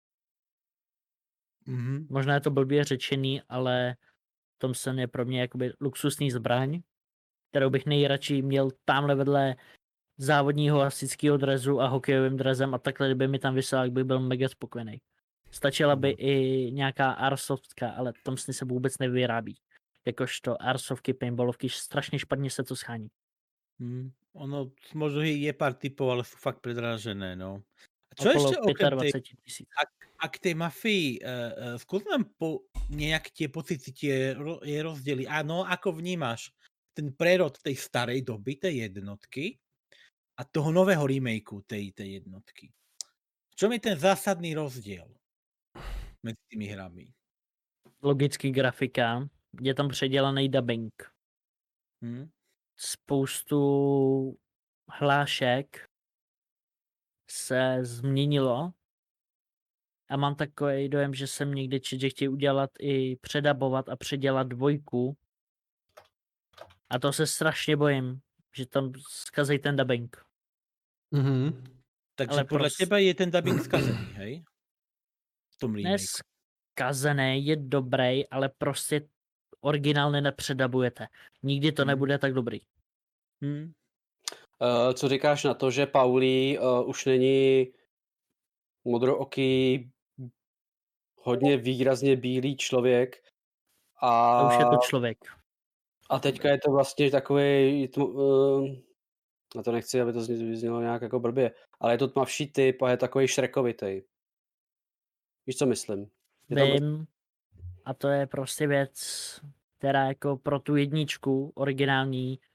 Mhm. Možná je to blbě řečený, ale Thompson je pro mě jakoby luxusní zbraň, kterou bych nejradši měl tamhle vedle závodního hasičského drezu a hokejovým drezem a takhle, kdyby mi tam vysel, bych byl mega spokojený. Stačila by i nějaká airsoftka, ale Thompsony se vůbec nevyrábí. Jakožto airsofky, paintballovky, strašně špatně se to schání. Hmm. Ono, možno je, je pár typov, ale sú fakt predražené, no. A čo Okolo ešte okrem tej, dvacet pět tisíc. a k tej mafii, uh, uh, skús nám po nejak tie pocity, tie ro, je rozdiely. Áno, ako vnímaš ten prerod tej starej doby, tej jednotky a toho nového remakeu tej, tej jednotky? V čom je ten zásadný rozdiel medzi tými hrami? Logický grafika, je tam předělaný dubbing. Hmm? Spoustu hlášek se změnilo a mám takový dojem, že jsem někdy četl, že chtějí udělat i předabovat a předělat dvojku a to se strašně bojím, že tam zkazej ten dubbing. Mhm. Takže Ale podľa prost- teba je ten dubbing skazený, hej? V tom Ne remakeu. zkazený, je dobrý, ale prostě originál nepředabujete. Nikdy to Hmm. nebude tak dobrý. Hmm? Uh, co říkáš na to, že Paulí uh, už není modrooký, hodně výrazně bílý člověk a, A už je to člověk. a teďka je to vlastně takový, uh, na to nechci, aby to znělo nějak jako blbě, ale je to tmavší typ a je takový šrekovitej. Víš, co myslím? Je tam- Vím, a to je prostě věc, která jako pro tu jedničku originální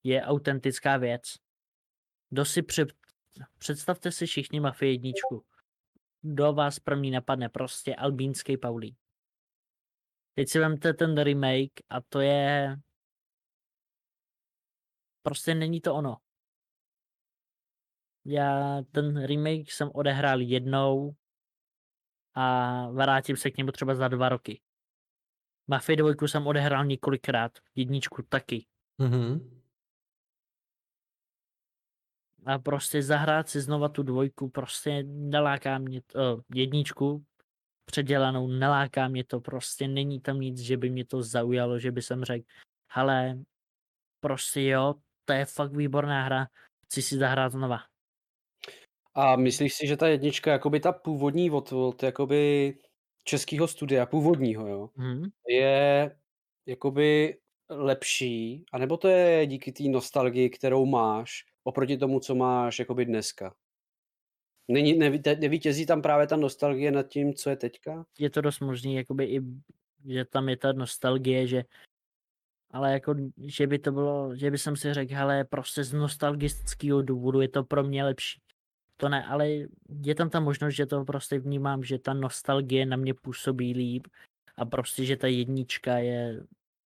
je autentická věc. Kdo si před... Představte si všichni Mafii jedničku. Do vás první napadne prostě albínský Paulí. Teď si vemte ten remake a to je... Prostě není to ono. Já ten remake jsem odehrál jednou a vrátím se k němu třeba za dva roky. Mafii dvojku jsem odehrál několikrát, jedničku taky. Mhm. A prostě zahrát si znova tu dvojku, prostě neláká mě to, jedničku předělanou, neláká mě to, prostě není tam nic, že by mě to zaujalo, že by jsem řekl, hele, prostě jo, to je fakt výborná hra, chci si zahrát znova. A myslíš si, že ta jednička, jakoby ta původní od, od jakoby českého studia, původního, jo, Hmm. je jakoby lepší, anebo to je díky té nostalgii, kterou máš, oproti tomu, co máš jakoby dneska? Není, neví, nevítězí tam právě ta nostalgie nad tím, co je teďka? Je to dost možný, jakoby i, že tam je ta nostalgie, že ale jako, že by to bylo, že by jsem si řekl, hele, prostě z nostalgického důvodu je to pro mě lepší. To ne, ale je tam ta možnost, že to prostě vnímám, že ta nostalgie na mě působí líp a prostě, že ta jednička je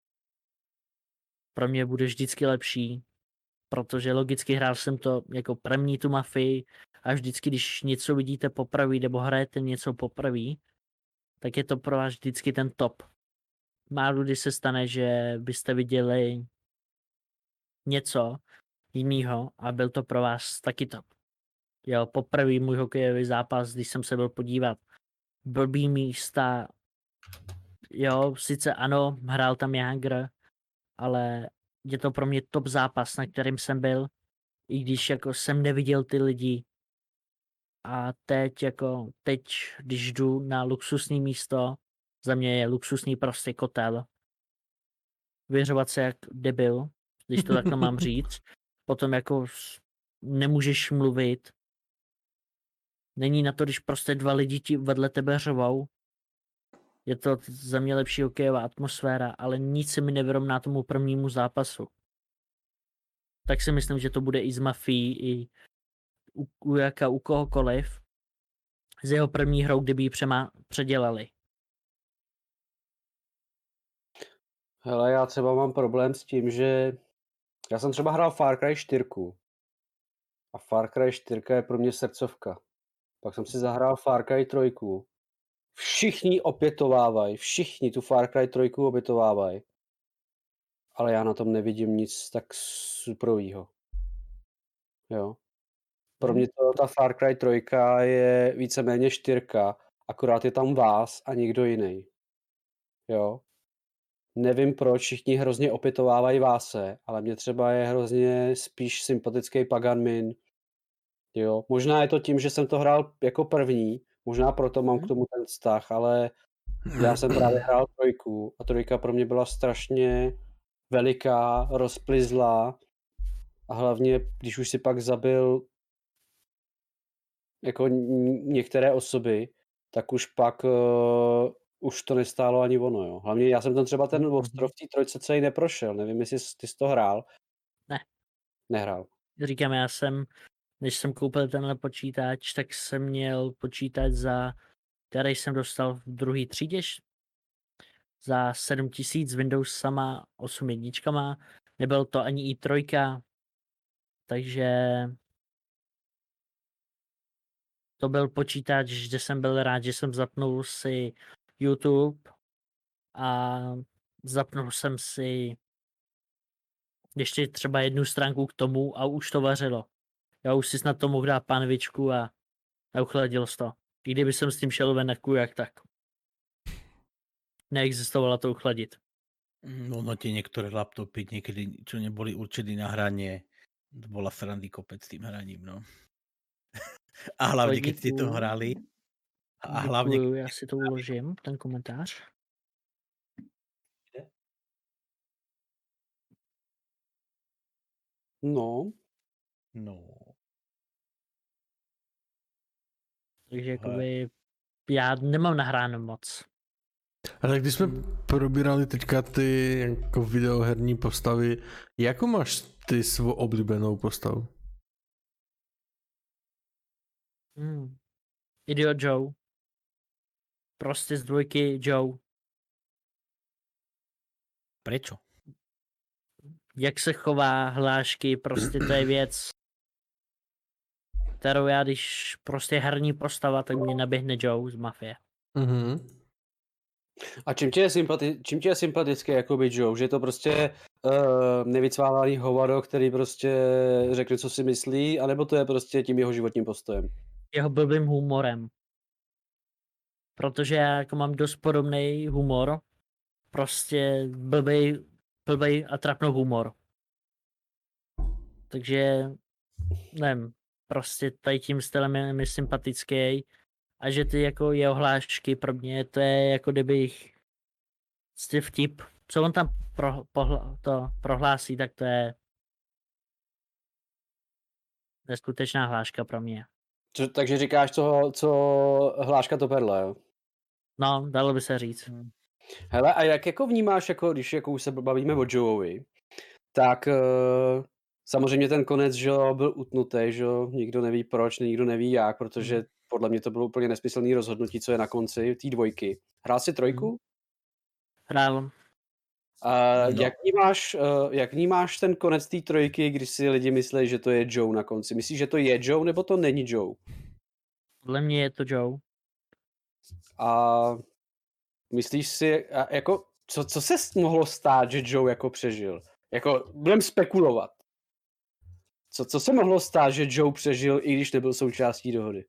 pro mě bude vždycky lepší, protože logicky hrál jsem to jako první tu Mafii a vždycky, když něco vidíte poprvé nebo hrajete něco poprvé, tak je to pro vás vždycky ten top. Málo kdy se stane, že byste viděli něco jiného a byl to pro vás taky top. Jo, poprvé můj hokejový zápas, když jsem se byl podívat, blbý místa, jo, sice ano, hrál tam Jágr, ale je to pro mě top zápas, na kterým jsem byl, i když jako jsem neviděl ty lidi. A teď jako, teď, když jdu na luxusní místo, za mě je luxusní prostě kotel. Vyřovat se jak debil, když to takhle mám říct. Potom jako nemůžeš mluvit. Není na to, když prostě dva lidi ti vedle tebe řvou. Je to za mě lepší hokejová atmosféra, ale nic se mi nevyrovná tomu prvnímu zápasu. Tak si myslím, že to bude i z Mafií, i u, u jaka, u kohokoliv. Z jeho první hrou, kdyby ji přema, předělali. Hele, já třeba mám problém s tím, že já jsem třeba hrál Far Cry čtyři a Far Cry čtyři je pro mě srdcovka. Pak jsem si zahrál Far Cry tři. Všichni opětovávají, všichni tu Far Cry tři opětovávají. Ale já na tom nevidím nic tak superovýho. Jo. Pro mě to, ta Far Cry tři je víceméně čtyřka, akorát je tam vás a nikdo jiný. Jo. Nevím proč, všichni hrozně opětovávají Váse, ale mě třeba je hrozně spíš sympatický Pagan Min. Jo. Možná je to tím, že jsem to hrál jako první, možná proto mám k tomu ten vztah, ale já jsem právě hrál trojku a trojka pro mě byla strašně veliká, rozplizlá a hlavně, když už si pak zabil jako některé osoby, tak už pak uh, už to nestálo ani ono, jo. Hlavně já jsem tam třeba ten ostrov v té trojce celý neprošel, nevím, jestli ty jsi to hrál. Ne. Nehrál. Říkám, já jsem, když jsem koupil tenhle počítač, tak jsem měl počítač, za který jsem dostal v druhý třídě za sedm tisíc Windows sama osm jedničkama. Nebyl to ani i trojka, takže to byl počítač, že jsem byl rád, že jsem zapnul si YouTube a zapnul jsem si ještě třeba jednu stránku k tomu a už to vařilo. Já už si snad to mohl dát pánvičku a, a uchladil to. I kdyby jsem s tím šel ven na kujak, tak neexistovalo to uchladit. No, no tie niektoré laptopy niekedy, čo neboli určené na hranie, bola srandy kopec s tým hraním, no. A hlavne, keď ste to hrali. A hlavne, Děkuju, já si to uložím, ten komentář. No. No. Takže jakoby já nemám nahráno moc. Ale když jsme probírali teďka ty jako videoherní postavy, jakou máš ty svou oblíbenou postavu? Hmm. Idiot Joe. Prostě z dvojky Joe. Prečo? Jak se chová, hlášky, prostě to je věc, kterou já, když prostě herní postava, tak mě naběhne Joe z Mafie. Mhm. A čím tě je, sympati- čím tě je sympatický jakoby Joe? Že je to prostě uh, nevycvávaný hovado, který prostě řekne, co si myslí, anebo to je prostě tím jeho životním postojem? Jeho blbým humorem. Protože já jako mám dost podobný humor. Prostě blbej, blbej a trapnou humor. Takže nevím, prostě tady tím stylem je mi sympatický. A že ty jako jeho hlášky pro mě, to je jako kdybych prostě vtip. Co on tam pro, pohla, to prohlásí, tak to je neskutečná hláška pro mě. Co, takže říkáš, co, co hláška to perle, jo? No, dalo by se říct. Hele, a jak jako vnímáš, jako, když jako už se bavíme o Joeovi, tak uh, samozřejmě ten konec, že jo, byl utnutý, že jo, nikdo neví proč, nikdo neví jak, protože podle mě to bylo úplně nesmyslný rozhodnutí, co je na konci té dvojky. Hrál jsi trojku? Hrál. A No. jak, vnímáš, uh, jak vnímáš ten konec té trojky, když si lidi myslí, že to je Joe na konci? Myslíš, že to je Joe, nebo to není Joe? Podle mě je to Joe. A myslíš si, a jako, co, co se mohlo stát, že Joe jako přežil? Jako, budem spekulovat. Co, co se mohlo stát, že Joe přežil, i když nebyl součástí dohody?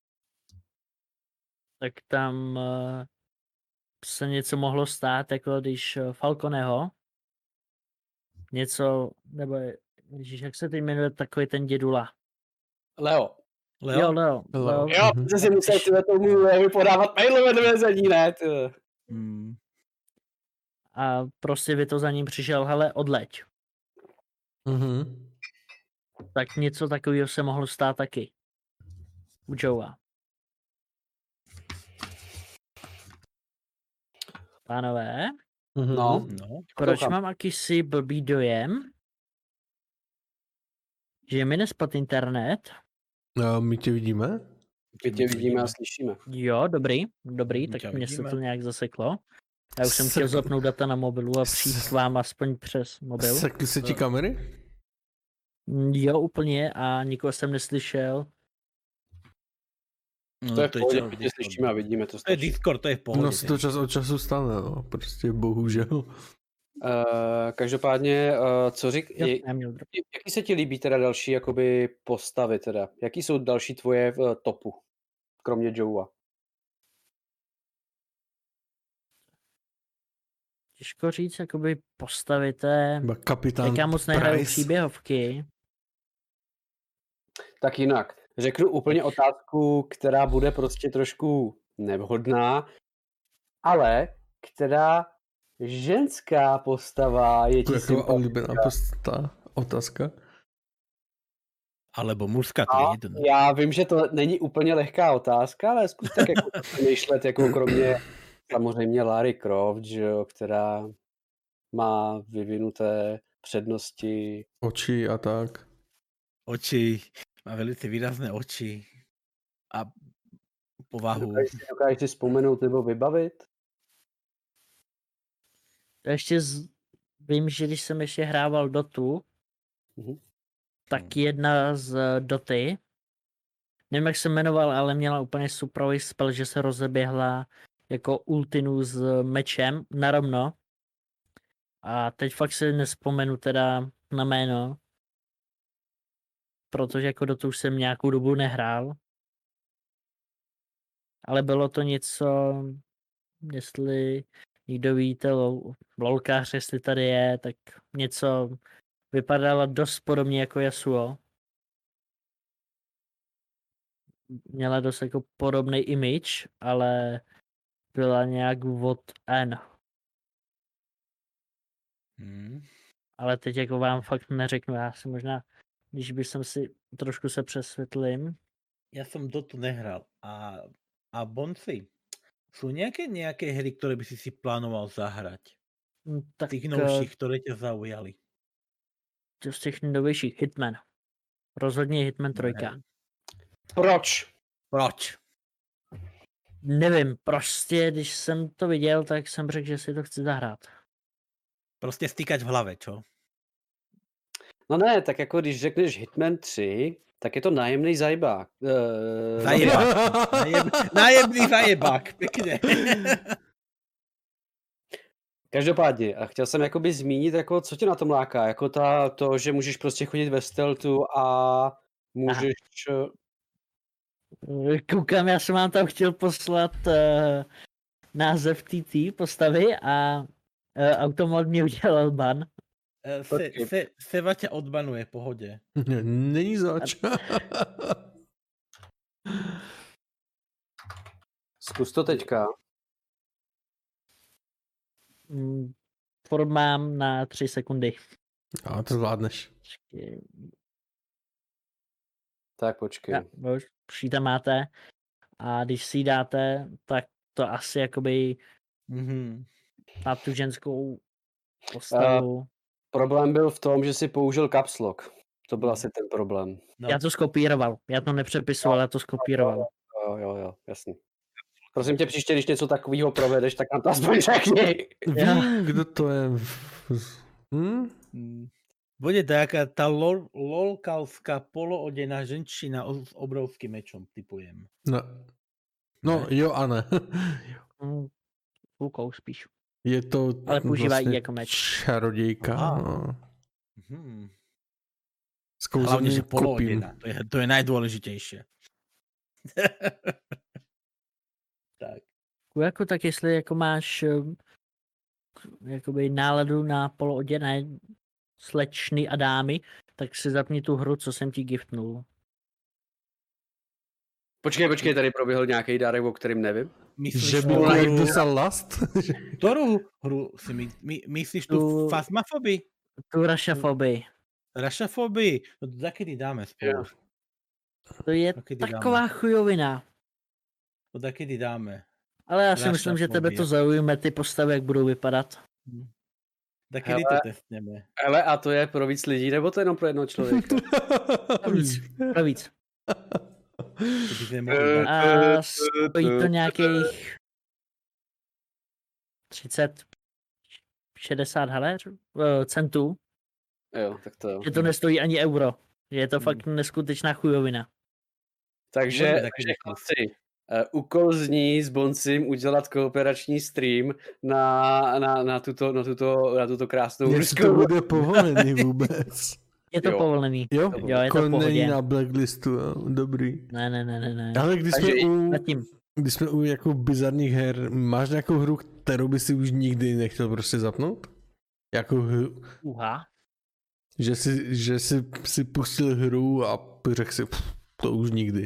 Tak tam uh, se něco mohlo stát, jako když uh, Falconeho něco, nebo ježiš, jak se teď jmenuje takový ten dědula? Leo. Leo? Jo, Leo. Leo. Leo. Jo, Mhm. protože si myslel, že tomu Leo podávat mailové do vězení, ne? Ty. Hmm. A prostě by to za ním přišel, hele, odleď. Mhm. Tak něco takového se mohlo stát taky. U Joea. Pánové, Mhm. No. No. proč Koukám. mám akýsi blbý dojem, že mi nespad internet? A my tě vidíme? My tě vidíme a slyšíme. Jo, dobrý, dobrý, My tak tě mě se vidíme. to nějak zaseklo. Já už jsem chtěl Sekl- zapnout data na mobilu a přijít k vám aspoň přes mobil. Sekli se ti kamery? Mm, Jo, úplně a nikoho jsem neslyšel. No, To je v pohodě, čas my tě Discord. slyšíme a vidíme, to To je stačí. Discord, to je v pohodě. No se to čas od času stane, no. Prostě bohužel. Uh, každopádně, uh, co řík, Jo, je, já měl drop. jaký se ti líbí teda další jakoby postavy teda? Jaký jsou další tvoje v topu, kromě Joea? Těžko říct, jakoby postavíte, Ba kapitán jak já moc nehraju Price. příběhovky. Tak jinak, řeknu úplně otázku, která bude prostě trošku nevhodná, ale která ženská postava je ti Jako oblíbená sympatická. postava. Otázka. Alebo mužská, to je A jedno. já vím, že to není úplně lehká otázka, ale zkus tak jako přemýšlet, jako kromě samozřejmě Lara Croft, že jo, která má vyvinuté přednosti. Oči a tak. Oči, má velice výrazné oči a povahu. Dokážeš si, dokážeš si vzpomenout nebo vybavit? Já ještě z... vím, že když jsem ještě hrával Dotu, Mhm. tak jedna z Doty, nevím, jak se jmenoval, ale měla úplně superový spell, že se rozeběhla jako ultinu s mečem narovno. A teď fakt si nespomenu teda na jméno, protože jako Dotu už jsem nějakou dobu nehrál. Ale bylo to něco, jestli někdo víte, lol, lolkář, jestli tady je, tak něco vypadalo dost podobně jako Yasuo. Měla dost jako podobný image, ale byla nějak od N. Hmm. Ale teď jako vám fakt neřeknu, já si možná, když by jsem si trošku se přesvětlím. Ja som Dotu nehral. A, a Bonci, sú nejaké, nejaké hry, ktoré by si si plánoval zahrať? hm, Tak Tých eh, novších, ktoré ťa zaujali? z těch novějších Hitman. Rozhodně Hitman trojka. Proč? Proč? Nevím, prostě když jsem to viděl, tak jsem řekl, že si to chci zahrát. Prostě stýkač v hlavě, čo? No ne, tak jako když řekneš Hitman tři, tak je to nájemný zajebák. Uh, Zajebák. Najeb, najebný zajebák, pěkně. Každopádně, a chtěl jsem jakoby zmínit, jako, co tě na tom láká, jako ta, to, že můžeš prostě chodit ve stealthu a můžeš... Koukám, já jsem vám tam chtěl poslat uh, název té té postavy a uh, automat mě udělal ban. Se, se, Seva tě odbanuje, pohodě. Není zač. Zkus to teďka. Mm, Ford mám na tři sekundy. A to zvládneš. Tak počkej. Ja, už, už ji tam máte a když si ji dáte, tak to asi jakoby Mm-hmm. na tu ženskou postavu. Uh, problém byl v tom, že si použil caps lock. To byl asi ten problém. No. Já to skopíroval. Já to nepřepisoval, já to skopíroval. Jo, jo, jo, jasný. Prosím tě, příště, když něco takového provedeš, tak nám to aspoň řekni. Vím, kdo to je. Hm? Bude to jaká tá lol, lolkalská poloodená ženčina s obrovským mečom, typujem. No, no jo a ne. Lukou spíš. Je to ale používají vlastně jako meč. Čarodějka. No. Hmm. Hlavně, že poloodená. To je, to je najdôležitejšie. Tak. Jako tak jestli jako máš jakoby náladu na polooděné slečny a dámy, tak si zapni tu hru, co jsem ti giftnul. Počkej, počkej, tady proběhl nějaký dárek, o kterým nevím. Myslíš, že byl jak dostal last? Ktorú hru si my, my, myslíš tu, tu Phasmophobie? Tu Rushophobie. Rushophobie? No to zakedy dáme spolu? To je taková dáme? Chujovina. To zakedy dáme? Ale já si myslím, že tebe to zaujíme, ty postavy, jak budou vypadat. Hmm. Tak kdy to testneme? Ale a to je pro víc lidí, nebo to jenom pro jednoho člověka? Pro víc. Pro víc. A stojí to nějakých třicet šedesát haléřů, centů. Jo, tak to jo. Že to nestojí ani euro. Je to hmm. fakt neskutečná chujovina. Takže, takže chlapci, uh, úkol zní s Boncim udělat kooperační stream na, na, na, tuto, na, tuto, na tuto krásnou Jestli to bude povolený vůbec. Je to jo. povolený. Jo, jo je to není na blacklistu, jo. Dobrý. Ne, ne, ne, ne, ne. Ale když jsme, u, když jsme u jako bizarních her, máš nějakou hru, kterou by si už nikdy nechtěl prostě zapnout? Jako hru? Uha. Že si, že si, si pustil hru a řekl si, pff, to už nikdy.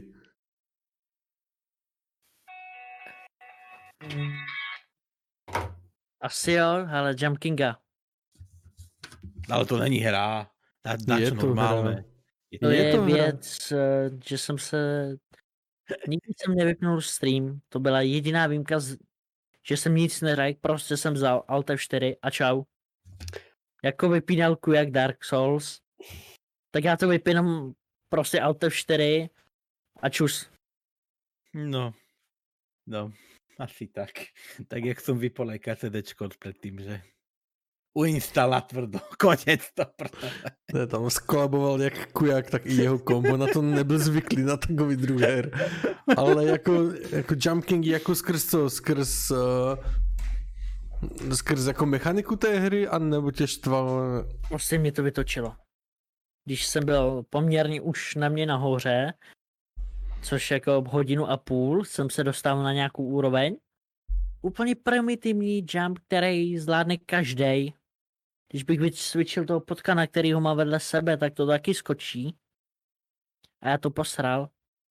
Asi jo, ale Jump Kinga. Ale to není hra. Na, je to normálne. Je to je, je to věc, hra. Že jsem se... Nikdy jsem nevypnul stream. To byla jediná výjimka, že jsem nic neřekl, prostě jsem vzal Alt F čtyři a čau. Jako vypínalku jak Dark Souls. Tak já to vypínám prostě Alt F čtyři a čus. No. No. Asi tak. Tak jak som vypol aj KCDčko predtým, že... Uinstala tvrdo, konec to prvé. Ne, tam skolaboval jak Kujak, tak i jeho kombo, na to nebyl zvyklý na takový druhý her. Ale jako, jako Jump King jako skrz co? Skrz, uh, skrz jako mechaniku té hry, anebo tě štval? Prostě mě to vytočilo. Když jsem byl poměrně už na mě nahoře, což jako hodinu a půl, jsem se dostal na nějakou úroveň. Úplně primitivní jump, který zvládne každej. Když bych vycvičil toho potkana, který ho má vedle sebe, tak to taky skočí. A já to posral.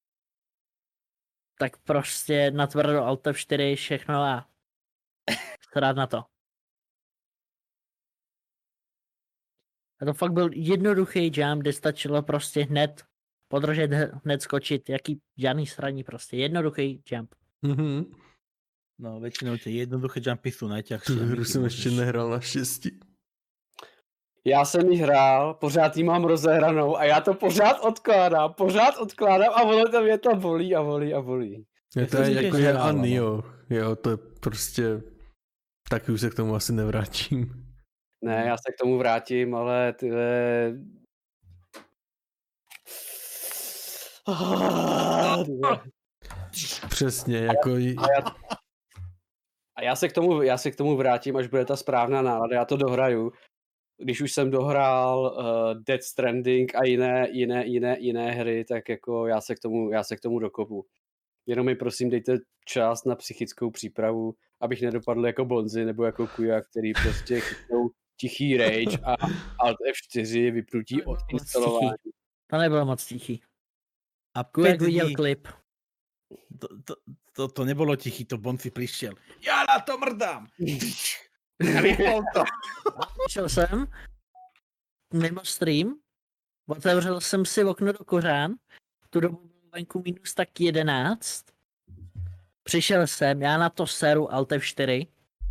Tak prostě natvrdo Alt F čtyři všechno a rád na to. A to fakt byl jednoduchý jump, kde stačilo prostě hned podržet, hned skočit, jaký žádný sraní prostě, jednoduchý jump. Mm-hmm. No, většinou tie jednoduché jumpy sú najťažšie. Tu hru jsem ještě nehrál naštěstí. Já jsem ji hrál, pořád ji mám rozehranou a já to pořád odkládám, pořád odkládám a ono to mě to bolí a bolí a bolí. Je to Já je jsem jako tiež je hral, Ani, no. jo. Jo, to je prostě... Taky už se k tomu asi nevrátím. Ne, já se k tomu vrátím, ale ty ve- Ah, ty ve- Přesně, jako... A já se k tomu, já se k tomu vrátím, až bude ta správná nálada, já to dohraju. Když už jsem dohrál uh, Death Stranding a jiné, jiné, jiné, jiné hry, tak jako já se k tomu, já se k tomu dokopu. Jenom mi prosím dejte čas na psychickou přípravu, abych nedopadl jako Bonzi nebo jako Kuja, který prostě chytnou tichý rage a Alt F čtyři vypnutí od instalování. To nebylo moc tichý. A Kujek päť viděl dní, klip. to, to, to, to nebolo tichý, to Bonci prišiel. Ja na to mrdám! A vypol to. Šel jsem mimo stream, otevřel jsem si okno do kořán, tu dobu bylo venku minus tak jedenáct. Přišel jsem, já na to seru Alt F čtyři.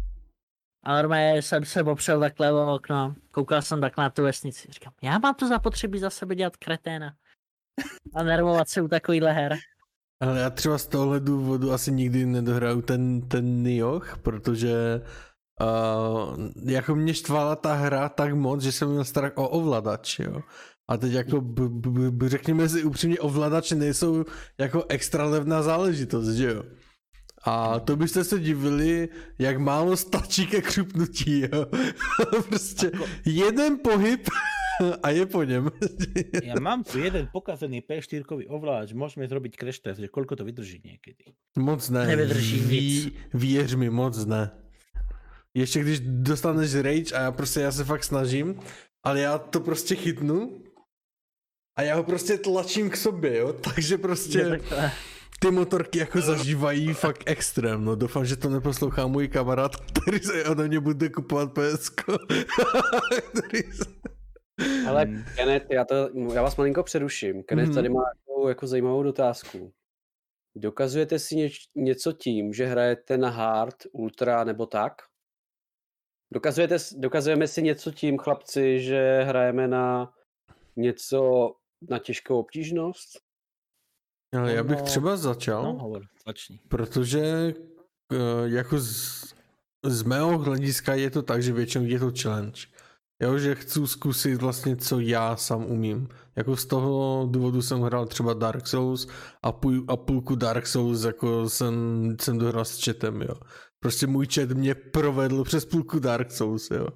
A normálně jsem se opřel takhle o okno, koukal jsem takhle na tu vesnici. Říkám, já mám to zapotřebí za sebe dělat kreténa. A nervovat se u takovýhle her. Ale já třeba z tohohle důvodu asi nikdy nedohraju ten, ten Nioh, protože uh, jako mě štvala ta hra tak moc, že jsem měl strach o ovladač, jo. A teď jako, b, b, b, řekněme si upřímně, ovladače nejsou jako extra levná záležitost, že jo. A to byste se divili, jak málo stačí ke křupnutí, jo. Prostě jeden pohyb a je po něm. Ja mám tu jeden pokazený P štyri ovládač, môžeme zrobiť crash test, že koľko to vydrží niekedy. Moc ne. Nevydrží Ví, nic. Věř mi, moc ne. Ještě když dostaneš rage a já prostě, já se fakt snažím, ale já to prostě chytnu a já ho prostě tlačím k sobě, jo, takže prostě ty motorky jako zažívají fakt extrém, no doufám, že to neposlouchá můj kamarád, který se ode mě bude kupovat P S ko. který se... Ale Hmm. Kenneth, já, to, já vás malinko přeruším. Kenneth Mhm. tady má jako, jako zajímavou dotázku. Dokazujete si něč, něco tím, že hrajete na hard, ultra nebo tak? Dokazujete, s- dokazujeme si něco tím, chlapci, že hrajeme na něco na těžkou obtížnost? Ale já bych Ono- třeba začal. No, hovor, začni. Protože uh, jako z, z mého hlediska je to tak, že většinou je to challenge. Jo, že chci zkusit vlastně, co já sám umím. Jako z toho důvodu jsem hrál třeba Dark Souls a, půl, a půlku Dark Souls jako jsem, jsem dohrál s chatem, jo. Prostě můj chat mě provedl přes půlku Dark Souls, jo.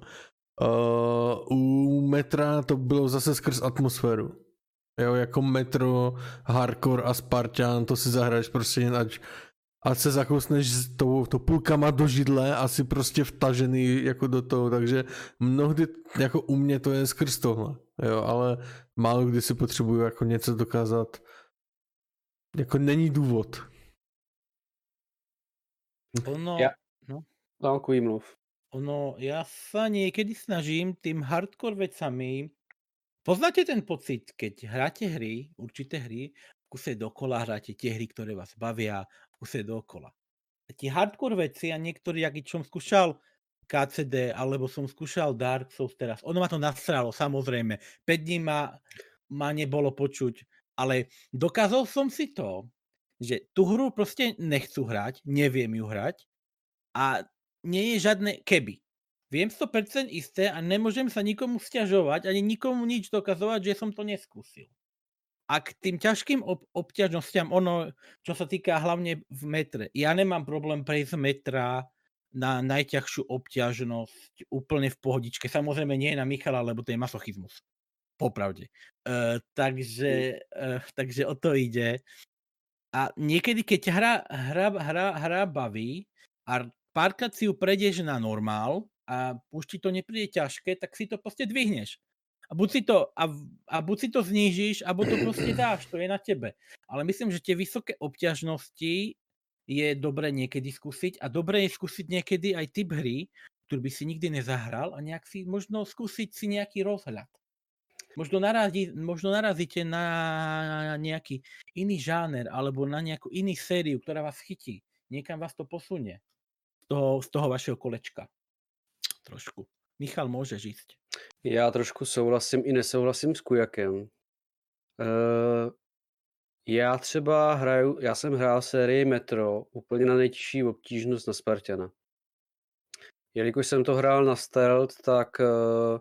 Uh, u Metra to bylo zase skrz atmosféru. Jo, jako Metro, Hardcore a Spartan, to si zahraješ prostě jen ať, ať se zakousneš s tou, to půlkama do židle a si prostě vtažený jako do toho, takže mnohdy jako u mě to je skrz tohle, jo, ale málo kdy si potřebuju jako něco dokázat, jako není důvod. Ono, Ja- No, Kuj, mluv. ono, ja sa niekedy snažím tým hardcore vecami. Poznáte ten pocit, keď hráte hry, určité hry, v kuse dokola hráte tie hry, ktoré vás bavia, v kuse dokola. A tie hardcore veci a niektorí, jak som skúšal ká cé dé, alebo som skúšal Dark Souls teraz, ono ma to nasralo, samozrejme. päť dní ma, ma nebolo počuť, ale dokázal som si to, že tú hru proste nechcú hrať, neviem ju hrať a nie je žiadne keby. Viem sto percent isté a nemôžem sa nikomu sťažovať, ani nikomu nič dokazovať, že som to neskúsil. A k tým ťažkým ob- obťažnostiam, ono, čo sa týka hlavne v metre, ja nemám problém prejsť z metra na najťažšiu obťažnosť úplne v pohodičke. Samozrejme nie na Michala, lebo to je masochizmus. Popravde. Uh, takže, uh, takže o to ide. A niekedy, keď hra, hra, hra, hra baví a párkrát si ju prejdeš na normál a už ti to nepríde ťažké, tak si to proste dvihneš. A buď si to, a, a buď si to znížiš, alebo to proste dáš, to je na tebe. Ale myslím, že tie vysoké obťažnosti je dobré niekedy skúsiť a dobré je skúsiť niekedy aj typ hry, ktorý by si nikdy nezahral a nejak si možno skúsiť si nejaký rozhľad. Možno, narazí, možno narazíte na nejaký iný žáner alebo na nejakú iný sériu, ktorá vás chytí. Niekam vás to posunie z toho, z toho vašeho kolečka. Trošku. Michal, môžeš ísť. Já trošku souhlasím i nesouhlasím s Kujakem. Uh, já třeba hraju, já jsem hrál sérii Metro úplně na nejtěžší obtížnost na Spartana. Jelikož jsem to hrál na stealth, tak uh,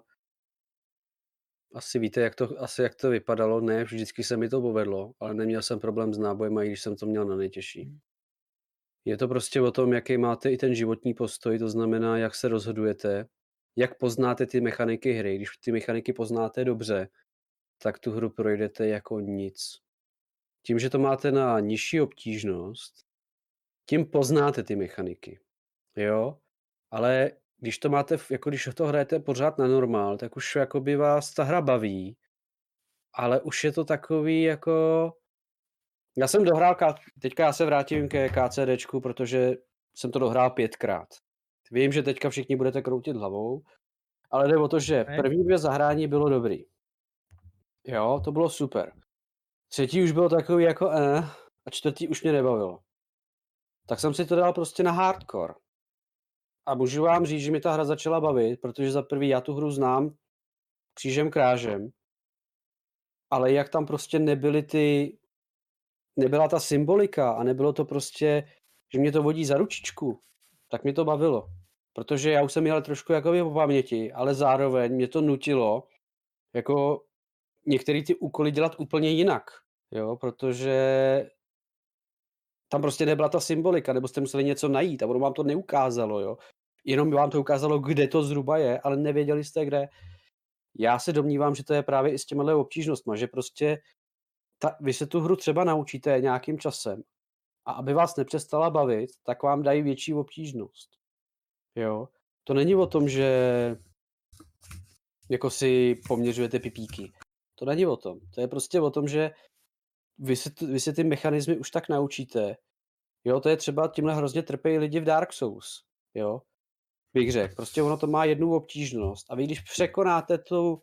asi víte, jak to, asi jak to vypadalo. Ne, vždycky se mi to povedlo, ale neměl jsem problém s nábojem, i když jsem to měl na nejtěžší. Je to prostě o tom, jaký máte i ten životní postoj, to znamená, jak se rozhodujete, jak poznáte ty mechaniky hry. Když ty mechaniky poznáte dobře, tak tu hru projdete jako nic. Tím, že to máte na nižší obtížnost, tím poznáte ty mechaniky. Jo? Ale když to máte, jako když to hrajete pořád na normál, tak už jakoby vás ta hra baví, ale už je to takový jako... Já jsem dohrál, teďka já se vrátím ke KCDčku, protože jsem to dohrál pětkrát. Vím, že teďka všichni budete kroutit hlavou, ale jde o to, že první dvě zahrání bylo dobrý. Jo, to bylo super. Třetí už bylo takový jako eh, a čtvrtý už mě nebavilo. Tak jsem si to dal prostě na hardcore. A můžu vám říct, že mi ta hra začala bavit, protože za prvý já tu hru znám křížem krážem, ale jak tam prostě nebyly ty, nebyla ta symbolika a nebylo to prostě, že mě to vodí za ručičku, tak mě to bavilo. Protože já už jsem jel trošku jakoby po paměti, ale zároveň mě to nutilo jako některé ty úkoly dělat úplně jinak, jo, protože tam prostě nebyla ta symbolika, nebo jste museli něco najít a ono vám to neukázalo, jo. Jenom vám to ukázalo, kde to zhruba je, ale nevěděli jste, kde. Já se domnívám, že to je právě i s těmihle obtížnostma, že prostě ta, vy se tu hru třeba naučíte nějakým časem a aby vás nepřestala bavit, tak vám dají větší obtížnost. Jo. To není o tom, že jako si poměřujete pipíky. To není o tom. To je prostě o tom, že vy si, vy si ty mechanismy už tak naučíte. Jo, to je třeba, tímhle hrozně trpějí lidi v Dark Souls. Jo, bych řekl. Prostě ono to má jednu obtížnost. A vy, když překonáte tu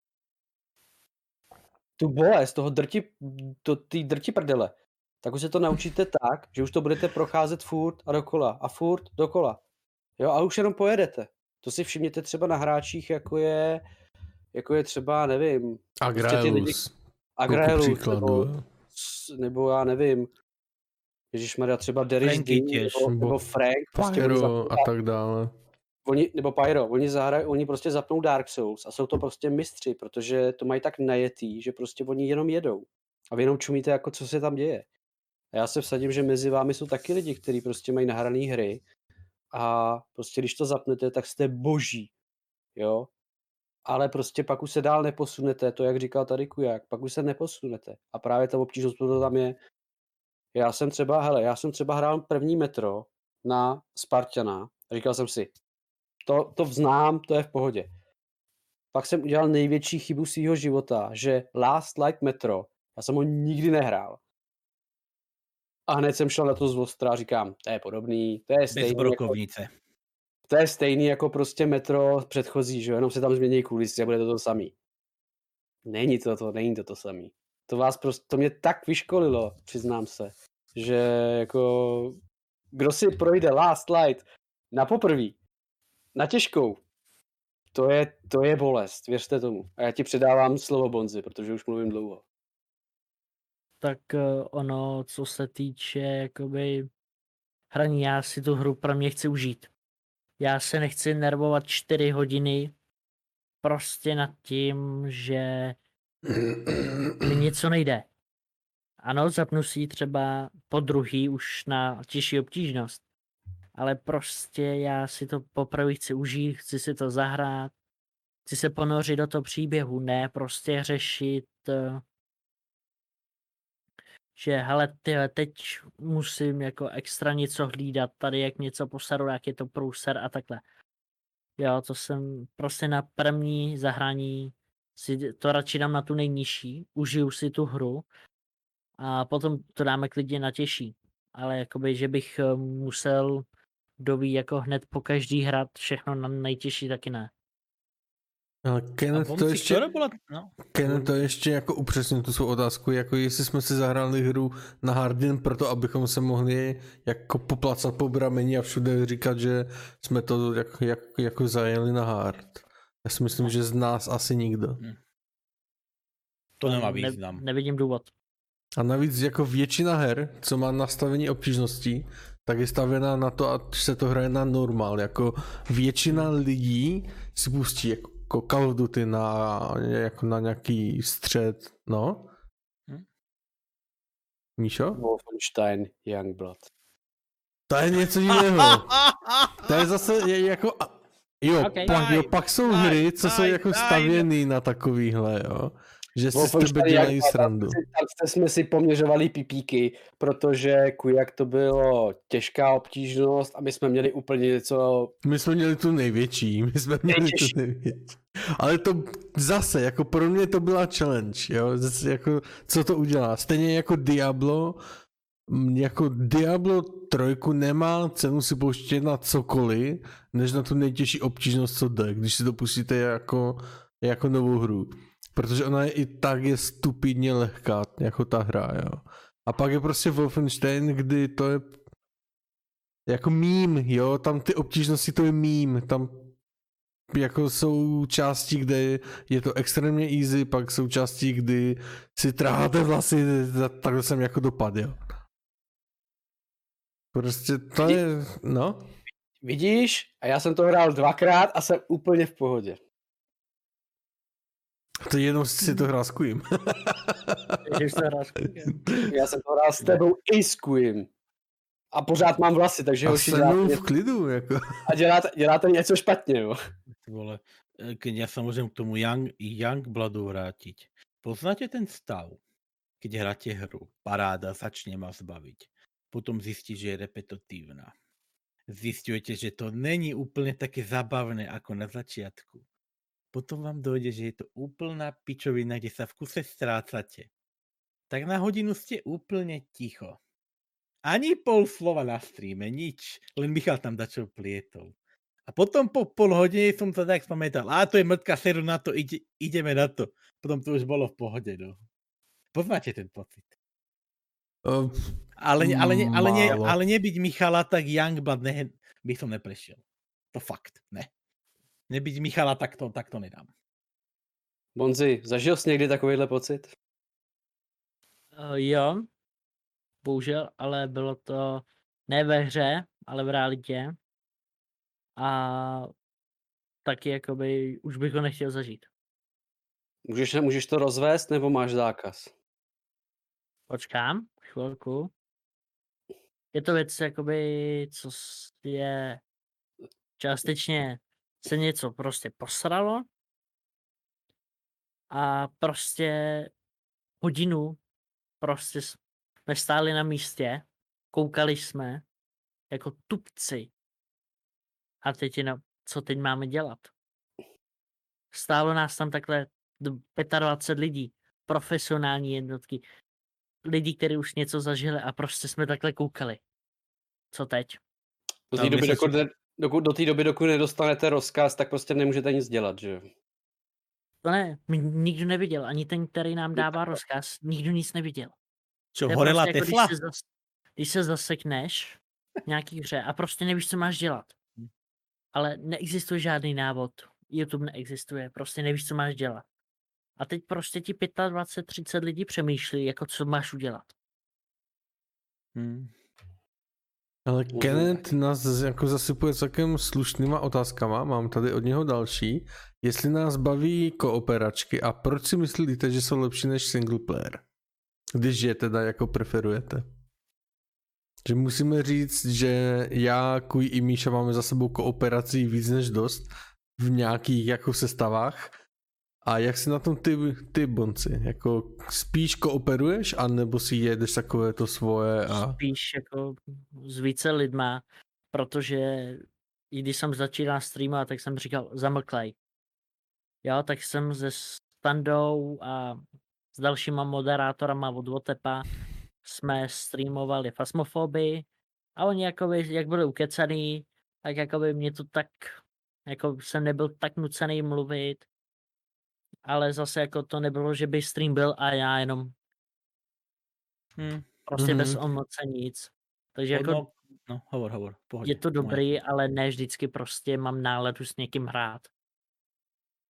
tu bolest, toho drti, to, tý drti prdele, tak už se to naučíte tak, že už to budete procházet furt a dokola a furt dokola. Jo, a už jenom pojedete. To si všimněte třeba na hráčích, jako je, jako je třeba, nevím... Agraelus. Agraelus, nebo, nebo já nevím, ježišmarja, třeba Darius D, nebo, nebo Frank. Prostě Pyro a tak dále. Oni, nebo Pyro, oni, zahraj, oni prostě zapnou Dark Souls a jsou to prostě mistři, protože to mají tak najetý, že prostě oni jenom jedou. A vy jenom čumíte, jako co se tam děje. A já se vsadím, že mezi vámi jsou taky lidi, kteří prostě mají nahraný hry a prostě když to zapnete, tak jste boží. Jo? Ale prostě pak už se dál neposunete, to jak říkal tady Kujak, pak už se neposunete. A právě ta obtížnost to tam je. Já jsem třeba, hele, já jsem třeba hrál první Metro na Spartana a říkal jsem si, to, to znám, to je v pohodě. Pak jsem udělal největší chybu svýho života, že Last Light Metro, já jsem ho nikdy nehrál. A hned jsem šel na to z ostra a říkám, to je podobný, to je stejný. Bez brokovnice. Jako, to je stejný jako prostě Metro předchozí, že jenom se tam změní kulisy a bude to to samý. Není to to, není to to samý. To vás prostě, to mě tak vyškolilo, přiznám se, že jako, kdo si projde Last Light na poprví, na těžkou, to je, to je bolest, věřte tomu. A já ti předávám slovo Bonzi, protože už mluvím dlouho. Tak ono, co se týče jakoby hraní, já si tu hru pro mě chci užít. Já se nechci nervovat čtyři hodiny prostě nad tím, že mi něco nejde. Ano, zapnu si ji třeba po druhý už na těžší obtížnost. Ale prostě já si to poprvé chci užít, chci si to zahrát, chci se ponořit do toho příběhu, ne prostě řešit, že hele, tyhle, teď musím jako extra něco hlídat, tady jak něco posaru, jak je to průser a takhle. Jo, to jsem prostě na první zahrání si to radši dám na tu nejnižší, užiju si tu hru a potom to dáme klidně na těžší. Ale jakoby, že bych musel doví jako hned po každý hrát všechno na nejtěžší, taky ne. Ken to ještě, no. Ken to ještě jako upřesnil tu svou otázku, jako jestli jsme si zahráli hru na hardin proto, abychom se mohli jako poplacat po brameni a všude říkat, že jsme to jak, jak, jako zajeli na hard. Já si myslím, že z nás asi nikdo. Hm. To nemá Ne, význam. nevidím důvod. A navíc jako většina her, co má nastavení obtížností, tak je stavěná na to, ať se to hraje na normál. Jako většina lidí si pustí jako Call of Duty na, jako na nějaký střed, no. Hm? Míšo? Wolfenstein Youngblood. To je něco jiného. To je zase je jako... Jo, Okay. pak, jo, pak jsou Daj, hry, co daj, jsou jako daj. stavěný na takovýhle, jo. Že si z tebe Wolfenstein dělají Youngblood, srandu. tam jste jsme si poměřovali pipíky, protože Kujak to bylo těžká obtížnost a my jsme měli úplně něco... My jsme měli tu největší, my jsme měli Nejtěžší. tu největší. Ale to zase, jako pro mě to byla challenge, jo, zase jako, co to udělá. Stejně jako Diablo, m, jako Diablo trojku nemá cenu si pouštět na cokoliv, než na tu nejtěžší obtížnost, co jde, když si to pustíte jako, jako novou hru. Protože ona je i tak je stupidně lehká, jako ta hra, jo. A pak je prostě Wolfenstein, kdy to je jako mím, jo, tam ty obtížnosti to je mím, tam jako jsou části, kde je to extrémně easy, pak jsou části, kdy si trháte vlasy, takhle jsem jako dopad, jo. Prostě to je, no. Vidíš? A já jsem to hrál dvakrát a jsem úplně v pohodě. To jenom si to hrál s Quim. Že se hráš. Já jsem to hrál s tebou i s Quim. A pořád mám vlasy, takže A hoši se mnou děláte, v klidu, jako. a děláte, děláte něco špatně, jo. Ty vole, e, keď ja sa môžem k tomu Young, Youngbloodu vrátiť. Poznáte ten stav, keď hráte hru, paráda, začne ma zbaviť. Potom zistí, že je repetitívna. Zistujete, že to není úplne také zabavné ako na začiatku. Potom vám dojde, že je to úplná pičovina, kde sa v kuse strácate. Tak na hodinu ste úplne ticho. Ani pol slova na streame, nič. Len Michal tam dačo plietol. A potom po pol hodine som sa tak spamätal. A to je mŕtka, seru na to, ide, ideme na to. Potom to už bolo v pohode, no. Poznáte ten pocit. Uh, Ale, ale, ale, ale, ne, málo. ale nebyť Michala, tak Youngblood ne, by som neprešiel. To fakt, ne. Nebyť Michala, tak to, tak to nedám. Bonzi, zažil jsi někdy takovýhle pocit? Uh, jo, bohužel, ale bylo to ne ve hře, ale v realitě. A taky jakoby už bych ho nechtěl zažít. Můžeš, můžeš to rozvést, nebo máš zákaz? Počkám, chvilku. Je to věc, jakoby, co s- je částečně se něco prostě posralo a prostě hodinu prostě jsme stáli na místě, koukali jsme jako tupci. A teď je na, co teď máme dělat? Stálo nás tam takhle d- dvacet pět lidí, profesionální jednotky, lidi, kteří už něco zažili a prostě jsme takhle koukali. Co teď? Do té Ale doby, my se dokud, ne, dokud, do té doby, dokud nedostanete rozkaz, tak prostě nemůžete nic dělat, že jo? To ne, my nikdo neviděl, ani ten, který nám dává rozkaz, nikdo nic neviděl. Čo, To je horela prostě jako, Tesla? Když se, zas, když se zasekneš v nějaký hře a prostě nevíš, co máš dělat. Ale neexistuje žádný návod. YouTube neexistuje, prostě nevíš, co máš dělat. A teď prostě ti dvacet pět třicet lidí přemýšlí, jako co máš udělat. Hmm. Ale Kenneth nás z- jako zasypuje celkem slušnýma otázkama, mám tady od něho další. Jestli nás baví kooperačky a proč si myslíte, že jsou lepší než single player? Když je teda jako preferujete. Že musíme říct, že já, Kuj i Míša máme za sebou kooperací víc než dost v nějakých jako sestavách. A jak si na tom ty, ty Bonci? Jako spíš kooperuješ, anebo si jedeš takové to svoje a... Spíš jako s více lidma, protože i když jsem začínal streamovat, tak jsem říkal zamlklej. Jo, tak jsem se Standou a s dalšíma moderátorama od Votepa jsme streamovali Fasmofobii a oni jakoby, jak byli ukecaný, tak jakoby mě to tak, jako jsem nebyl tak nucený mluvit, ale zase jako to nebylo, že by stream byl a já jenom Hmm. prostě Mhm. bez emoce nic. Takže jako No, no, hovor, hovor, pohodě. je to Moje. dobrý, ale ne vždycky prostě mám náladu s někým hrát.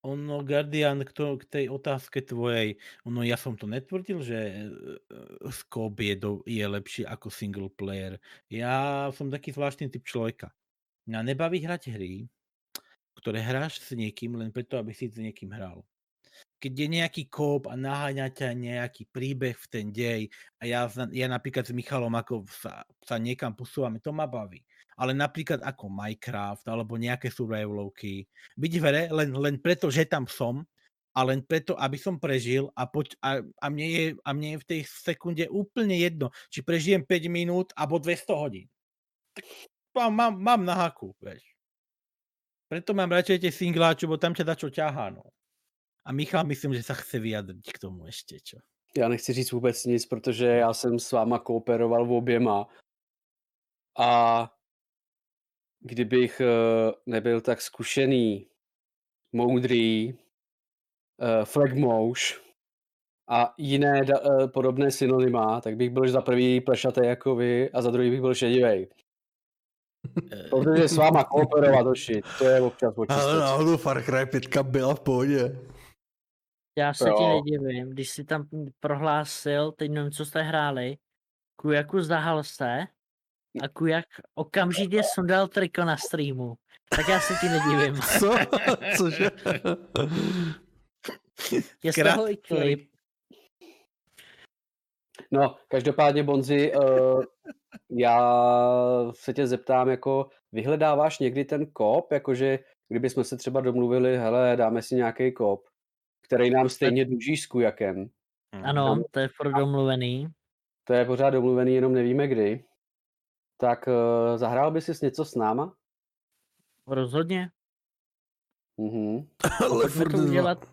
ono, Guardian, k, to, k tej otázke tvojej, ono, ja som to netvrdil, že Scope je, do, je lepší ako single player. Ja som taký zvláštny typ človeka. Mňa nebaví hrať hry, ktoré hráš s niekým len preto, aby si s niekým hral. Keď je nejaký kóp a naháňa ťa nejaký príbeh v ten dej a ja, ja napríklad s Michalom ako sa, sa niekam posúvame, to ma baví. Ale napríklad ako Minecraft alebo nejaké survivalovky, byť v hre len, len preto, že tam som a len preto, aby som prežil a, poč- a, a, mne je, a mne je v tej sekunde úplne jedno, či prežijem päť minút alebo dvesto hodín. Mám, mám, mám na haku, vieš. Preto mám radšej tie singláču, bo tam ťa dačo ťahá, no. A Michal, myslím, že sa chce vyjadriť k tomu ještě, čo? Já nechci říct vůbec nic, protože já jsem s váma kooperoval v oběma. A kdybych nebyl tak zkušený, moudrý, flagmouš a jiné da- podobné synonyma, tak bych byl za prvý plešatý jako vy a za druhý bych byl šedivej. Protože s váma kooperovat, oši, to je občas očistec. Ale náhodou Far Cry pět byla v pohodě. Já se Jo. ti nedivím, když jsi tam prohlásil, teď nevím, co jste hráli, Kujaku zdahal se a Kujak okamžitě sundal triko na streamu. Tak já se ti nedivím. Co? Cože? Je z toho i klip. No, každopádně, Bonzi, uh, já se tě zeptám, jako vyhledáváš někdy ten kop, jakože kdybychom se třeba domluvili, hele, dáme si nějaký kop, který nám stejně dluží s Kujakem. Ano, to je furt domluvený. To je pořád domluvený, jenom nevíme kdy. Tak uh, zahrál by si něco s náma? Rozhodně. Mhm. Ale Pojďme to udělat.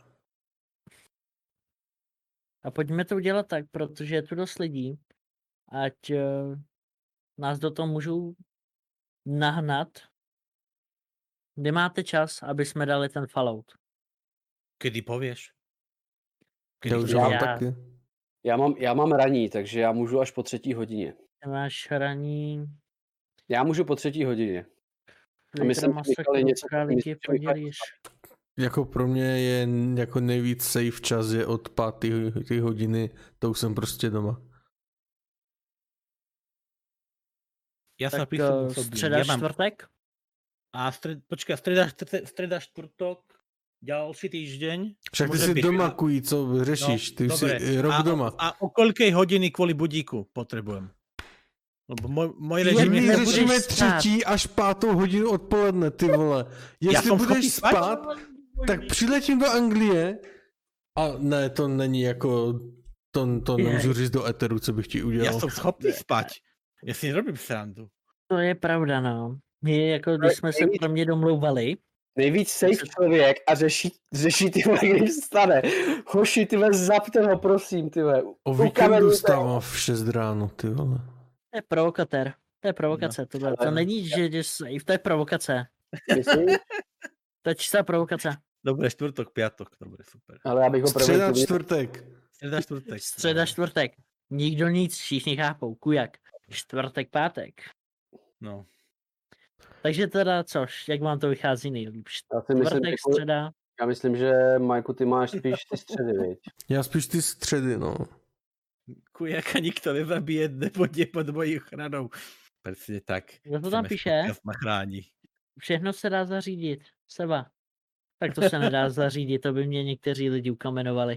A pojďme to udělat tak, protože je tu dost lidí, ať uh, nás do toho můžou nahnat. Kdy máte čas, aby jsme dali ten Fallout? Kedy povieš? Já už Já- mám já- taky. Já mám, já mám raní, takže já můžu až po třetí hodině. Máš hraní... Já můžu po třetí hodině. A myslím, Zítra že Michal je masakru něco- králíky myslím, že Michal- podělíš. Jako pro mě je jako nejvíc safe čas je od páté ty hodiny, to už jsem prostě doma. Ja sa Tak uh, prispôsobím. středa, Ja mám... čtvrtek? A stred... počkaj, streda, streda, streda, štvrtok, ďalší týždeň. Však ty Môže jsi byť- doma, kují, co řešíš, ty už dobre. jsi rok a, doma. A o koľkej hodiny kvôli budíku potrebujem? Lebo môj, môj Ty režim My je... nebudeš řešíme spát. třetí až pátou hodinu odpoledne, ty vole. Jestli jsem budeš schopný spát? spát, tak přiletím do Anglie a ne, to není jako, to, to Je. nemůžu říct do eteru, co bych ti Ja udělal. som schopný spať. Ja si nerobím srandu. To je pravda, no. My jako když jsme se pro mě domlouvali, Nejvíc safe člověk a řeší, řeší ty vole, když vstane. Hoši, ty vole, zapte ho, prosím, ty vole. O Ukamenujte víkendu ho. stávám v šest ráno, ty vole. to je provokatér. To je provokace, tohle. To ale- není, že že safe, to je provokace. Myslíš? To je čistá provokace. Dobre, štvrtok, piatok, dobre, super. Ale já bych ho Středa, provedl. čtvrtek. Streda, štvrtek. Středa, čtvrtek. Nikdo nic, všichni chápou. Kujak. Čtvrtek, pátek. No. Takže teda což, jak vám to vychází nejlíp? Já si myslím, Čtvrtek, že, středa. já myslím, že Majku, ty máš spíš ty středy, viď? Já spíš ty středy, no. Kujaka nikto nezabije, nepôjde pod mojí ochranou. Presne tak. Kdo to tam Chceme píše? podcast ma chráni. Všechno se dá zařídit. Seba. Tak to se nedá zařídit, to by mě někteří lidi ukamenovali.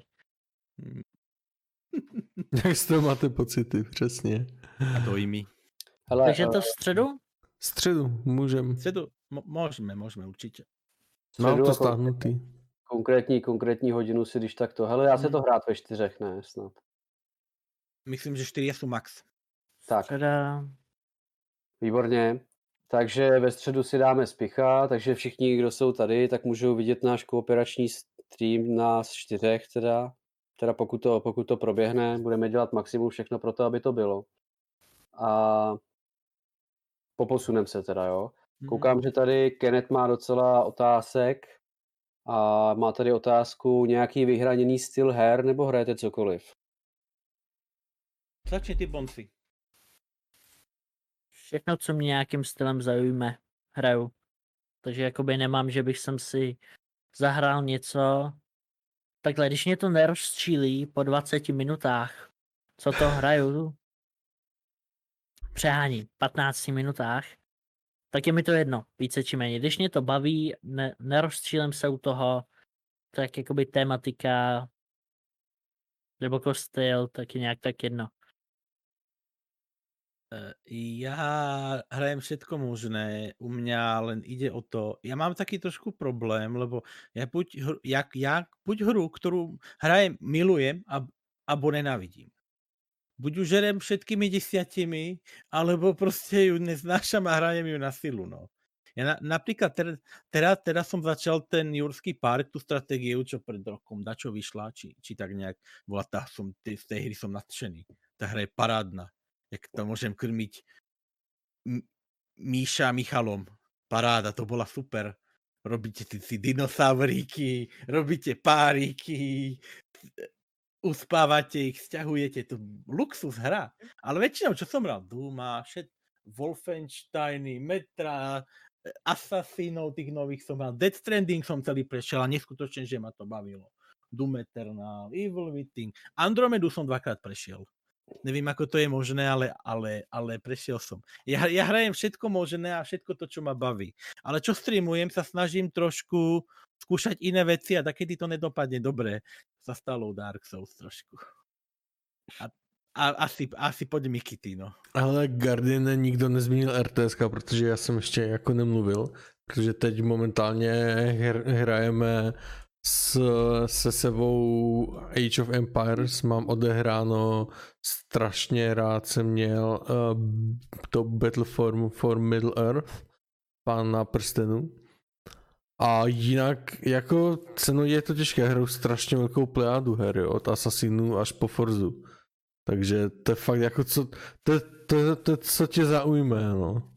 Jak z toho máte pocity, přesně. A dojmy. Hele, Takže to eh, v středu? Středu, můžem. Sedu, mo- môžeme, môžeme určite. Mám středu to jako stáhnutý. Konkrétní, konkrétní hodinu si když tak to. Hele, já se to hrát ve čtyřech, ne, snad. Myslím, že štyria sú max. Tak, Středa. výborně. Takže ve středu si dáme spicha, takže všichni, kdo jsou tady, tak můžou vidět náš kooperační stream nás čtyřech teda. Teda pokud to, pokud to proběhne, budeme dělat maximum všechno pro to, aby to bylo. A poposunem se teda, jo. Koukám, že tady Kenneth má docela otázek a má tady otázku nějaký vyhraněný styl her, nebo hrajete cokoliv? Začni ty, Bonci. Všechno, co mě nějakým stylem zaujme, hraju. Takže jakoby nemám, že bych jsem si zahrál něco. Takhle, když mě to nerozčílí po dvaceti minutách, co to hraju, přehání, patnácti minutách, tak je mi to jedno, více či méně. Když mě to baví, ne, nerozčílím se u toho, tak jakoby tématika nebo jako styl, tak je nějak tak jedno. Ja hrajem všetko možné, u mňa len ide o to, ja mám taký trošku problém, lebo ja buď, hru, ja, ja, buď hru, ktorú hrajem, milujem, a, abo nenávidím. Buď už žerem všetkými desiatimi, alebo proste ju neznášam a hrajem ju na silu, no. Ja na, napríklad ter, teraz, teraz som začal ten Jurský park, tú stratégiu, čo pred rokom dačo vyšla, či, či tak nejak bola tá, som, z tej hry som nadšený. Tá hra je parádna. Jak to môžem krmiť M- Míša Michalom. Paráda, to bola super. Robíte si, si dinosauríky, robíte páriky, uspávate ich, sťahujete, to luxus hra. Ale väčšinou, čo som hral, Duma, všet, Wolfensteiny, Metra, Assassinov tých nových som hral, Death Stranding som celý prešiel a neskutočne, že ma to bavilo. Doom Eternal, Evil Within, Andromedu som dvakrát prešiel. Neviem, ako to je možné, ale, ale, ale prešiel som. Ja, ja hrajem všetko možné a všetko to, čo ma baví. Ale čo streamujem, sa snažím trošku skúšať iné veci a takedy to nedopadne dobre. Sa stalo Dark Souls trošku. A, a asi, asi poď Mikity, no. Ale Guardian nikdo nezmínil er té eska, protože já jsem ještě jako nemluvil, protože teď momentálně hr, hrajeme s, se sebou Age of Empires, mám odehráno, strašně rád jsem měl uh, to Battle for, for Middle Earth, Pána prstenů. A jinak jako cenu je to těžké, hraju strašně velkou plejádu her, jo, od Assassinů až po Forzu. Takže to je fakt jako co, to, to, to, co tě zaujme, no.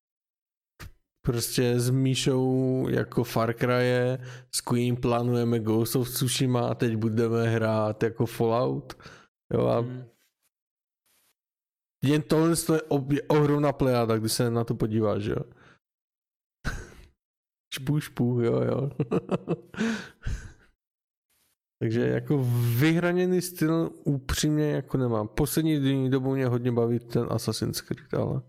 Prostě s Míšou jako Far Cry, s Queen plánujeme Ghost of Tsushima a teď budeme hrát jako Fallout. Jo a Mm. jen tohle je obě, ohromná plejáda, když se na to podíváš, jo. Špů, špů, jo, jo. Takže jako vyhraněný styl upřímně jako nemám. Poslední dobou mě hodně baví ten Assassin's Creed, ale...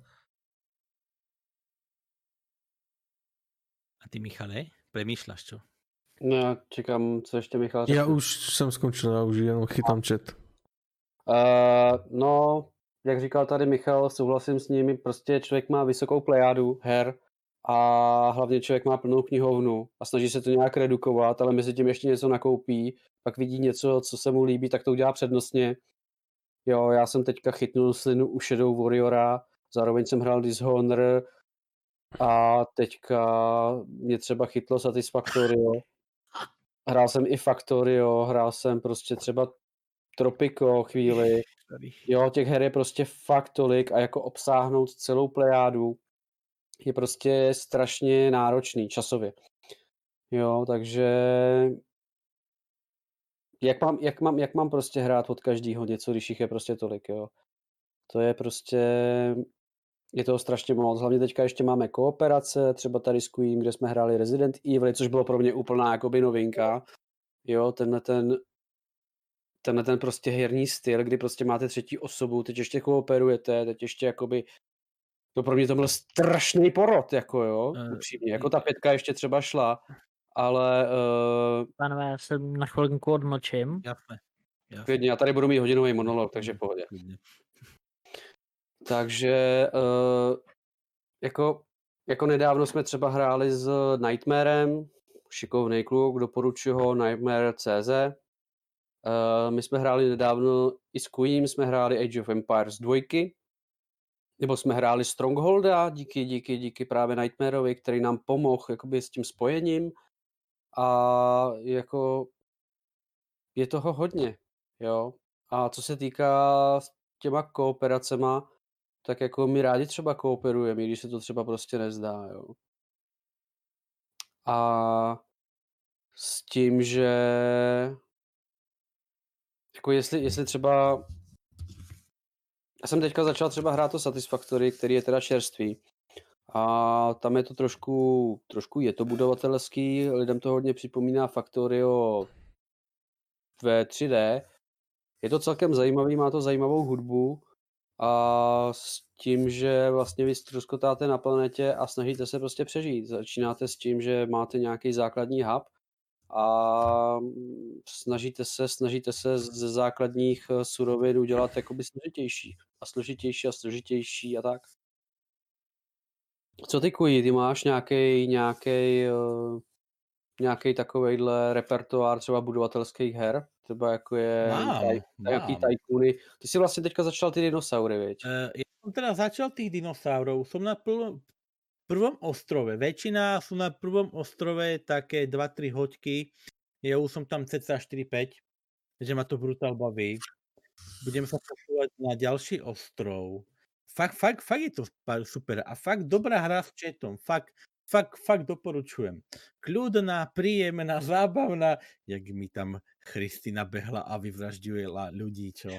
A ty, Michale, premýšľaš, čo? No, já čekám, co ještě Michal řekne. Já už jsem skončil, já už jenom chytám chat. Uh, no, jak říkal tady Michal, souhlasím s nimi, prostě člověk má vysokou plejádu her a hlavně člověk má plnou knihovnu a snaží se to nějak redukovat, ale mezi tím ještě něco nakoupí, pak vidí něco, co se mu líbí, tak to udělá přednostně. Jo, já jsem teďka chytnul slinu u Shadow Warriora, zároveň jsem hrál Dishonor a teďka mě třeba chytlo Satisfactorio. Hrál jsem i Factorio, hrál jsem prostě třeba Tropico chvíli. Jo, těch her je prostě fakt tolik a jako obsáhnout celou plejádu je prostě strašně náročný časově. Jo, takže jak mám, jak mám, jak mám prostě hrát od každého něco, když jich je prostě tolik, jo. To je prostě, je toho strašně moc. Hlavně teďka ještě máme kooperace, třeba tady s Queen, kde jsme hráli Resident Evil, což bylo pro mě úplná jakoby novinka. Jo, tenhle ten, tenhle ten prostě herní styl, kdy prostě máte třetí osobu, teď ještě kooperujete, teď ještě jakoby, to pro mě to byl strašný porod, jako jo, Uh, upřímně. Jako ta pětka ještě třeba šla, ale uh, Pánové, já se na chvilku odmlčím. Jasné. Jasné. klidně, já tady budu mít hodinový monolog, takže v pohodě. Takže uh, jako, jako nedávno jsme třeba hráli s Nightmarem, šikovnej kluk, doporučuji ho, Nightmare tečka cé zet. Uh, my jsme hráli nedávno i s Queen, jsme hráli Age of Empires dva, nebo jsme hráli Strongholda, díky, díky, díky právě Nightmareovi, který nám pomohl jakoby s tím spojením a jako je toho hodně, jo. A co se týká s těma kooperacema, tak jako my rádi třeba kooperujeme, i když se to třeba prostě nezdá, jo. A s tím, že jako jestli, jestli třeba já jsem teďka začal třeba hrát to Satisfactory, který je teda čerstvý A tam je to trošku, trošku je to budovatelský, lidem to hodně připomíná Factorio ve tři dé. Je to celkem zajímavý, má to zajímavou hudbu a s tím, že vlastně vy ztroskotáte na planetě a snažíte se prostě přežít. Začínáte s tím, že máte nějaký základní hub a snažíte se, snažíte se ze základních surovin udělat jakoby složitější a složitější a složitější a tak. Co ty, Kuji, ty máš nějaký nějaký nějaký takovejhle repertoár třeba budovatelských her? Třeba jako je Mám, taj, nějaký mám. tajkuny. Ty si vlastně teďka začal ty dinosaury, viď? Uh, ja som teda začal tých dinosaurov, som na prvom, prvom ostrove. Väčšina sú na prvom ostrove také dva tri hoďky. Ja už som tam cca štyri päť, že ma to brutál baví. Budem sa posúvať na ďalší ostrov. Fakt, fakt, fakt je to super a fakt dobrá hra s chatom. Fakt, fakt, fakt doporučujem. Kľudná, príjemná, zábavná, jak mi tam Christina behla a vyvražďuje ľudí, čo?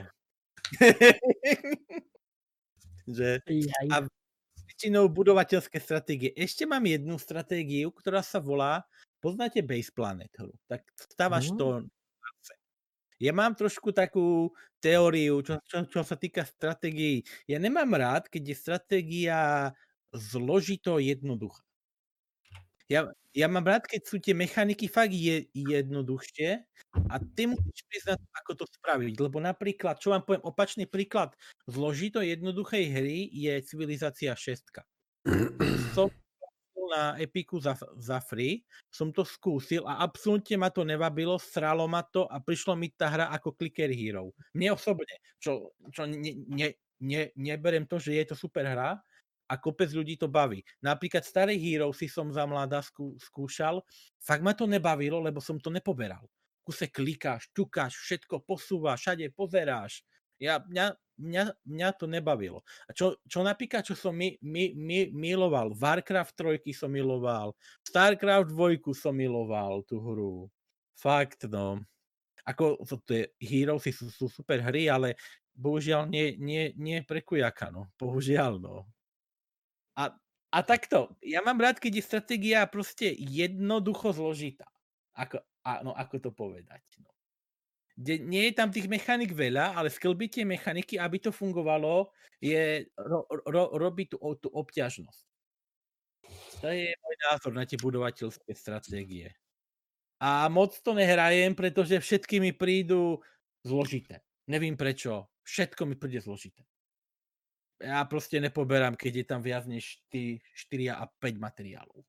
Že, a väčšinou budovateľské stratégie. Ešte mám jednu stratégiu, ktorá sa volá, poznáte Base Planet hru, tak stávaš mm. to. Ja mám trošku takú teóriu, čo, čo, čo sa týka stratégií. Ja nemám rád, keď je stratégia zložito jednoduchá. Ja, ja mám rád, keď sú tie mechaniky fakt je, jednoduchšie a ty musíš priznať, ako to spraviť. Lebo napríklad, čo vám poviem, opačný príklad zložito jednoduchej hry je Civilizácia šesť. Som na Epiku za, za free, som to skúsil a absolútne ma to nebavilo, sralo ma to a prišlo mi tá hra ako Clicker Hero. Mne osobne, čo, čo ne, ne, ne, neberiem to, že je to super hra a kopec ľudí to baví. Napríklad Staré Hero si som za mladá skú, skúšal, fakt ma to nebavilo, lebo som to nepoberal. Kuse klikáš, ťukáš, všetko posúvaš, všade pozeráš. Ja, mňa, mňa, mňa to nebavilo. A čo, čo napríklad, čo som mi, mi, mi, miloval, Warcraft tri som miloval, Starcraft dva som miloval tú hru. Fakt, no. Ako to, to je, Heroes sú, sú super hry, ale bohužiaľ nie, nie, nie pre kujaka, no. Bohužiaľ, no. A, a takto, ja mám rád, keď je stratégia proste jednoducho zložitá. Ako, a, no, ako to povedať, no. Nie je tam tých mechanik veľa, ale sklbiť tie mechaniky, aby to fungovalo, je ro, ro, robí tú, tú obťažnosť. To je môj názor na tie budovateľské stratégie. A moc to nehrajem, pretože všetky mi prídu zložité. Nevím prečo. Všetko mi príde zložité. Ja proste nepoberám, keď je tam viac než štyri a päť materiálov.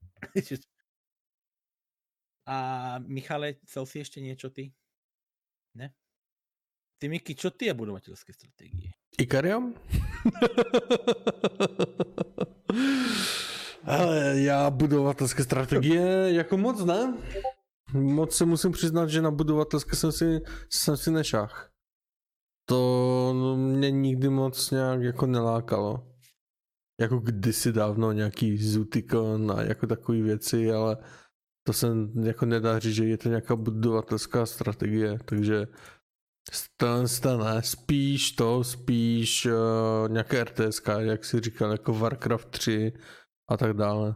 A Michale, chcel si ešte niečo ty? Ne? Ty, Miky, čo ty je budovateľské stratégie? Ikariam? Ale já budovatelské strategie jako moc ne. Moc se musím přiznat, že na budovatelské jsem si, jsem si nešách. To mě nikdy moc nějak jako nelákalo. Jako kdysi dávno nějaký Zutikon a jako takové věci, ale to se jako nedá říct, že je to nějaká budovatelská strategie, takže to ne, spíš to, spíš uh, nějaké er té eska, jak si říkal, jako Warcraft tři a tak dále.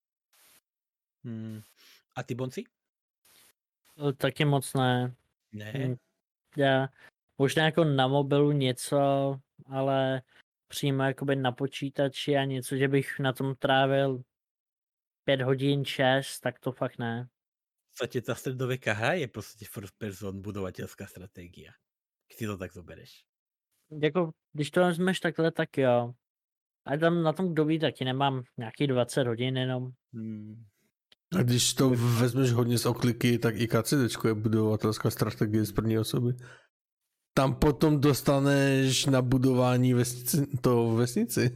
Hmm. A ty, Bonci? Taky moc ne. Ne? Já možná jako na mobilu něco, ale přímo jakoby na počítači a něco, že bych na tom trávil pět hodin, šest, tak to fakt ne. V podstate tá stredoveká hra je proste first person budovateľská stratégia. Keď si to tak zobereš. Jako, když to vezmeš takhle, tak jo. A tam na tom kdo ví, taky nemám nějaký dvacet hodin jenom. Hmm. A když to vezmeš hodně z okliky, tak i KCDčko je budovatelská strategie z první osoby. Tam potom dostaneš na budování vesnici, to vesnici.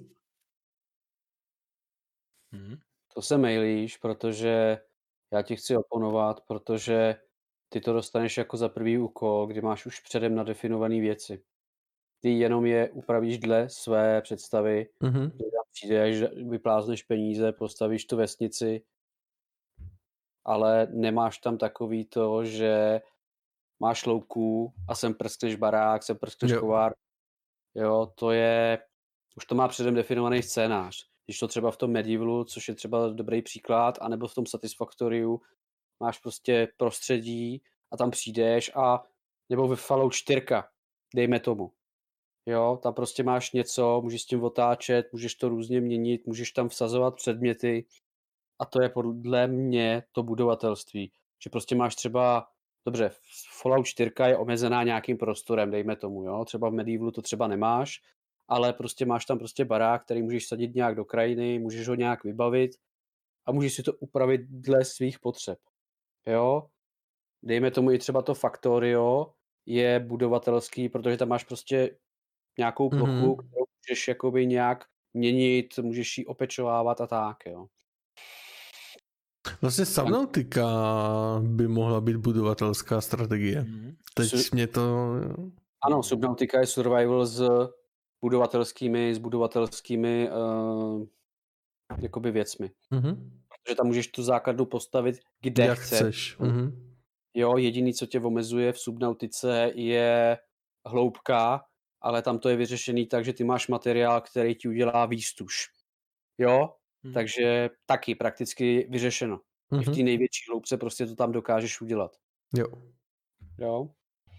Hmm. To se mejlíš, protože já ti chci oponovat, protože ty to dostaneš jako za prvý úkol, kdy máš už předem nadefinované věci. Ty jenom je upravíš dle své představy, Mm-hmm. kdy tam přijdeš, vyplázneš peníze, postavíš tu vesnici, ale nemáš tam takový to, že máš louku a sem prskneš barák, sem prskneš Jo. kovár. Jo, to je, už to má předem definovaný scénář. Když to třeba v tom Medievalu, což je třeba dobrý příklad, anebo v tom Satisfactoriu, máš prostě prostředí a tam přijdeš a nebo ve Fallout čtyři, dejme tomu. Jo, tam prostě máš něco, můžeš s tím otáčet, můžeš to různě měnit, můžeš tam vsazovat předměty a to je podle mě to budovatelství. Že prostě máš třeba, dobře, Fallout čtyři je omezená nějakým prostorem, dejme tomu, jo, třeba v Medievalu to třeba nemáš, ale prostě máš tam prostě barák, který můžeš sadit nějak do krajiny, můžeš ho nějak vybavit a můžeš si to upravit dle svých potřeb, jo. Dejme tomu i třeba to Factorio je budovatelský, protože tam máš prostě nějakou plochu, Mhm. kterou můžeš jakoby nějak měnit, můžeš ji opečovávat a tak, jo. Vlastně Subnautica by mohla být budovatelská strategie. Mhm. Teď Su- mě to... Ano, Subnautica je survival s budovatelskými, s budovatelskými uh, jakoby věcmi. Mhm. Protože tam můžeš tu základnu postavit, kde Jak chceš. chceš. Mhm. Jo, jediný, co tě omezuje v Subnautice, je hloubka, ale tam to je vyřešený tak, že ty máš materiál, který ti udělá výstuž. Jo, Mhm. takže taky prakticky vyřešeno. I v té Mhm. největší hloubce prostě to tam dokážeš udělat. Jo. Jo.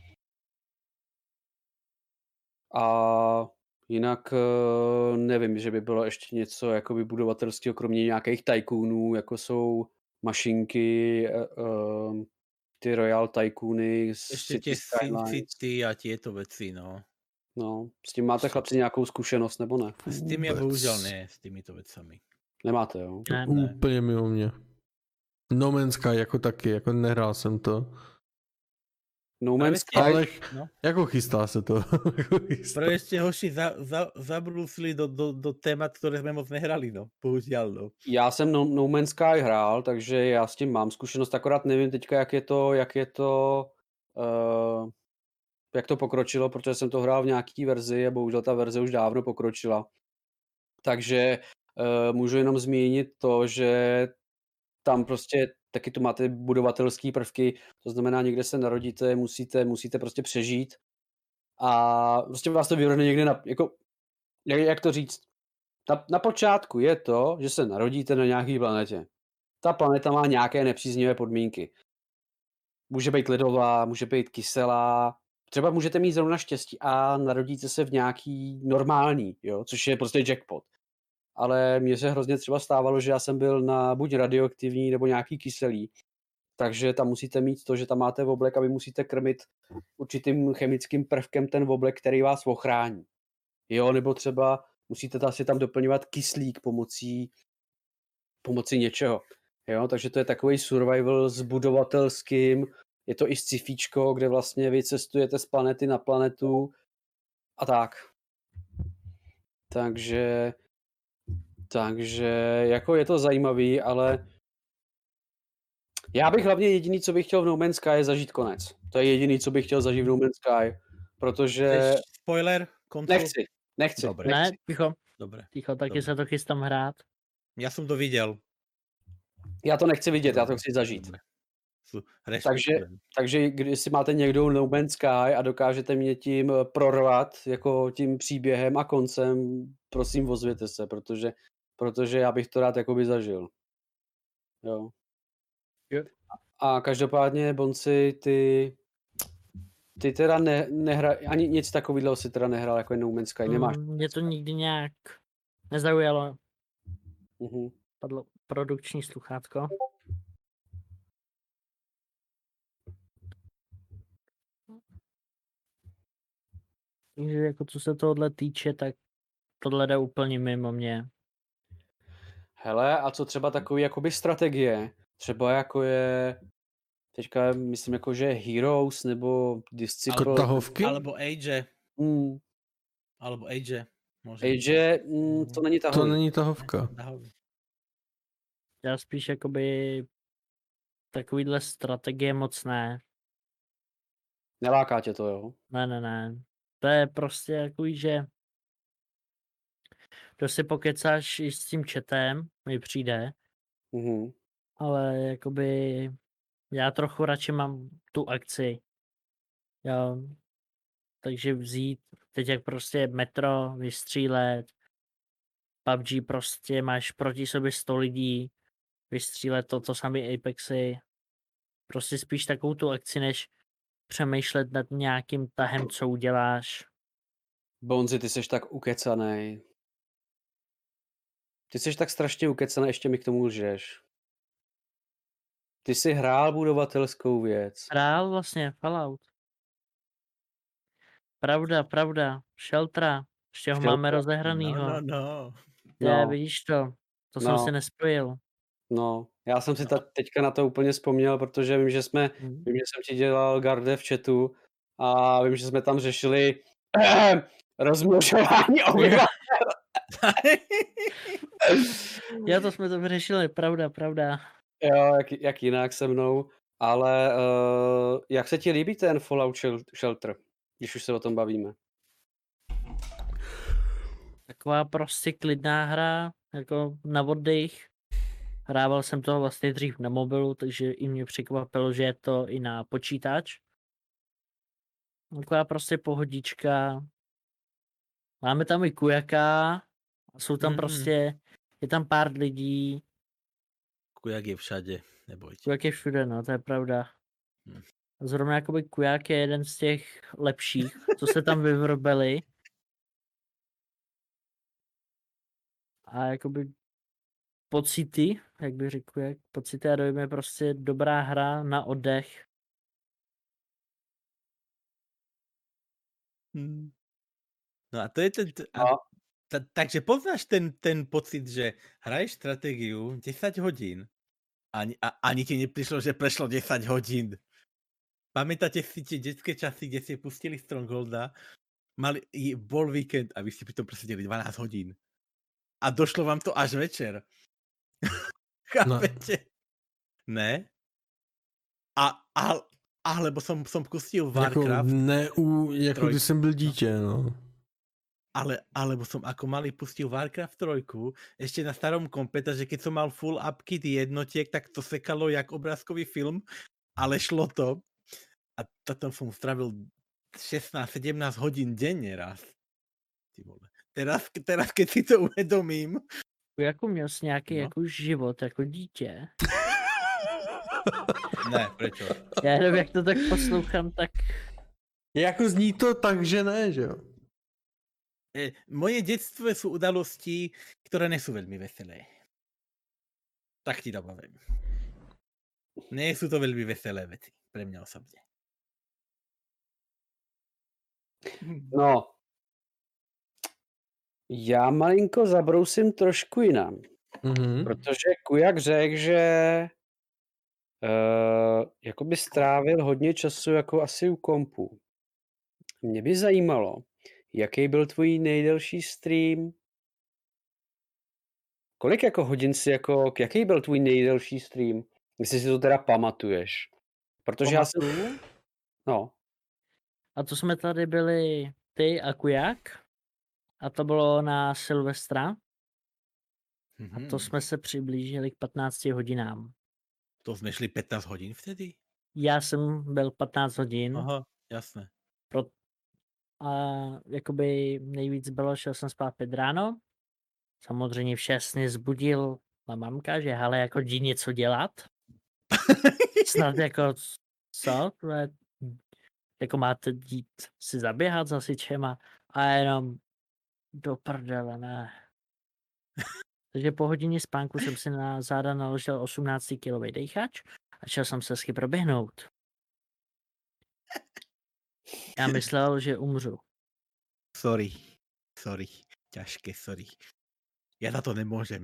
A jinak eh, nevím, že by bylo ještě něco jakoby budovatelského, kromě nějakých tycoonů, jako jsou mašinky, eh, eh, ty Royal Tycoony, Ještě City tě Sin Skylines. City a tieto věci, no. No, s tím máte chlapci nějakou zkušenost, nebo ne? S tím já Vůbec. bohužel ne, s týmito věcami. Nemáte, jo? Ne, Ne. Úplně mimo mě. No Man's Sky jako taky, jako nehrál jsem to. No Právě Man's tě- Sky, Ale no. jako chystá se to. Jako chystá. Pro ešte hoši za, za, zabrúsili do, do, do témat, ktoré sme moc nehrali, no. Bohužiaľ, no. já jsem no, no Man's Sky hrál, takže já s tím mám zkušenost, akorát nevím teďka, jak je to, jak je to, uh, jak to pokročilo, protože jsem to hrál v nějaký verzi a bohužel ta verze už dávno pokročila. Takže uh, můžu jenom zmínit to, že tam prostě taky tu máte budovatelské prvky, to znamená, někde se narodíte, musíte, musíte prostě přežít a prostě vás to vyvrhne někde na, jako, jak, jak to říct, na, na počátku je to, že se narodíte na nějaký planetě. Ta planeta má nějaké nepříznivé podmínky. Může být ledová, může být kyselá, třeba můžete mít zrovna štěstí a narodíte se v nějaký normální, jo, což je prostě jackpot. Ale mně se hrozně třeba stávalo, že já jsem byl na buď radioaktivní nebo nějaký kyselý, takže tam musíte mít to, že tam máte oblek a vy musíte krmit určitým chemickým prvkem ten oblek, který vás ochrání. Jo, nebo třeba musíte asi tam doplňovat kyslík pomocí, pomocí něčeho. Jo, takže to je takový survival s budovatelským, je to i scifíčko, kde vlastně vy cestujete z planety na planetu a tak. Takže, takže jako je to zajímavý, ale já bych hlavně jediný, co bych chtěl v No Man's Sky, je zažít konec. To je jediný, co bych chtěl zažít v No Man's Sky, protože... Chceš spoiler? Koncu? Nechci, nechci. Dobre. ne, nechci. ticho, Dobre. ticho, taky Dobre. se to chystám hrát. Ja som to videl. Já to nechci vidět, já to chci zažít. Dobre. Takže, takže když si máte někdo No Man's Sky a dokážete mě tím prorvat, jako tím příběhem a koncem, prosím ozvěte se, protože, protože já bych to rád jakoby zažil. Jo. Jo. A každopádně, Bonci, ty, ty teda ne, nehra, ani nic takového si teda nehrál, jako je No Man's Sky, nemáš. Mm, Mě to nikdy nějak nezaujalo. Mhm. Padlo produkční sluchátko. Takže jako co se tohohle týče, tak tohle jde úplně mimo mě. Hele, a co třeba takový jakoby strategie? Třeba jako je, teďka myslím jako, že Heroes nebo Disciple. Jako tahovky? Alebo Age. Hmm. Alebo Age. Môže Age, mm, to není To tahový. není tahovka. byť. Já spíš jakoby takovýhle strategie moc ne. Neláká tě to, jo? Ne, ne, ne. To je prostě takový, že to si pokecáš i s tím chatem, mi přijde, Mhm. ale jakoby já trochu radši mám tu akci. Jo. Takže vzít, teď jak prostě metro, vystřílet, P U B G prostě máš proti sobě sto lidí, vystřílet to, to samé Apexy. Prostě spíš takovou tu akci, než přemýšlet nad nějakým tahem, co uděláš. Bonzi, ty jsi tak ukecanej. Ty jsi tak strašně ukecanej, ještě mi k tomu lžeš. Ty jsi hrál budovatelskou věc. Hrál vlastně Fallout. Pravda, pravda. Sheltera. Ještě ho Sheltera. máme No, rozehranýho. no, no. Je, No. vidíš to. To No. jsem si nespojil. No, já jsem si ta, teďka na to úplně vzpomněl, protože vím, že jsme, Hmm. vím, že jsem ti dělal garde v chatu a vím, že jsme tam řešili ehem, rozmnožování obyvatel. Já to jsme to vyřešili, pravda, pravda. Jo, jak, jak jinak se mnou, ale uh, jak se ti líbí ten Fallout Shelter, když už se o tom bavíme? Taková prostě klidná hra, jako na oddych. Hrával jsem toho vlastně dřív na mobilu, takže i mě překvapilo, že je to i na počítač. Taková prostě pohodička. Máme tam i kujaka. A jsou tam Mm. prostě, je tam pár lidí. Kujak je všade, nebojte. Kujak je všude, no, to je pravda. Hm. A zrovna jakoby kujak je jeden z těch lepších, co se tam vyvrobili. A jakoby pocity, jak bych řekl, jak pocity a dojmy je prostě dobrá hra na oddech. Hmm. No a to je ten... A, No. ta, takže poznáš ten, ten pocit, že hraješ stratégiu desať hodín ani, a ani ti neprišlo, že prešlo desať hodín. Pamätáte si tie detské časy, kde ste pustili Strongholda, mali, bol víkend a vy ste pri tom presedeli dvanásť hodín. A došlo vám to až večer. Chápete? Ne? A, a, alebo som, som pustil Jako Warcraft, ne u, jako Trojku. když jsem byl dítě, no. ale, alebo som ako malý pustil Warcraft trojku, ešte na starom kompe, takže keď som mal full upkit jednotiek, tak to sekalo jak obrázkový film, ale šlo to. A tam som stravil šestnásť sedemnásť hodín denne raz. Ty vole. Teraz, teraz, keď si to uvedomím. Jako měl jsi nějaký No. jako život, jako dítě. Ne, prečo? Já jenom jak to tak poslouchám, tak Jako zní to tak, že ne, že jo? E, moje detstvo sú udalosti, ktoré nie sú veľmi veselé. Tak ti to poviem. Nie sú to veľmi veselé veci pre mňa osobne. No, já malinko zabrousím trošku jinam, Mhm. protože Kujak řekl, že uh, jakoby strávil hodně času jako asi u kompu. Mě by zajímalo, jaký byl tvůj nejdelší stream? Kolik jako hodin si jako, jaký byl tvůj nejdelší stream? Jestli si to teda pamatuješ. Protože já jsem, pamatuju. no, A to jsme tady byli ty a Kujak. A to bylo na Silvestra. A to jsme se přiblížili k patnácti hodinám. To sme šli pätnásť hodín vtedy? Já jsem byl patnáct hodin. Aha, jasné. Pro... A jakoby nejvíc bylo, šel jsem spát pět ráno. Samozřejmě v šest mě zbudil má mamka, že hele, jako jdi něco dělat. Snad jako, co? To je, jako máte jít si zaběhat za sičema a jenom do prdele, ne. Takže po hodině spánku jsem si na záda naložil osmnáctikilový dejchač a šel jsem se hezky proběhnout. Já myslel, že umřu. Sorry, sorry, ťažké, sorry. Ja za to nemôžem.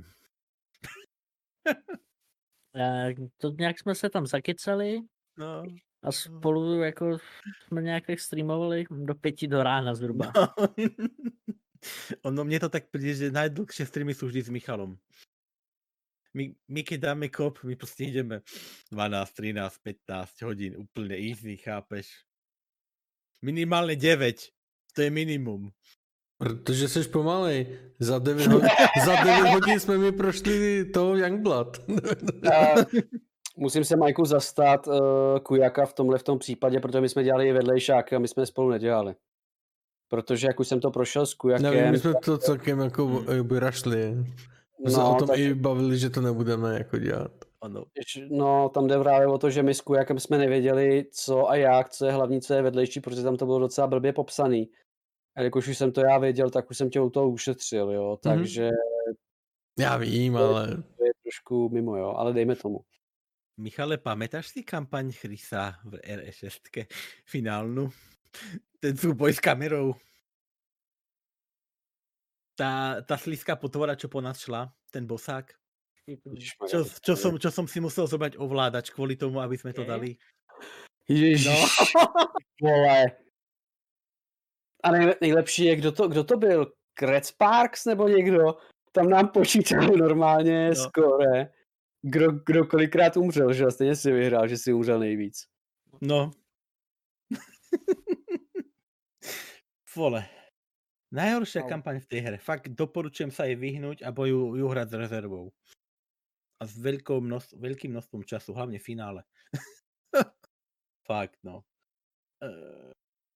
A to nějak jsme se tam zakecali No, a spolu jako jsme nějak tak streamovali do pěti do rána zhruba. no. Ono mne to tak príde, že najdlhšie streamy sú vždy s Michalom. My, my keď dáme kop, my proste ideme dvanásť, trinásť, pätnásť hodín, úplne easy, chápeš? Minimálne deväť, to je minimum. Protože jsi pomalej. Za devět, ho- za devět hodin jsme mi prošli toho Youngblood. Uh, musím se Majku zastat uh, Kujaka v tomhle v tom případě, protože my jsme dělali vedlejšák a my jsme spolu nedělali. Protože jak už jsem to prošel s Nevím, Kujakem, my jsme to celkem jako Hmm. vyrašli. My se o no, tom takže, i bavili, že to nebudeme jako dělat. Ano. no, tam jde právě o to, že my s Kujakem jsme nevěděli, co a jak, co je hlavní, co je vedlejší, protože tam to bylo docela blbě popsaný. A jakož už jsem to já věděl, tak už jsem tě u toho ušetřil, jo, takže Já vím, to je, ale to je trošku mimo, jo, ale dejme tomu. Michale, pamätáš si kampaň Chrisa v er es šest finálnu? Ten súboj s kamerou. Tá, tá slízká potvora, čo po nás šla, ten bosák. Ježišmarja, Čo, to- čo, som, čo som si musel zobrať ovládač kvôli tomu, aby sme to Je? dali. Ježiš, No. vole. A nej, nejlepší je, kdo to, kdo to byl? Kretz Parks nebo někdo? Tam nám počítal normálně No. skore. Kdo, kdo kolikrát umřel, že? A stejně si vyhrál, že si umřel nejvíc. No. Vole. Najhoršia Au. kampaň v tej hre. Fakt doporučujem sa jej vyhnúť a ju, ju hrať s rezervou. A s veľkou množ, veľkým množstvom času, hlavne v finále. Fakt, no. Uh,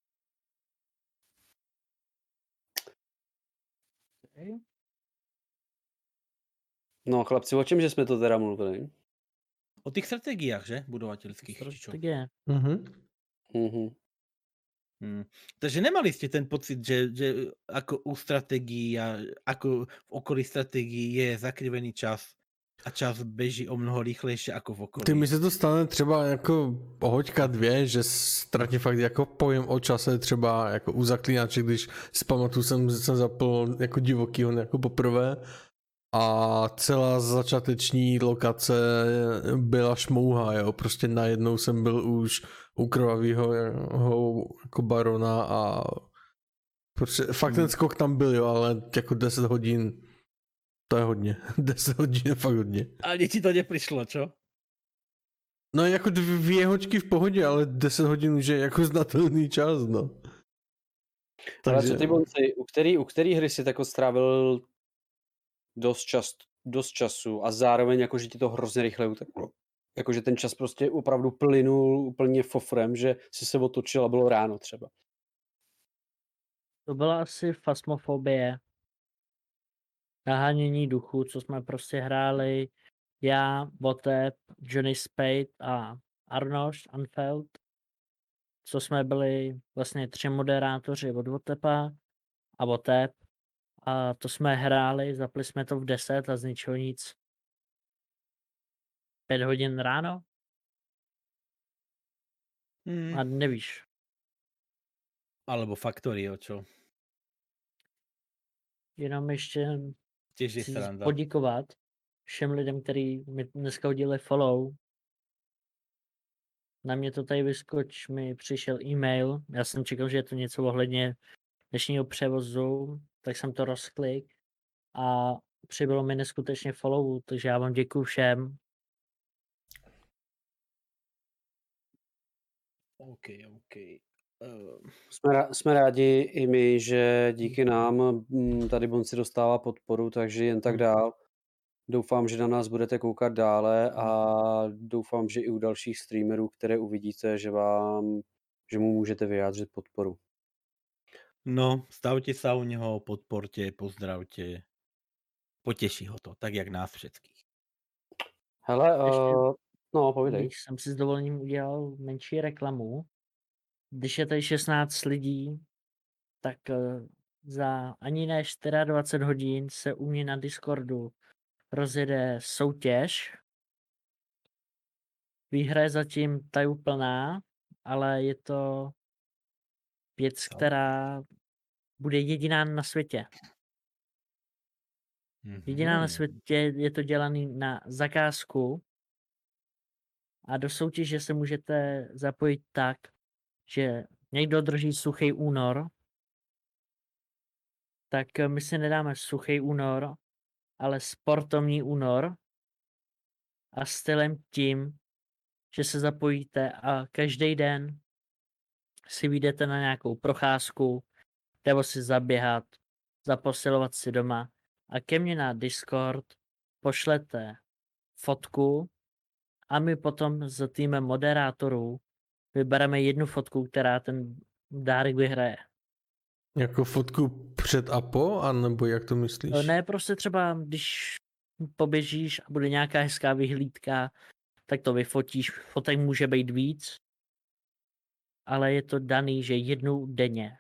No chlapci, o čem, že jsme to teda mluvili? o tých stratégiách, že? Budovateľských. či čo? Strategie. mhm. Mhm. Hmm. Takže nemali ste ten pocit, že, že ako u stratégií a ako v okolí stratégií je zakrivený čas a čas beží o mnoho rýchlejšie ako v okolí. Ty mi se to stane třeba jako hoďka dvě, že ztratím fakt jako pojem o čase třeba jako u zaklínače, když si pamatuju, jsem se zapl jako divokýho jako poprvé a celá začáteční lokace byla šmouha, jo, prostě najednou jsem byl už u krvavýho jako barona a prostě fakt ten skok tam byl, jo, ale jako deset hodin to je hodně, deset hodin je fakt hodně. Ale ti to neprišlo, čo? No jako dvě hoďky v pohodě, ale deset hodin už je jako znatelný čas, no. Ale co ty bonci, u který, u který hry si tako strávil dost, čas, dost času a zároveň jako, že ti to hrozně rychle uteklo. Jakože ten čas prostě opravdu plynul úplně fofrem, že si se otočil a bylo ráno třeba. To byla asi fasmofobie. Nahánění duchu, co jsme prostě hráli. Já, Votep, Johnny Spade a Arnoš Anfeld. Co jsme byli vlastně tři moderátoři od Votepa a Votep. A to jsme hráli, zapli jsme to v deset a z ničeho nic. Pět hodin ráno Hmm. a nevíš. Alebo Factorio, čo? Jenom ještě Tiež je chci sranda. poděkovat všem lidem, kteří mi dneska udělali follow. Na mě to tady vyskoč, mi přišel e-mail. Já jsem čekal, že je to něco ohledně dnešního převozu, tak jsem to rozklik a přibylo mi neskutečně follow, takže já vám děkuju všem. OK, OK. Uh, Jsme, rá- jsme rádi i my, že díky nám mm, tady Bonci dostává podporu, takže jen tak dál. Doufám, že na nás budete koukat dále a doufám, že i u dalších streamerů, které uvidíte, že vám, že mu můžete vyjádřit podporu. no, stavte sa u neho, podporte, pozdravte. Poteší ho to, tak jak nás všetkých. Hele, Ještě uh, no, povídej. Když jsem si s dovolením udělal menší reklamu, když je tady šestnáct lidí, tak eh, za ani ne dvacet čtyři hodin se u mě na Discordu rozjede soutěž. Výhra je zatím tajuplná, ale je to věc, Co? která bude jediná na světě. Jediná na Mhm. světě je to dělaný na zakázku a do soutěže se můžete zapojit tak, že někdo drží suchý únor, tak eh, my si nedáme suchý únor, ale sportovní únor a stylem tím, že se zapojíte a každý den si vyjdete na nějakou procházku nebo si zaběhat, zaposilovat si doma a ke mně na Discord pošlete fotku a my potom s týmem moderátorů vybereme jednu fotku, která ten dárek vyhraje. Jako fotku před a po, anebo jak to myslíš? Ne, prostě třeba, když poběžíš a bude nějaká hezká vyhlídka, tak to vyfotíš. Fotek může být víc, ale je to daný, že jednou denně.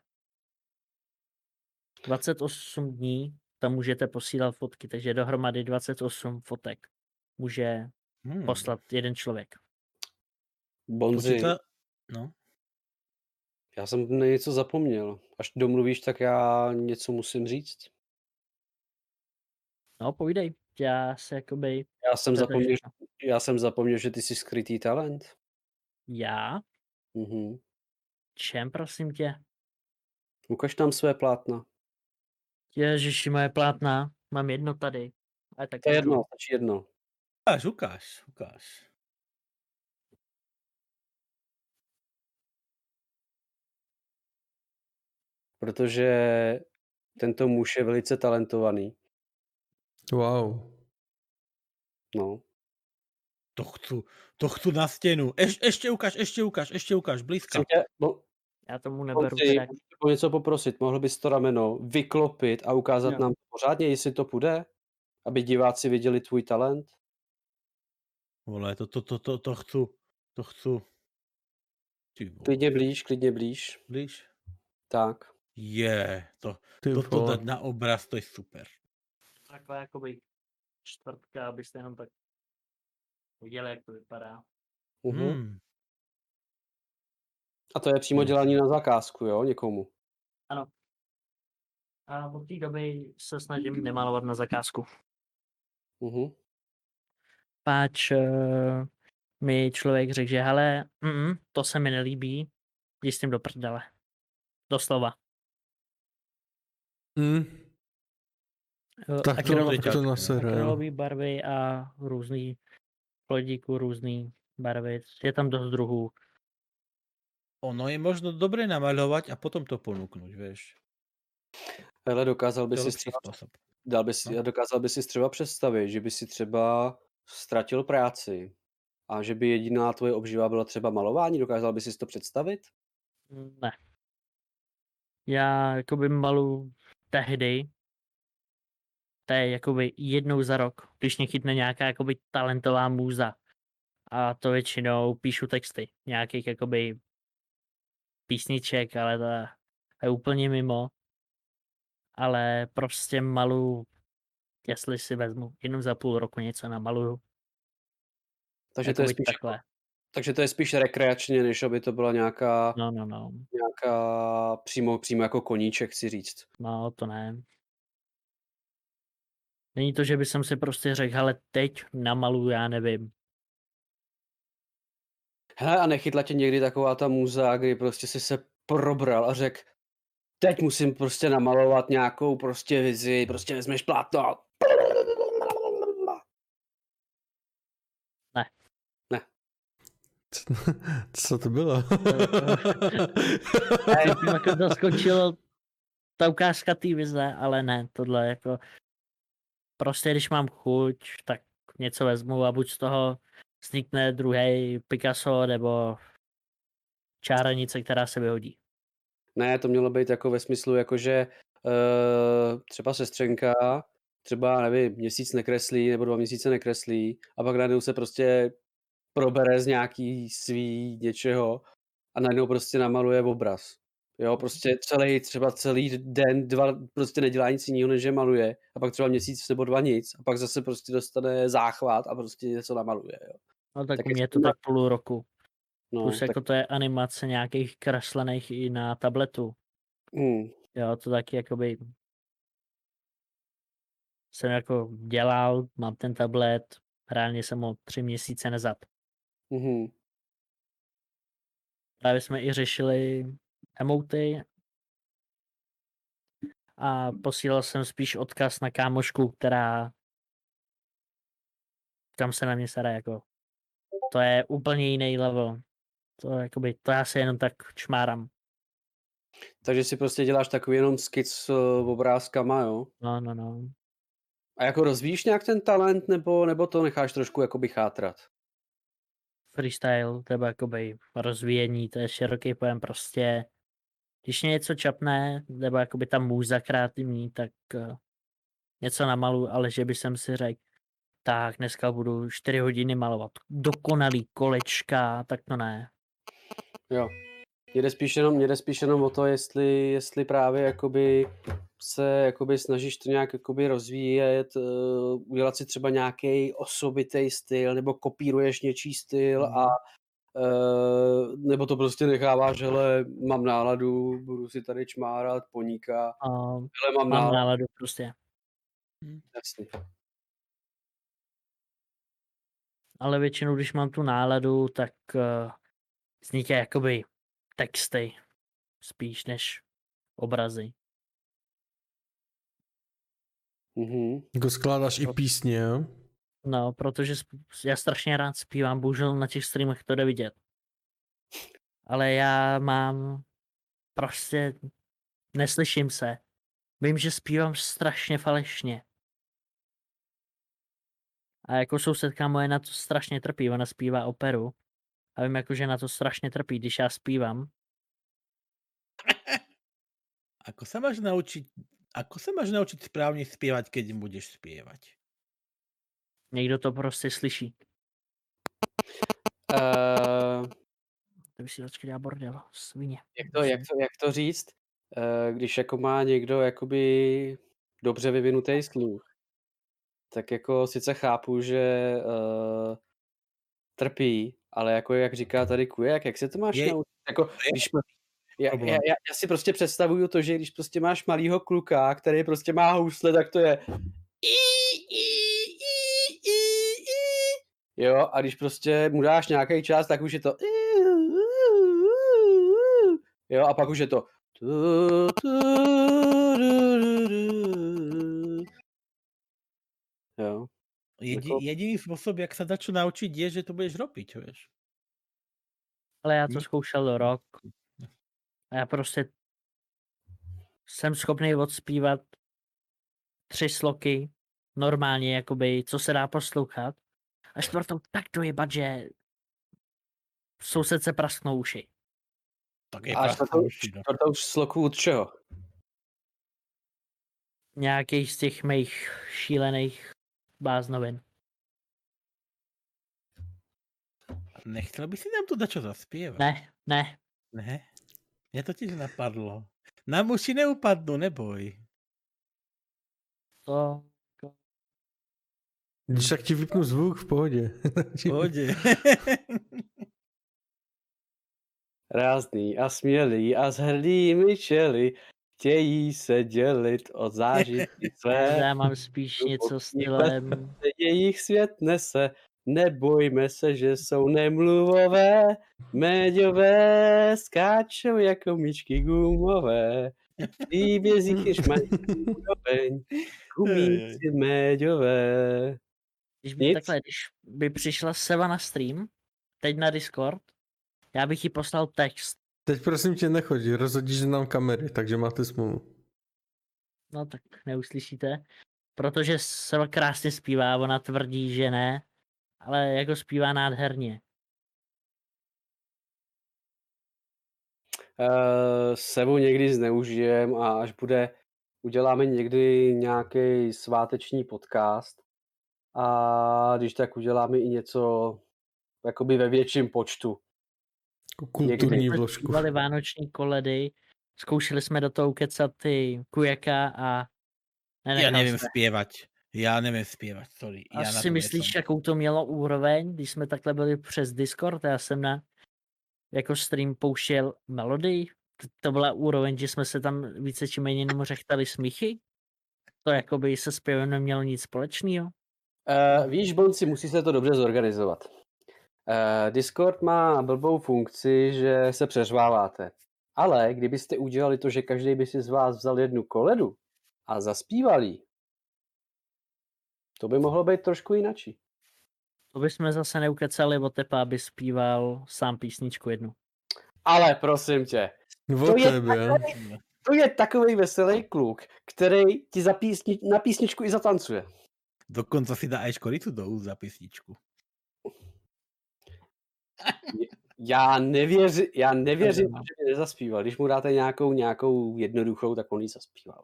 dvacet osm dní tam můžete posílat fotky, takže dohromady dvacet osm fotek může Hmm. poslat jeden člověk. Bonzi, Počíta... No. já jsem na něco zapomněl. Až domluvíš, tak já něco musím říct. No, povídej. Já se jakoby... Já jsem To je zapomněl, všechno. já jsem zapomněl, že ty jsi skrytý talent. Já? Mhm. Čem, prosím tě? Ukaž nám své plátna. Ježiši, moje plátna. Mám jedno tady. A tak To je můžu. jedno, stačí jedno. Ukáž, ukáž, ukáž. Protože tento muž je velice talentovaný. Wow. No. To chci, to chci na stěnu. Eš, ještě ukáž, ještě ukáž, ještě ukáž, blízka. Chci tě, no, Já tomu neberu Bonzi, teda. můžu tě o něco poprosit. Mohl bys to rameno vyklopit a ukázat Jo. nám pořádně, jestli to půjde? Aby diváci viděli tvůj talent? Vole, to, to, to, to, to chci, to chci. Ty vole, Klidně blíž, klidně blíž. blíž. Tak. Je, to, Ty to, to vole. dát na obraz, to je super. Taková jakoby čtvrtka, abyste jenom tak viděli, jak to vypadá. Uhum. Hmm. A to je přímo Hmm. dělání na zakázku, jo, někomu. Ano. A od té doby se snažím nemalovat na zakázku. Uhum. Páč uh, mi člověk řekl, že hele, mm, to se mi nelíbí, jdi s tím do prdele. Doslova. Mm. Uh, Tak to, akrylový- tak to nasere, jo. akrylové barvy a různý plodíku, různý barvy. Je tam dost druhů. Ono je možno dobre namaľovať a potom to ponúknuť, vieš. Hele, dokázal by To je si lepší třeba, spôsob. dal by si, No. dokázal by si třeba představit, že by si třeba ztratil práci a že by jediná tvoje obživa byla třeba malování? Dokázal by si to představit? Ne. Já jakoby malu tehdy, to je jakoby jednou za rok, když mě chytne nějaká jakoby talentová můza. A to většinou píšu texty nějakých jakoby písniček, ale to je, to je úplně mimo. Ale prostě malu, jestli si vezmu jednou za půl roku něco namaluju. Takže to je Jakoby spíš, takhle. takže to je spíš rekreačně, než aby to byla nějaká, No, no, no. nějaká přímo, přímo jako koníček, chci říct. No, to ne. Není to, že by jsem si prostě řekl, hele, teď namaluju, já nevím. Hele, a nechytla tě někdy taková ta muza, kdy prostě si se probral a řekl, teď musím prostě namalovat nějakou prostě vizi, prostě vezmeš plátno a... Ne. Ne. Co to bylo? Ne, tím jako to skončilo ta ukázka té vize, ale ne, tohle jako prostě když mám chuť, tak něco vezmu a buď z toho vznikne druhý Picasso nebo čáranice, která se vyhodí. Ne, to mělo být jako ve smyslu, jakože uh, třeba sestřenka, třeba, nevím, měsíc nekreslí nebo dva měsíce nekreslí a pak najednou se prostě probere z nějaký svý něčeho a najednou prostě namaluje obraz. Jo, prostě celý, třeba celý den, dva, prostě nedělá nic jiného, než že maluje a pak třeba měsíc nebo dva nic a pak zase prostě dostane záchvat a prostě něco namaluje, jo. No tak, Tak u mě je jestli to má- tak půl roku. No, Plus tak, jako to je animace nějakých kreslených i na tabletu. hm, Jo, to taky jakoby jsem jako dělal, mám ten tablet, reálně jsem ho tři měsíce nezap. mhm. Právě jsme i řešili emoty a posílal jsem spíš odkaz na kámošku, která tam se na mě stará jako. To je úplně jiný level. To, jakoby, to já se jenom tak čmáram. Takže si prostě děláš takový jenom skic s uh, obrázkama, jo? No, no, no. A jako rozvíjíš nějak ten talent, nebo, nebo to necháš trošku jakoby chátrat? Freestyle, nebo jakoby rozvíjení, to je široký pojem prostě. Když mě něco čapne, nebo jakoby ta můza kreativní, tak uh, něco namaluju, ale že by jsem si řekl, tak dneska budu čtyři hodiny malovat dokonalý kolečka, tak to ne. Jo. Mě jde spíš jenom, mě jde spíš jenom o to, jestli, jestli právě jakoby se jakoby snažíš to nějak jakoby rozvíjet, uh, udělat si třeba nějaký osobitý styl, nebo kopíruješ něčí styl a uh, nebo to prostě necháváš, hele, mám náladu, budu si tady čmárat, poníka, Uh, hele, mám, mám náladu. náladu prostě. Jasně. Ale většinou, když mám tu náladu, tak uh, vznikají jakoby texty spíš než obrazy. Mhm. Jako skládáš i písně, jo? No, protože sp- já strašně rád zpívám, bohužel na těch streamech to jde vidět. Ale já mám prostě, neslyším se. Vím, že zpívám strašně falešně. A jako sousedka moje na to strašně trpí, ona zpívá operu. A vím, jako, že na to strašně trpí, když já zpívám. Ako sa máš naučiť, ako sa máš naučiť správne spievať, keď budeš spievať? Někdo to prostě slyší. Uh, To vysílačky dá bordel, svině. jak, to, jak, to, jak to říct, uh, když jako má někdo jakoby dobře vyvinutý sluch, tak jako sice chápu, že uh, trpí, ale jako jak říká tady Kujak, jak se to máš Je- naučit? Jako, když, já, problém. já, já, já si prostě představuju to, že když prostě máš malýho kluka, který prostě má housle, tak to je jo, a když prostě mu dáš nějaký čas, tak už je to jo, a pak už je to jo. Jedi, Jako- jediný spôsob, jak sa dá čo naučiť, je, že to budeš robiť, vieš. Ale já to Hm. zkoušel rok. A já prostě jsem schopný odspívat tři sloky normálně, jakoby, co se dá poslouchat. A čtvrtou tak dojebat, že sousedce prasknou uši. Tak je A krásná čtvrtou, uši, no. čtvrtou sloku od čeho? Nějaký z těch mých šílených báznovin. Nechcel by si nám tu dačo zaspievať? Ne, ne. Ne? Mňa to tiež napadlo. Nám uši neupadnú, neboj. To... Když tak ti vypnu zvuk, v pohodě. Pohode. Rázný a smělý a s hrdými čely chtějí se dělit o zážitky své. Já mám spíš něco stylem... Jejich svět nese, nebojme se, že jsou nemluvové, méďové skáčou jako myčky gumové. Příbězích jež mají úroveň, kumíci méďové. Když by Nic. takhle, když by přišla Seva na stream, teď na Discord, já bych jí poslal text. Teď prosím tě nechoď, rozhodíš nám kamery, takže máte smůlu. No tak neuslyšíte. Protože Seva krásně zpívá, ona tvrdí, že ne, ale jako zpívá nádherně. Uh, Sevu někdy zneužijem a až bude, uděláme někdy nějaký sváteční podcast a když tak uděláme i něco jakoby ve větším počtu. Kulturní Někdy. Jsme vložku. zpívali vánoční koledy, zkoušeli jsme do toho kecat ty Kujaka a Ja nenechal neviem se. spievať. Ja neviem spievať, sorry. A Ja na si to myslíš, nesom. jakou to mělo úroveň, když jsme takhle byli přes Discord a já jsem na jako stream pouštěl melodii? To, to byla úroveň, že jsme se tam více či méně jenom řechtali smíchy? To jakoby se zpěvem nemělo nic společného? Uh, víš, Bonci, musí se to dobře zorganizovat. Uh, Discord má blbou funkci, že se přeřváváte. Ale kdybyste udělali to, že každý by si z vás vzal jednu koledu a zaspíval jí, to by mohlo být trošku jinačí. To bychom zase neukecali od tepa, aby zpíval sám písničku jednu. Ale prosím tě, O To je tebe. to je takovej veselý kluk, který ti za písni, na písničku i zatancuje. Dokonca si dá aj škoricu do úst za písničku. Já nevěřím, já nevěřím, no. že by nezaspíval. Když mu dáte nějakou, nějakou jednoduchou, tak on ji zaspíval.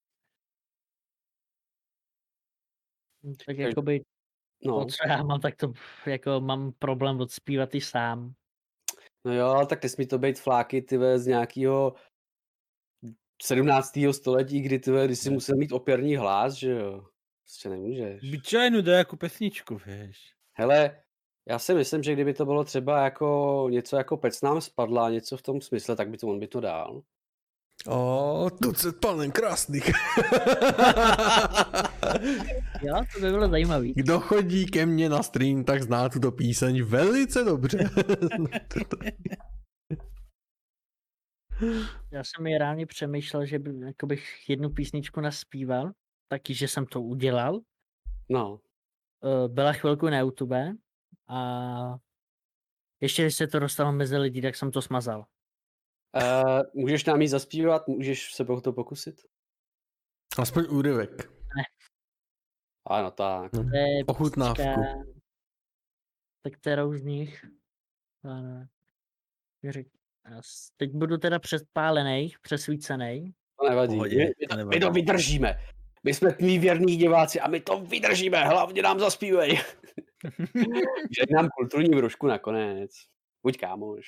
Tak Takže- jakoby to, No, co já mám, tak to jako mám problém odspívat i sám. no jo, tak nesmí to být fláky, ty ve, z nějakého sedmnáctého století, kdy ty ve, kdy si Ne. musel mít operní hlas, že jo. Prostě nemůžeš. Obyčajnou dajakú pesničku, vieš. Hele, já si myslím, že kdyby to bylo třeba jako něco jako Pec nám spadla, něco v tom smysle, tak by to on by to dal. O, tucet panen krásných. Jo, to by bylo zajímavý. Kdo chodí ke mně na stream, tak zná tuto píseň velice dobře. Já jsem i ráně přemýšlel, že by, jako bych jednu písničku naspíval, taky, že jsem to udělal. No, Eh, Byla chvilku na YouTube a ještě když se to dostalo mezi lidi, tak jsem to smazal. uh, můžeš nám ji zaspívat, můžeš se to pokusit? Aspoň úryvek. Ano, tak. No. To je Ochutnávku. písnička, tak kterou z nich. Já ne- řek- já s- Teď budu teda předpálenej, přesvícenej. To nevadí. Pohodě, My, my, to to, nevadí. my to vydržíme. My jsme tví věrní diváci a my to vydržíme. Hlavně nám zaspívej. Že nám kulturní brožku nakonec. Buď kámoš.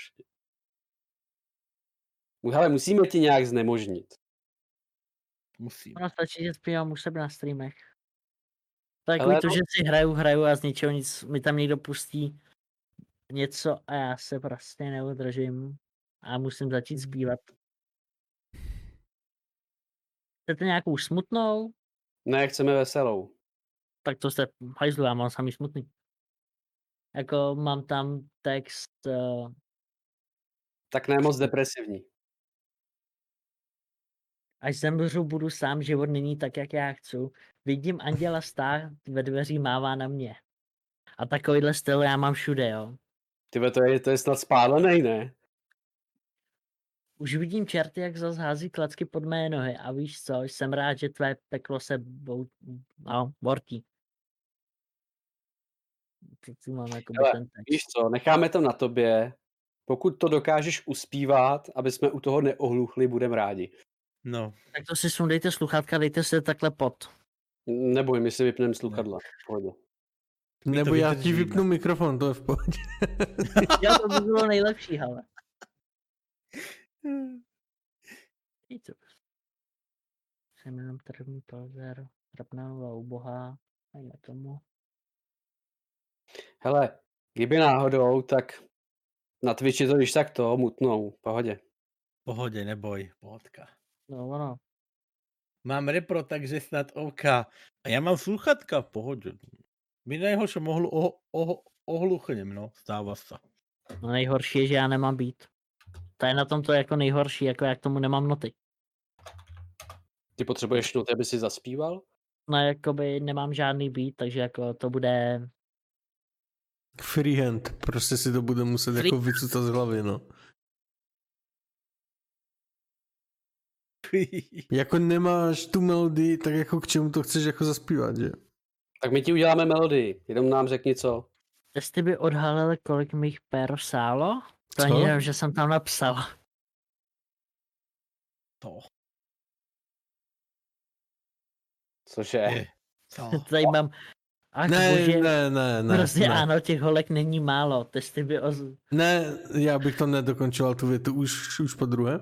Ale musíme ti nějak znemožnit. Musím. Ono stačí, že zpívám u sebe na streamech. Tak Ale to, no- že si hraju, hraju a z ničeho nic mi tam někdo pustí něco a já se prostě neudržím a musím začít zpívat. Chcete nějakou smutnou? Ne, chceme veselou. Tak to jste hajzlu, já mám samý smutný. Jako mám tam text, uh, Tak ne moc depresivní. až zemřu, budu sám, život není tak, jak já chci. Vidím anděla stát ve dveří, mává na mě. A takovýhle styl já mám všude, jo. Tyve, to je, to je snad spálenej, ne? Už vidím čerty, jak zas hází klacky pod mé nohy a víš co, jsem rád, že tvé peklo se bou... no, bortí. To tu mám jako Hele, ten text. Víš co, necháme to na tobě. Pokud to dokážeš uspívat, aby jsme u toho neohluchli, budeme rádi. No, Tak to si sundejte sluchátka, dejte si takhle pod. Neboj, my si vypneme sluchadla. V pohodě. My to Nebo já ti vydržíme. vypnu mikrofon, to je v pohodě. Já to by bylo nejlepší, ale. Víš co? Jsem jenom trvní pozer, trapná a ubohá, a je tomu. Hele, kdyby náhodou, tak na Twitchi to když tak to mutnou. V pohodě. pohodě, neboj, pohodka. No ono, Mám repro, takže snad OK. A já mám sluchatka, v pohodě. My nejhoršie mohlo oh, oh, ohluchnem, no, stáva sa. no nejhorší je, že já nemám být. To je na tom to jako nejhorší, jako já k tomu nemám noty. Ty potřebuješ noty, aby si zaspíval? No jakoby nemám žádný beat, takže jako to bude... Freehand, prostě si to bude muset Free- jako vycucat z hlavy, no. Jako nemáš tu melodii, tak jako k čemu to chceš jako zaspívat, že? Tak my ti uděláme melodii. Jenom nám řekni co. Testy by odhalily, kolik mých pér sálo? To Co? ani nevím, že jsem tam napsal. To. Cože? Je. To. Tady mám... Ach Ne, bože, ne, ne, ne, prostě ne. ano, těch holek není málo. Testy by oz... Ne, já bych to nedokončoval tu větu už, už po druhé.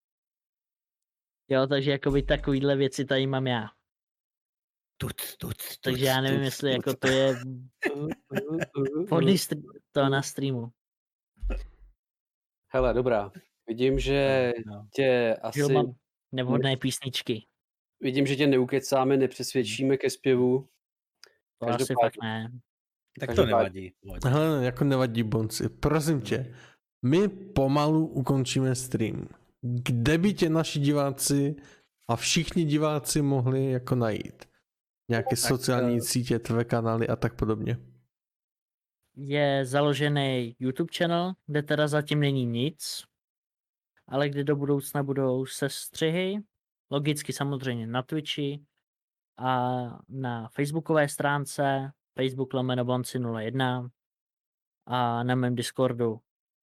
Jo, takže jakoby takovýhle věci tady mám já. Tuc, tuc, Takže já nevím, jestli jako to je vhodný str- to na streamu. Hele, dobrá. Vidím, že No. tě Že asi... mám nevhodné písničky. Vidím, že tě neukecáme, nepřesvědčíme ke zpěvu. To asi Každopádně- fakt ne. Tak to Každopádně- nevadí. pohodě. Hele, jako nevadí, Bonci, prosím tě. My pomalu ukončíme stream. Kde by tě naši diváci a všichni diváci mohli jako najít? Nějaké Tak, sociální eh, sítě, tvé kanály a tak podobně. Je založený YouTube channel, kde teda zatím není nic, ale kde do budoucna budou sestřihy, logicky samozřejmě na Twitchi a na facebookové stránce Facebook lomeno bonci nula jedna a na mém Discordu.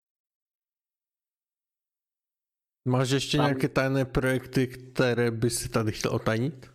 Máš ještě Tam- nějaké tajné projekty, které by si tady chtěl otajnit?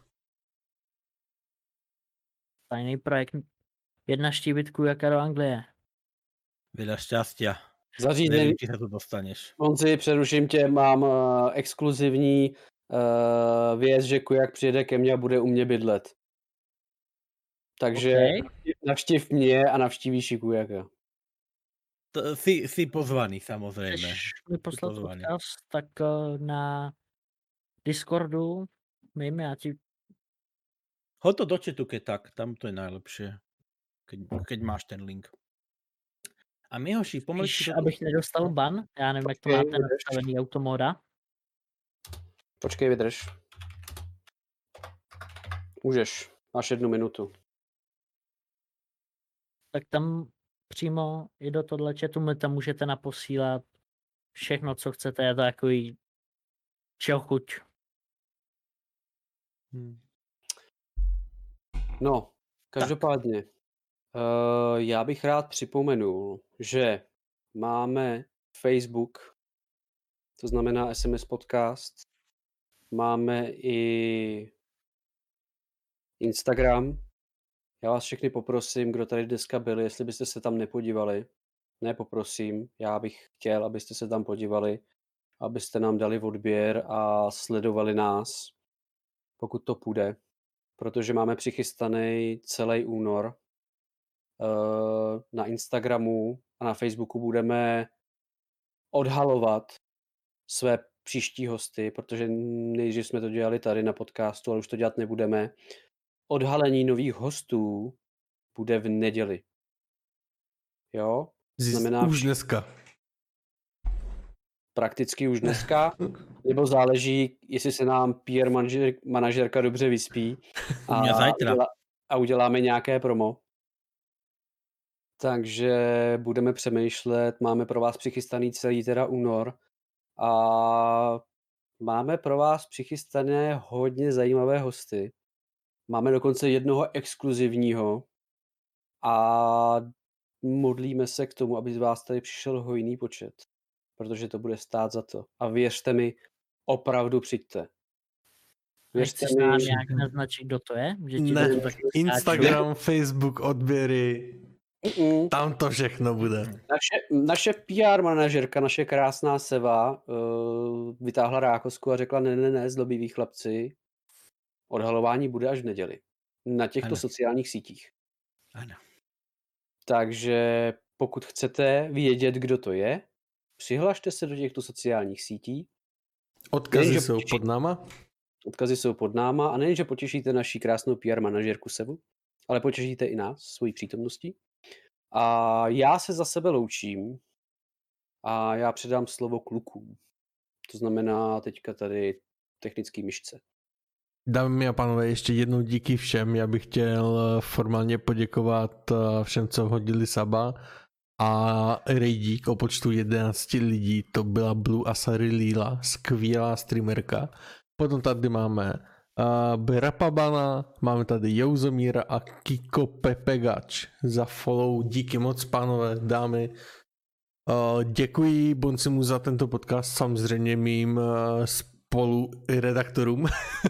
Tajný projekt. Jedna štíbitku jaka do Anglie. Veľa šťastia. Zařízení, Neviem, či sa tu dostaneš. Honzi, přeruším tě, mám uh, exkluzivní uh, věc, že Kujak přijede ke mně a bude u mě bydlet. Takže Okay. navštív mě a navštívíš i Kujaka. To, si, si pozvaný, samozrejme. Chceš mi poslat pozvaný. odkaz, tak uh, na Discordu, vím, já ti Hoď to do chatu, keď tak, tam to je najlepšie. Keď, keď máš ten link. A Mihoši, pomaličky píš, to... abych nedostal ban. Já nevím, jak to Počkej, máte vydrž. nastavený automoda. Počkej, vydrž. Můžeš, máš jednu minutu. Tak tam přímo i do tohle chatu mi tam můžete naposílat všechno, co chcete. Je to takový čochuť. Hm. No, každopádně, uh, já bych rád připomenul, že máme Facebook, to znamená S M S podcast, máme i Instagram. Já vás všechny poprosím, kdo tady dneska byli, jestli byste se tam nepodívali. Ne, poprosím, já bych chtěl, abyste se tam podívali, abyste nám dali odběr a sledovali nás, pokud to půjde, protože máme přichystaný celý únor. Uh, na Instagramu a na Facebooku budeme odhalovat své příští hosty, protože nejdřív jsme to dělali tady na podcastu, ale už to dělat nebudeme. Odhalení nových hostů bude v neděli. Jo? Znamená Už dneska. prakticky už dneska, nebo záleží, jestli se nám P R manažer, manažerka dobře vyspí U mě zajtra. udělá, a uděláme nějaké promo. Takže budeme přemýšlet, máme pro vás přichystaný celý teda únor a máme pro vás přichystané hodně zajímavé hosty. Máme dokonce jednoho exkluzivního a modlíme se k tomu, aby z vás tady přišel hojný počet, protože to bude stát za to. A věřte mi, opravdu přijďte. Věřte Nechceš nám mi, nějak naznačit, kdo to je? Že ti Ne, to tak Instagram, Facebook, odběry, Mm-mm. tam to všechno bude. Naše, naše P R manažerka, naše krásná Seva, uh, vytáhla rákosku a řekla, ne, ne, ne, zlobivý chlapci, odhalování bude až v neděli. Na těchto Ano. sociálních sítích. Áno. Takže pokud chcete vědět, kdo to je, přihlašte se do těchto sociálních sítí. Odkazy Jenže jsou potěší- pod náma. Odkazy jsou pod náma a nejenže potěšíte naší krásnou P R manažerku Sevu, ale potěšíte i nás svojí přítomností. A já se za sebe loučím a já předám slovo klukům. To znamená teďka tady technický myšce. Dámy a pánové, ještě jednou díky všem. Já bych chtěl formálně poděkovat všem, co hodili saba. A raidík o počtu jedenácti lidí, to byla Blue Asari Lila, skvělá streamerka. Potom tady máme uh, Brapabana, máme tady Jouzomíra a Kiko Pepegač za follow. Díky moc, pánové, dámy. Uh, děkuji Boncimu za tento podcast, samozřejmě mým uh, spoluredaktorům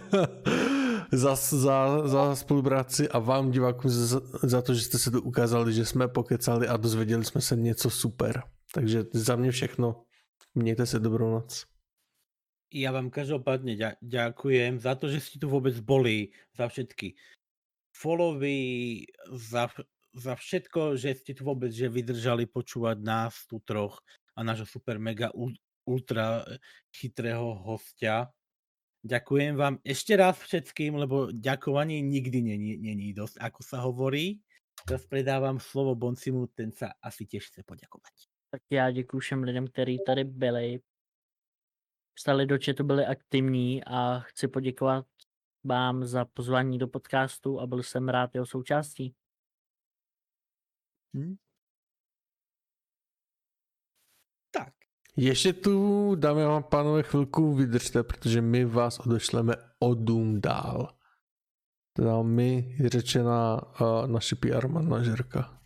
za, za, za spolupráci a vám divákům za, za to, že jste se tu ukázali, že jsme pokecali a dozvěděli jsme se něco super. Takže za mě všechno. Mějte se dobrou noc. Ja vám každopádne ďa- ďakujem za to, že ste tu vôbec boli, za všetky followy, za, za všetko, že ste tu vôbec že vydržali počúvať nás tu troch a nášho super mega ul- ultra chytrého hostia. Ďakujem vám ešte raz všetkým, lebo ďakovanie nikdy není, není dosť, ako sa hovorí. Teraz predávam slovo Boncimu, ten sa asi tiež chce poďakovať. Tak já děkuji všem lidem, kteří tady byli. Psali do chatu, byli aktivní a chci poděkovat vám za pozvání do podcastu a byl jsem rád jeho součástí. Hm? Tak. Ještě tu, dámy a pánové, chvilku vydržte, protože my vás odešleme o dům dál. Teda my je řečena uh, naše P R manažerka.